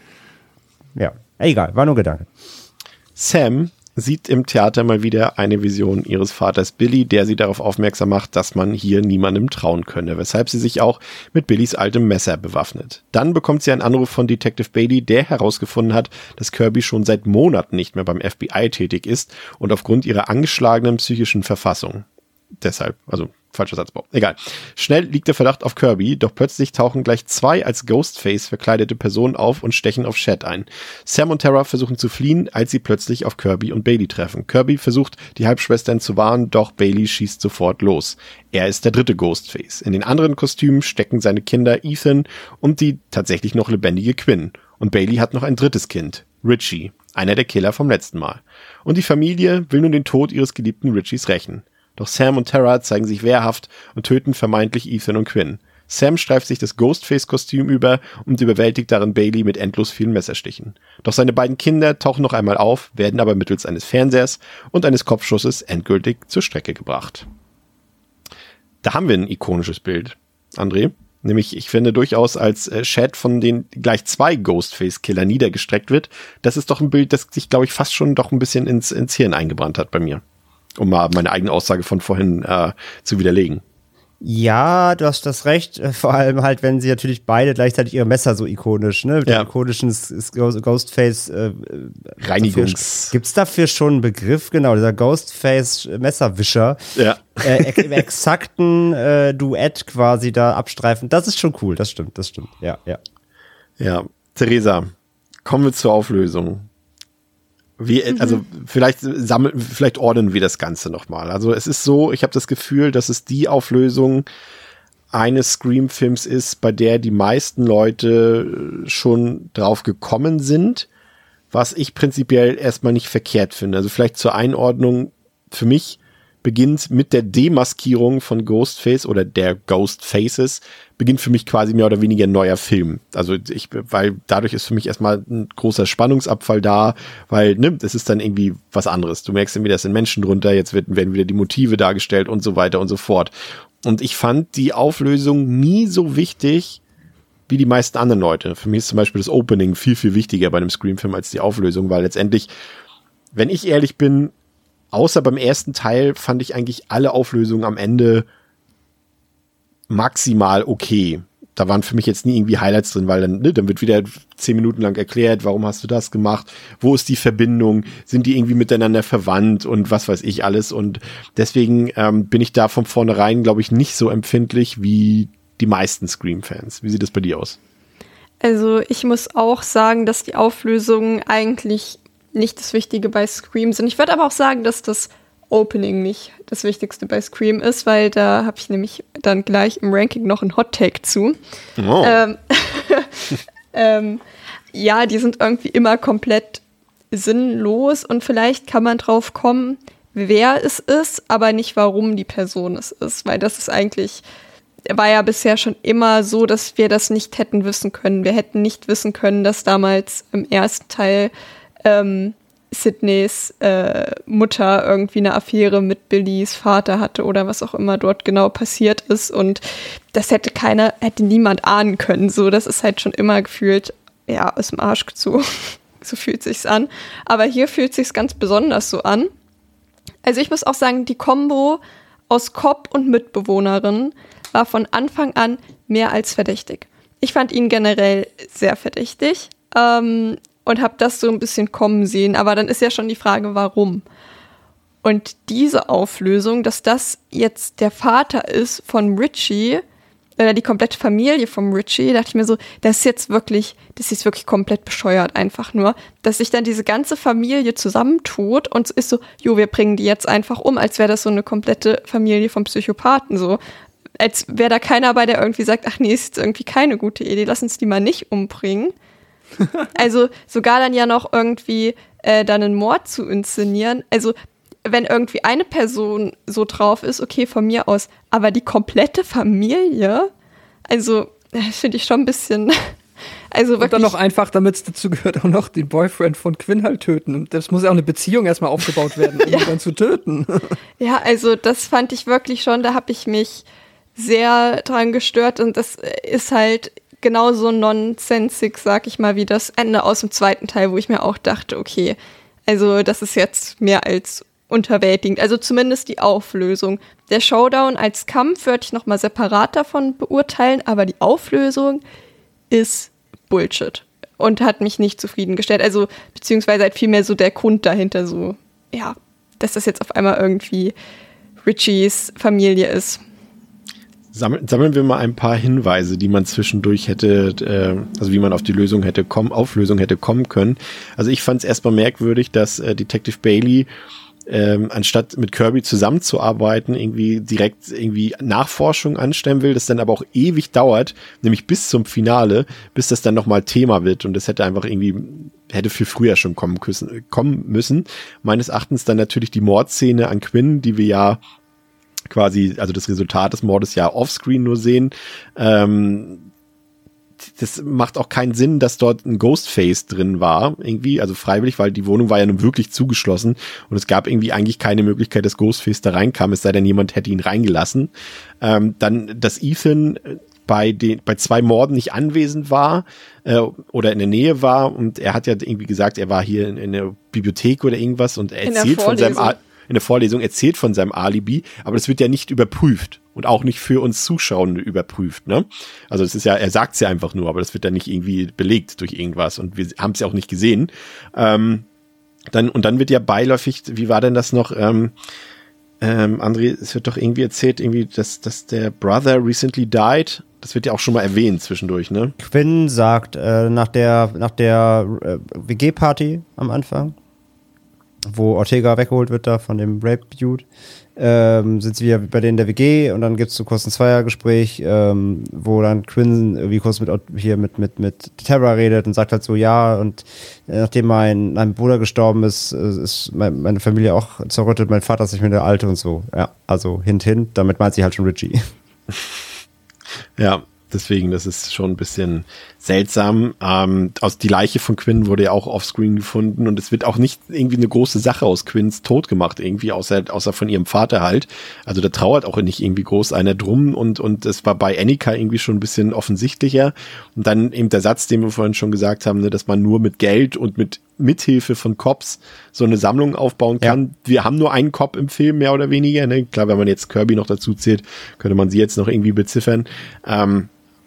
ja, egal, war nur Gedanke. Sam sieht im Theater mal wieder eine Vision ihres Vaters Billy, der sie darauf aufmerksam macht, dass man hier niemandem trauen könne, weshalb sie sich auch mit Billys altem Messer bewaffnet. Dann bekommt sie einen Anruf von Detective Bailey, der herausgefunden hat, dass Kirby schon seit Monaten nicht mehr beim FBI tätig ist und aufgrund ihrer angeschlagenen psychischen Verfassung. Deshalb, also falscher Satzbau. Egal. Schnell liegt der Verdacht auf Kirby, doch plötzlich tauchen gleich 2 als Ghostface verkleidete Personen auf und stechen auf Chet ein. Sam und Tara versuchen zu fliehen, als sie plötzlich auf Kirby und Bailey treffen. Kirby versucht, die Halbschwestern zu warnen, doch Bailey schießt sofort los. Er ist der dritte Ghostface. In den anderen Kostümen stecken seine Kinder Ethan und die tatsächlich noch lebendige Quinn. Und Bailey hat noch ein drittes Kind, Richie, einer der Killer vom letzten Mal. Und die Familie will nun den Tod ihres geliebten Richies rächen. Doch Sam und Tara zeigen sich wehrhaft und töten vermeintlich Ethan und Quinn. Sam streift sich das Ghostface-Kostüm über und überwältigt darin Bailey mit endlos vielen Messerstichen. Doch seine beiden Kinder tauchen noch einmal auf, werden aber mittels eines Fernsehers und eines Kopfschusses endgültig zur Strecke gebracht. Da haben wir ein ikonisches Bild, André. Nämlich, ich finde durchaus, als Chet von den gleich 2 Ghostface-Killer niedergestreckt wird, das ist doch ein Bild, das sich, glaube ich, fast schon doch ein bisschen ins Hirn eingebrannt hat bei mir. Um mal meine eigene Aussage von vorhin zu widerlegen. Ja, du hast das recht. Vor allem halt, wenn sie natürlich beide gleichzeitig ihre Messer so ikonisch, ne? Mit dem ikonischen Ghostface Reinigungs. Gibt's dafür schon einen Begriff? Genau, dieser Ghostface-Messerwischer. Ja. Im exakten Duett quasi da abstreifen. Das ist schon cool, das stimmt. Ja. Ja, Theresa, kommen wir zur Auflösung. Also vielleicht ordnen wir das Ganze nochmal. Also es ist so, ich habe das Gefühl, dass es die Auflösung eines Scream-Films ist, bei der die meisten Leute schon drauf gekommen sind, was ich prinzipiell erstmal nicht verkehrt finde. Also vielleicht zur Einordnung, für mich beginnt mit der Demaskierung von Ghostface oder der Ghostfaces, beginnt für mich quasi mehr oder weniger ein neuer Film. Also weil dadurch ist für mich erstmal ein großer Spannungsabfall da, weil, das ist dann irgendwie was anderes. Du merkst irgendwie, da sind Menschen drunter, jetzt werden wieder die Motive dargestellt und so weiter und so fort. Und ich fand die Auflösung nie so wichtig wie die meisten anderen Leute. Für mich ist zum Beispiel das Opening viel, viel wichtiger bei einem Scream-Film als die Auflösung, weil letztendlich, wenn ich ehrlich bin, außer beim ersten Teil fand ich eigentlich alle Auflösungen am Ende maximal okay. da waren für mich jetzt nie irgendwie Highlights drin, weil dann wird wieder 10 Minuten lang erklärt, warum hast du das gemacht, wo ist die Verbindung, sind die irgendwie miteinander verwandt und was weiß ich alles. Und deswegen bin ich da von vornherein, glaube ich, nicht so empfindlich wie die meisten Scream-Fans. Wie sieht das bei dir aus? Also ich muss auch sagen, dass die Auflösungen eigentlich nicht das Wichtige bei Scream sind. Ich würde aber auch sagen, dass das Opening nicht das Wichtigste bei Scream ist, weil da habe ich nämlich dann gleich im Ranking noch einen Hot-Take zu. Oh. Ja, die sind irgendwie immer komplett sinnlos und vielleicht kann man drauf kommen, wer es ist, aber nicht warum die Person es ist, weil das ist eigentlich, war ja bisher schon immer so, dass wir das nicht hätten wissen können. Wir hätten nicht wissen können, dass damals im ersten Teil Sydneys Mutter irgendwie eine Affäre mit Billys Vater hatte oder was auch immer dort genau passiert ist und das hätte niemand ahnen können. So, das ist halt schon immer gefühlt, ja, aus dem Arsch gezogen. So fühlt sich's an. Aber hier fühlt sich's ganz besonders so an. Also ich muss auch sagen, die Kombo aus Cop und Mitbewohnerin war von Anfang an mehr als verdächtig. Ich fand ihn generell sehr verdächtig. Und habe das so ein bisschen kommen sehen. Aber dann ist ja schon die Frage, warum? Und diese Auflösung, dass das jetzt der Vater ist von Richie, oder die komplette Familie von Richie, dachte ich mir so, das ist jetzt wirklich komplett bescheuert einfach nur, dass sich dann diese ganze Familie zusammentut und ist so, wir bringen die jetzt einfach um, als wäre das so eine komplette Familie von Psychopathen so. Als wäre da keiner bei, der irgendwie sagt, ach nee, ist jetzt irgendwie keine gute Idee, lass uns die mal nicht umbringen. Also sogar dann ja noch irgendwie dann einen Mord zu inszenieren. Also wenn irgendwie eine Person so drauf ist, okay, von mir aus, aber die komplette Familie, also das finde ich schon ein bisschen, also wirklich. Und dann noch einfach, damit es dazu gehört, auch noch den Boyfriend von Quinn halt töten. Und das muss ja auch eine Beziehung erstmal aufgebaut werden, um ihn dann zu töten. Ja, also das fand ich wirklich schon, da habe ich mich sehr dran gestört und das ist halt genauso nonsensig, sag ich mal, wie das Ende aus dem zweiten Teil, wo ich mir auch dachte, okay, also das ist jetzt mehr als unterwältigend. Also zumindest die Auflösung. Der Showdown als Kampf würde ich nochmal separat davon beurteilen, aber die Auflösung ist Bullshit und hat mich nicht zufriedengestellt. Also beziehungsweise halt vielmehr so der Grund dahinter so, ja, dass das jetzt auf einmal irgendwie Richies Familie ist. Sammeln wir mal ein paar Hinweise, die man zwischendurch hätte, also wie man auf die Auflösung hätte kommen können. Also ich fand es erstmal merkwürdig, dass Detective Bailey anstatt mit Kirby zusammenzuarbeiten, irgendwie direkt irgendwie Nachforschung anstellen will, das dann aber auch ewig dauert, nämlich bis zum Finale, bis das dann nochmal Thema wird und das hätte viel früher schon kommen müssen. Meines Erachtens dann natürlich die Mordszene an Quinn, die wir ja quasi, also das Resultat des Mordes ja offscreen nur sehen. Das macht auch keinen Sinn, dass dort ein Ghostface drin war, irgendwie, also freiwillig, weil die Wohnung war ja nun wirklich zugeschlossen und es gab irgendwie eigentlich keine Möglichkeit, dass Ghostface da reinkam, es sei denn, jemand hätte ihn reingelassen. Dann, dass Ethan bei 2 Morden nicht anwesend war oder in der Nähe war und er hat ja irgendwie gesagt, er war hier in der Bibliothek oder irgendwas und er erzählt in der Vorlesung erzählt von seinem Alibi, aber das wird ja nicht überprüft und auch nicht für uns Zuschauende überprüft, ne? Also das ist ja, er sagt es ja einfach nur, aber das wird ja nicht irgendwie belegt durch irgendwas und wir haben es ja auch nicht gesehen. Dann wird ja beiläufig, wie war denn das noch, André, es wird doch irgendwie erzählt, irgendwie, dass der Brother recently died. Das wird ja auch schon mal erwähnt zwischendurch, ne? Quinn sagt, nach der WG-Party am Anfang, wo Ortega weggeholt wird da von dem Rape-Dude, sind sie wieder bei denen in der WG und dann gibt's so kurz ein Zweiergespräch, wo dann Quinn irgendwie kurz mit Tara redet und sagt halt so, ja, und nachdem mein Bruder gestorben ist, ist meine Familie auch zerrüttet, mein Vater ist nicht mehr der Alte und so. Ja, also hint, damit meint sie halt schon Richie. Ja, deswegen, das ist schon ein bisschen seltsam. Die Leiche von Quinn wurde ja auch offscreen gefunden und es wird auch nicht irgendwie eine große Sache aus Quinns Tod gemacht, irgendwie, außer von ihrem Vater halt. Also da trauert auch nicht irgendwie groß einer drum und es war bei Annika irgendwie schon ein bisschen offensichtlicher. Und dann eben der Satz, den wir vorhin schon gesagt haben, ne, dass man nur mit Geld und mit Mithilfe von Cops so eine Sammlung aufbauen kann. Ja. Wir haben nur einen Cop im Film, mehr oder weniger. Ne? Klar, wenn man jetzt Kirby noch dazu zählt, könnte man sie jetzt noch irgendwie beziffern.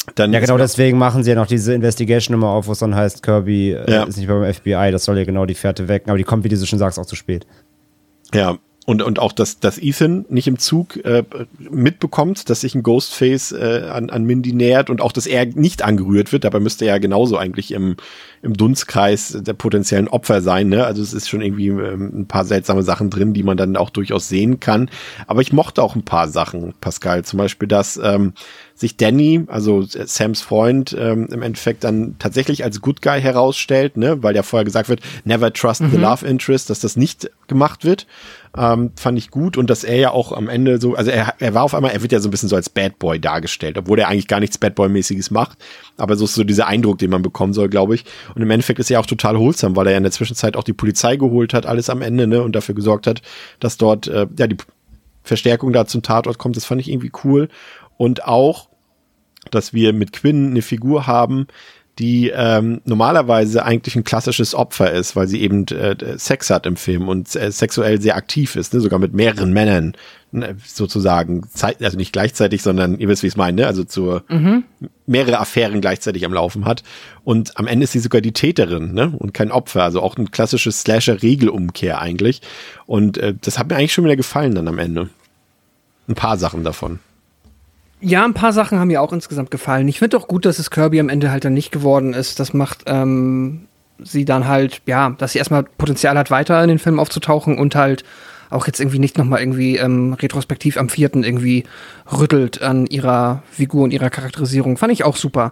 Dann ja, genau deswegen machen sie ja noch diese Investigation immer auf, wo es dann heißt, Kirby ist nicht mehr beim FBI, das soll ja genau die Fährte wecken, aber die kommt, wie du so schon sagst, auch zu spät. Ja, und auch, dass Ethan nicht im Zug mitbekommt, dass sich ein Ghostface an Mindy nähert und auch, dass er nicht angerührt wird. Dabei müsste er ja genauso eigentlich im Dunstkreis der potenziellen Opfer sein. Ne? Also es ist schon irgendwie ein paar seltsame Sachen drin, die man dann auch durchaus sehen kann. Aber ich mochte auch ein paar Sachen, Pascal. Zum Beispiel, dass sich Danny, also Sams Freund, im Endeffekt dann tatsächlich als Good Guy herausstellt, ne? Weil ja vorher gesagt wird, never trust the love interest, dass das nicht gemacht wird. Fand ich gut und dass er ja auch am Ende so, also er war auf einmal, er wird ja so ein bisschen so als Bad Boy dargestellt, obwohl er eigentlich gar nichts Bad Boy-mäßiges macht, aber so ist so dieser Eindruck, den man bekommen soll, glaube ich. Und im Endeffekt ist er auch total wholesome, weil er ja in der Zwischenzeit auch die Polizei geholt hat, alles am Ende, ne, und dafür gesorgt hat, dass dort die Verstärkung da zum Tatort kommt. Das fand ich irgendwie cool. Und auch, dass wir mit Quinn eine Figur haben, die normalerweise eigentlich ein klassisches Opfer ist, weil sie eben Sex hat im Film und sexuell sehr aktiv ist, ne? Sogar mit mehreren Männern sozusagen, also nicht gleichzeitig, sondern ihr wisst, wie ich es meine, ne? Also mehrere Affären gleichzeitig am Laufen hat und am Ende ist sie sogar die Täterin, ne? Und kein Opfer, also auch ein klassisches Slasher-Regelumkehr eigentlich und das hat mir eigentlich schon wieder gefallen dann am Ende. Ein paar Sachen davon. Ja, ein paar Sachen haben mir auch insgesamt gefallen. Ich finde auch gut, dass es Kirby am Ende halt dann nicht geworden ist. Das macht sie dann halt, ja, dass sie erstmal Potenzial hat, weiter in den Film aufzutauchen und halt auch jetzt irgendwie nicht nochmal irgendwie retrospektiv am 4. irgendwie rüttelt an ihrer Figur und ihrer Charakterisierung. Fand ich auch super.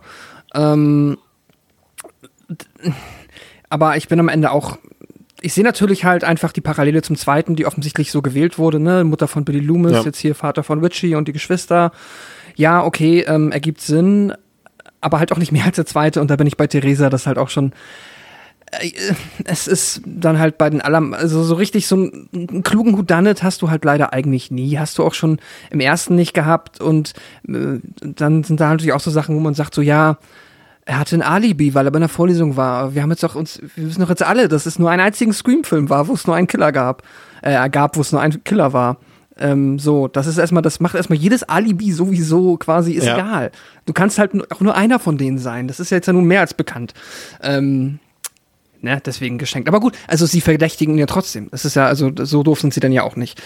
Aber ich bin am Ende auch, ich sehe natürlich halt einfach die Parallele zum 2., die offensichtlich so gewählt wurde, ne? Mutter von Billy Loomis, jetzt hier Vater von Richie und die Geschwister. Ja, okay, ergibt Sinn, aber halt auch nicht mehr als der 2. Und da bin ich bei Theresa, das halt auch schon es ist dann halt bei den also so richtig so einen klugen Whodunit hast du halt leider eigentlich nie. Hast du auch schon im ersten nicht gehabt und dann sind da natürlich auch so Sachen, wo man sagt so, ja, er hatte ein Alibi, weil er bei einer Vorlesung war. Wir wissen doch jetzt alle, dass es nur einen einzigen Scream-Film war, wo es nur einen Killer gab, wo es nur ein Killer war. Das ist erstmal, das macht erstmal jedes Alibi sowieso quasi, ist egal. Du kannst halt auch nur einer von denen sein. Das ist ja jetzt ja nun mehr als bekannt. Deswegen geschenkt. Aber gut, also sie verdächtigen ihn ja trotzdem. Das ist ja, also so doof sind sie dann ja auch nicht.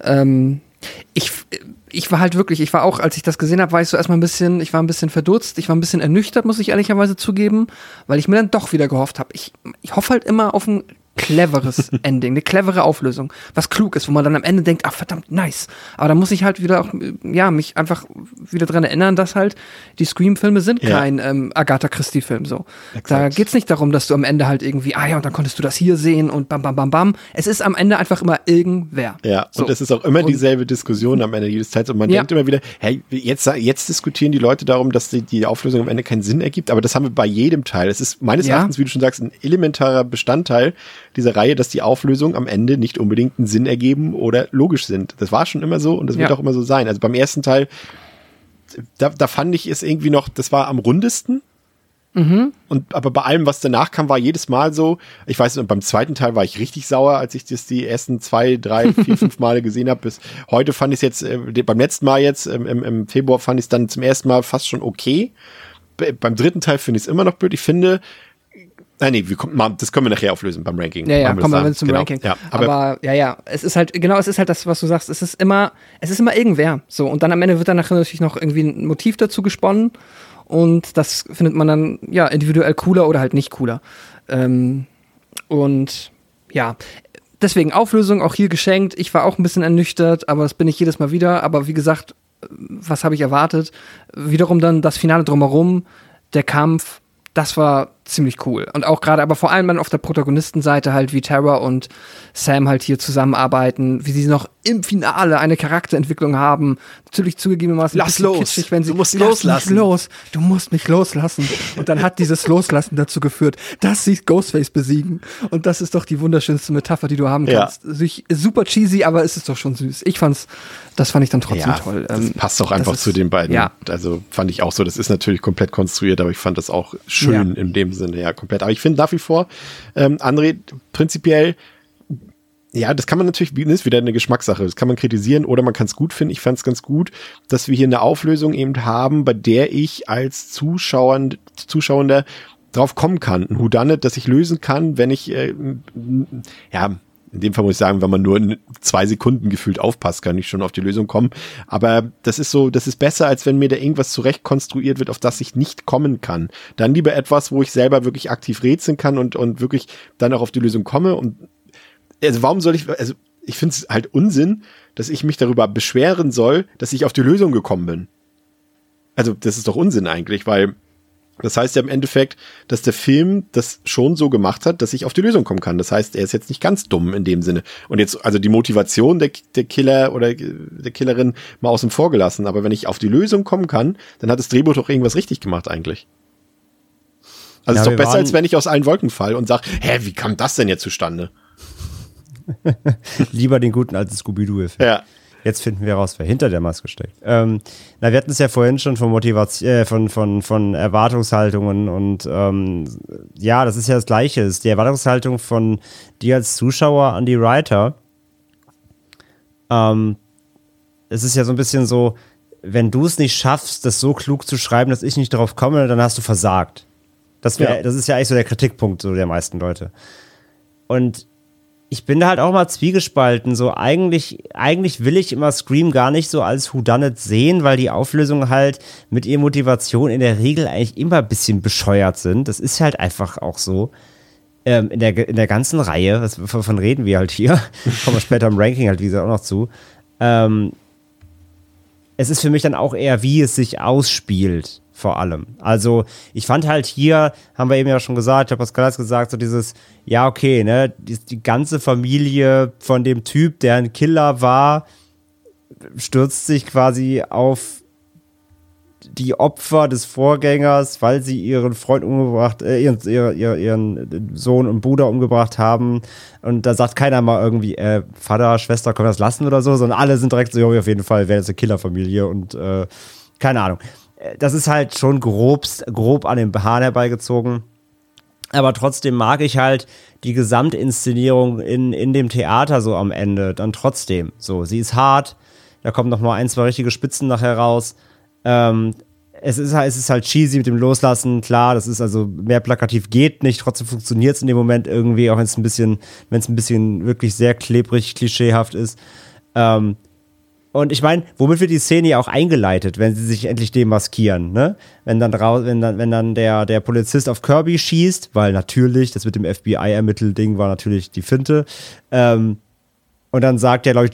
Ich war halt wirklich, ich war auch, als ich das gesehen habe, ich war ein bisschen verdutzt, ich war ein bisschen ernüchtert, muss ich ehrlicherweise zugeben, weil ich mir dann doch wieder gehofft habe. Ich hoffe halt immer auf ein cleveres Ending, eine clevere Auflösung, was klug ist, wo man dann am Ende denkt, ach verdammt, nice. Aber da muss ich halt wieder auch, mich einfach wieder dran erinnern, dass halt die Scream-Filme sind kein Agatha Christie-Film so. Exakt. Da geht's nicht darum, dass du am Ende halt irgendwie, und dann konntest du das hier sehen und bam, bam, bam, bam. Es ist am Ende einfach immer irgendwer. Ja, so. Und es ist auch immer dieselbe Diskussion am Ende jedes Teils und man denkt immer wieder, hey, jetzt diskutieren die Leute darum, dass die Auflösung am Ende keinen Sinn ergibt, aber das haben wir bei jedem Teil. Es ist meines Erachtens, wie du schon sagst, ein elementarer Bestandteil dieser Reihe, dass die Auflösungen am Ende nicht unbedingt einen Sinn ergeben oder logisch sind. Das war schon immer so und das wird auch immer so sein. Also beim ersten Teil, da fand ich es irgendwie noch, das war am rundesten. Aber bei allem, was danach kam, war jedes Mal so, ich weiß, beim zweiten Teil war ich richtig sauer, als ich das die ersten 2, 3, 4, 5 Male gesehen habe. Bis heute fand ich es jetzt, beim letzten Mal jetzt, im Februar fand ich es dann zum ersten Mal fast schon okay. Beim dritten Teil finde ich es immer noch blöd. Ich finde, das können wir nachher auflösen beim Ranking. Ja, kommen wir zum Ranking. Ja, aber es ist halt das, was du sagst. Es ist immer irgendwer. So, und dann am Ende wird dann nachher natürlich noch irgendwie ein Motiv dazu gesponnen. Und das findet man dann, individuell cooler oder halt nicht cooler. Deswegen Auflösung auch hier geschenkt. Ich war auch ein bisschen ernüchtert, aber das bin ich jedes Mal wieder. Aber wie gesagt, was habe ich erwartet? Wiederum dann das Finale drumherum, der Kampf, das war ziemlich cool. Und auch gerade, aber vor allem dann auf der Protagonistenseite halt, wie Tara und Sam halt hier zusammenarbeiten, wie sie noch im Finale eine Charakterentwicklung haben. Natürlich zugegebenermaßen lass los, kitschig, wenn sie, du musst loslassen. Du musst mich loslassen. Und dann hat dieses Loslassen dazu geführt, dass sie Ghostface besiegen. Und das ist doch die wunderschönste Metapher, die du haben kannst. Super cheesy, aber es ist doch schon süß. Das fand ich dann trotzdem toll. Das passt doch einfach zu den beiden. Ja. Also fand ich auch so, das ist natürlich komplett konstruiert, aber ich fand das auch schön in dem Sinne, komplett. Aber ich finde nach wie vor, André, prinzipiell, Ja, das kann man natürlich, das ist wieder eine Geschmackssache. Das kann man kritisieren oder man kann es gut finden. Ich fand es ganz gut, dass wir hier eine Auflösung eben haben, bei der ich als Zuschauender drauf kommen kann. Ein Whodunit, das ich lösen kann, wenn ich, in dem Fall muss ich sagen, wenn man nur 2 Sekunden gefühlt aufpasst, kann ich schon auf die Lösung kommen. Aber das ist besser, als wenn mir da irgendwas zurecht konstruiert wird, auf das ich nicht kommen kann. Dann lieber etwas, wo ich selber wirklich aktiv rätseln kann und wirklich dann auch auf die Lösung komme. Und also warum soll ich finde es halt Unsinn, dass ich mich darüber beschweren soll, dass ich auf die Lösung gekommen bin. Also das ist doch Unsinn eigentlich, weil das heißt ja im Endeffekt, dass der Film das schon so gemacht hat, dass ich auf die Lösung kommen kann. Das heißt, er ist jetzt nicht ganz dumm in dem Sinne. Und jetzt, also die Motivation der Killer oder der Killerin mal außen vor gelassen. Aber wenn ich auf die Lösung kommen kann, dann hat das Drehbuch doch irgendwas richtig gemacht eigentlich. Also es ist doch besser, als wenn ich aus allen Wolken falle und sage, wie kam das denn jetzt zustande? Lieber den guten alten Scooby-Doo-Effekt. Ja. Jetzt finden wir raus, wer hinter der Maske steckt. Wir hatten es ja vorhin schon von Motivation, von Erwartungshaltungen und das ist ja das Gleiche. Es ist die Erwartungshaltung von dir als Zuschauer an die Writer. Es ist ja so ein bisschen so, wenn du es nicht schaffst, das so klug zu schreiben, dass ich nicht darauf komme, dann hast du versagt. Das ist ja eigentlich so der Kritikpunkt so der meisten Leute. Und ich bin da halt auch mal zwiegespalten. So eigentlich will ich immer Scream gar nicht so als Whodunit sehen, weil die Auflösungen halt mit ihrer Motivation in der Regel eigentlich immer ein bisschen bescheuert sind. Das ist halt einfach auch so. In der ganzen Reihe, wovon reden wir halt hier, kommen wir später im Ranking halt wie gesagt auch noch zu. Es ist für mich dann auch eher, wie es sich ausspielt. Vor allem. Also ich fand halt hier, haben wir eben ja schon gesagt, ich habe Pascal hat gesagt, so dieses, ja okay, ne, die ganze Familie von dem Typ, der ein Killer war, stürzt sich quasi auf die Opfer des Vorgängers, weil sie ihren Freund umgebracht, ihren Sohn und Bruder umgebracht haben. Und da sagt keiner mal irgendwie, Vater, Schwester, können wir das lassen oder so, sondern alle sind direkt so, ja, auf jeden Fall wäre das eine Killerfamilie und keine Ahnung. Das ist halt schon grob an den Haaren herbeigezogen. Aber trotzdem mag ich halt die Gesamtinszenierung in dem Theater so am Ende dann trotzdem. So, sie ist hart, da kommen noch mal 1, 2 richtige Spitzen nachher raus. Es ist halt cheesy mit dem Loslassen, klar, das ist also mehr plakativ geht nicht, trotzdem funktioniert es in dem Moment irgendwie, auch wenn es ein bisschen wirklich sehr klebrig, klischeehaft ist. Und ich meine, womit wird die Szene ja auch eingeleitet, wenn sie sich endlich demaskieren, ne? Wenn dann der Polizist auf Kirby schießt, weil natürlich, das mit dem FBI-Ermittelding war natürlich die Finte, und dann sagt ja, glaube ich,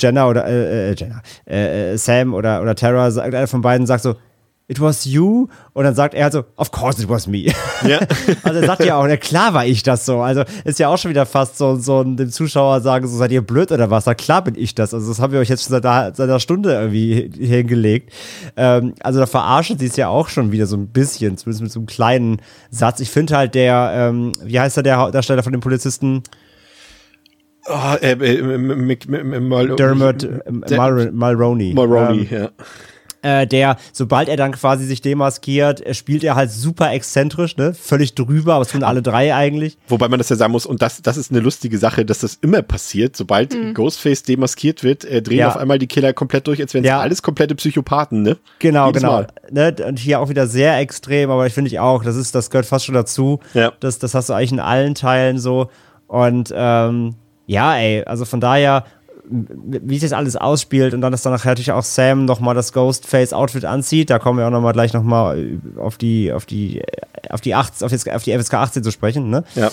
Sam oder Tara, einer von beiden sagt so, it was you? Und dann sagt er halt so, of course it was me. Ja. Also er sagt ja auch, ja klar war ich das so. Also ist ja auch schon wieder fast so dem Zuschauer sagen, so seid ihr blöd oder was? Na klar bin ich das. Also das haben wir euch jetzt schon seit einer Stunde irgendwie hingelegt. Also da verarschen sie es ja auch schon wieder so ein bisschen, zumindest mit so einem kleinen Satz. Ich finde halt wie heißt der Darsteller von dem Polizisten? Dermot Mulroney. Mulroney, ja. Der, sobald er dann quasi sich demaskiert, spielt er halt super exzentrisch, ne? Völlig drüber, aber es tun alle 3 eigentlich. Wobei man das ja sagen muss, und das ist eine lustige Sache, dass das immer passiert, sobald Ghostface demaskiert wird, drehen auf einmal die Killer komplett durch, als wären es alles komplette Psychopathen, ne? Genau. Ne? Und hier auch wieder sehr extrem, aber ich finde auch, das gehört fast schon dazu. Ja. Das hast du eigentlich in allen Teilen so. Und also von daher, wie sich das alles ausspielt und dann ist dann nachher natürlich auch Sam nochmal das Ghostface-Outfit anzieht, da kommen wir auch nochmal gleich nochmal auf die FSK 18 zu sprechen, ne? Ja.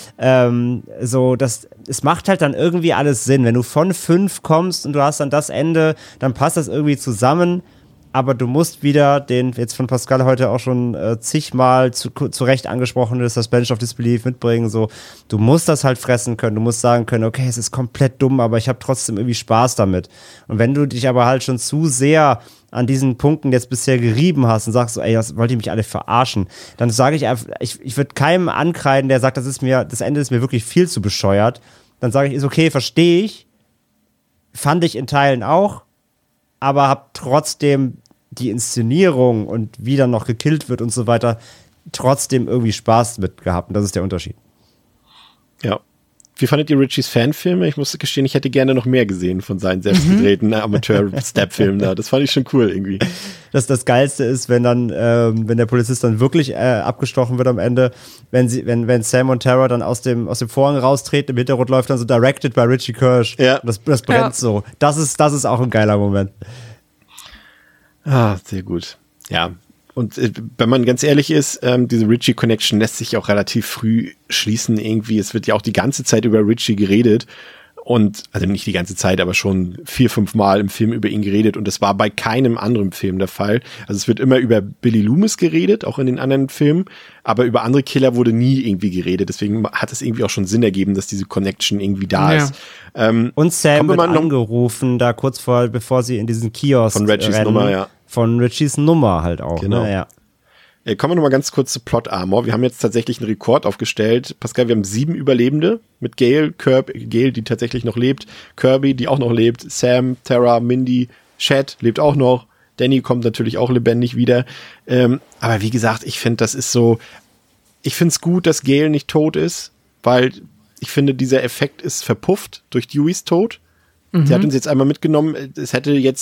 Es macht halt dann irgendwie alles Sinn, wenn du von 5 kommst und du hast dann das Ende, dann passt das irgendwie zusammen, aber du musst wieder den, jetzt von Pascal heute auch schon zigmal zu Recht angesprochene Suspension of Disbelief mitbringen, so, du musst das halt fressen können, du musst sagen können, okay, es ist komplett dumm, aber ich habe trotzdem irgendwie Spaß damit. Und wenn du dich aber halt schon zu sehr an diesen Punkten jetzt bisher gerieben hast und sagst so, ey, das wollt ihr mich alle verarschen, dann sage ich einfach, ich würde keinem ankreiden, der sagt, das Ende ist mir wirklich viel zu bescheuert, dann sage ich, ist okay, verstehe ich, fand ich in Teilen auch, aber hab trotzdem die Inszenierung und wie dann noch gekillt wird und so weiter, trotzdem irgendwie Spaß mit gehabt. Und das ist der Unterschied. Ja. Wie fandet ihr Richies Fanfilme? Ich muss gestehen, ich hätte gerne noch mehr gesehen von seinen selbstgedrehten Amateur-Step-Filmen da. Das fand ich schon cool irgendwie. Das Geilste ist, wenn dann, wenn der Polizist dann wirklich abgestochen wird am Ende, wenn Sam und Tara dann aus dem Vorhang raustreten, im Hintergrund läuft dann so Directed by Richie Kirsch. Ja. Das brennt so. Das ist auch ein geiler Moment. Ah, sehr gut. Ja. Und wenn man ganz ehrlich ist, diese Richie-Connection lässt sich auch relativ früh schließen irgendwie. Es wird ja auch die ganze Zeit über Richie geredet. Und, also nicht die ganze Zeit, aber schon 4-5 Mal im Film über ihn geredet. Und das war bei keinem anderen Film der Fall. Also es wird immer über Billy Loomis geredet, auch in den anderen Filmen. Aber über andere Killer wurde nie irgendwie geredet. Deswegen hat es irgendwie auch schon Sinn ergeben, dass diese Connection irgendwie da ist. Und Sam wird angerufen, da kurz bevor sie in diesen Kiosk von Richies rennen. Nummer, ja. Von Richies Nummer halt auch. Genau. Ne? Ja. Kommen wir noch mal ganz kurz zu Plot Armor. Wir haben jetzt tatsächlich einen Rekord aufgestellt. Pascal, wir haben 7 Überlebende mit Gale, die tatsächlich noch lebt, Kirby, die auch noch lebt, Sam, Tara, Mindy, Chad lebt auch noch, Danny kommt natürlich auch lebendig wieder. Aber wie gesagt, ich finde, das ist so, ich finde es gut, dass Gale nicht tot ist, weil ich finde, dieser Effekt ist verpufft durch Deweys Tod. Sie hat uns jetzt einmal mitgenommen. Es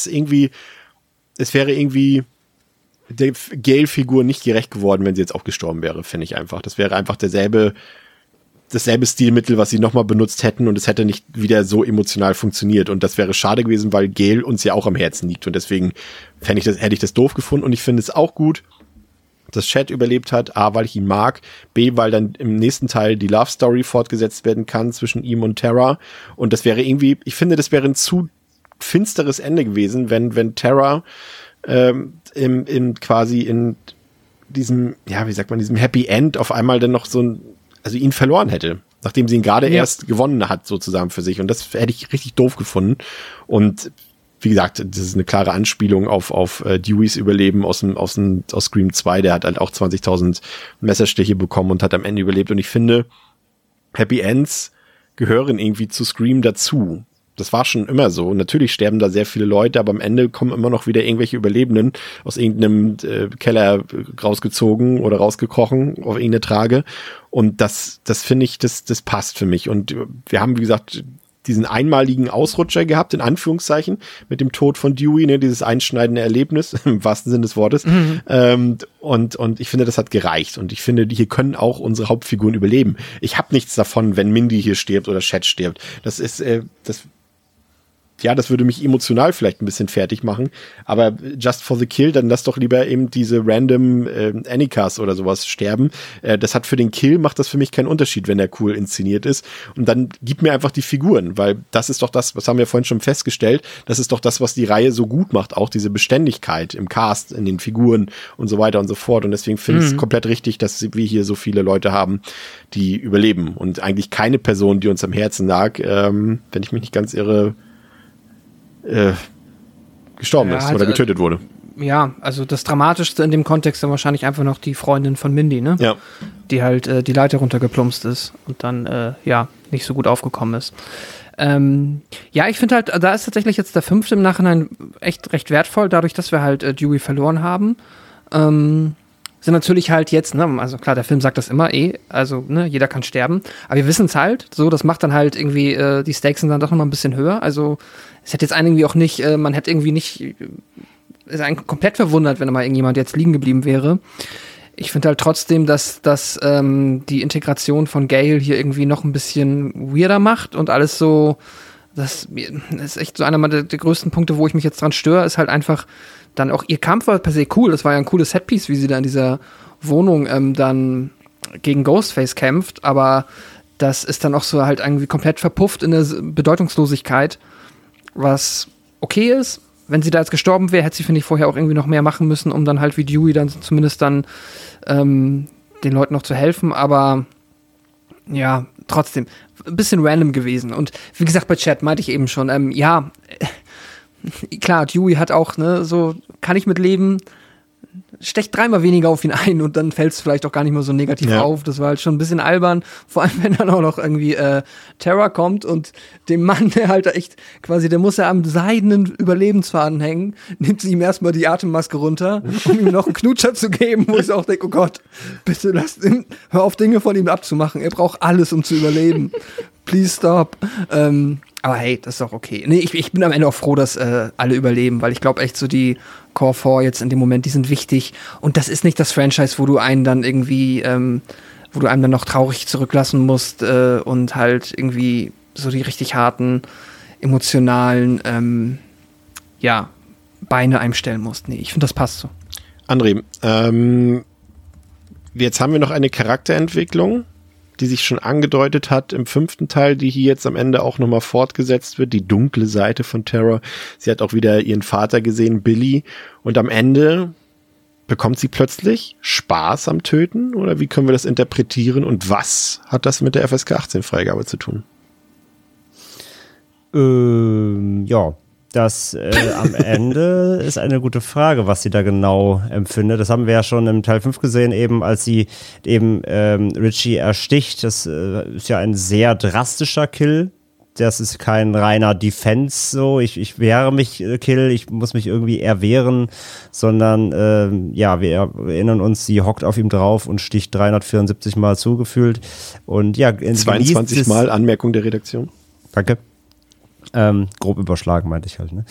wäre irgendwie der Gale-Figur nicht gerecht geworden, wenn sie jetzt auch gestorben wäre, finde ich einfach. Das wäre einfach dasselbe Stilmittel, was sie nochmal benutzt hätten und es hätte nicht wieder so emotional funktioniert und das wäre schade gewesen, weil Gale uns ja auch am Herzen liegt und deswegen hätte ich das doof gefunden und ich finde es auch gut, dass Chad überlebt hat, A, weil ich ihn mag, B, weil dann im nächsten Teil die Love Story fortgesetzt werden kann zwischen ihm und Tara und das wäre irgendwie, ich finde, das wäre ein zu finsteres Ende gewesen, wenn Tara quasi in diesem, ja, wie sagt man, diesem Happy End auf einmal dann noch also ihn verloren hätte, nachdem sie ihn gerade erst gewonnen hat, sozusagen für sich. Und das hätte ich richtig doof gefunden. Und wie gesagt, das ist eine klare Anspielung auf Deweys Überleben aus Scream 2. Der hat halt auch 20.000 Messerstiche bekommen und hat am Ende überlebt. Und ich finde, Happy Ends gehören irgendwie zu Scream dazu. Das war schon immer so. Natürlich sterben da sehr viele Leute, aber am Ende kommen immer noch wieder irgendwelche Überlebenden aus irgendeinem Keller rausgezogen oder rausgekrochen auf irgendeine Trage. Und das finde ich, das passt für mich. Und wir haben, wie gesagt, diesen einmaligen Ausrutscher gehabt, in Anführungszeichen, mit dem Tod von Dewey, ne, dieses einschneidende Erlebnis, im wahrsten Sinne des Wortes. Und ich finde, das hat gereicht. Und ich finde, hier können auch unsere Hauptfiguren überleben. Ich habe nichts davon, wenn Mindy hier stirbt oder Chad stirbt. Das ist, das würde mich emotional vielleicht ein bisschen fertig machen, aber just for the kill, dann lass doch lieber eben diese random Annikas oder sowas sterben. Das hat für den Kill, macht das für mich keinen Unterschied, wenn er cool inszeniert ist. Und dann gib mir einfach die Figuren, weil das ist doch das, was haben wir vorhin schon festgestellt, das ist doch das, was die Reihe so gut macht, auch diese Beständigkeit im Cast, in den Figuren und so weiter und so fort. Und deswegen finde ich es komplett richtig, dass wir hier so viele Leute haben, die überleben. Und eigentlich keine Person, die uns am Herzen lag, wenn ich mich nicht ganz irre, gestorben ist oder getötet wurde. Ja, also das Dramatischste in dem Kontext dann wahrscheinlich einfach noch die Freundin von Mindy, ne? Ja. Die halt die Leiter runtergeplumpst ist und dann, nicht so gut aufgekommen ist. Ich finde halt, da ist tatsächlich jetzt der 5. im Nachhinein echt recht wertvoll, dadurch, dass wir halt Dewey verloren haben. Sind natürlich halt jetzt, ne, also klar, der Film sagt das immer, also, ne, jeder kann sterben, aber wir wissen es halt, so, das macht dann halt irgendwie, die Stakes sind dann doch nochmal ein bisschen höher, also, es hätte jetzt einen irgendwie auch nicht, man hätte irgendwie nicht, ist einen komplett verwundert, wenn mal irgendjemand jetzt liegen geblieben wäre. Ich finde halt trotzdem, dass die Integration von Gale hier irgendwie noch ein bisschen weirder macht und alles so, das ist echt so einer der größten Punkte, wo ich mich jetzt dran störe, ist halt einfach dann auch, ihr Kampf war per se cool, das war ja ein cooles Setpiece, wie sie da in dieser Wohnung dann gegen Ghostface kämpft, aber das ist dann auch so halt irgendwie komplett verpufft in der Bedeutungslosigkeit, was okay ist. Wenn sie da jetzt gestorben wäre, hätte sie, finde ich, vorher auch irgendwie noch mehr machen müssen, um dann halt wie Dewey dann zumindest dann den Leuten noch zu helfen, aber ja, trotzdem, ein bisschen random gewesen. Und wie gesagt, bei Chad meinte ich eben schon, klar, Dewey hat auch, ne, so kann ich mit leben, stecht 3-mal weniger auf ihn ein und dann fällt es vielleicht auch gar nicht mehr so negativ auf. Das war halt schon ein bisschen albern, vor allem wenn dann auch noch irgendwie Tara kommt und dem Mann, der halt echt quasi, der muss ja am seidenen Überlebensfaden hängen, nimmt sie ihm erstmal die Atemmaske runter, um ihm noch einen Knutscher zu geben, wo ich auch denke, oh Gott, bitte hör auf, Dinge von ihm abzumachen, er braucht alles, um zu überleben. please stop. Aber hey, das ist doch okay. Nee, ich bin am Ende auch froh, dass alle überleben, weil ich glaube echt so die Core 4 jetzt in dem Moment, die sind wichtig. Und das ist nicht das Franchise, wo du einen dann irgendwie, wo du einem dann noch traurig zurücklassen musst und halt irgendwie so die richtig harten, emotionalen, Beine einstellen musst. Nee, ich finde, das passt so. André, jetzt haben wir noch eine Charakterentwicklung, die sich schon angedeutet hat im 5. Teil, die hier jetzt am Ende auch nochmal fortgesetzt wird, die dunkle Seite von Tara. Sie hat auch wieder ihren Vater gesehen, Billy, und am Ende bekommt sie plötzlich Spaß am Töten, oder wie können wir das interpretieren und was hat das mit der FSK 18 Freigabe zu tun? Das am Ende ist eine gute Frage, was sie da genau empfindet. Das haben wir ja schon im Teil 5 gesehen, eben als sie eben Richie ersticht. Das ist ja ein sehr drastischer Kill. Das ist kein reiner Defense, so ich wehre mich, Kill, ich muss mich irgendwie erwehren, sondern wir erinnern uns, sie hockt auf ihm drauf und sticht 374 Mal zugefühlt. Und ja, 22 Mal, Anmerkung der Redaktion. Danke. Grob überschlagen, meinte ich halt, ne?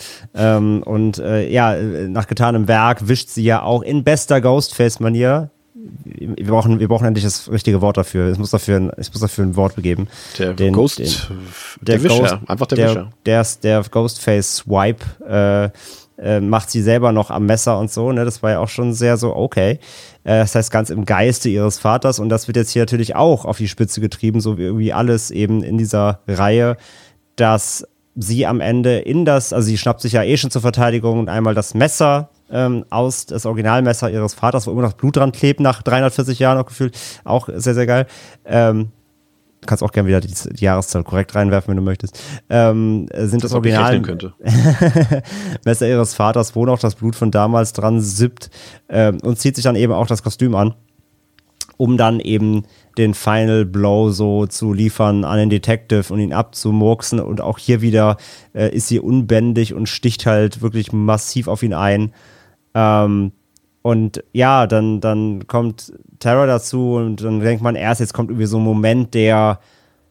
Nach getanem Werk wischt sie ja auch in bester Ghostface-Manier. Wir brauchen endlich das richtige Wort dafür. Es muss dafür ein Wort begeben. Der Wischer. Einfach der Wischer. Der Ghostface-Swipe macht sie selber noch am Messer und so, ne? Das war ja auch schon sehr so, okay. Das heißt, ganz im Geiste ihres Vaters, und das wird jetzt hier natürlich auch auf die Spitze getrieben, so wie irgendwie alles eben in dieser Reihe, dass sie am Ende also sie schnappt sich ja schon zur Verteidigung und einmal das Messer aus, das Originalmesser ihres Vaters, wo immer noch Blut dran klebt, nach 340 Jahren auch gefühlt, auch sehr, sehr geil. Du kannst auch gerne wieder die Jahreszahl korrekt reinwerfen, wenn du möchtest. Sind das Original Messer ihres Vaters, wo noch das Blut von damals dran sippt, und zieht sich dann eben auch das Kostüm an, um dann eben den Final Blow so zu liefern an den Detective und ihn abzumurksen. Und auch hier wieder ist sie unbändig und sticht halt wirklich massiv auf ihn ein. Und ja, dann kommt Tara dazu und dann denkt man erst, jetzt kommt irgendwie so ein Moment, das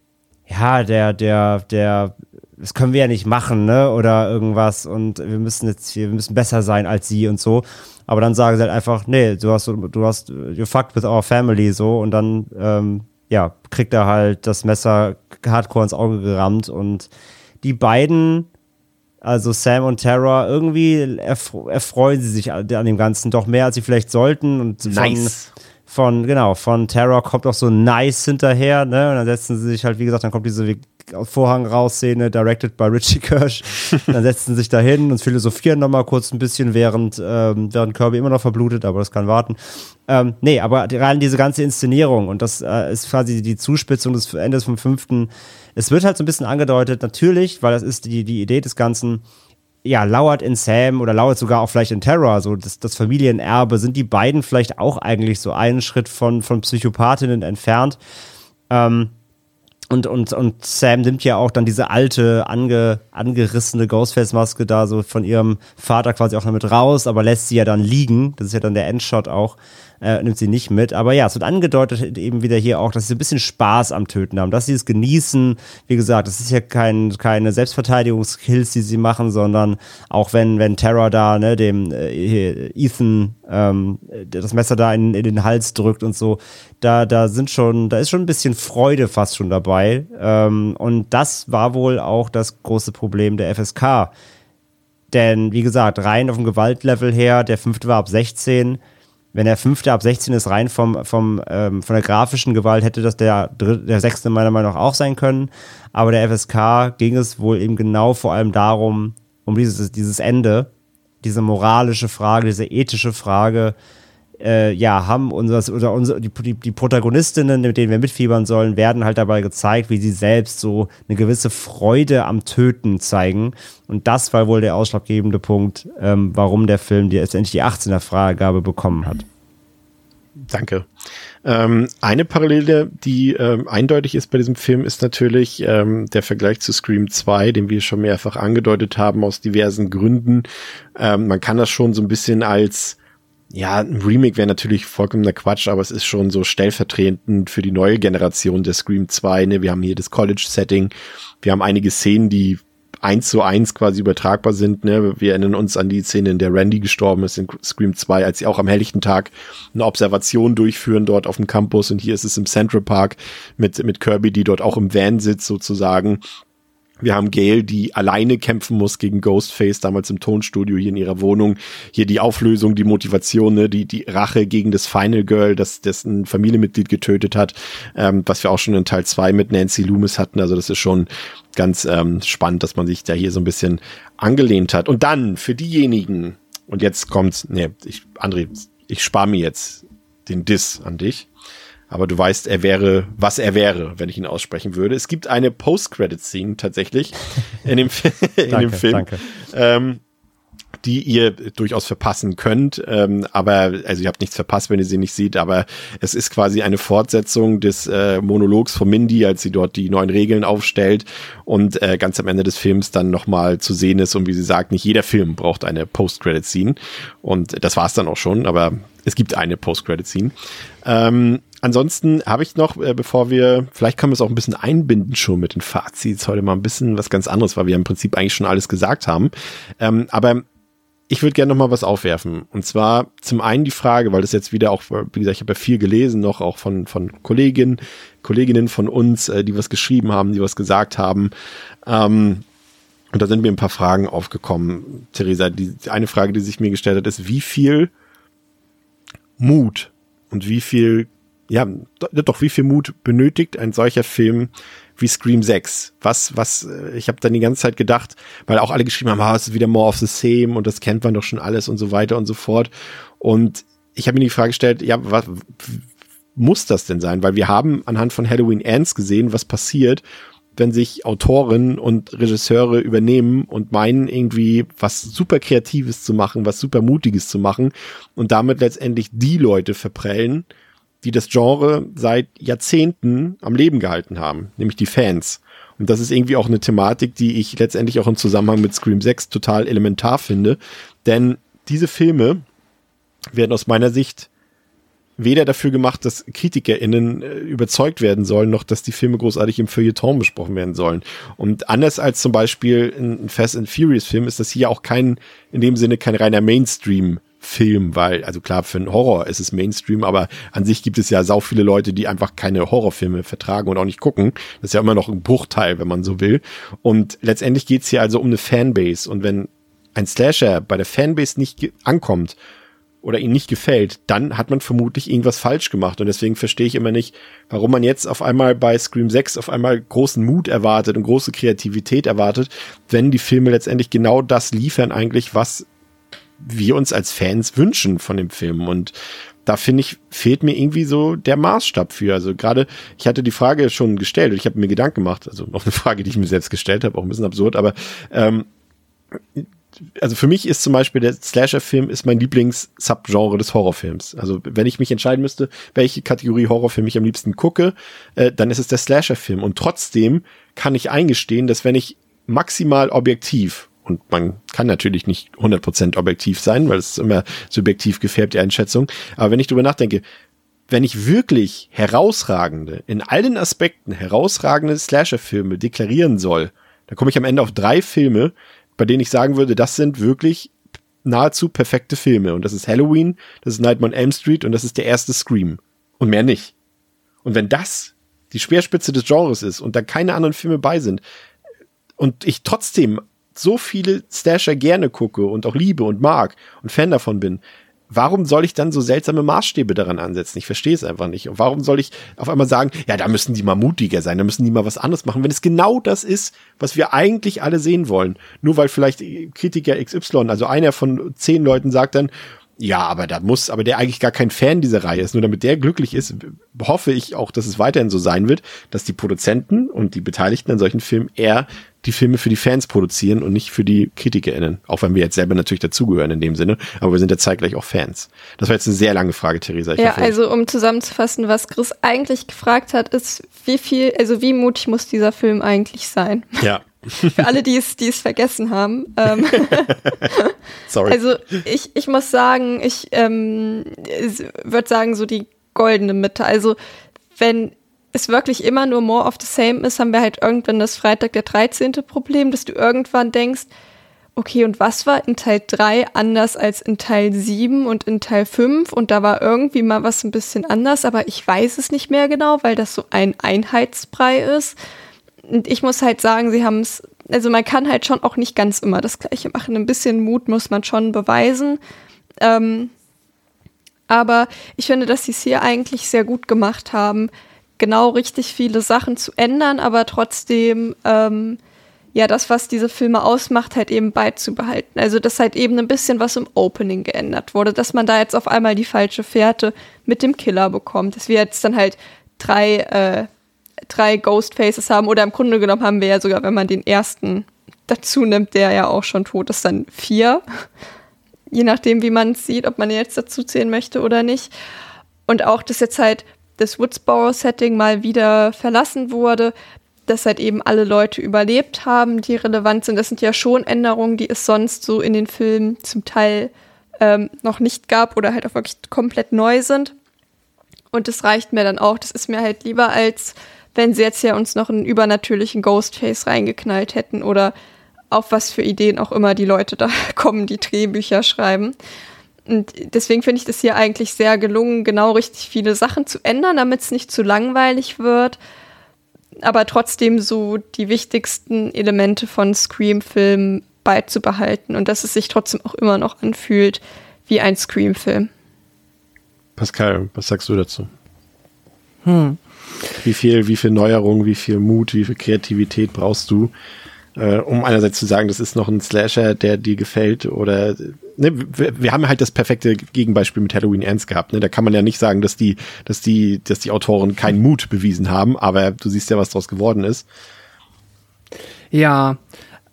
können wir ja nicht machen, ne? Oder irgendwas, und wir müssen besser sein als sie und so. Aber dann sagen sie halt einfach, nee, you fucked with our family, so, und dann, kriegt er halt das Messer hardcore ins Auge gerammt, und die beiden, also Sam und Tara, irgendwie erfreuen sie sich an dem Ganzen doch mehr, als sie vielleicht sollten, und von Tara kommt auch so nice hinterher, ne, und dann setzen sie sich halt, wie gesagt, dann kommt diese Vorhang raus Szene, directed by Richie Kirsch. Dann setzen sie sich da hin und philosophieren nochmal kurz ein bisschen, während Kirby immer noch verblutet, aber das kann warten. Aber rein diese ganze Inszenierung, und das ist quasi die Zuspitzung des Endes vom 5. Es wird halt so ein bisschen angedeutet, natürlich, weil das ist die Idee des Ganzen, ja, lauert in Sam oder lauert sogar auch vielleicht in Tara, so das Familienerbe, sind die beiden vielleicht auch eigentlich so einen Schritt von Psychopathinnen entfernt. Und Sam nimmt ja auch dann diese alte, angerissene Ghostface-Maske da so von ihrem Vater quasi auch noch mit raus, aber lässt sie ja dann liegen. Das ist ja dann der Endshot auch. Nimmt sie nicht mit. Aber ja, es wird angedeutet eben wieder hier auch, dass sie ein bisschen Spaß am Töten haben, dass sie es genießen. Wie gesagt, das ist ja keine Selbstverteidigungskills, die sie machen, sondern auch wenn Tara da, ne, dem Ethan das Messer da in den Hals drückt und so, da ist schon ein bisschen Freude fast schon dabei. Und das war wohl auch das große Problem der FSK. Denn, wie gesagt, rein auf dem Gewaltlevel her, der 5. war ab 16. Wenn der 5. ab 16 ist, rein von der grafischen Gewalt, hätte das der 6. meiner Meinung nach auch sein können. Aber der FSK ging es wohl eben genau vor allem darum, um dieses Ende, diese moralische Frage, diese ethische Frage, haben die Protagonistinnen, mit denen wir mitfiebern sollen, werden halt dabei gezeigt, wie sie selbst so eine gewisse Freude am Töten zeigen. Und das war wohl der ausschlaggebende Punkt, warum der Film letztendlich die 18er Freigabe bekommen hat. Danke. Eine Parallele, die eindeutig ist bei diesem Film, ist natürlich der Vergleich zu Scream 2, den wir schon mehrfach angedeutet haben, aus diversen Gründen. Man kann das schon so ein bisschen als ja, ein Remake wäre natürlich vollkommener Quatsch, aber es ist schon so stellvertretend für die neue Generation der Scream 2. Ne? Wir haben hier das College-Setting, wir haben einige Szenen, die 1:1 quasi übertragbar sind. Ne? Wir erinnern uns an die Szene, in der Randy gestorben ist in Scream 2, als sie auch am helllichten Tag eine Observation durchführen dort auf dem Campus, und hier ist es im Central Park mit Kirby, die dort auch im Van sitzt sozusagen. Wir haben Gail, die alleine kämpfen muss gegen Ghostface, damals im Tonstudio hier in ihrer Wohnung. Hier die Auflösung, die Motivation, ne, die Rache gegen das Final Girl, das ein Familienmitglied getötet hat, was wir auch schon in Teil 2 mit Nancy Loomis hatten. Also das ist schon ganz spannend, dass man sich da hier so ein bisschen angelehnt hat. Und dann für diejenigen, und jetzt kommt's, André, ich spare mir jetzt den Diss an dich. Aber du weißt, er wäre, was er wäre, wenn ich ihn aussprechen würde. Es gibt eine Post-Credit-Scene tatsächlich in dem Film, die ihr durchaus verpassen könnt. Aber, also ihr habt nichts verpasst, wenn ihr sie nicht seht, aber es ist quasi eine Fortsetzung des Monologs von Mindy, als sie dort die neuen Regeln aufstellt und ganz am Ende des Films dann nochmal zu sehen ist. Und wie sie sagt, nicht jeder Film braucht eine Post-Credit-Scene. Und das war's dann auch schon, aber es gibt eine Post-Credit-Scene. Ansonsten habe ich noch, vielleicht können wir es auch ein bisschen einbinden schon mit den Fazits, heute mal ein bisschen was ganz anderes, weil wir im Prinzip eigentlich schon alles gesagt haben. Aber ich würde gerne noch mal was aufwerfen. Und zwar zum einen die Frage, weil das jetzt wieder auch, wie gesagt, ich habe ja viel gelesen, noch auch von Kolleginnen von uns, die was geschrieben haben, die was gesagt haben. Und da sind mir ein paar Fragen aufgekommen. Theresa, die eine Frage, die sich mir gestellt hat, ist, wie viel Mut und wie viel Mut benötigt ein solcher Film wie Scream 6? Ich habe dann die ganze Zeit gedacht, weil auch alle geschrieben haben, es ist wieder more of the same und das kennt man doch schon alles und so weiter und so fort. Und ich habe mir die Frage gestellt, was muss das denn sein? Weil wir haben anhand von Halloween Ends gesehen, was passiert, wenn sich Autoren und Regisseure übernehmen und meinen, irgendwie was super Kreatives zu machen, was super Mutiges zu machen und damit letztendlich die Leute verprellen, die das Genre seit Jahrzehnten am Leben gehalten haben, nämlich die Fans. Und das ist irgendwie auch eine Thematik, die ich letztendlich auch im Zusammenhang mit Scream 6 total elementar finde, denn diese Filme werden aus meiner Sicht weder dafür gemacht, dass KritikerInnen überzeugt werden sollen, noch dass die Filme großartig im Feuilleton besprochen werden sollen. Und anders als zum Beispiel ein Fast and Furious Film ist das hier auch in dem Sinne kein reiner Mainstream-Film, weil, also klar, für einen Horror ist es Mainstream, aber an sich gibt es ja sau viele Leute, die einfach keine Horrorfilme vertragen und auch nicht gucken. Das ist ja immer noch ein Bruchteil, wenn man so will. Und letztendlich geht's hier also um eine Fanbase. Und wenn ein Slasher bei der Fanbase nicht ankommt, oder ihnen nicht gefällt, dann hat man vermutlich irgendwas falsch gemacht. Und deswegen verstehe ich immer nicht, warum man jetzt auf einmal bei Scream 6 auf einmal großen Mut erwartet und große Kreativität erwartet, wenn die Filme letztendlich genau das liefern eigentlich, was wir uns als Fans wünschen von dem Film. Und da finde ich, fehlt mir irgendwie so der Maßstab für. Also gerade, ich hatte die Frage schon gestellt und ich habe mir Gedanken gemacht, also noch eine Frage, die ich mir selbst gestellt habe, auch ein bisschen absurd, aber also für mich ist zum Beispiel der Slasher-Film ist mein Lieblings-Subgenre des Horrorfilms. Also wenn ich mich entscheiden müsste, welche Kategorie Horrorfilm ich am liebsten gucke, dann ist es der Slasher-Film. Und trotzdem kann ich eingestehen, dass wenn ich maximal objektiv, und man kann natürlich nicht 100% objektiv sein, weil es ist immer subjektiv gefärbt, die Einschätzung, aber wenn ich drüber nachdenke, wenn ich wirklich in allen Aspekten herausragende Slasher-Filme deklarieren soll, dann komme ich am Ende auf 3 Filme, bei denen ich sagen würde, das sind wirklich nahezu perfekte Filme. Und das ist Halloween, das ist Nightmare on Elm Street und das ist der erste Scream. Und mehr nicht. Und wenn das die Speerspitze des Genres ist und da keine anderen Filme bei sind und ich trotzdem so viele Slasher gerne gucke und auch liebe und mag und Fan davon bin, warum soll ich dann so seltsame Maßstäbe daran ansetzen? Ich verstehe es einfach nicht. Und warum soll ich auf einmal sagen, ja, da müssen die mal mutiger sein, da müssen die mal was anderes machen, wenn es genau das ist, was wir eigentlich alle sehen wollen. Nur weil vielleicht Kritiker XY, also einer von 10 Leuten sagt dann, ja, aber der eigentlich gar kein Fan dieser Reihe ist. Nur damit der glücklich ist, hoffe ich auch, dass es weiterhin so sein wird, dass die Produzenten und die Beteiligten an solchen Filmen eher die Filme für die Fans produzieren und nicht für die KritikerInnen. Auch wenn wir jetzt selber natürlich dazugehören in dem Sinne. Aber wir sind ja zeitgleich auch Fans. Das war jetzt eine sehr lange Frage, Theresa. Also um zusammenzufassen, was Chris eigentlich gefragt hat, ist, wie mutig muss dieser Film eigentlich sein? Ja. Für alle, die es vergessen haben. Sorry. Also ich muss sagen, ich würde sagen, so die goldene Mitte. Also wenn es wirklich immer nur more of the same ist, haben wir halt irgendwann das Freitag der 13. Problem, dass du irgendwann denkst, okay, und was war in Teil 3 anders als in Teil 7 und in Teil 5? Und da war irgendwie mal was ein bisschen anders, aber ich weiß es nicht mehr genau, weil das so ein Einheitsbrei ist. Und ich muss halt sagen, sie haben es, also man kann halt schon auch nicht ganz immer das Gleiche machen. Ein bisschen Mut muss man schon beweisen. Aber ich finde, dass sie es hier eigentlich sehr gut gemacht haben, genau richtig viele Sachen zu ändern, aber trotzdem das, was diese Filme ausmacht, halt eben beizubehalten. Also, dass halt eben ein bisschen was im Opening geändert wurde, dass man da jetzt auf einmal die falsche Fährte mit dem Killer bekommt, dass wir jetzt dann halt drei Ghostfaces haben, oder im Grunde genommen haben wir ja sogar, wenn man den ersten dazu nimmt, der ja auch schon tot ist, dann 4. Je nachdem, wie man es sieht, ob man jetzt dazu zählen möchte oder nicht. Und auch, dass jetzt halt das Woodsboro-Setting mal wieder verlassen wurde, dass halt eben alle Leute überlebt haben, die relevant sind. Das sind ja schon Änderungen, die es sonst so in den Filmen zum Teil noch nicht gab oder halt auch wirklich komplett neu sind. Und das reicht mir dann auch. Das ist mir halt lieber, als wenn sie jetzt ja uns noch einen übernatürlichen Ghostface reingeknallt hätten oder auf was für Ideen auch immer die Leute da kommen, die Drehbücher schreiben. Und deswegen finde ich das hier eigentlich sehr gelungen, genau richtig viele Sachen zu ändern, damit es nicht zu langweilig wird, aber trotzdem so die wichtigsten Elemente von Scream-Filmen beizubehalten und dass es sich trotzdem auch immer noch anfühlt wie ein Scream-Film. Pascal, was sagst du dazu? Wie viel Neuerung, wie viel Mut, wie viel Kreativität brauchst du, um einerseits zu sagen, das ist noch ein Slasher, der dir gefällt, oder ne, wir haben halt das perfekte Gegenbeispiel mit Halloween Ends gehabt. Ne? Da kann man ja nicht sagen, dass die Autoren keinen Mut bewiesen haben, aber du siehst ja, was daraus geworden ist. Ja,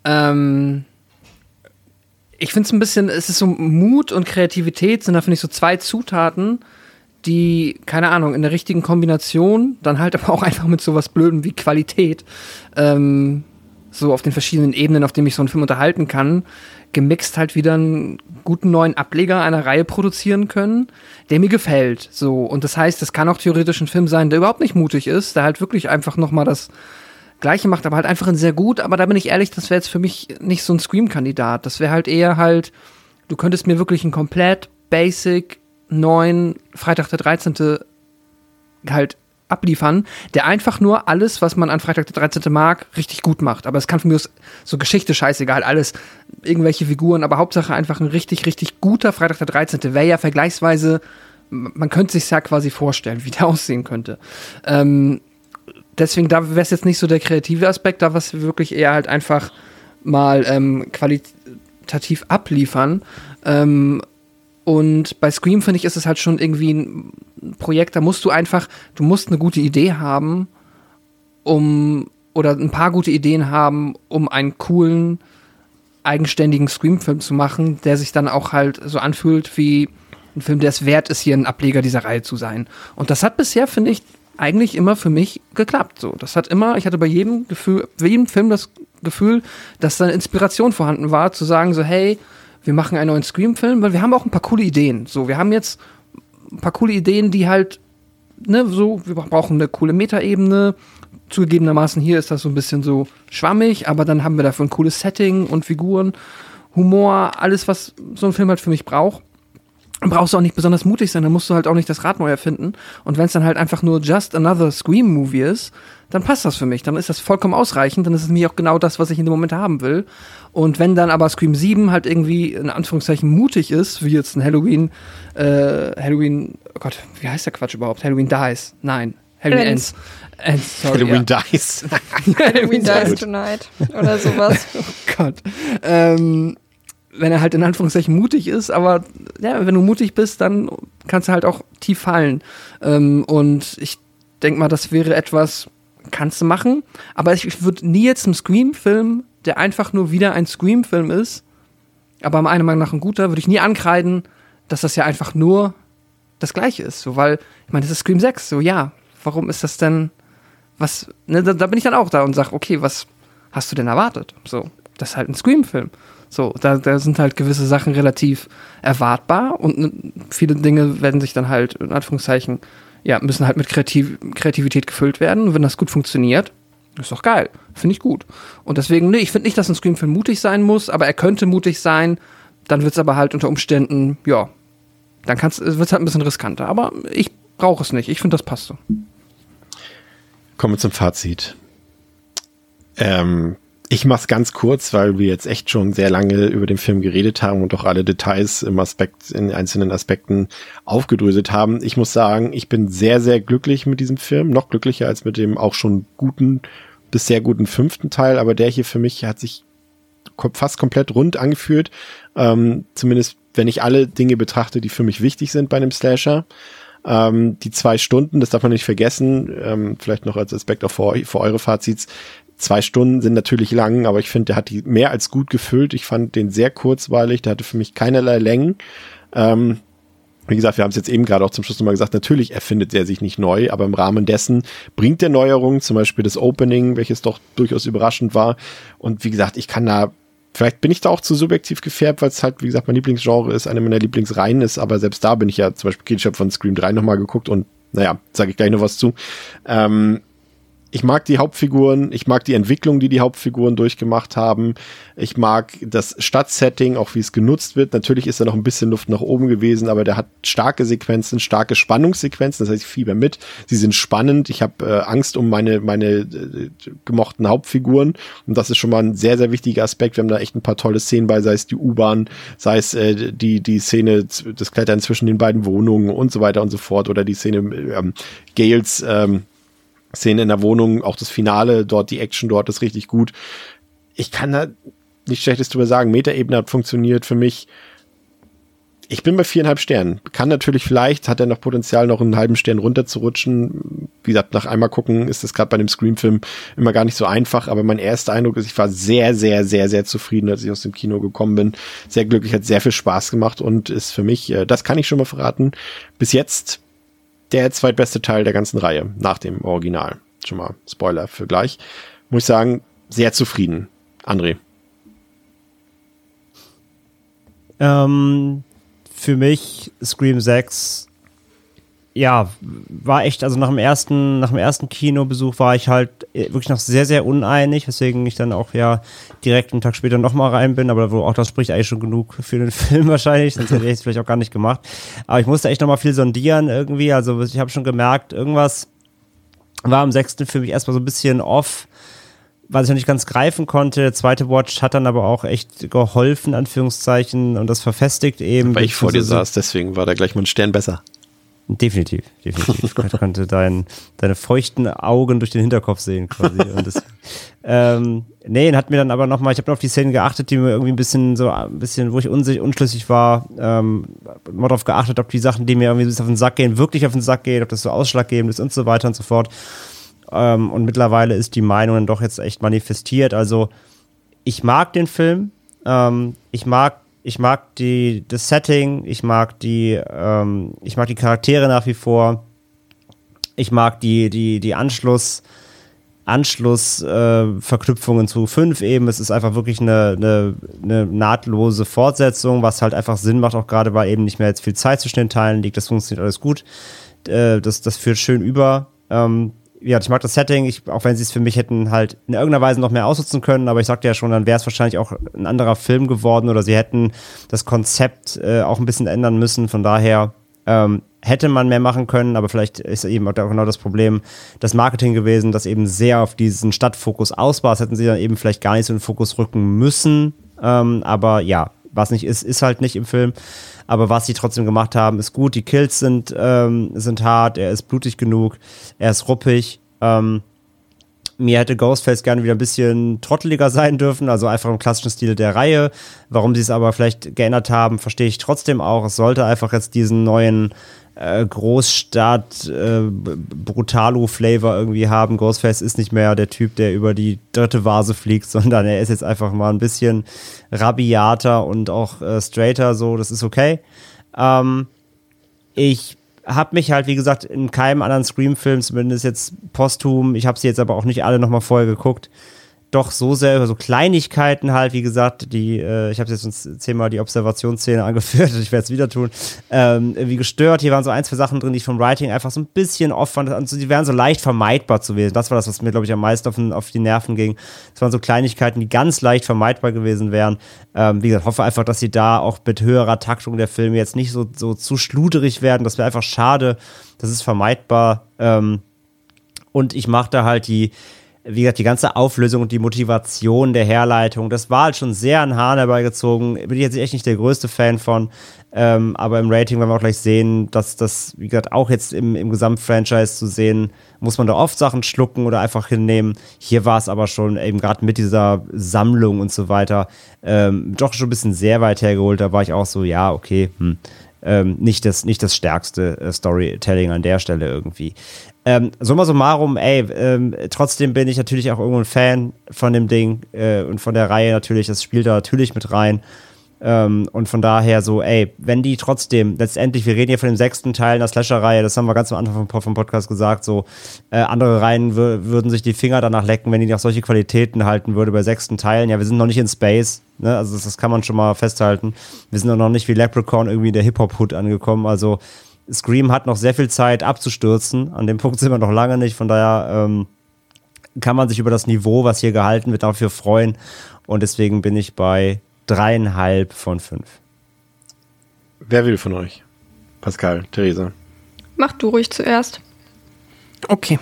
ich finde es ein bisschen, es ist so Mut und Kreativität sind da, finde ich, so zwei Zutaten, die, keine Ahnung, in der richtigen Kombination, dann halt aber auch einfach mit sowas Blödem wie Qualität, so auf den verschiedenen Ebenen, auf denen ich so einen Film unterhalten kann, gemixt halt wieder einen guten neuen Ableger einer Reihe produzieren können, der mir gefällt. So, und das heißt, es kann auch theoretisch ein Film sein, der überhaupt nicht mutig ist, der halt wirklich einfach nochmal das Gleiche macht, aber halt einfach ein sehr gut. Aber da bin ich ehrlich, das wäre jetzt für mich nicht so ein Scream-Kandidat. Das wäre halt eher halt, du könntest mir wirklich einen komplett basic, neuen Freitag der 13. halt abliefern, der einfach nur alles, was man an Freitag der 13. mag, richtig gut macht. Aber es kann für mich so Geschichte scheißegal, alles, irgendwelche Figuren, aber Hauptsache einfach ein richtig, richtig guter Freitag der 13. Wäre ja vergleichsweise, man könnte sich ja quasi vorstellen, wie der aussehen könnte. Deswegen, da wäre es jetzt nicht so der kreative Aspekt, da was wir wirklich eher halt einfach mal qualitativ abliefern. Und bei Scream, finde ich, ist es halt schon irgendwie ein Projekt, da musst du eine gute Idee haben, oder ein paar gute Ideen haben, um einen coolen, eigenständigen Scream-Film zu machen, der sich dann auch halt so anfühlt wie ein Film, der es wert ist, hier ein Ableger dieser Reihe zu sein. Und das hat bisher, finde ich, eigentlich immer für mich geklappt. So, das hat immer, ich hatte bei jedem Film das Gefühl, dass da eine Inspiration vorhanden war, zu sagen so, hey, wir machen einen neuen Scream-Film, weil wir haben auch ein paar coole Ideen. So, wir haben jetzt ein paar coole Ideen, die halt, ne, so, wir brauchen eine coole Metaebene. Zugegebenermaßen hier ist das so ein bisschen so schwammig, aber dann haben wir dafür ein cooles Setting und Figuren, Humor, alles, was so ein Film halt für mich braucht. Dann brauchst du auch nicht besonders mutig sein, dann musst du halt auch nicht das Rad neu erfinden. Und wenn es dann halt einfach nur just another Scream-Movie ist, dann passt das für mich. Dann ist das vollkommen ausreichend, dann ist es mir auch genau das, was ich in dem Moment haben will. Und wenn dann aber Scream 7 halt irgendwie in Anführungszeichen mutig ist, wie jetzt ein Halloween, oh Gott, wie heißt der Quatsch überhaupt? Halloween Dies? Nein, Halloween Ends. Sorry, Halloween Dies. Halloween Dies Tonight oder sowas. Oh Gott. Wenn er halt in Anführungszeichen mutig ist, aber ja, wenn du mutig bist, dann kannst du halt auch tief fallen. Und ich denke mal, das wäre etwas, kannst du machen, aber ich würde nie jetzt einen Scream-Film, der einfach nur wieder ein Scream-Film ist, aber meiner Meinung nach ein guter, würde ich nie ankreiden, dass das ja einfach nur das Gleiche ist. So, weil, ich meine, das ist Scream 6, so ja, warum ist das denn, was, ne, da bin ich dann auch da und sage, okay, was hast du denn erwartet? So, das ist halt ein Scream-Film. So, da sind halt gewisse Sachen relativ erwartbar und viele Dinge werden sich dann halt, in Anführungszeichen, ja, müssen halt mit Kreativität gefüllt werden. Und wenn das gut funktioniert, ist doch geil. Finde ich gut. Und deswegen, ich finde nicht, dass ein Scream-Film mutig sein muss, aber er könnte mutig sein. Dann wird es aber halt unter Umständen, ja, dann wird es halt ein bisschen riskanter. Aber ich brauche es nicht. Ich finde, das passt so. Kommen wir zum Fazit. Ich mach's ganz kurz, weil wir jetzt echt schon sehr lange über den Film geredet haben und auch alle Details in einzelnen Aspekten aufgedröselt haben. Ich muss sagen, ich bin sehr, sehr glücklich mit diesem Film. Noch glücklicher als mit dem auch schon guten bis sehr guten 5. Teil. Aber der hier für mich hat sich fast komplett rund angefühlt. Zumindest, wenn ich alle Dinge betrachte, die für mich wichtig sind bei einem Slasher. Die 2 Stunden, das darf man nicht vergessen, vielleicht noch als Aspekt auch für eure Fazits. 2 Stunden sind natürlich lang, aber ich finde, der hat die mehr als gut gefüllt. Ich fand den sehr kurzweilig, der hatte für mich keinerlei Längen. Wie gesagt, wir haben es jetzt eben gerade auch zum Schluss nochmal gesagt, natürlich erfindet er sich nicht neu, aber im Rahmen dessen bringt er Neuerungen, zum Beispiel das Opening, welches doch durchaus überraschend war. Und wie gesagt, vielleicht bin ich da auch zu subjektiv gefärbt, weil es halt, wie gesagt, mein Lieblingsgenre ist, eine meiner Lieblingsreihen ist, aber selbst da bin ich ja zum Beispiel, ich habe von Scream 3 nochmal geguckt und naja, sage ich gleich noch was zu. Ich mag die Hauptfiguren, ich mag die Entwicklung, die Hauptfiguren durchgemacht haben. Ich mag das Stadtsetting, auch wie es genutzt wird. Natürlich ist da noch ein bisschen Luft nach oben gewesen, aber der hat starke Sequenzen, starke Spannungssequenzen. Das heißt, ich fieber mit. Sie sind spannend. Ich habe Angst um meine gemochten Hauptfiguren. Und das ist schon mal ein sehr, sehr wichtiger Aspekt. Wir haben da echt ein paar tolle Szenen bei, sei es die U-Bahn, sei es die Szene, das Klettern zwischen den beiden Wohnungen und so weiter und so fort. Oder die Szene Gales Szene in der Wohnung, auch das Finale dort, die Action dort ist richtig gut. Ich kann da nichts Schlechtes drüber sagen. Metaebene hat funktioniert für mich. Ich bin bei 4,5 Sternen. Kann natürlich hat er noch Potenzial, noch einen halben Stern runterzurutschen. Wie gesagt, nach einmal gucken ist das gerade bei dem Scream-Film immer gar nicht so einfach, aber mein erster Eindruck ist, ich war sehr, sehr, sehr, sehr zufrieden, als ich aus dem Kino gekommen bin. Sehr glücklich, hat sehr viel Spaß gemacht und ist für mich, das kann ich schon mal verraten, bis jetzt der zweitbeste Teil der ganzen Reihe, nach dem Original. Schon mal Spoiler für gleich. Muss ich sagen, sehr zufrieden. André? Für mich Scream 6, ja, war echt, also nach dem ersten Kinobesuch war ich halt wirklich noch sehr, sehr uneinig, weswegen ich dann auch ja direkt einen Tag später nochmal rein bin, aber auch das spricht eigentlich schon genug für den Film wahrscheinlich, sonst hätte ich es vielleicht auch gar nicht gemacht. Aber ich musste echt nochmal viel sondieren irgendwie, also ich habe schon gemerkt, irgendwas war am 6. für mich erstmal so ein bisschen off, was ich noch nicht ganz greifen konnte. Der zweite Watch hat dann aber auch echt geholfen, in Anführungszeichen, und das verfestigt eben. Weil ich vor dir saß, deswegen war da gleich mal ein Stern besser. Definitiv. Ich konnte deine feuchten Augen durch den Hinterkopf sehen quasi. Und das, hat mir dann aber nochmal, ich habe noch auf die Szenen geachtet, die mir irgendwie ein bisschen, wo ich unschlüssig war, mal darauf geachtet, ob die Sachen, die mir irgendwie auf den Sack gehen, wirklich auf den Sack gehen, ob das so ausschlaggebend ist und so weiter und so fort. Und mittlerweile ist die Meinung dann doch jetzt echt manifestiert. Also ich mag den Film, ich mag das Setting, ich mag die Charaktere nach wie vor, ich mag die Anschlussverknüpfungen zu 5 eben. Es ist einfach wirklich eine nahtlose Fortsetzung, was halt einfach Sinn macht, auch gerade weil eben nicht mehr jetzt viel Zeit zwischen den Teilen liegt. Das funktioniert alles gut. Das führt schön über. Ja, ich mag das Setting, auch wenn sie es für mich hätten halt in irgendeiner Weise noch mehr ausnutzen können, aber ich sagte ja schon, dann wäre es wahrscheinlich auch ein anderer Film geworden oder sie hätten das Konzept auch ein bisschen ändern müssen, von daher hätte man mehr machen können, aber vielleicht ist eben auch genau das Problem, das Marketing gewesen, das eben sehr auf diesen Stadtfokus aus war, das hätten sie dann eben vielleicht gar nicht so in den Fokus rücken müssen, aber ja, was nicht ist halt nicht im Film. Aber was sie trotzdem gemacht haben, ist gut. Die Kills sind hart, er ist blutig genug, er ist ruppig. Mir hätte Ghostface gerne wieder ein bisschen trotteliger sein dürfen, also einfach im klassischen Stil der Reihe. Warum sie es aber vielleicht geändert haben, verstehe ich trotzdem auch. Es sollte einfach jetzt diesen neuen Großstadt Brutalo-Flavor irgendwie haben. Ghostface ist nicht mehr der Typ, der über die 3. Vase fliegt, sondern er ist jetzt einfach mal ein bisschen rabiater und auch straighter, so, das ist okay. Ich habe mich halt, wie gesagt, in keinem anderen Scream-Film, zumindest jetzt posthum, ich habe sie jetzt aber auch nicht alle nochmal vorher geguckt, doch so sehr über so Kleinigkeiten halt, wie gesagt, ich habe jetzt uns 10-mal die Observationsszene angeführt, ich werde es wieder tun, irgendwie gestört. Hier waren so 1, 2 Sachen drin, die ich vom Writing einfach so ein bisschen off fand. Also die wären so leicht vermeidbar gewesen. Das war das, was mir, glaube ich, am meisten auf die Nerven ging. Das waren so Kleinigkeiten, die ganz leicht vermeidbar gewesen wären. Wie gesagt, hoffe einfach, dass sie da auch mit höherer Taktung der Filme jetzt nicht so zu schluderig werden. Das wäre einfach schade. Das ist vermeidbar. Und ich mache da halt wie gesagt, die ganze Auflösung und die Motivation der Herleitung, das war halt schon sehr an den Haaren herbeigezogen. Bin ich jetzt echt nicht der größte Fan von. Aber im Rating werden wir auch gleich sehen, dass das, wie gesagt, auch jetzt im Gesamtfranchise zu sehen, muss man da oft Sachen schlucken oder einfach hinnehmen. Hier war es aber schon eben gerade mit dieser Sammlung und so weiter doch schon ein bisschen sehr weit hergeholt. Da war ich auch so, ja, okay, nicht das stärkste Storytelling an der Stelle irgendwie. Summa summarum, trotzdem bin ich natürlich auch irgendwo ein Fan von dem Ding und von der Reihe natürlich, das spielt da natürlich mit rein. Und von daher so, wenn die trotzdem, letztendlich, wir reden hier von dem 6. Teil der Slasher-Reihe, das haben wir ganz am Anfang vom Podcast gesagt, so, andere Reihen würden sich die Finger danach lecken, wenn die noch solche Qualitäten halten würde bei 6. Teilen. Ja, wir sind noch nicht in Space, ne? Also das kann man schon mal festhalten. Wir sind noch nicht wie Leprechaun irgendwie in der Hip-Hop-Hood angekommen, also Scream hat noch sehr viel Zeit abzustürzen. An dem Punkt sind wir noch lange nicht. Von daher kann man sich über das Niveau, was hier gehalten wird, dafür freuen. Und deswegen bin ich bei 3,5 von 5. Wer will von euch? Pascal, Theresa. Mach du ruhig zuerst. Okay.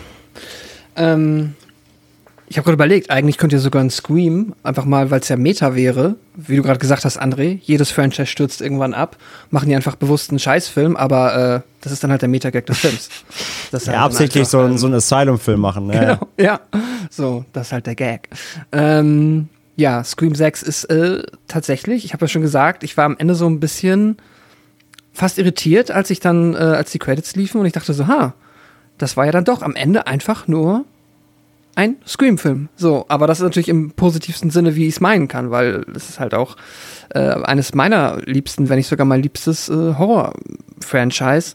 Ich habe gerade überlegt, eigentlich könnt ihr sogar ein Scream, einfach mal, weil es ja Meta wäre, wie du gerade gesagt hast, André, jedes Franchise stürzt irgendwann ab, machen die einfach bewusst einen Scheißfilm, aber das ist dann halt der Meta-Gag des Films. Das ja, halt absichtlich so einen Asylum-Film machen. Ja. Genau, ja. So, das ist halt der Gag. Ja, Scream 6 ist tatsächlich, ich habe ja schon gesagt, ich war am Ende so ein bisschen fast irritiert, als die Credits liefen und ich dachte so, das war ja dann doch am Ende einfach nur ein Scream-Film. So, aber das ist natürlich im positivsten Sinne, wie ich es meinen kann, weil es ist halt auch eines meiner liebsten, wenn nicht sogar mein liebstes Horror-Franchise.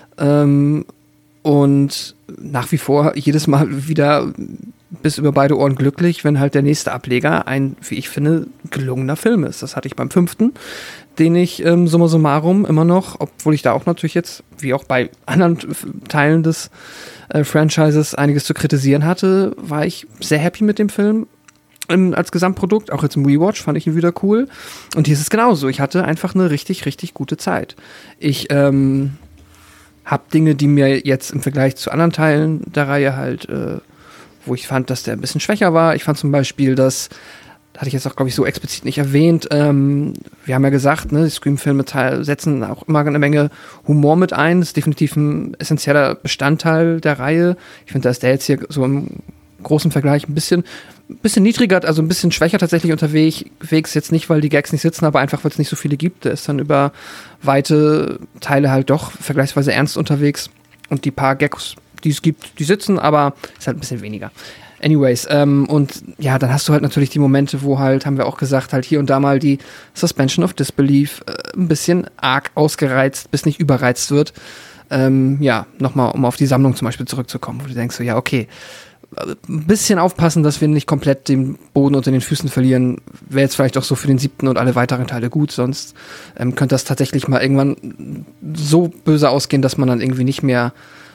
Und nach wie vor jedes Mal wieder bis über beide Ohren glücklich, wenn halt der nächste Ableger ein, wie ich finde, gelungener Film ist. Das hatte ich beim 5., den ich summa summarum immer noch, obwohl ich da auch natürlich jetzt, wie auch bei anderen Teilen des Franchises einiges zu kritisieren hatte, war ich sehr happy mit dem Film als Gesamtprodukt. Auch jetzt im Rewatch fand ich ihn wieder cool. Und hier ist es genauso. Ich hatte einfach eine richtig, richtig gute Zeit. Ich habe Dinge, die mir jetzt im Vergleich zu anderen Teilen der Reihe halt, wo ich fand, dass der ein bisschen schwächer war. Ich fand zum Beispiel, das hatte ich jetzt auch, glaube ich, so explizit nicht erwähnt. Wir haben ja gesagt, ne, die Scream-Filme setzen auch immer eine Menge Humor mit ein. Das ist definitiv ein essentieller Bestandteil der Reihe. Ich finde, da ist der jetzt hier so im großen Vergleich ein bisschen niedriger, also ein bisschen schwächer tatsächlich unterwegs. Jetzt nicht, weil die Gags nicht sitzen, aber einfach, weil es nicht so viele gibt. Der ist dann über weite Teile halt doch vergleichsweise ernst unterwegs. Und die paar Gags, die es gibt, die sitzen, aber ist halt ein bisschen weniger. Anyways, und ja, dann hast du halt natürlich die Momente, wo halt, haben wir auch gesagt, halt hier und da mal die Suspension of Disbelief ein bisschen arg ausgereizt, bis nicht überreizt wird. Ja, nochmal, um auf die Sammlung zum Beispiel zurückzukommen, wo du denkst so, ja, okay, ein bisschen aufpassen, dass wir nicht komplett den Boden unter den Füßen verlieren, wäre jetzt vielleicht auch so für den 7. und alle weiteren Teile gut, sonst könnte das tatsächlich mal irgendwann so böse ausgehen, dass man dann irgendwie nicht mehr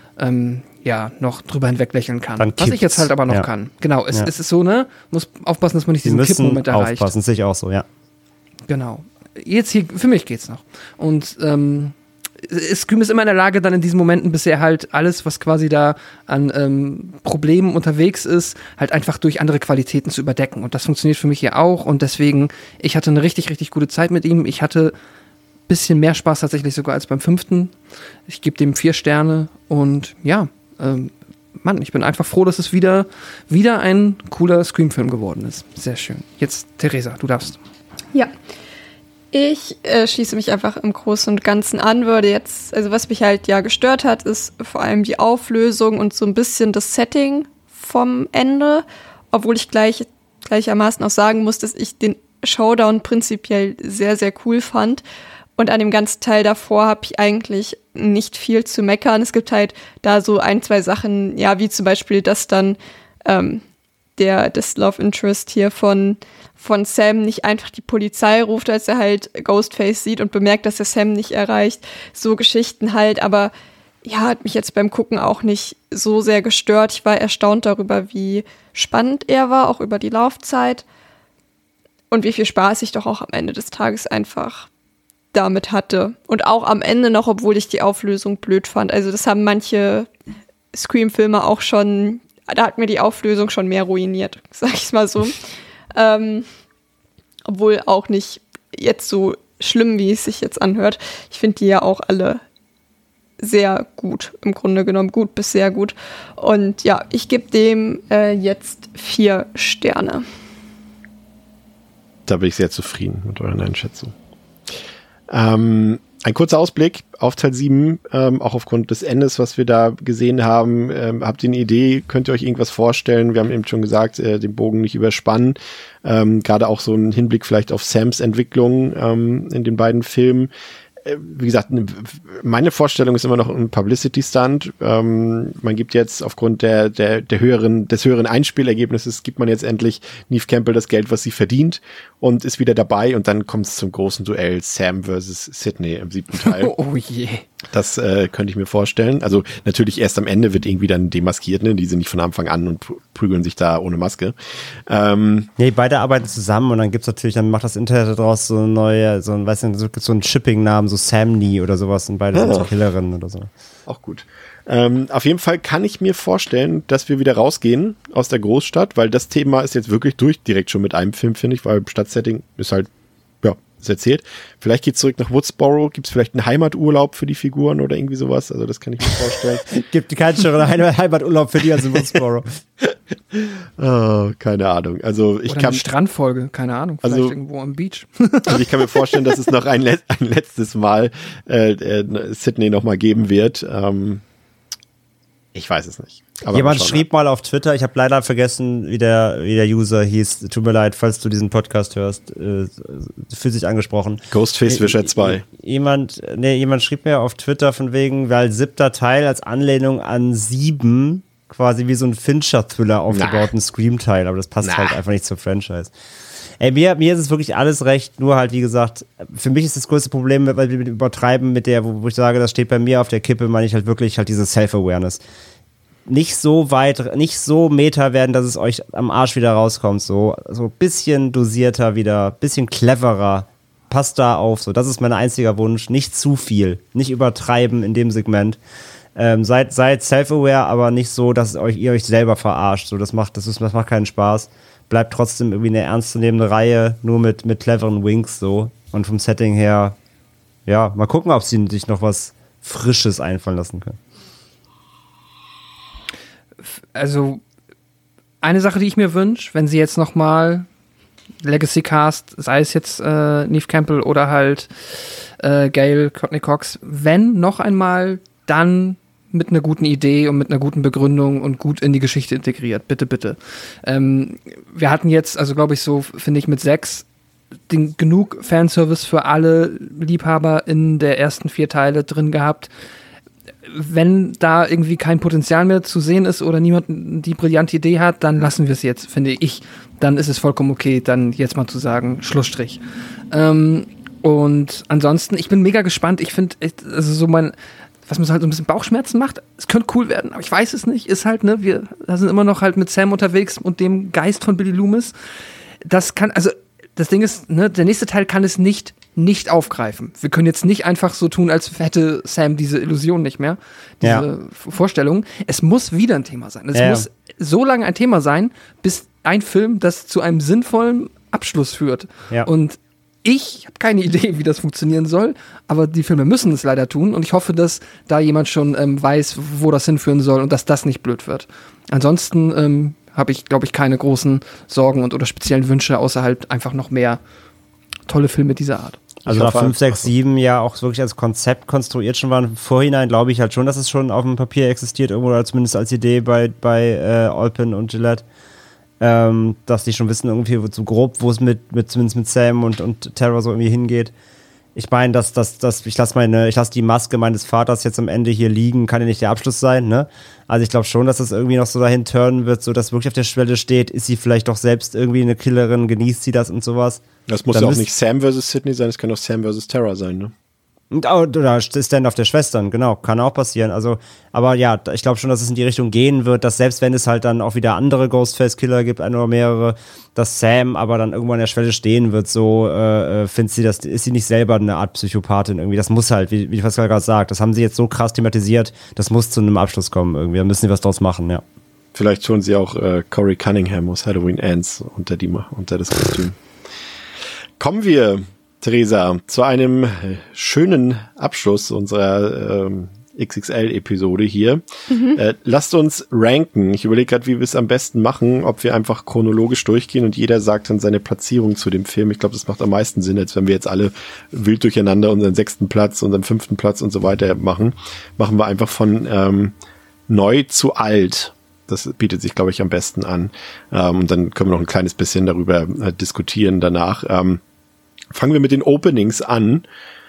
noch drüber hinweglächeln kann. Was ich jetzt halt aber noch kann. Genau, es ist so, ne? Muss aufpassen, dass man nicht diesen Kippmoment erreicht. Aufpassen, sehe ich auch so, ja. Genau. Jetzt hier, für mich geht's noch. Und Scream ist immer in der Lage, dann in diesen Momenten, bis er halt alles, was quasi da an Problemen unterwegs ist, halt einfach durch andere Qualitäten zu überdecken. Und das funktioniert für mich hier auch. Und deswegen, ich hatte eine richtig, richtig gute Zeit mit ihm. Ich hatte ein bisschen mehr Spaß tatsächlich sogar als beim 5. Ich gebe dem 4 Sterne. Und ja, Mann, ich bin einfach froh, dass es wieder ein cooler Scream-Film geworden ist. Sehr schön. Jetzt, Theresa, du darfst. Ja. Ich schließe mich einfach im Großen und Ganzen an, würde jetzt, also was mich halt ja gestört hat, ist vor allem die Auflösung und so ein bisschen das Setting vom Ende, obwohl ich gleichermaßen auch sagen muss, dass ich den Showdown prinzipiell sehr, sehr cool fand. Und an dem ganzen Teil davor habe ich eigentlich nicht viel zu meckern. Es gibt halt da so 1, 2 Sachen, ja, wie zum Beispiel, dass dann das Love Interest hier von Sam nicht einfach die Polizei ruft, als er halt Ghostface sieht und bemerkt, dass er Sam nicht erreicht. So Geschichten halt, aber ja, hat mich jetzt beim Gucken auch nicht so sehr gestört. Ich war erstaunt darüber, wie spannend er war, auch über die Laufzeit und wie viel Spaß ich doch auch am Ende des Tages einfach damit hatte. Und auch am Ende noch, obwohl ich die Auflösung blöd fand. Also das haben manche Scream-Filme auch schon, da hat mir die Auflösung schon mehr ruiniert, sag ich mal so. Obwohl auch nicht jetzt so schlimm, wie es sich jetzt anhört. Ich finde die ja auch alle sehr gut, im Grunde genommen gut bis sehr gut. Und ja, ich gebe dem jetzt 4 Sterne. Da bin ich sehr zufrieden mit euren Einschätzungen. Ein kurzer Ausblick auf Teil 7, auch aufgrund des Endes, was wir da gesehen haben. Habt ihr eine Idee? Könnt ihr euch irgendwas vorstellen? Wir haben eben schon gesagt, den Bogen nicht überspannen. Gerade auch so ein Hinblick vielleicht auf Sams Entwicklung in den beiden Filmen. Wie gesagt, meine Vorstellung ist immer noch ein Publicity-Stunt. Man gibt jetzt aufgrund des höheren Einspielergebnisses, gibt man jetzt endlich Neve Campbell das Geld, was sie verdient und ist wieder dabei und dann kommt es zum großen Duell Sam versus Sidney im 7. Teil. Oh je. Das könnte ich mir vorstellen. Also natürlich erst am Ende wird irgendwie dann demaskiert, ne? Die sind nicht von Anfang an und prügeln sich da ohne Maske. Nee, beide arbeiten zusammen und dann gibt's natürlich, dann macht das Internet daraus so ein Shipping-Namen, so Samney oder sowas und beide sind so Killerinnen oder so. Auch gut. Auf jeden Fall kann ich mir vorstellen, dass wir wieder rausgehen aus der Großstadt, weil das Thema ist jetzt wirklich durch, direkt schon mit einem Film, finde ich, weil Stadtsetting ist halt, ja, ist erzählt. Vielleicht geht's zurück nach Woodsboro, gibt's vielleicht einen Heimaturlaub für die Figuren oder irgendwie sowas, also das kann ich mir vorstellen. Gibt keinen schöneren Heimaturlaub für die als in Woodsboro. Oh, keine Ahnung. Also ich oder kann eine Strandfolge, keine Ahnung, vielleicht also, irgendwo am Beach. Also ich kann mir vorstellen, dass es noch ein letztes Mal Sidney noch mal geben wird. Ich weiß es nicht. Aber jemand schrieb mal auf Twitter, ich habe leider vergessen, wie der User hieß. Tut mir leid, falls du diesen Podcast hörst. Fühlt sich angesprochen. Ghostface Wisher 2. Jemand schrieb mir auf Twitter von wegen, weil 7. Teil als Anlehnung an 7 quasi wie so ein Fincher-Thriller aufgebauten Scream-Teil, aber das passt halt einfach nicht zur Franchise. Ey, mir ist es wirklich alles recht, nur halt, wie gesagt, für mich ist das größte Problem, weil wir übertreiben mit der, wo ich sage, das steht bei mir auf der Kippe, meine ich halt wirklich halt diese Self-Awareness. Nicht so weit, nicht so meta werden, dass es euch am Arsch wieder rauskommt, so ein bisschen dosierter wieder, bisschen cleverer, passt da auf, so, das ist mein einziger Wunsch, nicht zu viel, nicht übertreiben in dem Segment. Seid self-aware, aber nicht so, dass ihr euch selber verarscht, so, das macht keinen Spaß. Bleibt trotzdem irgendwie eine ernstzunehmende Reihe, nur mit cleveren Winks so. Und vom Setting her, ja, mal gucken, ob sie sich noch was Frisches einfallen lassen können. Also, eine Sache, die ich mir wünsche, wenn sie jetzt nochmal Legacy Cast, sei es jetzt Neve Campbell oder halt Gail Courtney Cox, wenn noch einmal, dann mit einer guten Idee und mit einer guten Begründung und gut in die Geschichte integriert. Bitte, bitte. Wir hatten jetzt, also glaube ich so, finde ich, mit 6 genug Fanservice für alle Liebhaber in der ersten 4 Teile drin gehabt. Wenn da irgendwie kein Potenzial mehr zu sehen ist oder niemand die brillante Idee hat, dann lassen wir es jetzt, finde ich. Dann ist es vollkommen okay, dann jetzt mal zu sagen, Schlussstrich. Und ansonsten, ich bin mega gespannt. Ich finde, also so was mir halt so ein bisschen Bauchschmerzen macht, es könnte cool werden, aber ich weiß es nicht, ist halt, ne, wir sind immer noch halt mit Sam unterwegs und dem Geist von Billy Loomis. Das Ding ist, ne, der nächste Teil kann es nicht aufgreifen. Wir können jetzt nicht einfach so tun, als hätte Sam diese Illusion nicht mehr, diese Vorstellung. Es muss wieder ein Thema sein. Es muss so lange ein Thema sein, bis ein Film das zu einem sinnvollen Abschluss führt. Ja. Und ich habe keine Idee, wie das funktionieren soll, aber die Filme müssen es leider tun und ich hoffe, dass da jemand schon weiß, wo das hinführen soll und dass das nicht blöd wird. Ansonsten habe ich, glaube ich, keine großen Sorgen oder speziellen Wünsche, außer halt einfach noch mehr tolle Filme dieser Art. Also da 5, 6, 7 ja auch wirklich als Konzept konstruiert schon waren. Im Vorhinein glaube ich halt schon, dass es schon auf dem Papier existiert, irgendwo oder zumindest als Idee bei Olpin und Gillette. Dass die schon wissen irgendwie so grob, wo es zumindest mit Sam und Tara so irgendwie hingeht. Ich meine, ich lasse die Maske meines Vaters jetzt am Ende hier liegen, kann ja nicht der Abschluss sein, ne? Also ich glaube schon, dass das irgendwie noch so dahin turnen wird, so dass wirklich auf der Schwelle steht, ist sie vielleicht doch selbst irgendwie eine Killerin, genießt sie das und sowas. Das muss ja auch nicht Sam vs. Sydney sein, es kann auch Sam vs. Tara sein, ne? Oder Stand-off der Schwestern, genau, kann auch passieren. Also, aber ja, ich glaube schon, dass es in die Richtung gehen wird, dass selbst wenn es halt dann auch wieder andere Ghostface-Killer gibt, ein oder mehrere, dass Sam aber dann irgendwo an der Schwelle stehen wird, so ist sie nicht selber eine Art Psychopathin irgendwie. Das muss halt, wie Pascal gerade sagt, das haben sie jetzt so krass thematisiert, das muss zu einem Abschluss kommen irgendwie. Da müssen sie was draus machen, ja. Vielleicht holen sie auch Corey Cunningham aus Halloween Ends unter das Kostüm. Kommen wir, Theresa, zu einem schönen Abschluss unserer XXL-Episode hier. Lasst uns ranken. Ich überlege gerade, wie wir es am besten machen, ob wir einfach chronologisch durchgehen und jeder sagt dann seine Platzierung zu dem Film. Ich glaube, das macht am meisten Sinn, als wenn wir jetzt alle wild durcheinander unseren 6. Platz, unseren 5. Platz und so weiter machen. Machen wir einfach von neu zu alt. Das bietet sich, glaube ich, am besten an. Und dann können wir noch ein kleines bisschen darüber diskutieren danach. Fangen wir mit den Openings an.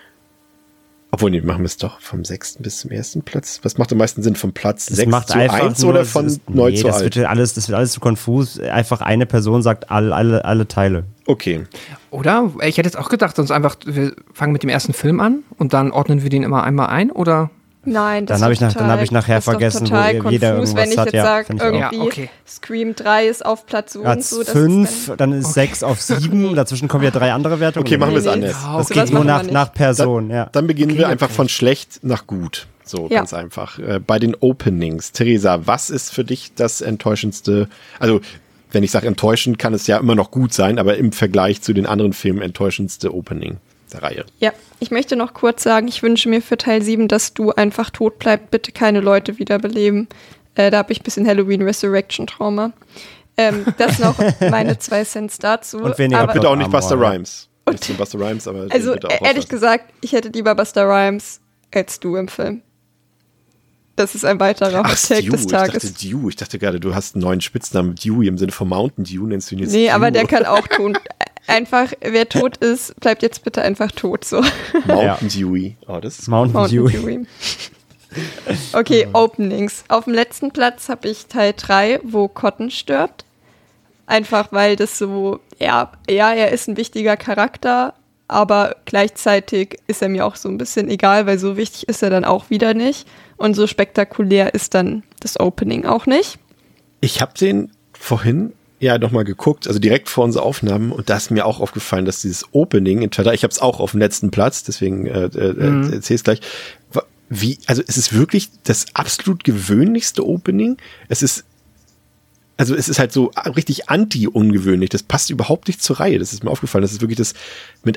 Obwohl, nee, machen wir es doch vom 6. bis zum 1. Platz. Was macht am meisten Sinn? Vom Platz 6 zu 1 oder von neu zu alt? Das wird alles zu konfus. Einfach eine Person sagt alle Teile. Okay. Oder? Ich hätte jetzt auch gedacht, sonst einfach, wir fangen mit dem ersten Film an und dann ordnen wir den immer einmal ein, oder? Nein, das dann habe ich nachher vergessen, wo jeder irgendwas wenn ich hat. Jetzt sage, irgendwie okay. Scream 3 ist auf Platz so und so. 5, dann ist 6 auf 7, dazwischen kommen ja 3 andere Wertungen. Okay, machen wir es anders. Das geht nur nach Person, ja. Dann beginnen wir einfach von schlecht nach gut. So, ganz einfach. Bei den Openings. Theresa, was ist für dich das enttäuschendste, also wenn ich sage enttäuschend, kann es ja immer noch gut sein, aber im Vergleich zu den anderen Filmen enttäuschendste Opening der Reihe. Ja, ich möchte noch kurz sagen, ich wünsche mir für Teil 7, dass du einfach tot bleibst, bitte keine Leute wiederbeleben. Da habe ich ein bisschen Halloween Resurrection Trauma. Das noch meine 2 Cents dazu. Und weniger bitte auch nicht Busta Rhymes. Nicht so Busta Rhymes, aber also bitte auch ehrlich gesagt, ich hätte lieber Busta Rhymes als du im Film. Das ist ein weiterer Hot-Take des Tages. Ich dachte gerade, du hast einen neuen Spitznamen. Dewey im Sinne von Mountain Dew, nennst du ihn jetzt Nee, Dew, aber der oder? kann auch tun. Einfach, wer tot ist, bleibt jetzt bitte einfach tot. So. Mountain Dewey. Oh, das ist Mountain Dew. Okay, Openings. Auf dem letzten Platz habe ich Teil 3, wo Cotton stirbt. Einfach, weil das so, er ist ein wichtiger Charakter, aber gleichzeitig ist er mir auch so ein bisschen egal, weil so wichtig ist er dann auch wieder nicht. Und so spektakulär ist dann das Opening auch nicht. Ich habe den vorhin nochmal geguckt, also direkt vor unseren Aufnahmen, und da ist mir auch aufgefallen, dass dieses Opening in Teil 3, ich habe es auch auf dem letzten Platz, deswegen erzähle ich es gleich. Also es ist wirklich das absolut gewöhnlichste Opening. Es ist halt so richtig anti-ungewöhnlich. Das passt überhaupt nicht zur Reihe. Das ist mir aufgefallen. Das ist wirklich das mit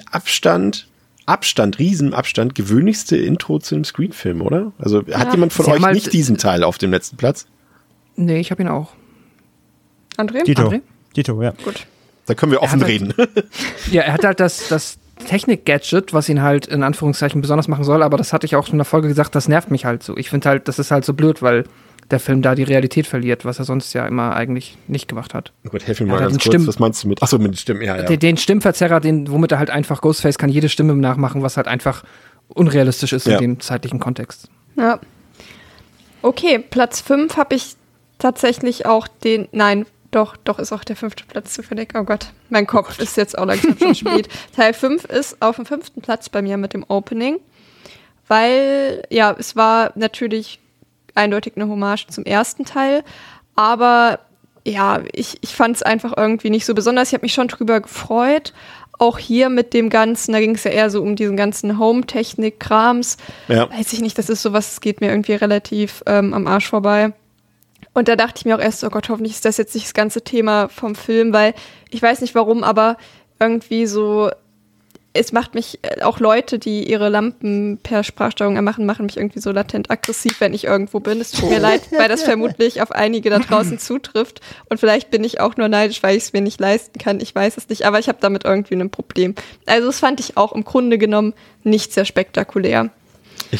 Riesenabstand gewöhnlichste Intro zu einem Screenfilm, oder? Also hat jemand von euch nicht diesen Teil auf dem letzten Platz? Nee, ich habe ihn auch. André? Dito, ja. Gut. Da können wir offen reden. Ja, er hat halt das Technik-Gadget, was ihn halt in Anführungszeichen besonders machen soll, aber das hatte ich auch schon in der Folge gesagt, das nervt mich halt so. Ich finde halt, das ist halt so blöd, weil der Film da die Realität verliert, was er sonst ja immer eigentlich nicht gemacht hat. Oh Gott, helf mir mal ganz kurz, was meinst du mit? Achso, mit den Stimmen, ja. Den Stimmverzerrer, womit er halt einfach Ghostface kann jede Stimme nachmachen, was halt einfach unrealistisch ist in dem zeitlichen Kontext. Ja. Okay, Platz 5 habe ich tatsächlich auch Doch, ist auch der 5. Platz zufällig. Oh Gott, mein Kopf ist jetzt auch langsam schon spät. Teil 5 ist auf dem 5. Platz bei mir mit dem Opening, weil, es war natürlich eindeutig eine Hommage zum ersten Teil, aber ich fand es einfach irgendwie nicht so besonders. Ich habe mich schon drüber gefreut. Auch hier mit dem Ganzen, da ging es ja eher so um diesen ganzen Home-Technik-Krams. Ja. Weiß ich nicht, das ist sowas, das geht mir irgendwie relativ am Arsch vorbei. Und da dachte ich mir auch erst, oh Gott, hoffentlich ist das jetzt nicht das ganze Thema vom Film, weil ich weiß nicht warum, aber irgendwie so, es macht mich, auch Leute, die ihre Lampen per Sprachsteuerung machen mich irgendwie so latent aggressiv, wenn ich irgendwo bin. Es tut mir leid, weil das vermutlich auf einige da draußen zutrifft. Und vielleicht bin ich auch nur neidisch, weil ich es mir nicht leisten kann. Ich weiß es nicht, aber ich habe damit irgendwie ein Problem. Also das fand ich auch im Grunde genommen nicht sehr spektakulär. Ich habe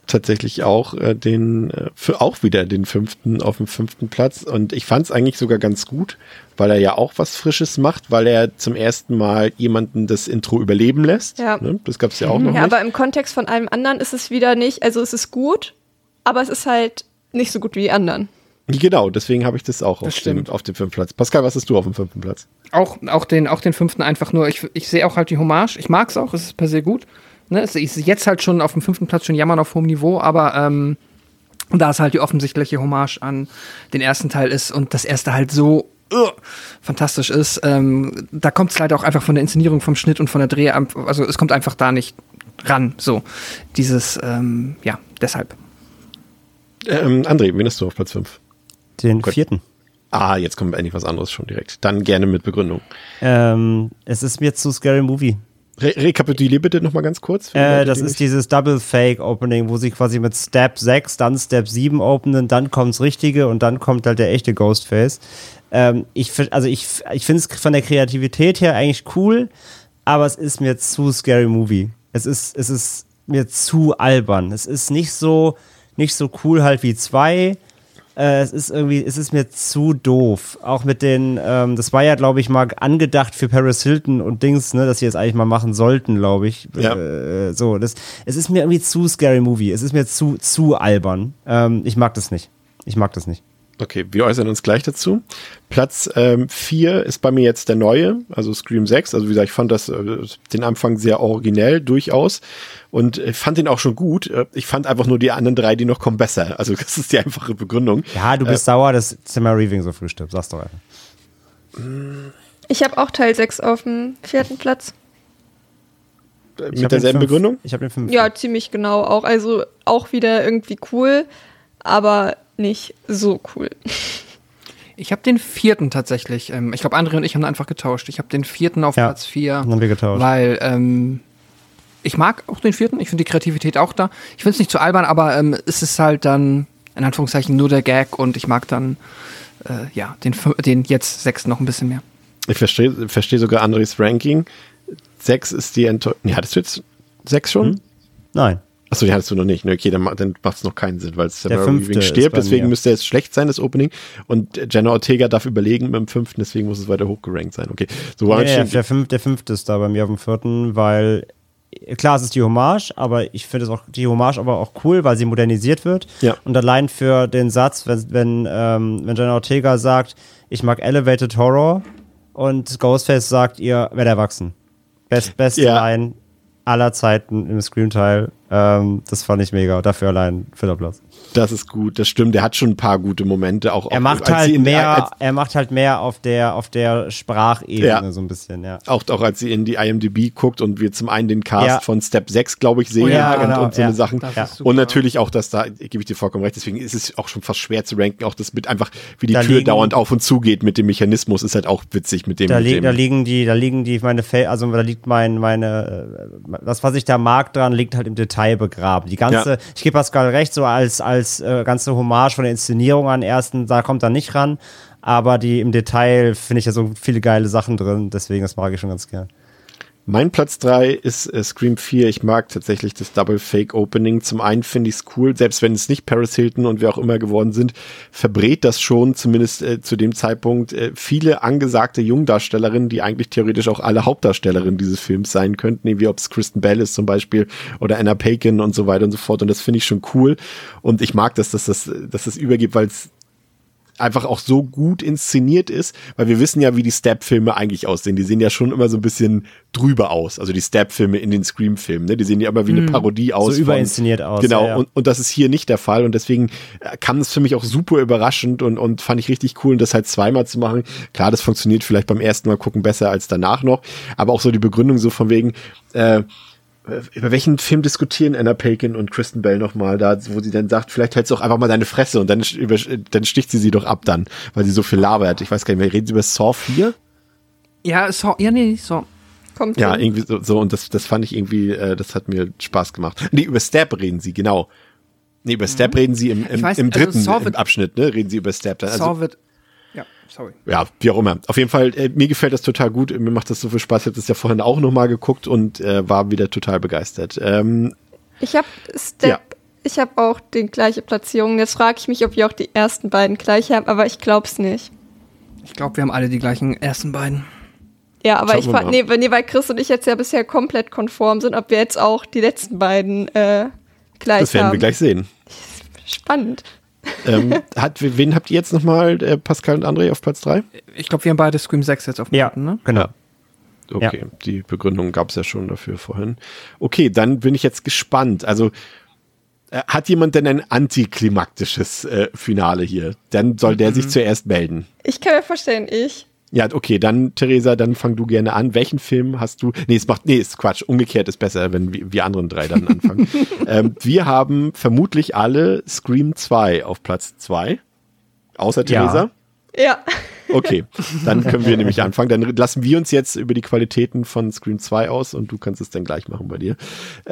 tatsächlich auch auch wieder den 5. auf dem 5. Platz. Und ich fand es eigentlich sogar ganz gut, weil er ja auch was Frisches macht, weil er zum ersten Mal jemanden das Intro überleben lässt. Ja. Ne? Das gab es ja auch noch Ja, nicht. aber im Kontext von allem anderen ist es wieder nicht, also es ist gut, aber es ist halt nicht so gut wie die anderen. Genau, deswegen habe ich das auch Das auf dem 5. Platz. Pascal, was hast du auf dem 5. Platz? Auch den 5. einfach nur, ich sehe auch halt die Hommage, ich mag es auch, es ist per se gut. Ne, es ist jetzt halt schon auf dem 5. Platz schon jammern auf hohem Niveau, aber da es halt die offensichtliche Hommage an den ersten Teil ist und das erste halt so fantastisch ist, da kommt es halt auch einfach von der Inszenierung, vom Schnitt und von der Dreh, also es kommt einfach da nicht ran, so dieses, deshalb. André, wen hast du auf Platz 5? Den Gut. 4. Jetzt kommt endlich was anderes schon direkt. Dann gerne mit Begründung. Es ist mir zu Scary Movie. Rekapitulier bitte nochmal ganz kurz. Das ist dieses Double Fake Opening, wo sie quasi mit Step 6, dann Step 7 openen, dann kommt's Richtige und dann kommt halt der echte Ghostface. Ich finde es von der Kreativität her eigentlich cool, aber es ist mir zu Scary Movie. Es ist mir zu albern. Es ist nicht so cool halt wie 2. Es ist mir zu doof. Auch mit den, das war ja, glaube ich, mal angedacht für Paris Hilton und Dings, ne, dass sie das eigentlich mal machen sollten, glaube ich. Ja. Es ist mir irgendwie zu Scary Movie. Es ist mir zu albern. Ich mag das nicht. Okay, wir äußern uns gleich dazu. Platz 4 ist bei mir jetzt der neue, also Scream 6. Also wie gesagt, ich fand das den Anfang sehr originell, durchaus. Und fand den auch schon gut. Ich fand einfach nur die anderen 3, die noch kommen, besser. Also das ist die einfache Begründung. Ja, du bist sauer, dass Samara Weaving so früh stirbt. Sag's doch einfach. Ich habe auch Teil 6 auf dem 4. Platz. Mit derselben Begründung? Ich habe den 5. Ja, ziemlich genau auch. Also auch wieder irgendwie cool, aber nicht so cool. Ich habe den 4. tatsächlich, ich glaube André und ich haben einfach getauscht. Ich habe den 4. auf Platz 4, haben wir getauscht. weil ich mag auch den 4., ich finde die Kreativität auch da. Ich finde es nicht zu albern, aber es ist halt dann, in Anführungszeichen, nur der Gag und ich mag dann, den jetzt 6. noch ein bisschen mehr. Ich verstehe sogar Andres Ranking. 6 ist die Enttäuschung. Nee, hattest du jetzt 6 schon? Nein. Achso, die hattest du noch nicht. Okay, dann macht es noch keinen Sinn, weil Samara 5. Weaving ist stirbt, bei deswegen mir. müsste es schlecht sein, das Opening. Und Jenna Ortega darf überlegen mit dem 5., deswegen muss es weiter hochgerankt sein. Okay, so war Ja, der 5. ist da bei mir auf dem 4., weil klar, es ist die Hommage, aber ich finde die Hommage aber auch cool, weil sie modernisiert wird. Ja. Und allein für den Satz, wenn Jenna Ortega sagt, ich mag Elevated Horror und Ghostface sagt, ihr werdet erwachsen. Beste Line aller Zeiten im Scream-Teil. Das fand ich mega. Dafür allein 4. Platz. Das ist gut, das stimmt. Der hat schon ein paar gute Momente. Er macht halt mehr auf der Sprachebene so ein bisschen, ja. Auch als sie in die IMDb guckt und wir zum einen den Cast von Step 6, glaube ich, sehen und so eine Sachen. Und natürlich auch, dass da, gebe ich dir vollkommen recht, deswegen ist es auch schon fast schwer zu ranken, auch das mit einfach, wie die Tür dauernd auf und zu geht mit dem Mechanismus, ist halt auch witzig mit dem. Da liegen die, da liegt das, was ich da mag dran, liegt halt im Detail begraben. Die ganze, ich gebe Pascal recht, so als ganze Hommage von der Inszenierung an ersten, da kommt er nicht ran, aber im Detail finde ich ja so viele geile Sachen drin, deswegen, das mag ich schon ganz gern. Mein Platz 3 ist Scream 4. Ich mag tatsächlich das Double Fake Opening. Zum einen finde ich es cool, selbst wenn es nicht Paris Hilton und wer auch immer geworden sind, verbrät das schon, zumindest zu dem Zeitpunkt, viele angesagte Jungdarstellerinnen, die eigentlich theoretisch auch alle Hauptdarstellerinnen dieses Films sein könnten, wie ob es Kristen Bell ist zum Beispiel oder Anna Paquin und so weiter und so fort. Und das finde ich schon cool. Und ich mag, dass das übergeht, weil es einfach auch so gut inszeniert ist, weil wir wissen ja, wie die Stab-Filme eigentlich aussehen. Die sehen ja schon immer so ein bisschen drüber aus. Also die Stab-Filme in den Scream-Filmen, ne? Die sehen ja immer wie eine Parodie aus. So überinszeniert aus. Genau, ja. Und das ist hier nicht der Fall. Und deswegen kam es für mich auch super überraschend und fand ich richtig cool, das halt zweimal zu machen. Klar, das funktioniert vielleicht beim ersten Mal gucken besser als danach noch. Aber auch so die Begründung so von wegen, über welchen Film diskutieren Anna Paquin und Kristen Bell nochmal da, wo sie dann sagt, vielleicht hältst du auch einfach mal deine Fresse und dann sticht sie doch ab dann, weil sie so viel labert. Ich weiß gar nicht mehr, reden sie über Saw 4? Ja, Saw. Kommt ja, hin. irgendwie so und das fand ich irgendwie, das hat mir Spaß gemacht. Nee, über Stab reden sie, genau. Nee, über Stab reden sie im dritten Abschnitt, ne, reden sie über Stab dann. Saw wird, ja, sorry. Ja, wie auch immer. Auf jeden Fall, mir gefällt das total gut. Mir macht das so viel Spaß. Ich habe das ja vorhin auch nochmal geguckt und war wieder total begeistert. Ich habe Step Ich habe auch die gleiche Platzierung. Jetzt frage ich mich, ob wir auch die ersten beiden gleich haben, aber ich glaube es nicht. Ich glaube, wir haben alle die gleichen ersten beiden. Ja, aber weil Chris und ich jetzt ja bisher komplett konform sind, ob wir jetzt auch die letzten beiden gleich haben. Das werden wir gleich sehen. Spannend. Wen habt ihr jetzt nochmal, Pascal und André, auf Platz 3? Ich glaube, wir haben beide Scream 6 jetzt auf dem Platten, ne? Genau. Okay, die Begründung gab es ja schon dafür vorhin. Okay, dann bin ich jetzt gespannt. Also, hat jemand denn ein antiklimaktisches Finale hier? Dann soll der sich zuerst melden. Ich kann mir vorstellen, Ja, okay, dann, Theresa, dann fang du gerne an. Welchen Film hast du? Ist Quatsch. Umgekehrt ist besser, wenn wir anderen drei dann anfangen. Wir haben vermutlich alle Scream 2 auf Platz 2. Außer Theresa. Ja. Okay, dann können wir nämlich anfangen. Dann lassen wir uns jetzt über die Qualitäten von Scream 2 aus und du kannst es dann gleich machen bei dir.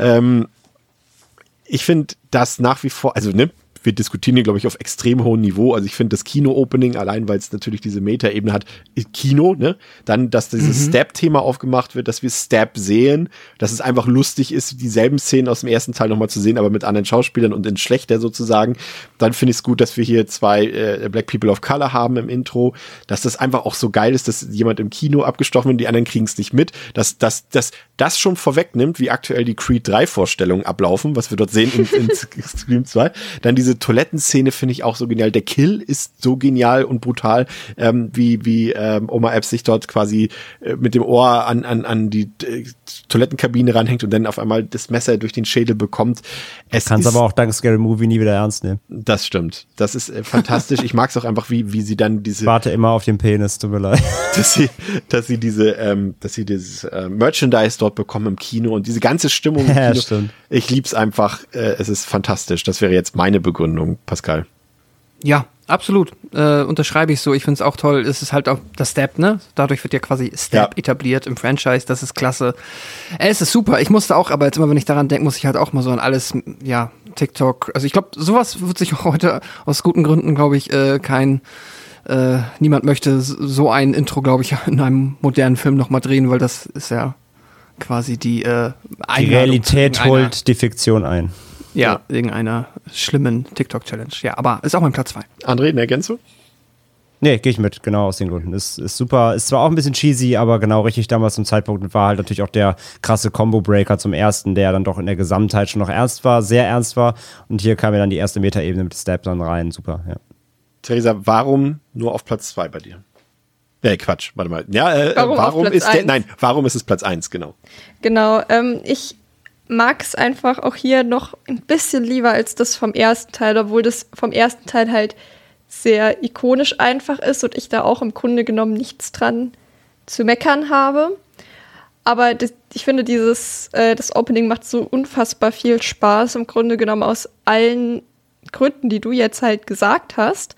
Ich finde das nach wie vor, also wir diskutieren hier, glaube ich, auf extrem hohem Niveau. Also ich finde das Kino-Opening, allein weil es natürlich diese Meta-Ebene hat, Kino, ne? Dann, dass dieses Stab-Thema aufgemacht wird, dass wir Stab sehen, dass es einfach lustig ist, dieselben Szenen aus dem ersten Teil nochmal zu sehen, aber mit anderen Schauspielern und in schlechter sozusagen. Dann finde ich es gut, dass wir hier 2 Black People of Color haben im Intro, dass das einfach auch so geil ist, dass jemand im Kino abgestochen wird, die anderen kriegen es nicht mit, dass das schon vorwegnimmt, wie aktuell die Creed 3 Vorstellungen ablaufen, was wir dort sehen in Scream 2. Dann diese Toilettenszene finde ich auch so genial. Der Kill ist so genial und brutal, wie Oma Epps sich dort quasi mit dem Ohr an die Toilettenkabine ranhängt und dann auf einmal das Messer durch den Schädel bekommt. Kannst aber auch dank Scary Movie nie wieder ernst nehmen. Das stimmt. Das ist fantastisch. Ich mag es auch einfach, wie sie dann diese... Warte immer auf den Penis, tut mir leid. dass sie dieses Merchandise dort bekommen im Kino und diese ganze Stimmung im Kino. Ja, stimmt. Ich lieb's einfach. Es ist fantastisch. Das wäre jetzt meine Begründung, Pascal. Ja, absolut. Unterschreibe ich so. Ich finde es auch toll. Es ist halt auch das Stab, ne? Dadurch wird ja quasi Stab etabliert im Franchise. Das ist klasse. Es ist super. Ich musste auch, aber jetzt immer, wenn ich daran denke, muss ich halt auch mal so an alles, ja, TikTok. Also ich glaube, sowas wird sich auch heute aus guten Gründen, glaube ich, niemand möchte so ein Intro, glaube ich, in einem modernen Film nochmal drehen, weil das ist ja quasi die Realität holt die Fiktion ein. Ja, irgendeiner schlimmen TikTok-Challenge. Ja, aber ist auch mein Platz 2. André, eine Ergänzung? Nee, gehe ich mit, genau aus den Gründen. Ist super, ist zwar auch ein bisschen cheesy, aber genau richtig damals zum Zeitpunkt war halt natürlich auch der krasse Combo-Breaker zum ersten, der dann doch in der Gesamtheit schon noch sehr ernst war. Und hier kam ja dann die erste Meta-Ebene mit Stab dann rein. Super, ja. Theresa, warum nur auf Platz 2 bei dir? Quatsch, warte mal. Ja, warum ist es Platz 1, genau? Genau, ich mag es einfach auch hier noch ein bisschen lieber als das vom ersten Teil, obwohl das vom ersten Teil halt sehr ikonisch einfach ist und ich da auch im Grunde genommen nichts dran zu meckern habe. Aber ich finde, das Opening macht so unfassbar viel Spaß, im Grunde genommen aus allen Gründen, die du jetzt halt gesagt hast.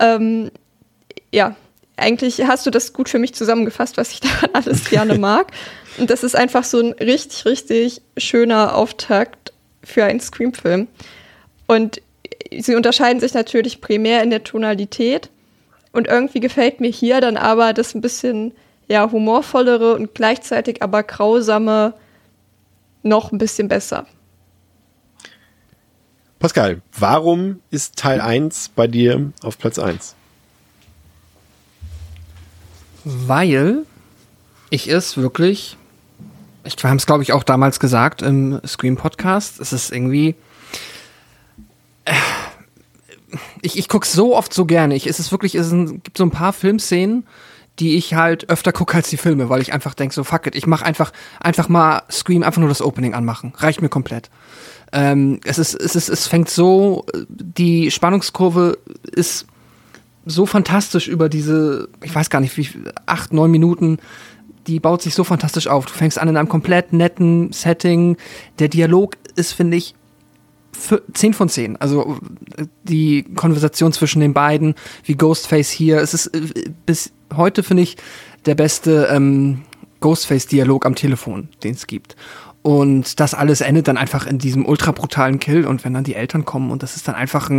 Ja, eigentlich hast du das gut für mich zusammengefasst, was ich daran alles gerne mag. Und das ist einfach so ein richtig, richtig schöner Auftakt für einen Scream-Film. Und sie unterscheiden sich natürlich primär in der Tonalität. Und irgendwie gefällt mir hier dann aber das ein bisschen humorvollere und gleichzeitig aber grausame noch ein bisschen besser. Pascal, warum ist Teil 1 bei dir auf Platz 1? Weil ich es wirklich, wir haben es glaube ich auch damals gesagt im Scream-Podcast, es ist irgendwie, ich gucke so oft so gerne, gibt so ein paar Filmszenen, die ich halt öfter gucke als die Filme, weil ich einfach denke so, fuck it, ich mache einfach mal Scream, einfach nur das Opening anmachen, reicht mir komplett. Es fängt so, die Spannungskurve ist so fantastisch über diese, ich weiß gar nicht, wie 8, 9 Minuten, die baut sich so fantastisch auf. Du fängst an in einem komplett netten Setting. Der Dialog ist, finde ich, 10 von 10. Also die Konversation zwischen den beiden, wie Ghostface hier, es ist bis heute, finde ich, der beste Ghostface-Dialog am Telefon, den es gibt. Und das alles endet dann einfach in diesem ultra brutalen Kill. Und wenn dann die Eltern kommen und das ist dann einfach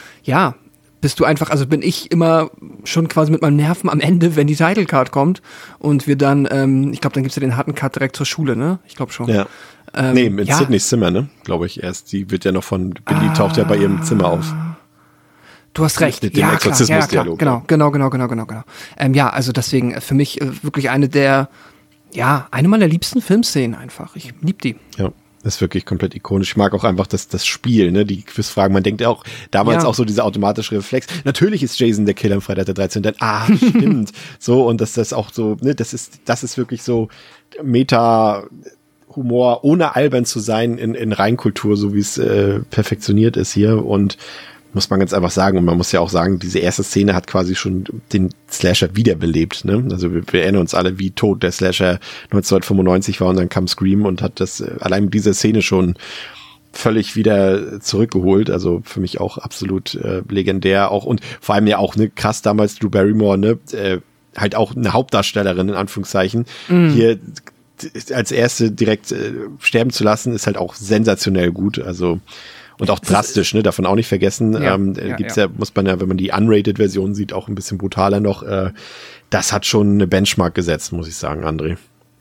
bin ich immer schon quasi mit meinen Nerven am Ende, wenn die Title Card kommt und wir dann, ich glaube, dann gibt's ja den harten Cut direkt zur Schule, ne? Ich glaube schon. Ja. Mit Sydneys Zimmer, ne? Glaube ich erst. Die wird ja noch von Billy, taucht ja bei ihrem Zimmer auf. Du hast recht. Mit dem Exorzismus-Dialog. Genau. Also deswegen für mich wirklich eine meiner liebsten Filmszenen einfach. Ich lieb die. Ja. Das ist wirklich komplett ikonisch. Ich mag auch einfach das Spiel, ne, die Quizfragen. Man denkt ja auch, damals auch so dieser automatische Reflex. Natürlich ist Jason der Killer am Freitag der 13. Stimmt. So, und das auch so, ne, das ist wirklich so Meta-Humor, ohne albern zu sein in Reinkultur, so wie es perfektioniert ist hier. Und muss man ganz einfach sagen, und man muss ja auch sagen, diese erste Szene hat quasi schon den Slasher wiederbelebt, ne? Also wir erinnern uns alle, wie tot der Slasher 1995 war, und dann kam Scream und hat das allein mit dieser Szene schon völlig wieder zurückgeholt. Also für mich auch absolut legendär auch, und vor allem ja auch, ne, krass damals Drew Barrymore, ne, halt auch eine Hauptdarstellerin in Anführungszeichen, hier als erste direkt sterben zu lassen, ist halt auch sensationell gut. Also und auch drastisch, ne, davon auch nicht vergessen. Gibt's ja, muss man ja, wenn man die Unrated-Version sieht, auch ein bisschen brutaler noch. Das hat schon eine Benchmark gesetzt, muss ich sagen, André.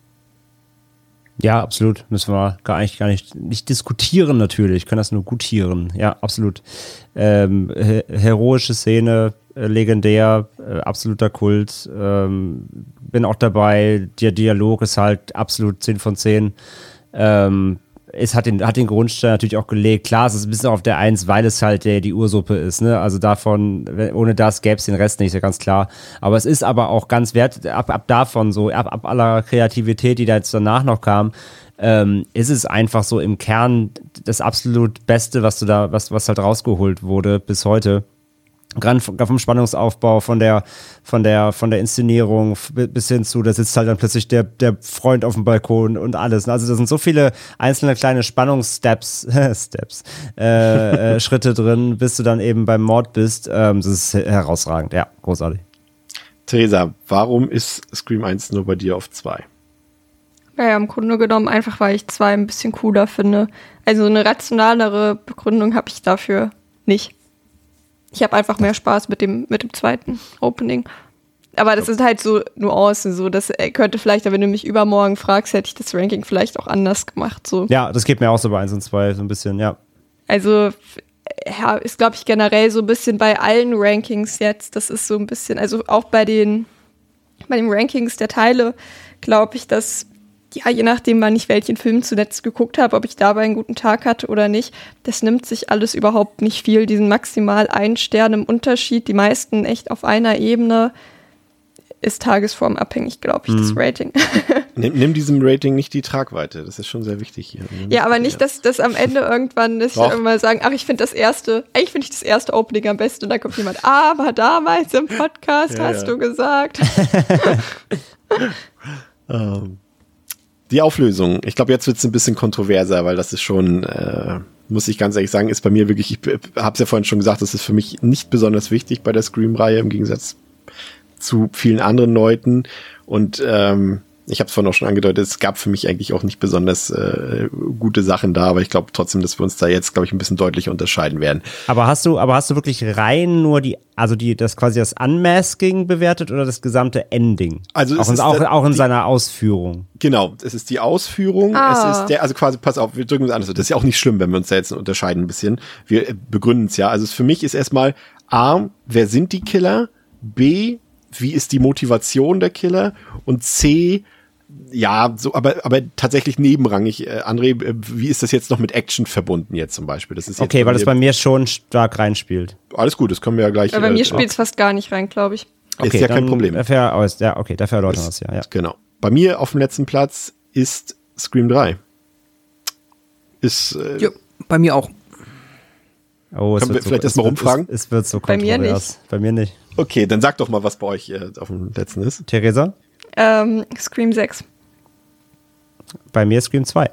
Ja, absolut. Müssen wir gar nicht diskutieren natürlich. Können das nur gutieren. Ja, absolut. Heroische Szene, legendär, absoluter Kult. Bin auch dabei. Der Dialog ist halt absolut 10 von 10. Es hat den Grundstein natürlich auch gelegt. Klar, es ist ein bisschen auf der Eins, weil es halt die Ursuppe ist, ne? Also davon, ohne das gäbe es den Rest nicht, ist ja ganz klar. Aber es ist aber auch ganz wert, ab davon so, ab aller Kreativität, die da jetzt danach noch kam, ist es einfach so im Kern das absolut Beste, was halt rausgeholt wurde bis heute. Gerade vom Spannungsaufbau, von der Inszenierung bis hin zu, da sitzt halt dann plötzlich der Freund auf dem Balkon und alles. Also da sind so viele einzelne kleine Spannungssteps, Schritte drin, bis du dann eben beim Mord bist. Das ist herausragend, ja, großartig. Theresa, warum ist Scream 1 nur bei dir auf 2? Naja, im Grunde genommen einfach, weil ich 2 ein bisschen cooler finde. Also eine rationalere Begründung habe ich dafür nicht. Ich habe einfach mehr Spaß mit dem zweiten Opening. Aber das ist halt so Nuancen, so das könnte vielleicht, wenn du mich übermorgen fragst, hätte ich das Ranking vielleicht auch anders gemacht. So. Ja, das geht mir auch so bei 1 und 2 so ein bisschen, ja. Also ja, ist, glaube ich, generell so ein bisschen bei allen Rankings jetzt, das ist so ein bisschen, also auch bei den Rankings der Teile, glaube ich, dass ja, je nachdem, wann ich welchen Film zuletzt geguckt habe, ob ich dabei einen guten Tag hatte oder nicht, das nimmt sich alles überhaupt nicht viel. Die sind maximal 1 Stern im Unterschied, die meisten echt auf einer Ebene. Ist tagesformabhängig, glaube ich, das Rating. Nimm diesem Rating nicht die Tragweite, das ist schon sehr wichtig hier. Ja, aber nicht, dass das am Ende irgendwann ist, mal sagen, eigentlich finde ich das erste Opening am besten, und dann kommt jemand, aber damals im Podcast hast du gesagt. Die Auflösung, ich glaube, jetzt wird es ein bisschen kontroverser, weil das ist schon, muss ich ganz ehrlich sagen, ist bei mir wirklich, ich habe es ja vorhin schon gesagt, das ist für mich nicht besonders wichtig bei der Scream-Reihe, im Gegensatz zu vielen anderen Leuten. Und ich habe es vorhin auch schon angedeutet, es gab für mich eigentlich auch nicht besonders gute Sachen da, aber ich glaube trotzdem, dass wir uns da jetzt, glaube ich, ein bisschen deutlicher unterscheiden werden. Aber hast du wirklich rein nur das quasi das Unmasking bewertet oder das gesamte Ending? Also auch in seiner Ausführung. Genau, es ist die Ausführung, es ist also quasi, pass auf, wir drücken uns anders. Das ist ja auch nicht schlimm, wenn wir uns da jetzt unterscheiden ein bisschen. Wir begründen es ja. Also für mich ist erstmal A, wer sind die Killer? B, wie ist die Motivation der Killer? Und C, ja, so, aber tatsächlich nebenrangig. André, wie ist das jetzt noch mit Action verbunden jetzt zum Beispiel? Das ist jetzt okay, weil das bei mir schon stark reinspielt. Alles gut, das können wir ja gleich. Aber bei mir spielt es fast gar nicht rein, glaube ich. Okay, ist ja kein Problem. Dafür erläutern wir es ja. Genau. Bei mir auf dem letzten Platz ist Scream 3. Ja, bei mir auch. Oh, können wir vielleicht erstmal rumfragen? Es wird so kontrovers. Bei mir nicht. Okay, dann sag doch mal, was bei euch auf dem letzten ist. Theresa? Scream 6. Bei mir Scream 2.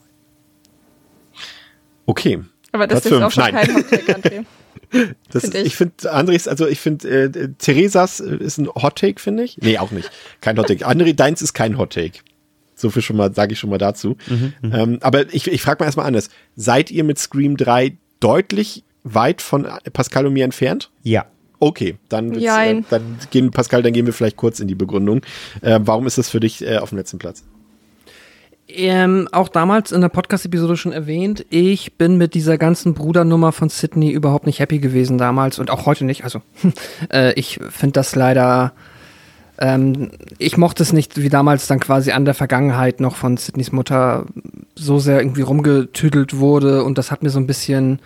Okay. Aber das ist auch schon kein Hot-Take, André. Ich finde Andres, also ich finde Theresas ist ein Hot-Take, finde ich. Nee, auch nicht. Kein Hot-Take. André, deins ist kein Hot-Take. So viel schon mal, sage ich schon mal dazu. Aber ich frage mal erstmal anders. Seid ihr mit Scream 3 deutlich weit von Pascal und mir entfernt? Ja. Okay, dann gehen wir vielleicht kurz in die Begründung. Warum ist das für dich auf dem letzten Platz? Auch damals in der Podcast-Episode schon erwähnt, ich bin mit dieser ganzen Brudernummer von Sidney überhaupt nicht happy gewesen damals und auch heute nicht. Also ich finde das leider, ich mochte es nicht, wie damals dann quasi an der Vergangenheit noch von Sidneys Mutter so sehr irgendwie rumgetüdelt wurde und das hat mir so ein bisschen,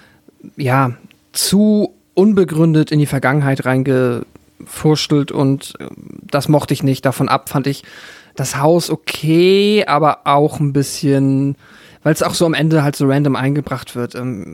ja, zu unbegründet in die Vergangenheit reingefurchtelt und das mochte ich nicht. Davon ab fand ich das Haus okay, aber auch ein bisschen, weil es auch so am Ende halt so random eingebracht wird.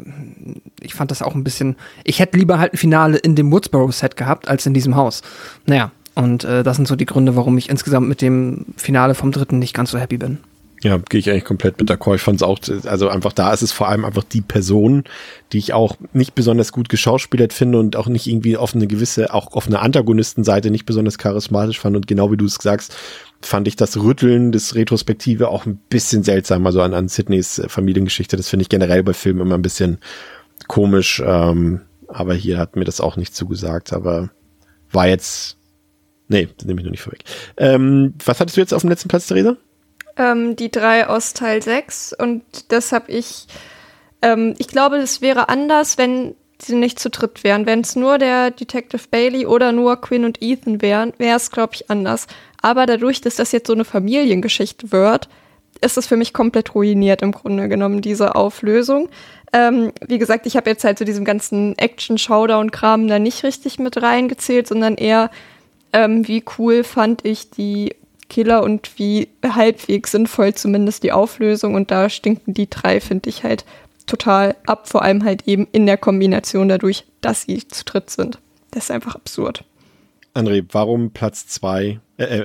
Ich fand das auch ein bisschen, ich hätte lieber halt ein Finale in dem Woodsboro-Set gehabt, als in diesem Haus. Naja, und das sind so die Gründe, warum ich insgesamt mit dem Finale vom 3. nicht ganz so happy bin. Ja, gehe ich eigentlich komplett mit d'accord. Ich fand es auch, also einfach da ist es vor allem einfach die Person, die ich auch nicht besonders gut geschauspielert finde und auch nicht irgendwie auf eine gewisse, auch auf einer Antagonistenseite nicht besonders charismatisch fand und genau wie du es sagst, fand ich das Rütteln des Retrospektive auch ein bisschen seltsam, also an Sidneys Familiengeschichte, das finde ich generell bei Filmen immer ein bisschen komisch, aber hier hat mir das auch nicht zugesagt, aber war jetzt, nee, das nehme ich noch nicht vorweg. Was hattest du jetzt auf dem letzten Platz, Theresa? Die 3 aus Teil 6 und das habe ich glaube, es wäre anders, wenn sie nicht zu dritt wären. Wenn es nur der Detective Bailey oder nur Quinn und Ethan wären, wäre es, glaube ich, anders. Aber dadurch, dass das jetzt so eine Familiengeschichte wird, ist es für mich komplett ruiniert im Grunde genommen, diese Auflösung. Wie gesagt, ich habe jetzt halt zu diesem ganzen Action-Showdown-Kram da nicht richtig mit reingezählt, sondern eher, wie cool fand ich die Killer und wie halbwegs sinnvoll zumindest die Auflösung. Und da stinken die 3, finde ich, halt total ab. Vor allem halt eben in der Kombination dadurch, dass sie zu dritt sind. Das ist einfach absurd. André, warum Platz 2?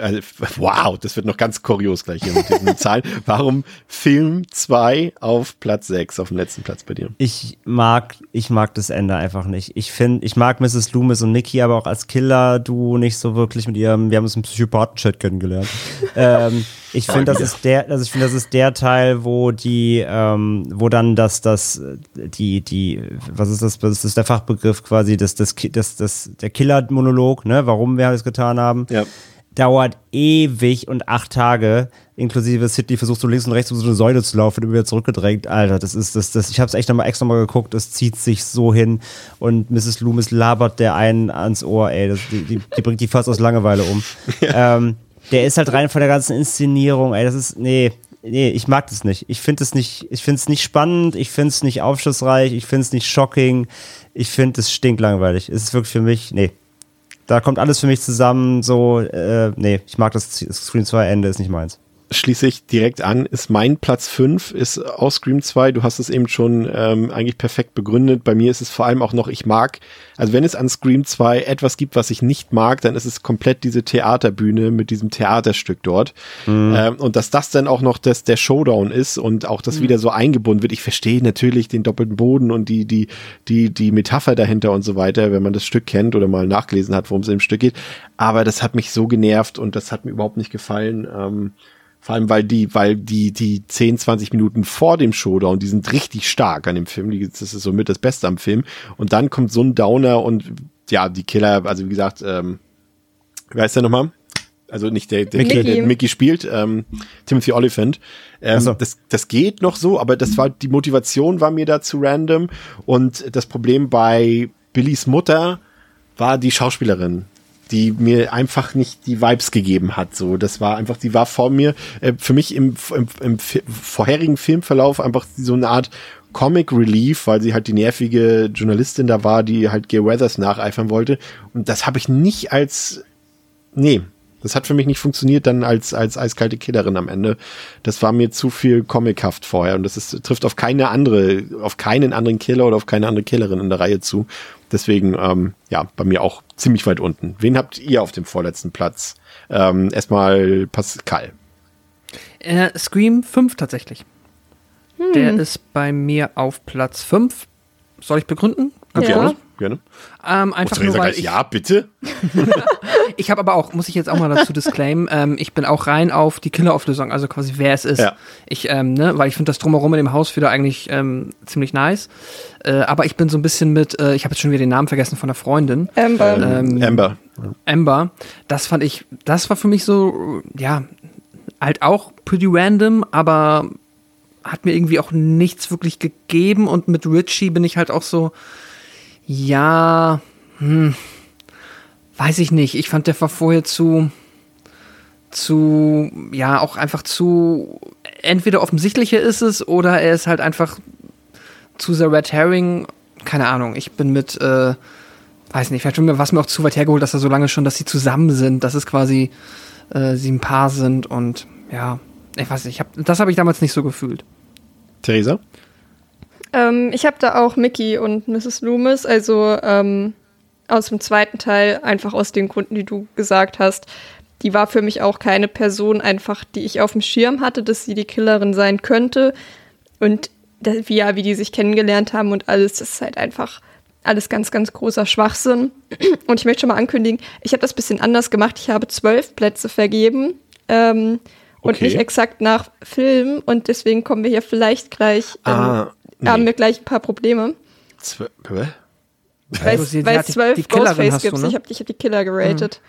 Wow, das wird noch ganz kurios gleich hier mit diesen Zahlen. Warum Film 2 auf Platz 6, auf dem letzten Platz bei dir? Ich mag das Ende einfach nicht. Ich mag Mrs. Loomis und Nikki, aber auch als Killer-Duo nicht so wirklich mit ihrem, wir haben uns im Psychopathen-Chat kennengelernt. Ich finde, das ist der Teil, wo wo dann was ist der Fachbegriff quasi, der Killer-Monolog, ne, warum wir das getan haben. Ja. Dauert ewig und 8 Tage, inklusive Sidney versucht so links und rechts um so eine Säule zu laufen und wieder zurückgedrängt. Alter, ich hab's echt extra mal geguckt, es zieht sich so hin und Mrs. Loomis labert der einen ans Ohr, ey, die bringt die fast aus Langeweile um. Ja. Der ist halt rein von der ganzen Inszenierung, ey, nee, ich mag das nicht. Ich finde es nicht spannend, ich finde es nicht aufschlussreich, ich finde es nicht shocking, ich finde es stinklangweilig. Es ist wirklich für mich, nee. Da kommt alles für mich zusammen, so, nee, ich mag das Scream 2 Ende, ist nicht meins. Schließe ich direkt an, ist mein Platz 5, ist aus Scream 2, du hast es eben schon eigentlich perfekt begründet, bei mir ist es vor allem auch noch, ich mag, also wenn es an Scream 2 etwas gibt, was ich nicht mag, dann ist es komplett diese Theaterbühne mit diesem Theaterstück dort und dass das dann auch noch der Showdown ist und auch das wieder so eingebunden wird, ich verstehe natürlich den doppelten Boden und die Metapher dahinter und so weiter, wenn man das Stück kennt oder mal nachgelesen hat, worum es im Stück geht, aber das hat mich so genervt und das hat mir überhaupt nicht gefallen, vor allem, weil die 10, 20 Minuten vor dem Showdown, die sind richtig stark an dem Film. Das ist somit das Beste am Film. Und dann kommt so ein Downer und ja, die Killer, also wie gesagt, wer heißt der nochmal? Also nicht der Mickey spielt, Timothy Olyphant. So. Das geht noch so, aber die Motivation war mir da zu random. Und das Problem bei Billys Mutter war die Schauspielerin, die mir einfach nicht die Vibes gegeben hat. So, das war einfach, die war vor mir, für mich im vorherigen Filmverlauf einfach so eine Art Comic Relief, weil sie halt die nervige Journalistin da war, die halt Gay Weathers nacheifern wollte. Und das habe ich nicht das hat für mich nicht funktioniert dann als eiskalte Killerin am Ende. Das war mir zu viel comichaft vorher und trifft auf keinen anderen Killer oder auf keine andere Killerin in der Reihe zu. Deswegen, bei mir auch ziemlich weit unten. Wen habt ihr auf dem vorletzten Platz? Erstmal Pascal. Scream 5 tatsächlich. Der ist bei mir auf Platz 5. Soll ich begründen? Ja. Gerne. Einfach nur, weil ja, bitte. Ich habe aber auch, muss ich jetzt auch mal dazu disclaimen, ich bin auch rein auf die Killerauflösung, also quasi wer es ist. Ja. Weil ich finde das Drumherum in dem Haus wieder eigentlich ziemlich nice. Aber ich bin so ein bisschen ich habe jetzt schon wieder den Namen vergessen von der Freundin. Amber. Amber. Das war für mich so, ja, halt auch pretty random, aber hat mir irgendwie auch nichts wirklich gegeben. Und mit Richie bin ich halt auch so, ja, weiß ich nicht. Ich fand, der war vorher ja, auch einfach zu, entweder offensichtlicher ist es oder er ist halt einfach zu sehr Red Herring. Keine Ahnung, ich bin mit, weiß nicht, vielleicht was mir auch zu weit hergeholt, dass er so lange schon, dass sie zusammen sind, dass es quasi sie ein Paar sind und ja, ich weiß nicht, das habe ich damals nicht so gefühlt. Theresa? Ich habe da auch Mickey und Mrs. Loomis, also aus dem zweiten Teil, einfach aus den Gründen, die du gesagt hast. Die war für mich auch keine Person einfach, die ich auf dem Schirm hatte, dass sie die Killerin sein könnte. Und wie die sich kennengelernt haben und alles, das ist halt einfach alles ganz, ganz großer Schwachsinn. Und ich möchte schon mal ankündigen, ich habe das ein bisschen anders gemacht. Ich habe 12 Plätze vergeben und nicht exakt nach Film. Und deswegen kommen wir hier vielleicht gleich, haben wir gleich ein paar Probleme. Weil es 12 Ghostface gibt. Ich hab die Killer geratet.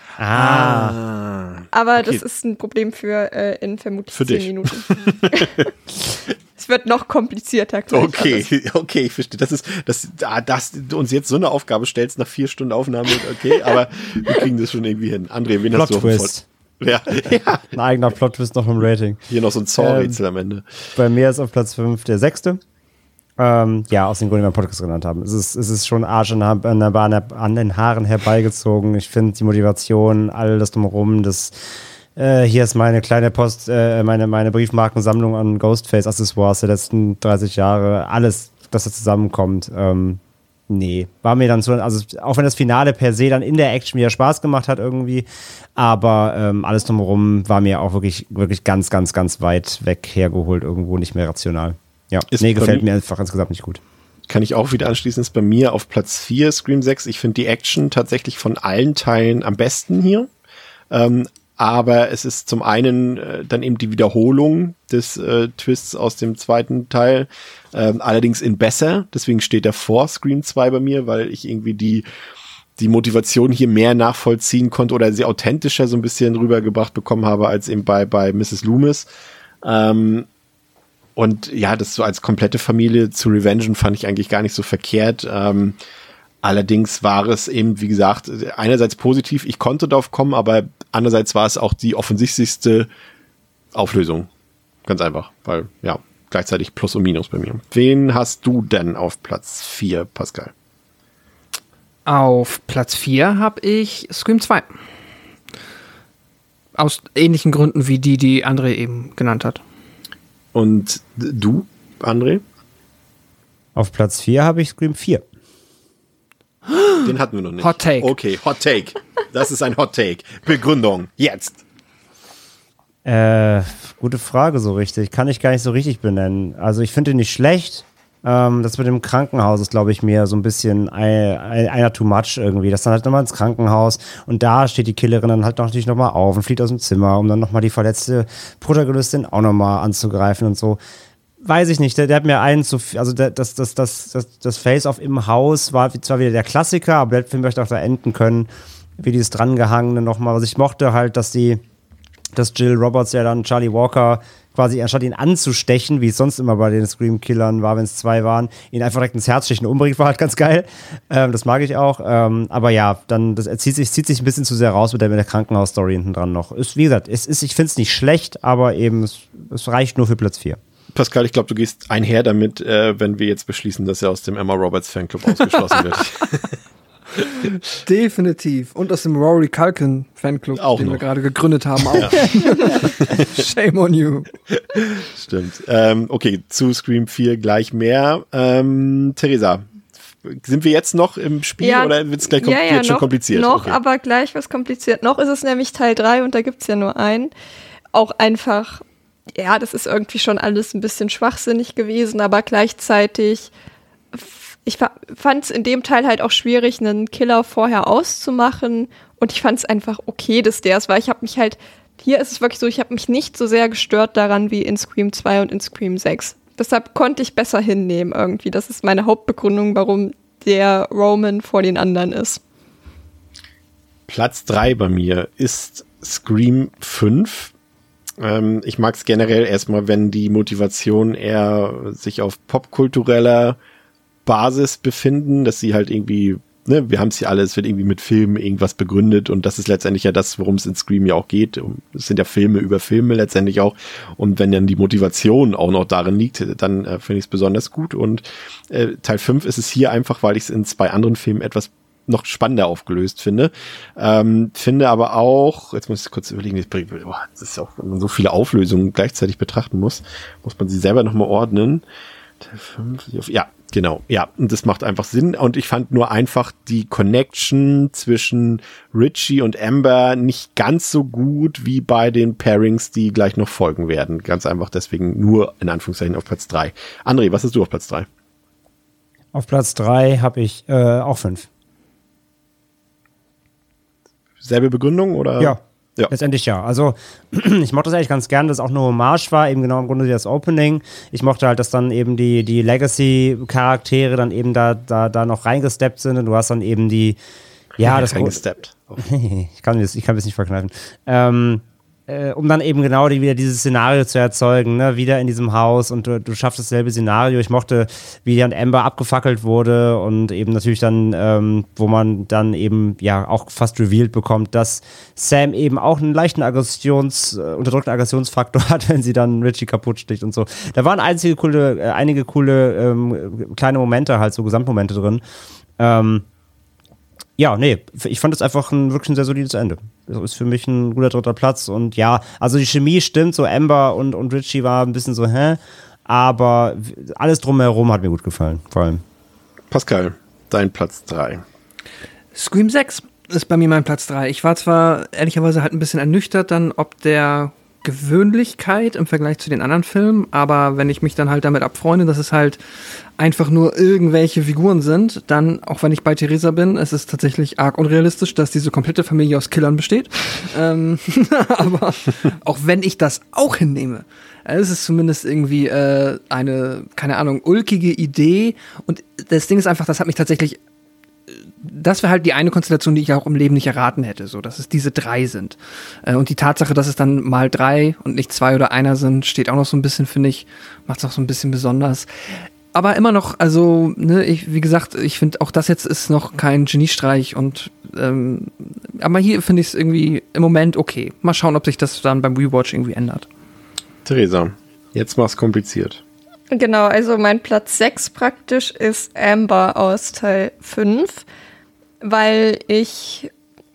Aber das ist ein Problem für in vermutlich für 10 dich. Minuten. Es wird noch komplizierter. Okay, ich verstehe. Dass du uns jetzt so eine Aufgabe stellst nach 4 Stunden Aufnahme, okay, aber wir kriegen das schon irgendwie hin. André, wen hast du auf dem Plot-Twist? Ja. Ein eigener Plot-Twist noch im Rating. Hier noch so ein Saw-Rätsel am Ende. Bei mir ist auf Platz 5 der 6. Ja, aus den Gründen, die wir im Podcast genannt haben. Es ist schon Arsch an den Haaren herbeigezogen. Ich finde die Motivation, all das drumherum, hier ist meine kleine Post, meine Briefmarkensammlung an Ghostface-Accessoires der letzten 30 Jahre, alles, das da zusammenkommt. Nee, war mir dann so, also auch wenn das Finale per se dann in der Action wieder Spaß gemacht hat irgendwie, aber alles drumherum war mir auch wirklich, wirklich ganz, ganz, ganz weit weg hergeholt, irgendwo nicht mehr rational. Ja, gefällt mir einfach insgesamt nicht gut. Kann ich auch wieder anschließen, ist bei mir auf Platz 4 Scream 6. Ich finde die Action tatsächlich von allen Teilen am besten hier. Aber es ist zum einen dann eben die Wiederholung des Twists aus dem zweiten Teil, allerdings in besser. Deswegen steht er vor Scream 2 bei mir, weil ich irgendwie die Motivation hier mehr nachvollziehen konnte oder sie authentischer so ein bisschen rübergebracht bekommen habe als eben bei Mrs. Loomis. Und ja, das so als komplette Familie zu revengen fand ich eigentlich gar nicht so verkehrt. Allerdings war es eben, wie gesagt, einerseits positiv, ich konnte darauf kommen, aber andererseits war es auch die offensichtlichste Auflösung. Ganz einfach, weil ja, gleichzeitig Plus und Minus bei mir. Wen hast du denn auf Platz 4, Pascal? Auf Platz 4 habe ich Scream 2. Aus ähnlichen Gründen wie die André eben genannt hat. Und du, André? Auf Platz 4 habe ich Scream 4. Den hatten wir noch nicht. Hot Take. Okay, Hot Take. Das ist ein Hot Take. Begründung, jetzt. Gute Frage so richtig. Kann ich gar nicht so richtig benennen. Also ich finde ihn nicht schlecht. Das mit dem Krankenhaus ist, glaube ich, mir so ein bisschen einer too much irgendwie. Das dann halt nochmal ins Krankenhaus und da steht die Killerin dann halt natürlich nochmal auf und fliegt aus dem Zimmer, um dann nochmal die verletzte Protagonistin auch nochmal anzugreifen und so. Weiß ich nicht, der hat mir einen zu viel, also das Face-Off im Haus war zwar wieder der Klassiker, aber der Film möchte auch da enden können, wie dieses Drangehangene nochmal. Also ich mochte halt, dass Jill Roberts ja dann Charlie Walker quasi, anstatt ihn anzustechen, wie es sonst immer bei den Scream-Killern war, wenn es 2 waren, ihn einfach direkt ins Herz stechen und umbringt, war halt ganz geil. Das mag ich auch. Aber ja, dann zieht sich ein bisschen zu sehr raus mit der Krankenhaus-Story hinten dran noch. Wie gesagt, ich finde es nicht schlecht, aber eben es reicht nur für Platz 4. Pascal, ich glaube, du gehst einher damit, wenn wir jetzt beschließen, dass er aus dem Emma Roberts Fanclub ausgeschlossen wird. Definitiv. Und aus dem Rory Culkin Fanclub, auch den noch. wir gerade gegründet haben. Auch. Ja. Shame on you. Stimmt. Okay, zu Scream 4 gleich mehr. Theresa, sind wir jetzt noch im Spiel oder wird es gleich jetzt schon kompliziert? Noch, okay. Aber gleich was kompliziert. Noch ist es nämlich Teil 3 und da gibt es ja nur einen. Auch einfach, ja, das ist irgendwie schon alles ein bisschen schwachsinnig gewesen, aber gleichzeitig ich fand es in dem Teil halt auch schwierig, einen Killer vorher auszumachen und ich fand es einfach okay, dass der es war. Ich habe mich halt, hier ist es wirklich so, ich habe mich nicht so sehr gestört daran wie in Scream 2 und in Scream 6. Deshalb konnte ich besser hinnehmen irgendwie. Das ist meine Hauptbegründung, warum der Roman vor den anderen ist. Platz 3 bei mir ist Scream 5. Ich mag es generell erstmal, wenn die Motivation eher sich auf popkultureller Basis befinden, dass sie halt irgendwie, ne, wir haben es hier alle, es wird irgendwie mit Filmen irgendwas begründet und das ist letztendlich ja das, worum es in Scream ja auch geht. Es sind ja Filme über Filme letztendlich auch und wenn dann die Motivation auch noch darin liegt, dann finde ich es besonders gut und Teil 5 ist es hier einfach, weil ich es in 2 anderen Filmen etwas noch spannender aufgelöst finde. Finde aber auch, jetzt muss ich kurz überlegen, das ist auch, wenn man so viele Auflösungen gleichzeitig betrachten muss man sie selber nochmal ordnen. Teil 5, ja, genau, ja, und das macht einfach Sinn und ich fand nur einfach die Connection zwischen Richie und Amber nicht ganz so gut wie bei den Pairings, die gleich noch folgen werden. Ganz einfach deswegen nur in Anführungszeichen auf Platz 3. André, was hast du auf Platz 3? Auf Platz 3 habe ich auch 5. Selbe Begründung oder? Ja, letztendlich ja. Also ich mochte das eigentlich ganz gern, dass es auch eine Hommage war, eben genau im Grunde das Opening. Ich mochte halt, dass dann eben die Legacy-Charaktere dann eben da noch reingesteppt sind und du hast dann eben die, ja, das reingesteppt. ich kann es nicht verkneifen. Um dann eben genau wieder dieses Szenario zu erzeugen, ne? Wieder in diesem Haus und du schaffst dasselbe Szenario. Ich mochte, wie dann Amber abgefackelt wurde und eben natürlich dann, wo man dann eben ja auch fast revealed bekommt, dass Sam eben auch einen leichten unterdrückten Aggressionsfaktor hat, wenn sie dann Richie kaputt sticht und so. Da waren einige coole kleine Momente, halt so Gesamtmomente drin. Ja, nee, ich fand es einfach wirklich ein sehr solides Ende. Das ist für mich ein guter 3. Platz und ja, also die Chemie stimmt, so Amber und Richie war ein bisschen so, aber alles drumherum hat mir gut gefallen, vor allem. Pascal, dein Platz 3. Scream 6 ist bei mir mein Platz 3. Ich war zwar ehrlicherweise halt ein bisschen ernüchtert dann, ob der Gewöhnlichkeit im Vergleich zu den anderen Filmen, aber wenn ich mich dann halt damit abfreunde, dass es halt einfach nur irgendwelche Figuren sind, dann, auch wenn ich bei Theresa bin, es ist tatsächlich arg unrealistisch, dass diese komplette Familie aus Killern besteht. Aber auch wenn ich das auch hinnehme, es ist zumindest irgendwie eine, keine Ahnung, ulkige Idee und das Ding ist einfach, das hat mich tatsächlich, das wäre halt die eine Konstellation, die ich auch im Leben nicht erraten hätte, so, dass es diese 3 sind. Und die Tatsache, dass es dann mal 3 und nicht 2 oder 1 sind, steht auch noch so ein bisschen, finde ich, macht es auch so ein bisschen besonders. Aber immer noch, also, ne, wie gesagt, ich finde auch das jetzt ist noch kein Geniestreich und aber hier finde ich es irgendwie im Moment okay. Mal schauen, ob sich das dann beim Rewatch irgendwie ändert. Theresa, jetzt mach's kompliziert. Genau, also mein Platz 6 praktisch ist Amber aus Teil 5, weil ihr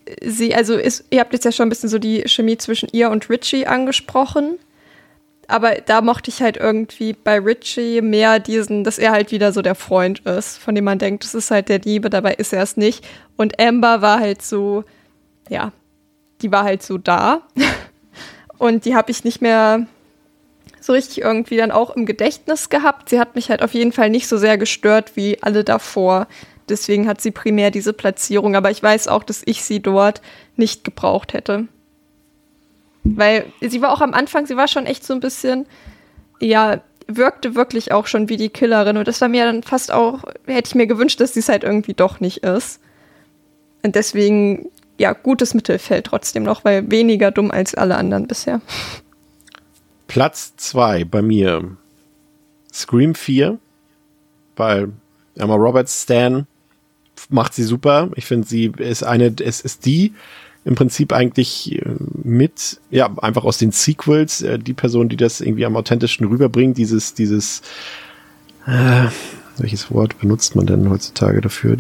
habt jetzt ja schon ein bisschen so die Chemie zwischen ihr und Richie angesprochen, aber da mochte ich halt irgendwie bei Richie mehr dass er halt wieder so der Freund ist, von dem man denkt, das ist halt der Liebe, dabei ist er es nicht. Und Amber war halt so, ja, die war halt so da und die habe ich nicht mehr so richtig irgendwie dann auch im Gedächtnis gehabt. Sie hat mich halt auf jeden Fall nicht so sehr gestört wie alle davor. Deswegen hat sie primär diese Platzierung. Aber ich weiß auch, dass ich sie dort nicht gebraucht hätte. Weil sie war auch am Anfang, sie war schon echt so ein bisschen, ja, wirkte wirklich auch schon wie die Killerin. Und das war mir dann fast auch, hätte ich mir gewünscht, dass sie es halt irgendwie doch nicht ist. Und deswegen, ja, gutes Mittelfeld trotzdem noch, weil weniger dumm als alle anderen bisher. Platz 2 bei mir Scream 4, weil Emma Roberts Stan macht sie super. Ich finde, sie ist es ist die im Prinzip eigentlich mit, ja, einfach aus den Sequels, die Person, die das irgendwie am authentischsten rüberbringt, dieses welches Wort benutzt man denn heutzutage dafür?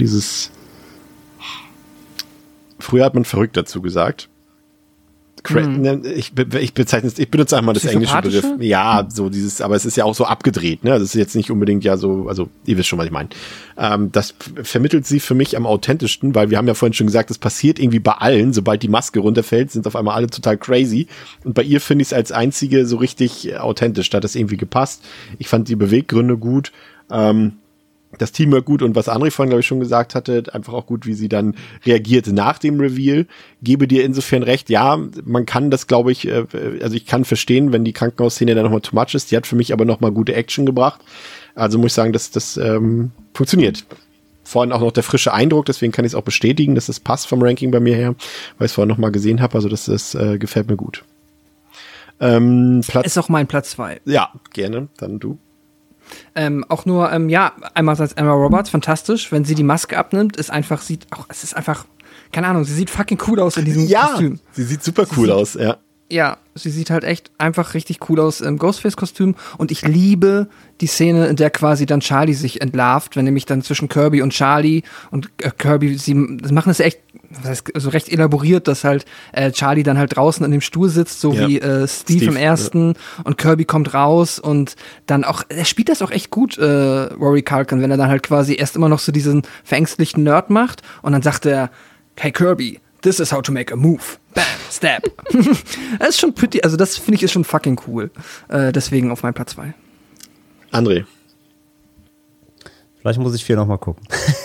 Früher hat man verrückt dazu gesagt. Ich benutze einmal das englische Begriff. Ja, so aber es ist ja auch so abgedreht, ne? Das ist jetzt nicht unbedingt ja so, also ihr wisst schon, was ich meine. Das vermittelt sie für mich am authentischsten, weil wir haben ja vorhin schon gesagt, das passiert irgendwie bei allen, sobald die Maske runterfällt, sind auf einmal alle total crazy. Und bei ihr finde ich es als einzige so richtig authentisch, da hat das irgendwie gepasst. Ich fand die Beweggründe gut. Das Teamwork gut und was André vorhin, glaube ich, schon gesagt hatte, einfach auch gut, wie sie dann reagierte nach dem Reveal. Gebe dir insofern recht, ja, man kann das, glaube ich, also ich kann verstehen, wenn die Krankenhausszene dann nochmal too much ist. Die hat für mich aber nochmal gute Action gebracht. Also muss ich sagen, dass das funktioniert. Vorhin auch noch der frische Eindruck, deswegen kann ich es auch bestätigen, dass das passt vom Ranking bei mir her, weil ich es vorhin nochmal gesehen habe. Also das gefällt mir gut. Ist auch mein Platz 2. Ja, gerne. Dann du. Auch nur, einmal als Emma Roberts, fantastisch. Wenn sie die Maske abnimmt, es ist einfach, keine Ahnung, sie sieht fucking cool aus in diesem Kostüm. Sie sieht super cool aus, ja. Ja, sie sieht halt echt einfach richtig cool aus im Ghostface-Kostüm und ich liebe die Szene, in der quasi dann Charlie sich entlarvt, wenn nämlich dann zwischen Kirby und Charlie und Kirby, sie machen es echt, also recht elaboriert, dass halt Charlie dann halt draußen in dem Stuhl sitzt, so wie Steve im ersten und Kirby kommt raus und dann auch, er spielt das auch echt gut, Rory Culkin, wenn er dann halt quasi erst immer noch so diesen verängstlichen Nerd macht und dann sagt er, hey Kirby, this is how to make a move. Bam, stab. Das ist schon pretty, also das finde ich ist schon fucking cool. Deswegen auf meinem Platz 2. André. Vielleicht muss ich 4 nochmal gucken.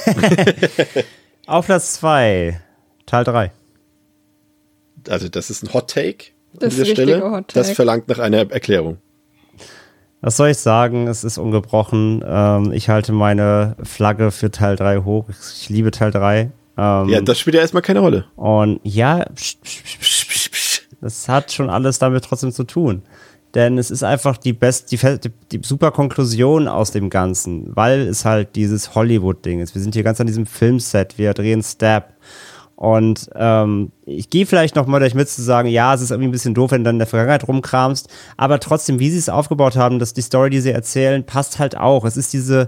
Auf Platz 2, Teil 3. Also das ist ein Hot Take an Das dieser ist ein Stelle. richtiger Hot Take. Das verlangt nach einer Erklärung. Was soll ich sagen? Es ist ungebrochen. Ich halte meine Flagge für Teil 3 hoch. Ich liebe Teil 3. Ja, das spielt ja erstmal keine Rolle. Und ja, das hat schon alles damit trotzdem zu tun. Denn es ist einfach die super Konklusion aus dem Ganzen, weil es halt dieses Hollywood-Ding ist. Wir sind hier ganz an diesem Filmset, wir drehen Stab. Und ich gehe vielleicht noch mal mit zu sagen, ja, es ist irgendwie ein bisschen doof, wenn du dann in der Vergangenheit rumkramst, aber trotzdem, wie sie es aufgebaut haben, dass die Story, die sie erzählen, passt halt auch. Es ist dieses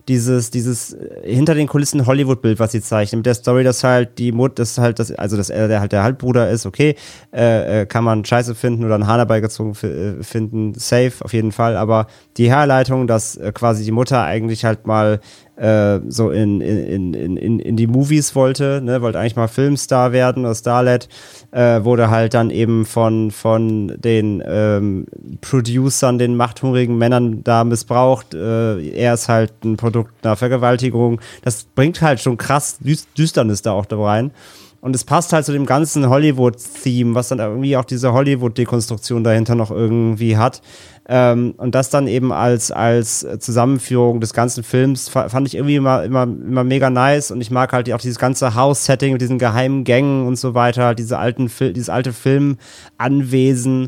hinter den Kulissen Hollywood-Bild, was sie zeichnen, mit der Story, dass halt die Mutter, dass er der halt der Halbbruder ist, okay, kann man scheiße finden oder einen Hahn herbeigezogen finden, safe, auf jeden Fall, aber die Herleitung, dass quasi die Mutter eigentlich halt mal so in die Movies wollte eigentlich mal Filmstar werden oder Starlet, wurde halt dann eben von den Producern, den machthungrigen Männern da missbraucht. Er ist halt ein Produkt einer Vergewaltigung. Das bringt halt schon krass Düsternis da auch da rein. Und es passt halt zu dem ganzen Hollywood-Theme, was dann irgendwie auch diese Hollywood-Dekonstruktion dahinter noch irgendwie hat. Und das dann eben als Zusammenführung des ganzen Films fand ich irgendwie immer mega nice. Und ich mag halt auch dieses ganze House-Setting mit diesen geheimen Gängen und so weiter, dieses alte Filmanwesen,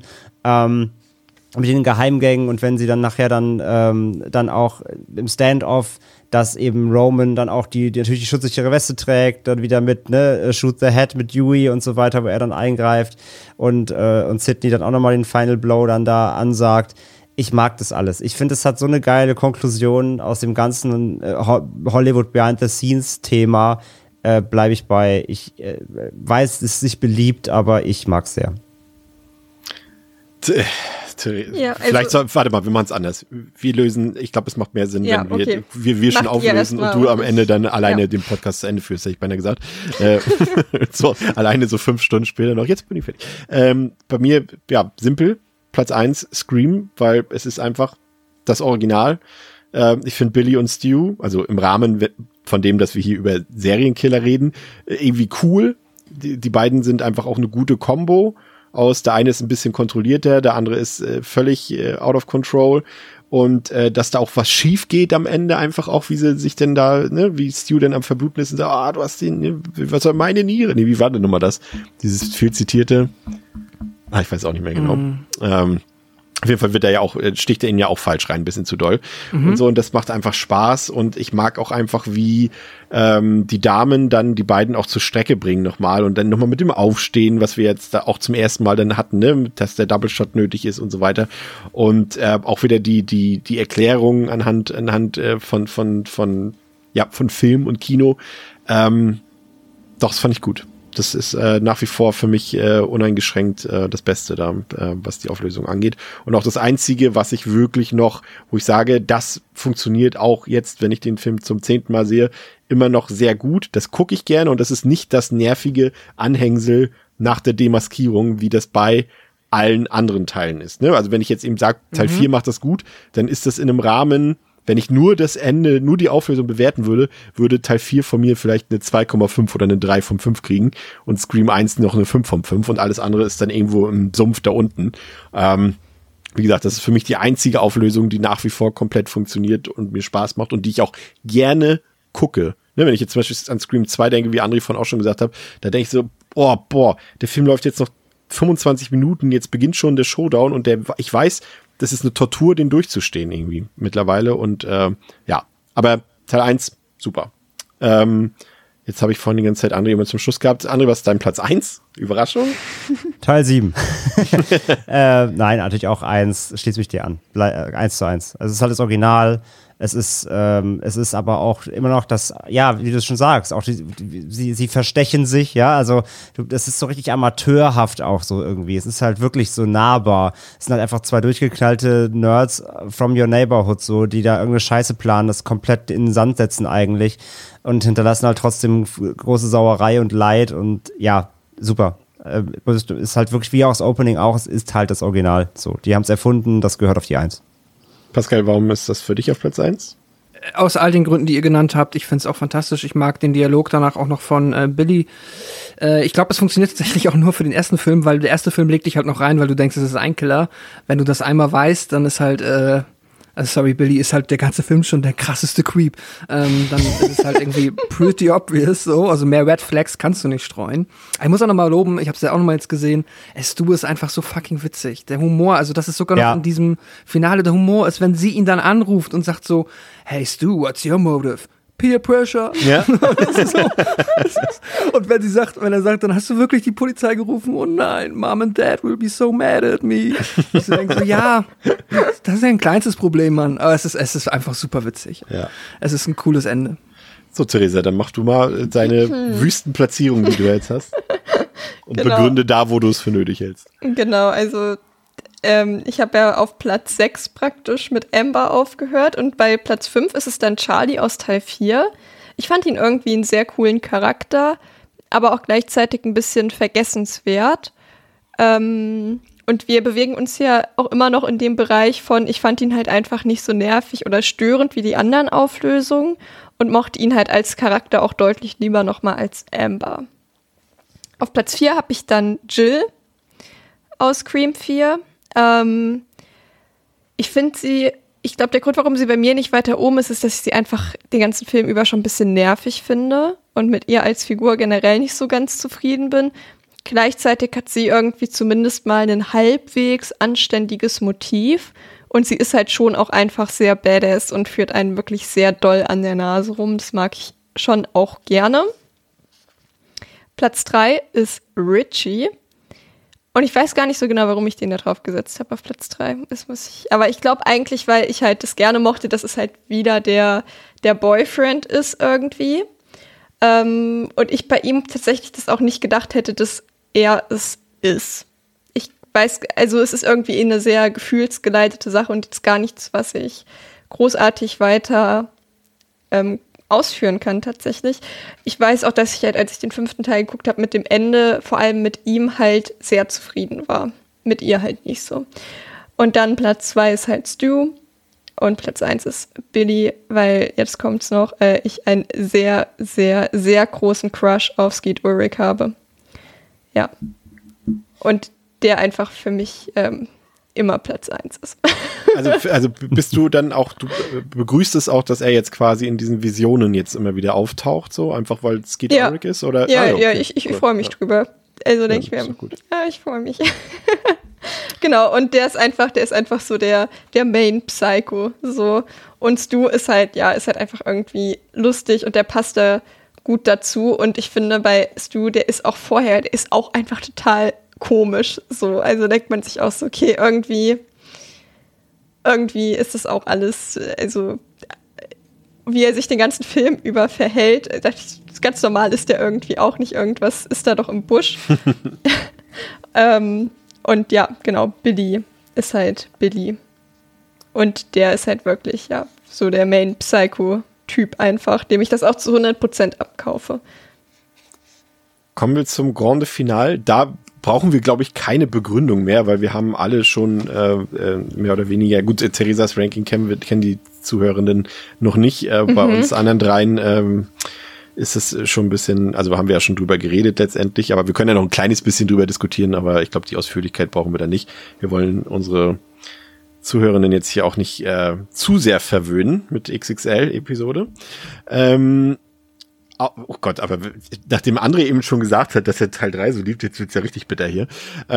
mit den Geheimgängen und wenn sie dann nachher dann auch im Standoff, dass eben Roman dann auch natürlich die schutzsichere Weste trägt, dann wieder mit, Shoot the Head mit Dewey und so weiter, wo er dann eingreift und Sidney dann auch nochmal den Final Blow dann da ansagt. Ich mag das alles. Ich finde, es hat so eine geile Konklusion aus dem ganzen Hollywood Behind-the-Scenes-Thema. Bleibe ich bei. Ich weiß, es ist nicht beliebt, aber ich mag es sehr. Ja, vielleicht warte mal, wir machen es anders. Wir lösen, ich glaube, es macht mehr Sinn, wenn wir schon auflösen und du am Ende dann alleine den Podcast zu Ende führst, hätte ich beinahe gesagt. So, alleine so 5 Stunden später noch, jetzt bin ich fertig. Bei mir, simpel, Platz 1, Scream, weil es ist einfach das Original. Ich finde Billy und Stu, also im Rahmen von dem, dass wir hier über Serienkiller reden, irgendwie cool. Die beiden sind einfach auch eine gute Kombo. Der eine ist ein bisschen kontrollierter, der andere ist völlig out of control und dass da auch was schief geht am Ende, einfach auch, wie sie sich denn da, wie Stu denn am Verbluten ist und sagt, du hast was soll meine Niere? Nee, wie war denn nochmal das? Dieses viel zitierte, ich weiß auch nicht mehr genau. Auf jeden Fall sticht er ihn ja auch falsch rein, ein bisschen zu doll. Und so, und das macht einfach Spaß und ich mag auch einfach, wie die Damen dann die beiden auch zur Strecke bringen nochmal und dann nochmal mit dem Aufstehen, was wir jetzt da auch zum ersten Mal dann hatten, dass der Double Shot nötig ist und so weiter. Und auch wieder die Erklärung anhand von Film und Kino. Doch, das fand ich gut. Das ist nach wie vor für mich uneingeschränkt das Beste da, was die Auflösung angeht. Und auch das Einzige, was ich wirklich noch, wo ich sage, das funktioniert auch jetzt, wenn ich den Film zum 10. Mal sehe, immer noch sehr gut. Das gucke ich gerne und das ist nicht das nervige Anhängsel nach der Demaskierung, wie das bei allen anderen Teilen ist. Also wenn ich jetzt eben sage, Teil 4 macht das gut, dann ist das in einem Rahmen. Wenn ich nur das Ende, nur die Auflösung bewerten würde Teil 4 von mir vielleicht eine 2,5 oder eine 3 von 5 kriegen und Scream 1 noch eine 5 von 5 und alles andere ist dann irgendwo im Sumpf da unten. Wie gesagt, das ist für mich die einzige Auflösung, die nach wie vor komplett funktioniert und mir Spaß macht und die ich auch gerne gucke. Wenn ich jetzt zum Beispiel an Scream 2 denke, wie André von auch schon gesagt hat, da denke ich so, der Film läuft jetzt noch 25 Minuten, jetzt beginnt schon der Showdown und ich weiß, das ist eine Tortur, den durchzustehen irgendwie mittlerweile und ja, aber Teil 1, super. Jetzt habe ich vorhin die ganze Zeit André immer zum Schluss gehabt. André, was ist dein Platz 1? Überraschung? Teil 7. Nein, natürlich auch 1, schließ mich dir an. 1:1. Also es ist halt das Original. Es ist aber auch immer noch das, ja, wie du es schon sagst, auch sie verstechen sich, ja, also das ist so richtig amateurhaft auch so irgendwie. Es ist halt wirklich so nahbar. Es sind halt einfach zwei durchgeknallte Nerds from your neighborhood, so, die da irgendeine Scheiße planen, das komplett in den Sand setzen eigentlich und hinterlassen halt trotzdem große Sauerei und Leid und ja, super. Ist halt wirklich wie auch das Opening auch, es ist halt das Original. So, die haben es erfunden, das gehört auf die 1. Pascal, warum ist das für dich auf Platz 1? Aus all den Gründen, die ihr genannt habt. Ich finde es auch fantastisch. Ich mag den Dialog danach auch noch von Billy. Ich glaube, es funktioniert tatsächlich auch nur für den ersten Film, weil der erste Film legt dich halt noch rein, weil du denkst, es ist ein Killer. Wenn du das einmal weißt, dann ist halt Billy ist halt der ganze Film schon der krasseste Creep. Dann ist es halt irgendwie pretty obvious so. Also mehr Red Flags kannst du nicht streuen. Ich muss auch nochmal loben, ich habe es ja auch nochmal jetzt gesehen, Stu ist einfach so fucking witzig. Der Humor, also das ist sogar noch in diesem Finale der Humor, ist, wenn sie ihn dann anruft und sagt so, hey Stu, what's your motive? Peer Pressure. Ja. Und wenn er sagt, dann hast du wirklich die Polizei gerufen, oh nein, Mom and Dad will be so mad at me. Ich denke so, ja, das ist ja ein kleinstes Problem, Mann. Aber es ist einfach super witzig. Ja. Es ist ein cooles Ende. So, Theresa, dann mach du mal deine Wüstenplatzierung, die du jetzt hast. Und begründe da, wo du es für nötig hältst. Genau, also ich habe ja auf Platz 6 praktisch mit Amber aufgehört und bei Platz 5 ist es dann Charlie aus Teil 4. Ich fand ihn irgendwie einen sehr coolen Charakter, aber auch gleichzeitig ein bisschen vergessenswert. Und wir bewegen uns ja auch immer noch in dem Bereich von, ich fand ihn halt einfach nicht so nervig oder störend wie die anderen Auflösungen und mochte ihn halt als Charakter auch deutlich lieber nochmal als Amber. Auf Platz 4 habe ich dann Jill aus Scream 4. Ich finde sie, ich glaube, der Grund, warum sie bei mir nicht weiter oben ist, ist, dass ich sie einfach den ganzen Film über schon ein bisschen nervig finde und mit ihr als Figur generell nicht so ganz zufrieden bin. Gleichzeitig hat sie irgendwie zumindest mal ein halbwegs anständiges Motiv und sie ist halt schon auch einfach sehr badass und führt einen wirklich sehr doll an der Nase rum. Das mag ich schon auch gerne. Platz 3 ist Richie. Und ich weiß gar nicht so genau, warum ich den da drauf gesetzt habe auf Platz 3. Aber ich glaube eigentlich, weil ich halt das gerne mochte, dass es halt wieder der Boyfriend ist irgendwie. Und ich bei ihm tatsächlich das auch nicht gedacht hätte, dass er es ist. Ich weiß, also es ist irgendwie eine sehr gefühlsgeleitete Sache und jetzt gar nichts, was ich großartig weiter ausführen kann tatsächlich. Ich weiß auch, dass ich halt, als ich den 5. Teil geguckt habe, mit dem Ende, vor allem mit ihm halt sehr zufrieden war. Mit ihr halt nicht so. Und dann Platz 2 ist halt Stu und Platz 1 ist Billy, weil, jetzt kommt's noch, ich einen sehr, sehr, sehr großen Crush auf Skeet Ulrich habe. Ja. Und der einfach für mich immer Platz 1 ist. Also bist du dann auch, du begrüßt es auch, dass er jetzt quasi in diesen Visionen jetzt immer wieder auftaucht, so einfach weil es Skeet Ulrich ist? Oder? Ja, okay. Ich freue mich drüber. Also denke ich mir, ich freue mich. Genau, und der ist einfach so der Main Psycho, so. Und Stu ist halt einfach irgendwie lustig und der passt da gut dazu und ich finde bei Stu, der ist auch einfach total komisch, so. Also denkt man sich auch so, okay, irgendwie ist das auch alles, also wie er sich den ganzen Film über verhält, ganz normal ist der irgendwie auch nicht, irgendwas ist da doch im Busch. Und ja, genau, Billy ist halt Billy. Und der ist halt wirklich, ja, so der Main-Psycho-Typ einfach, dem ich das auch zu 100% abkaufe. Kommen wir zum Grande Finale. Da brauchen wir, glaube ich, keine Begründung mehr, weil wir haben alle schon mehr oder weniger, gut, Theresas Ranking kennen die Zuhörenden noch nicht. Bei uns anderen dreien ist es schon ein bisschen, also haben wir ja schon drüber geredet letztendlich, aber wir können ja noch ein kleines bisschen drüber diskutieren, aber ich glaube, die Ausführlichkeit brauchen wir da nicht. Wir wollen unsere Zuhörenden jetzt hier auch nicht zu sehr verwöhnen mit XXL-Episode. Oh Gott, aber nachdem André eben schon gesagt hat, dass er Teil 3 so liebt, jetzt wird's ja richtig bitter hier.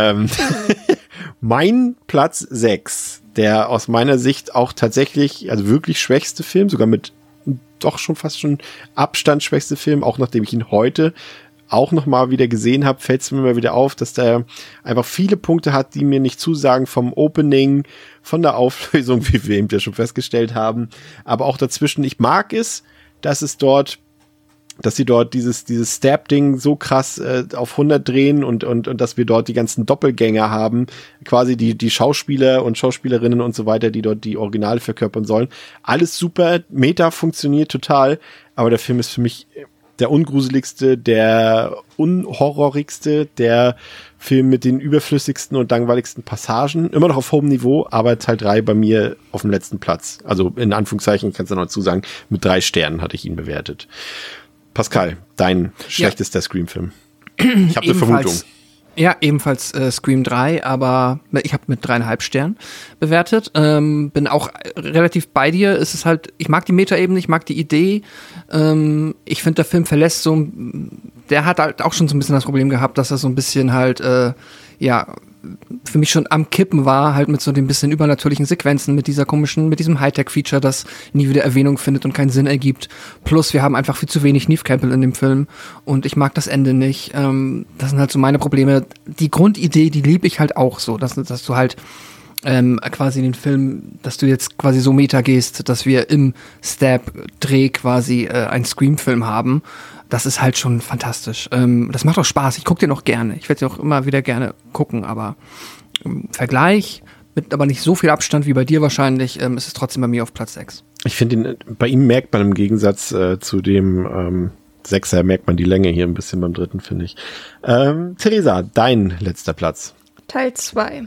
Mein Platz 6, der aus meiner Sicht auch tatsächlich, also wirklich schwächste Film, sogar mit doch schon fast schon Abstand schwächste Film, auch nachdem ich ihn heute auch nochmal wieder gesehen habe, fällt es mir immer wieder auf, dass der einfach viele Punkte hat, die mir nicht zusagen, vom Opening, von der Auflösung, wie wir eben ja schon festgestellt haben, aber auch dazwischen. Ich mag es, dass sie dort dieses Stab-Ding so krass auf 100 drehen und dass wir dort die ganzen Doppelgänger haben, quasi die Schauspieler und Schauspielerinnen und so weiter, die dort die Originale verkörpern sollen. Alles super, Meta funktioniert total, aber der Film ist für mich der ungruseligste, der unhorrorigste, der Film mit den überflüssigsten und langweiligsten Passagen. Immer noch auf hohem Niveau, aber Teil 3 bei mir auf dem letzten Platz. Also in Anführungszeichen, kannst du noch dazu sagen, mit 3 Sternen hatte ich ihn bewertet. Pascal, dein schlechtester Scream-Film. Ich habe eine Vermutung. Ja, ebenfalls Scream 3, aber ich habe mit 3,5 Sternen bewertet. Bin auch relativ bei dir. Es ist halt, ich mag die Metaebene, ich mag die Idee. Ich finde, der Film verlässt so, der hat halt auch schon so ein bisschen das Problem gehabt, dass er so ein bisschen halt, für mich schon am Kippen war, halt mit so den bisschen übernatürlichen Sequenzen, mit diesem Hightech-Feature, das nie wieder Erwähnung findet und keinen Sinn ergibt. Plus, wir haben einfach viel zu wenig Neve Campbell in dem Film und ich mag das Ende nicht. Das sind halt so meine Probleme. Die Grundidee, die lieb ich halt auch so, dass du halt quasi in den Film, dass du jetzt quasi so meta gehst, dass wir im Stab-Dreh quasi einen Scream-Film haben. Das ist halt schon fantastisch. Das macht auch Spaß. Ich gucke den auch gerne. Ich werde den auch immer wieder gerne gucken, aber im Vergleich, mit aber nicht so viel Abstand wie bei dir wahrscheinlich, ist es trotzdem bei mir auf Platz 6. Ich finde, bei ihm merkt man im Gegensatz zu dem 6er, merkt man die Länge hier ein bisschen beim dritten, finde ich. Theresa, dein letzter Platz. Teil 2.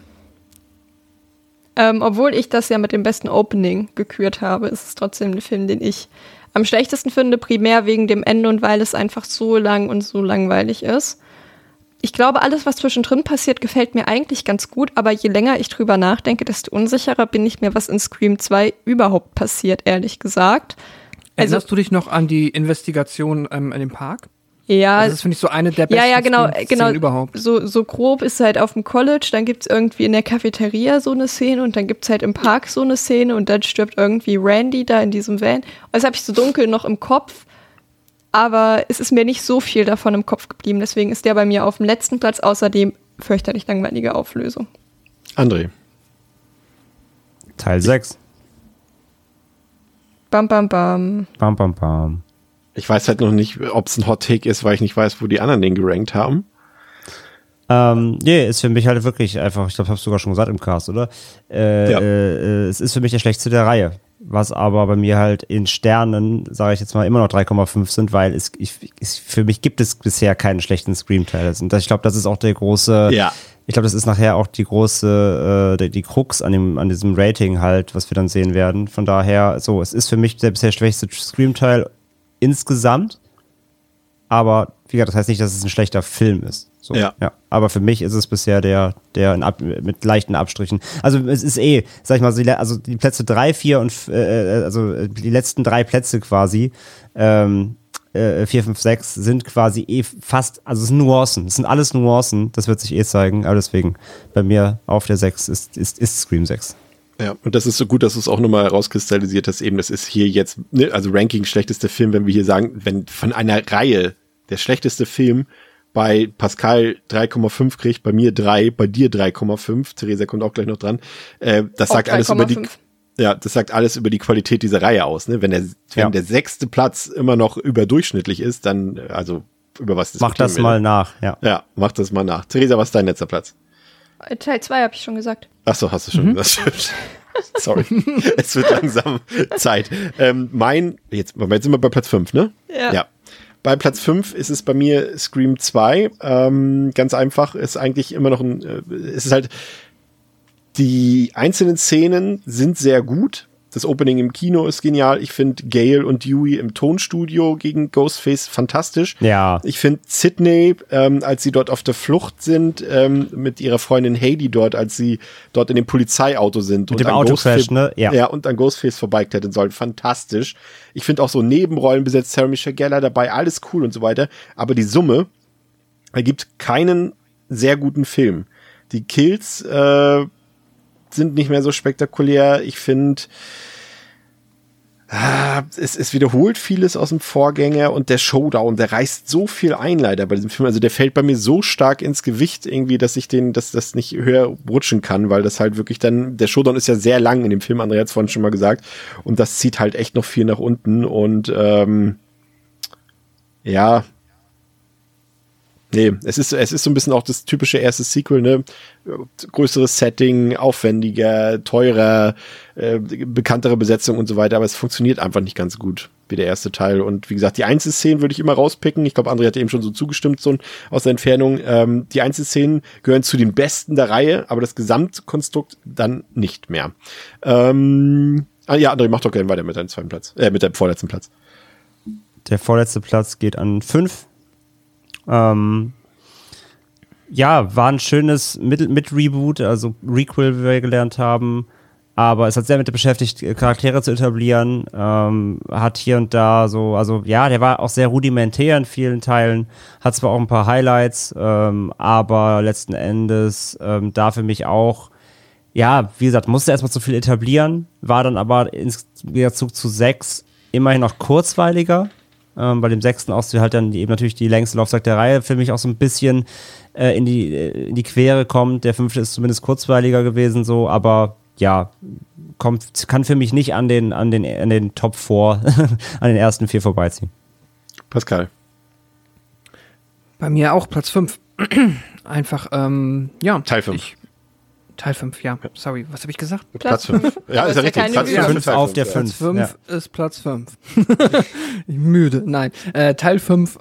Obwohl ich das ja mit dem besten Opening gekürt habe, ist es trotzdem ein Film, den ich am schlechtesten finde, primär wegen dem Ende und weil es einfach so lang und so langweilig ist. Ich glaube, alles, was zwischendrin passiert, gefällt mir eigentlich ganz gut, aber je länger ich drüber nachdenke, desto unsicherer bin ich mir, was in Scream 2 überhaupt passiert, ehrlich gesagt. Erinnerst du dich noch an die Investigation in dem Park? Ja. Also das finde ich so eine der besten Szenen überhaupt. So grob ist halt auf dem College, dann gibt's irgendwie in der Cafeteria so eine Szene und dann gibt's halt im Park so eine Szene und dann stirbt irgendwie Randy da in diesem Van. Und das habe ich so dunkel noch im Kopf, aber es ist mir nicht so viel davon im Kopf geblieben, deswegen ist der bei mir auf dem letzten Platz, außerdem fürchterlich langweilige Auflösung. André. Teil 6. Bam, bam, bam. Bam, bam, bam. Ich weiß halt noch nicht, ob es ein Hot Take ist, weil ich nicht weiß, wo die anderen den gerankt haben. Ist für mich halt wirklich einfach, ich glaube, ich habe es sogar schon gesagt im Cast, oder? Es ist für mich der schlechteste der Reihe. Was aber bei mir halt in Sternen, sage ich jetzt mal, immer noch 3,5 sind, weil für mich gibt es bisher keinen schlechten Scream-Teil. Und ich glaube, das ist auch der große, ich glaube, das ist nachher auch die große, die Krux an diesem Rating halt, was wir dann sehen werden. Von daher, so, es ist für mich der bisher schwächste Scream-Teil insgesamt, aber wie gesagt, das heißt nicht, dass es ein schlechter Film ist. So, ja. Aber für mich ist es bisher der mit leichten Abstrichen. Also es ist sag ich mal, also die Plätze 3, 4 und also die letzten 3 Plätze quasi, 4, 5, 6 sind quasi fast, also es sind Nuancen. Es sind alles Nuancen, das wird sich zeigen, aber deswegen bei mir auf der 6 ist Scream 6. Ja, und das ist so gut, dass du es auch nochmal herauskristallisiert hast, eben, das ist hier jetzt, also Ranking schlechtester Film, wenn wir hier sagen, wenn von einer Reihe der schlechteste Film bei Pascal 3,5 kriegt, bei mir 3, bei dir 3,5, Theresa kommt auch gleich noch dran, das sagt alles über das sagt alles über die Qualität dieser Reihe aus, ne? Wenn der 6. Platz immer noch überdurchschnittlich ist, dann, also, über was mach das mal nach, ja. Ja, mach das mal nach. Theresa, was ist dein letzter Platz? Teil 2 habe ich schon gesagt. Ach so, hast du schon gesagt. Sorry. Es wird langsam Zeit. Jetzt sind wir bei Platz 5, ne? Ja. Bei Platz 5 ist es bei mir Scream 2. Ganz einfach, ist eigentlich immer noch es ist halt, die einzelnen Szenen sind sehr gut, das Opening im Kino ist genial. Ich finde Gale und Dewey im Tonstudio gegen Ghostface fantastisch. Ja. Ich finde Sydney, als sie dort auf der Flucht sind, mit ihrer Freundin Heidi dort, als sie dort in dem Polizeiauto sind. Mit dem Autocrash, ne? Ja, und an Ghostface vorbeiklettern sollen. Fantastisch. Ich finde auch so Nebenrollen besetzt, Sarah Michelle Gellar dabei, alles cool und so weiter. Aber die Summe ergibt keinen sehr guten Film. Die Kills sind nicht mehr so spektakulär. Ich finde, es wiederholt vieles aus dem Vorgänger und der Showdown, der reißt so viel ein leider bei diesem Film. Also der fällt bei mir so stark ins Gewicht irgendwie, dass ich das nicht höher rutschen kann, weil das halt wirklich dann, der Showdown ist ja sehr lang in dem Film, André hat es vorhin schon mal gesagt, und das zieht halt echt noch viel nach unten und ja, nee, es ist so ein bisschen auch das typische erste Sequel, ne? Größeres Setting, aufwendiger, teurer, bekanntere Besetzung und so weiter, aber es funktioniert einfach nicht ganz gut wie der erste Teil. Und wie gesagt, die Einzelszenen würde ich immer rauspicken. Ich glaube, André hat eben schon so zugestimmt, so aus der Entfernung. Die Einzelszenen gehören zu den besten der Reihe, aber das Gesamtkonstrukt dann nicht mehr. Ja, André, mach doch gerne weiter mit deinem zweiten Platz, mit deinem vorletzten Platz. Der vorletzte Platz geht an 5. Ja, war ein schönes Mit-Reboot, also Requel, wie wir gelernt haben, aber es hat sehr mit beschäftigt, Charaktere zu etablieren, hat hier und da so, also ja, der war auch sehr rudimentär in vielen Teilen, hat zwar auch ein paar Highlights, aber letzten Endes da für mich auch, ja, wie gesagt, musste erstmal zu viel etablieren, war dann aber im Gegenzug zu 6 immerhin noch kurzweiliger. Bei dem 6. auch halt dann eben natürlich die längste Laufzeit der Reihe für mich auch so ein bisschen in die Quere kommt. Der 5. ist zumindest kurzweiliger gewesen, so, aber ja, kann für mich nicht an den Top 4, an den ersten 4 vorbeiziehen. Pascal. Bei mir auch Platz 5. Einfach, ja. Teil 5. Teil 5, ja. Sorry, was habe ich gesagt? Platz 5. Ja, ist ja richtig. Platz 5 auf der 5. Platz 5 ist Platz 5. Ich müde, nein. Teil 5,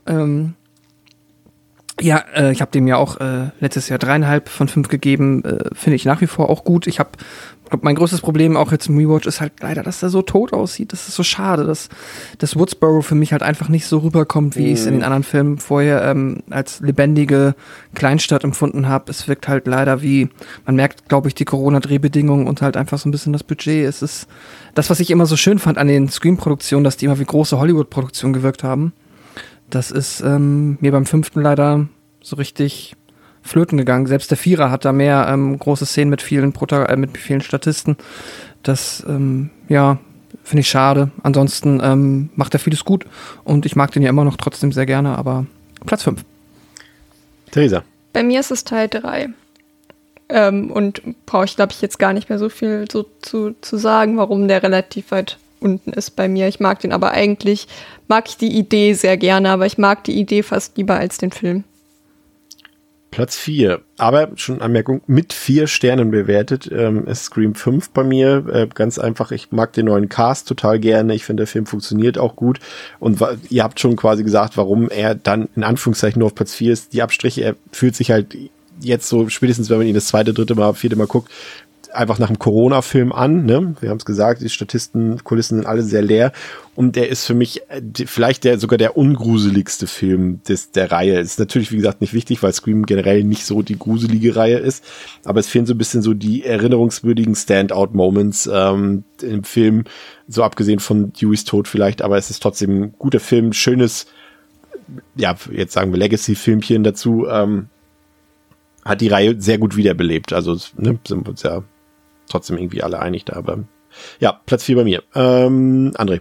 ja, ich habe dem ja auch letztes Jahr 3,5 von 5 gegeben. Finde ich nach wie vor auch gut. Ich glaube, mein größtes Problem auch jetzt im Rewatch ist halt leider, dass er so tot aussieht. Das ist so schade, dass Woodsboro für mich halt einfach nicht so rüberkommt, wie ich es in den anderen Filmen vorher als lebendige Kleinstadt empfunden habe. Es wirkt halt leider wie, man merkt, glaube ich, die Corona-Drehbedingungen und halt einfach so ein bisschen das Budget. Es ist das, was ich immer so schön fand an den Scream-Produktionen, dass die immer wie große Hollywood-Produktionen gewirkt haben. Das ist mir beim 5. leider so richtig flöten gegangen. Selbst der 4er hat da mehr große Szenen mit vielen Statisten. Das, ja, finde ich schade. Ansonsten macht er vieles gut und ich mag den ja immer noch trotzdem sehr gerne, aber Platz 5. Theresa. Bei mir ist es Teil 3. Und brauche ich, glaube ich, jetzt gar nicht mehr so viel so zu sagen, warum der relativ weit unten ist bei mir. Ich mag den aber eigentlich, mag ich die Idee sehr gerne, aber ich mag die Idee fast lieber als den Film. Platz 4, aber schon Anmerkung, mit 4 Sternen bewertet, ist Scream 5 bei mir. Ganz einfach, ich mag den neuen Cast total gerne. Ich finde, der Film funktioniert auch gut. Und ihr habt schon quasi gesagt, warum er dann in Anführungszeichen nur auf Platz 4 ist. Die Abstriche, er fühlt sich halt jetzt so, spätestens wenn man ihn das 2., 3. Mal, 4. Mal guckt, einfach nach einem Corona-Film an, ne? Wir haben es gesagt, die Statistenkulissen sind alle sehr leer und der ist für mich vielleicht sogar der ungruseligste Film der Reihe. Ist natürlich, wie gesagt, nicht wichtig, weil Scream generell nicht so die gruselige Reihe ist, aber es fehlen so ein bisschen so die erinnerungswürdigen Standout-Moments im Film, so abgesehen von Deweys Tod vielleicht, aber es ist trotzdem ein guter Film, schönes, ja, jetzt sagen wir Legacy-Filmchen dazu, hat die Reihe sehr gut wiederbelebt, also ne, sind wir uns ja trotzdem irgendwie alle einig da, aber ja, Platz 4 bei mir. André.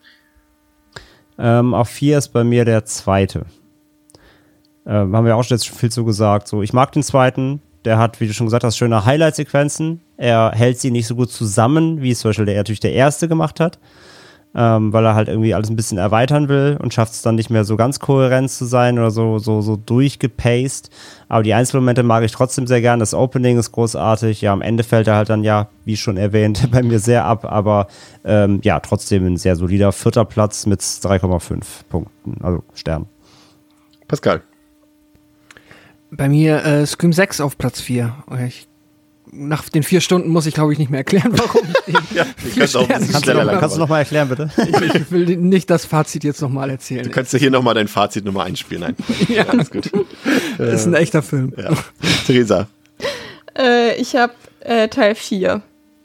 Auf 4 ist bei mir der 2. Haben wir auch schon jetzt viel zu gesagt. So, ich mag den 2. Der hat, wie du schon gesagt hast, schöne Highlight-Sequenzen. Er hält sie nicht so gut zusammen, wie es zum Beispiel natürlich der erste gemacht hat, weil er halt irgendwie alles ein bisschen erweitern will und schafft es dann nicht mehr so ganz kohärent zu sein oder so durchgepaced. Aber die Einzelmomente mag ich trotzdem sehr gern. Das Opening ist großartig. Ja, am Ende fällt er halt dann, ja, wie schon erwähnt, bei mir sehr ab. Aber ja, trotzdem ein sehr solider 4. Platz mit 3,5 Punkten, also Sternen. Pascal. Bei mir Scream 6 auf Platz 4. Ich nach den 4 Stunden muss ich, glaube ich, nicht mehr erklären, warum ich den Ja, kannst du noch mal erklären, bitte? Ich will nicht das Fazit jetzt nochmal erzählen. Du kannst ja hier nochmal dein Fazit nochmal einspielen. Nein. Ja. Alles gut. Ist ein echter Film. Ja. Theresa. Ich habe Teil 4.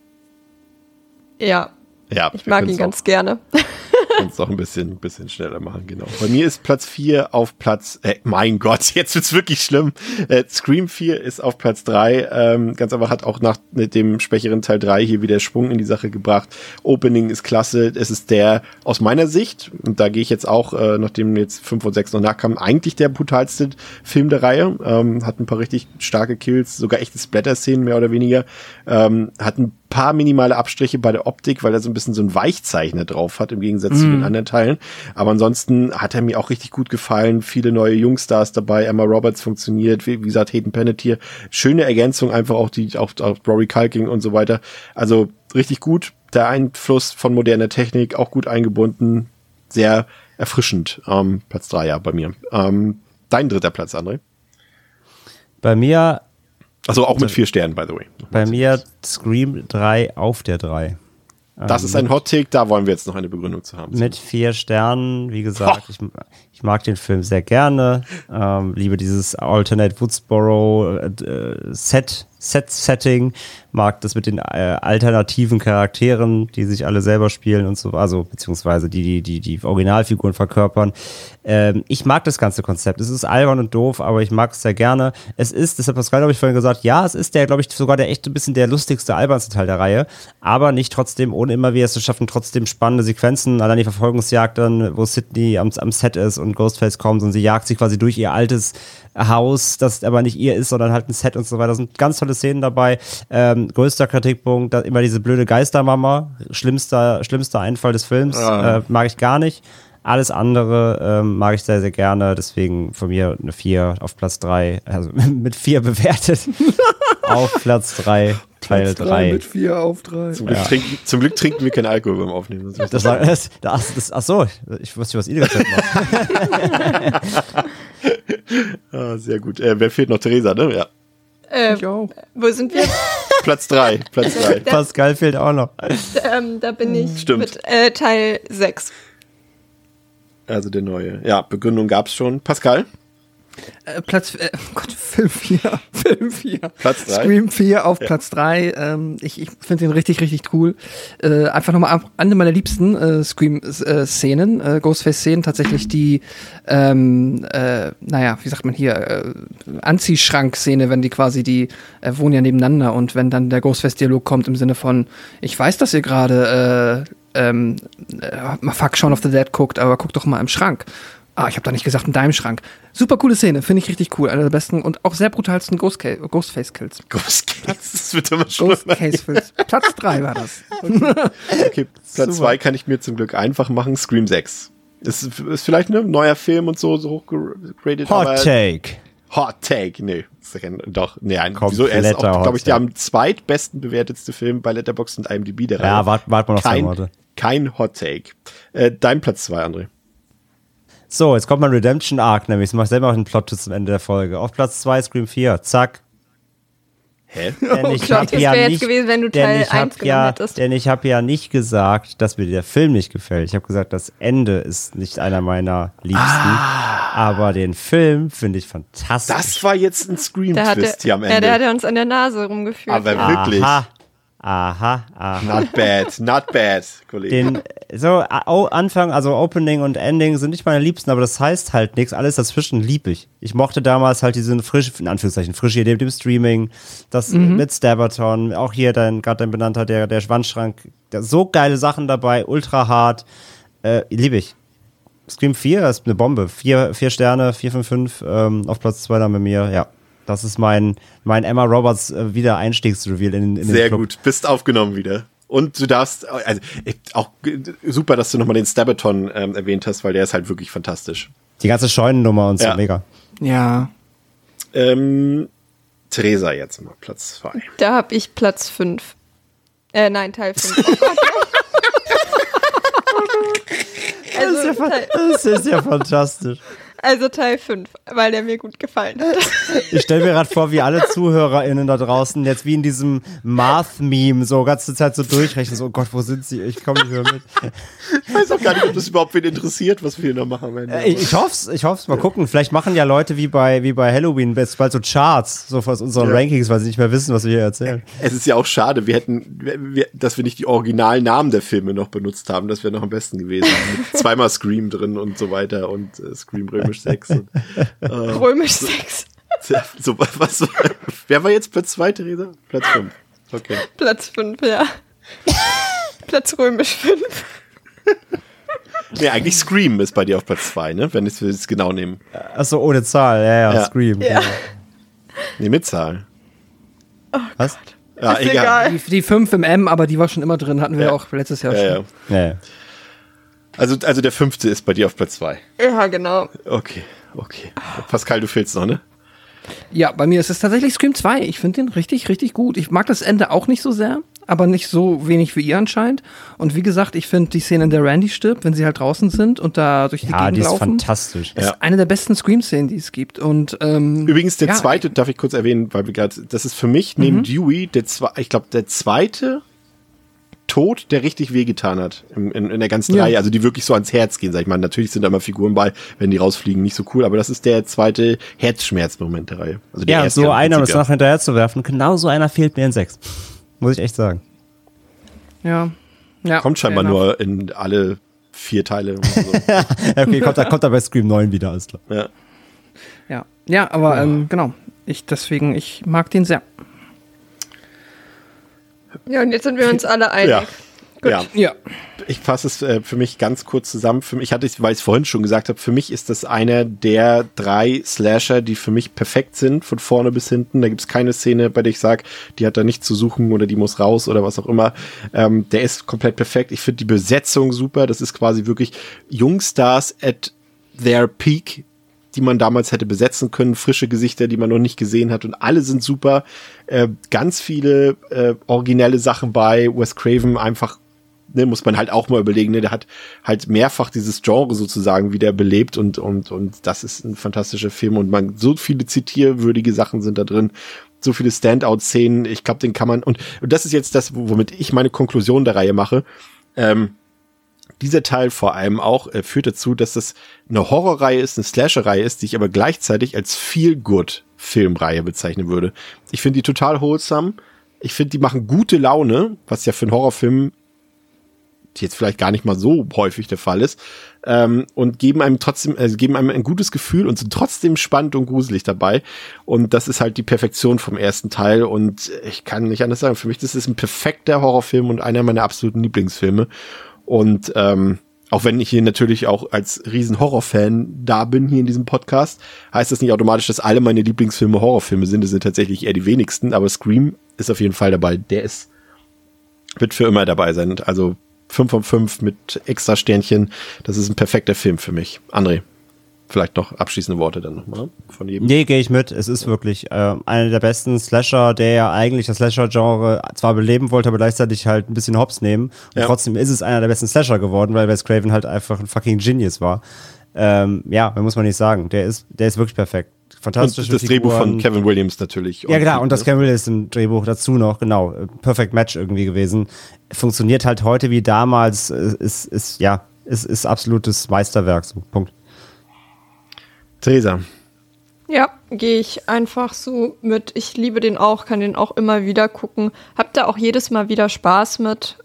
Ja, Ja, ich mag ihn ganz gerne. Kannst auch ein bisschen schneller machen, genau. Bei mir ist Platz 4 auf Platz, mein Gott, jetzt wird's wirklich schlimm. Scream 4 ist auf Platz 3, ganz einfach hat auch nach dem schwächeren Teil 3 hier wieder Schwung in die Sache gebracht. Opening ist klasse, es ist der, aus meiner Sicht, und da gehe ich jetzt auch, nachdem jetzt 5 und 6 noch nachkamen, eigentlich der brutalste Film der Reihe, hat ein paar richtig starke Kills, sogar echte Splatter-Szenen mehr oder weniger, hat ein paar minimale Abstriche bei der Optik, weil er so ein bisschen so ein Weichzeichner drauf hat, im Gegensatz zu den anderen Teilen. Aber ansonsten hat er mir auch richtig gut gefallen. Viele neue Jungstars dabei. Emma Roberts funktioniert. Wie gesagt, Hayden Panettiere. Schöne Ergänzung einfach auch auf Rory Culkin und so weiter. Also richtig gut. Der Einfluss von moderner Technik auch gut eingebunden. Sehr erfrischend. Platz 3, ja, bei mir. Dein dritter Platz, André? Bei mir Also auch mit 4 Sternen, by the way. Bei mir Scream 3 auf der 3. Das ist ein Hot-Take, da wollen wir jetzt noch eine Begründung zu haben. Mit 4 Sternen, wie gesagt, ich mag den Film sehr gerne, liebe dieses Alternate Woodsboro Setting, mag das mit den alternativen Charakteren, die sich alle selber spielen und so, also beziehungsweise die Originalfiguren verkörpern. Ich mag das ganze Konzept. Es ist albern und doof, aber ich mag es sehr gerne. Es ist, deshalb Pascal, habe ich vorhin gesagt, ja, es ist der, glaube ich, sogar der echt ein bisschen der lustigste, albernste Teil der Reihe, aber nicht trotzdem, ohne immer wieder es zu schaffen, trotzdem spannende Sequenzen, allein die Verfolgungsjagd dann, wo Sydney am Set ist und Ghostface kommt und sie jagt sich quasi durch ihr altes Haus, das aber nicht ihr ist, sondern halt ein Set und so weiter. Da sind ganz tolle Szenen dabei. Größter Kritikpunkt, immer diese blöde Geistermama, schlimmster Einfall des Films, mag ich gar nicht. Alles andere mag ich sehr, sehr gerne, deswegen von mir eine 4 auf Platz 3, also mit 4 bewertet. Auf Platz 3, Teil 3. Mit 4 auf 3. Zum Glück trinken wir keinen Alkohol beim Aufnehmen. Ach so, ich wusste, was ihr die ganze Zeit macht. Sehr gut. Wer fehlt noch? Theresa, ne? Ja. Wo sind wir? Platz 3. Pascal fehlt auch noch. Da bin ich Stimmt. mit Teil 6. Also der neue. Ja, Begründung gab's schon. Pascal? Film 4. Platz 3. Scream 4 auf Platz 3. Ich finde den richtig, richtig cool. Einfach nochmal eine meiner liebsten Scream-Szenen, Ghostface-Szenen, tatsächlich die, wie sagt man hier, Anziehschrank-Szene, wenn die quasi, die wohnen ja nebeneinander und wenn dann der Ghostface-Dialog kommt im Sinne von, ich weiß, dass ihr gerade Fuck, Shaun of the Dead guckt, aber guck doch mal im Schrank. Ich habe doch nicht gesagt in deinem Schrank. Super coole Szene, finde ich richtig cool. Einer der besten und auch sehr brutalsten Ghostface-Kills. Das wird immer schlimmer. Ghostface-Kills. Platz 3 war das. Okay, Platz 2 kann ich mir zum Glück einfach machen. Scream 6. Ist vielleicht ein neuer Film und so hochgeratet. Hot Take, nee. Doch, nee, wieso? Er ist auch, glaube ich, der am zweitbesten bewertetste Film bei Letterboxd und IMDb der Reihe. Ja, warte mal noch 2 Monate. Kein Hot Take. Dein Platz 2, André. So, jetzt kommt mein Redemption Arc, nämlich. Ich mache selber einen Plot zum Ende der Folge. Auf Platz 2 Scream 4. Zack. Hä? Denn ich das wäre jetzt gewesen, wenn du Teil 1 genommen hättest. Denn ich habe ja nicht gesagt, dass mir der Film nicht gefällt. Ich habe gesagt, das Ende ist nicht einer meiner Liebsten. Aber den Film finde ich fantastisch. Das war jetzt ein Scream-Twist hier am Ende. Ja, der hat ja uns an der Nase rumgeführt. Aber wirklich. Aha. Not bad, Kollege. Anfang, also Opening und Ending sind nicht meine Liebsten, aber das heißt halt nichts. Alles dazwischen lieb ich. Ich mochte damals halt diese frische Idee mit dem Streaming, das mit Stabaton, auch hier gerade dein benannter, der Wandschrank, so geile Sachen dabei, ultra hart, liebe ich. Scream 4 ist eine Bombe. 4 Sterne, 4 von 5 auf Platz 2 dann bei mir, ja. Das ist mein Emma Roberts Wiedereinstiegsreveal in den Sehr Club. gut, bist aufgenommen wieder. Und du darfst, also auch super, dass du nochmal den Stabaton erwähnt hast, weil der ist halt wirklich fantastisch. Die ganze Scheunennummer und so, mega. Ja. Theresa jetzt mal, Platz 2. Da habe ich Platz 5. Nein, Teil 5. Oh Gott. Das ist ja fantastisch. Also Teil 5, weil der mir gut gefallen hat. Ich stelle mir gerade vor, wie alle ZuhörerInnen da draußen jetzt wie in diesem Math-Meme so ganze Zeit so durchrechnen. So, oh Gott, wo sind sie? Ich komme nicht mehr mit. Ich weiß auch gar nicht, ob das überhaupt wen interessiert, was wir hier noch machen am Ende. Ich hoff's. Mal gucken. Vielleicht machen ja Leute wie bei Halloween bald so Charts, so aus unseren Rankings, weil sie nicht mehr wissen, was wir hier erzählen. Es ist ja auch schade, dass wir nicht die originalen Namen der Filme noch benutzt haben. Das wäre noch am besten gewesen. Mit zweimal Scream drin und so weiter und Scream römisch 6. Und, römisch 6. So, wer war jetzt Platz 2, Theresa? Platz 5. Okay. Platz 5, ja. Platz römisch 5. Nee, eigentlich Scream ist bei dir auf Platz 2, ne? Wenn wir es genau nehmen. Achso, ohne Zahl. Ja. Scream. Ja. Nee, mit Zahl. Oh was? Gott. Ja, ist egal. Die 5 im M, aber die war schon immer drin, hatten wir auch letztes Jahr schon. Ja. Also der 5. ist bei dir auf Platz 2. Ja, genau. Okay. Pascal, du fehlst noch, ne? Ja, bei mir ist es tatsächlich Scream 2. Ich finde den richtig, richtig gut. Ich mag das Ende auch nicht so sehr, aber nicht so wenig wie ihr anscheinend. Und wie gesagt, ich finde die Szene, in der Randy stirbt, wenn sie halt draußen sind und da durch die Gegend laufen. Ja, die ist fantastisch. Ist eine der besten Scream-Szenen, die es gibt. Und übrigens der zweite, darf ich kurz erwähnen, weil wir gerade, das ist für mich neben Dewey der zweite Tod, der richtig wehgetan hat in der ganzen Reihe, also die wirklich so ans Herz gehen, sag ich mal. Natürlich sind da immer Figuren bei, wenn die rausfliegen, nicht so cool, aber das ist der zweite Herzschmerzmoment der Reihe. Also der erste, so einer, um es noch hinterher zu werfen, genau so einer fehlt mir in 6. Muss ich echt sagen. Ja. Kommt scheinbar nur in alle 4 Teile. So. Okay, kommt da bei Scream 9 wieder, alles klar. Ja, aber genau. Ich mag den sehr. Ja, und jetzt sind wir uns alle einig. Ja. Gut. Ja. Ich fasse es für mich ganz kurz zusammen. Weil ich es vorhin schon gesagt habe, für mich ist das einer der 3 Slasher, die für mich perfekt sind, von vorne bis hinten. Da gibt es keine Szene, bei der ich sage, die hat da nichts zu suchen oder die muss raus oder was auch immer. Der ist komplett perfekt. Ich finde die Besetzung super. Das ist quasi wirklich Jungstars at their peak, die man damals hätte besetzen können, frische Gesichter, die man noch nicht gesehen hat und alle sind super. Ganz viele originelle Sachen bei. Wes Craven einfach, ne, muss man halt auch mal überlegen, ne, der hat halt mehrfach dieses Genre sozusagen wieder belebt und das ist ein fantastischer Film und so viele zitierwürdige Sachen sind da drin, so viele Standout-Szenen, ich glaube, den kann man, und das ist jetzt das, womit ich meine Konklusion der Reihe mache, dieser Teil vor allem auch führt dazu, dass das eine Horrorreihe ist, eine Slasher-Reihe ist, die ich aber gleichzeitig als Feel-Good-Filmreihe bezeichnen würde. Ich finde die total wholesome. Ich finde, die machen gute Laune, was ja für einen Horrorfilm jetzt vielleicht gar nicht mal so häufig der Fall ist, und geben einem ein gutes Gefühl und sind trotzdem spannend und gruselig dabei. Und das ist halt die Perfektion vom ersten Teil. Und ich kann nicht anders sagen, für mich, das ist ein perfekter Horrorfilm und einer meiner absoluten Lieblingsfilme. Und auch wenn ich hier natürlich auch als riesen Horrorfan da bin hier in diesem Podcast, heißt das nicht automatisch, dass alle meine Lieblingsfilme Horrorfilme sind. Das sind tatsächlich eher die wenigsten, aber Scream ist auf jeden Fall dabei. Wird für immer dabei sein. Also 5 von 5 mit extra Sternchen. Das ist ein perfekter Film für mich. André, vielleicht noch abschließende Worte dann nochmal von jedem. Nee, gehe ich mit. Es ist wirklich einer der besten Slasher, der ja eigentlich das Slasher-Genre zwar beleben wollte, aber gleichzeitig halt ein bisschen hops nehmen. Und trotzdem ist es einer der besten Slasher geworden, weil Wes Craven halt einfach ein fucking Genius war. Mehr muss man nicht sagen. Der ist wirklich perfekt. Fantastisch. Und das Drehbuch von Kevin Williams natürlich. Ja, genau. Und das Kevin Williams im Drehbuch dazu noch, genau. Perfect Match irgendwie gewesen. Funktioniert halt heute wie damals. Ist absolutes Meisterwerk. So. Punkt. Theresa. Ja, gehe ich einfach so mit. Ich liebe den auch, kann den auch immer wieder gucken. Hab da auch jedes Mal wieder Spaß mit.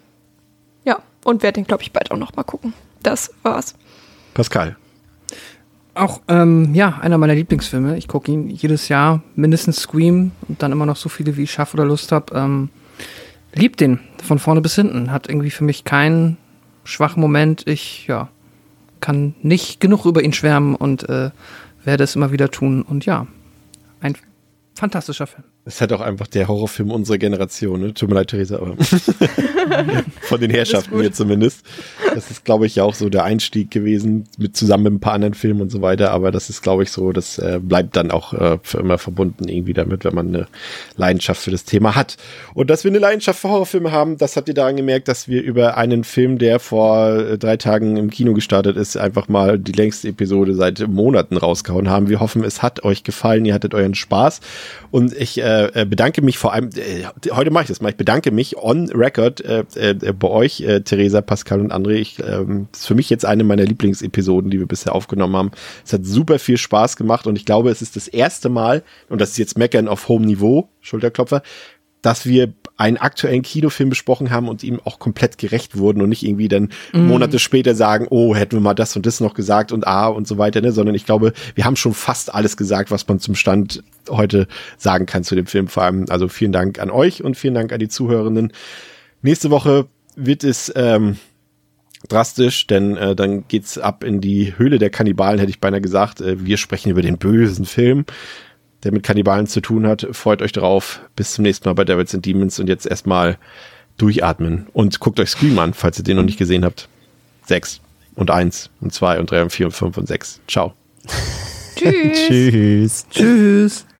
Und werde den, glaube ich, bald auch noch mal gucken. Das war's. Pascal. Auch, einer meiner Lieblingsfilme. Ich gucke ihn jedes Jahr, mindestens Scream und dann immer noch so viele, wie ich schaffe oder Lust habe. Liebt den von vorne bis hinten. Hat irgendwie für mich keinen schwachen Moment. Ich, kann nicht genug über ihn schwärmen und werde es immer wieder tun. Und ja, ein fantastischer Film. Das ist halt auch einfach der Horrorfilm unserer Generation, ne? Tut mir leid, Theresa, aber von den Herrschaften hier zumindest. Das ist, glaube ich, ja auch so der Einstieg gewesen, zusammen mit ein paar anderen Filmen und so weiter, aber das ist, glaube ich, so, das bleibt dann auch für immer verbunden irgendwie damit, wenn man eine Leidenschaft für das Thema hat. Und dass wir eine Leidenschaft für Horrorfilme haben, das habt ihr daran gemerkt, dass wir über einen Film, der vor 3 Tagen im Kino gestartet ist, einfach mal die längste Episode seit Monaten rausgehauen haben. Wir hoffen, es hat euch gefallen, ihr hattet euren Spaß und ich bedanke mich vor allem, heute mache ich das mal, ich bedanke mich on record bei euch, Theresa, Pascal und André. Ist für mich jetzt eine meiner Lieblingsepisoden, die wir bisher aufgenommen haben. Es hat super viel Spaß gemacht und ich glaube, es ist das erste Mal, und das ist jetzt Meckern auf hohem Niveau, Schulterklopfer, dass wir einen aktuellen Kinofilm besprochen haben und ihm auch komplett gerecht wurden und nicht irgendwie dann Monate später sagen, oh, hätten wir mal das und das noch gesagt und und so weiter, ne? Sondern ich glaube, wir haben schon fast alles gesagt, was man zum Stand heute sagen kann zu dem Film. Vor allem, also vielen Dank an euch und vielen Dank an die Zuhörenden. Nächste Woche wird es drastisch, denn dann geht's ab in die Höhle der Kannibalen, hätte ich beinahe gesagt. Wir sprechen über den bösen Film, der mit Kannibalen zu tun hat. Freut euch drauf. Bis zum nächsten Mal bei Devils and Demons und jetzt erstmal durchatmen und guckt euch Scream an, falls ihr den noch nicht gesehen habt. 6 und 1 und 2 und 3 und 4 und 5 und 6. Ciao. Tschüss. Tschüss. Tschüss.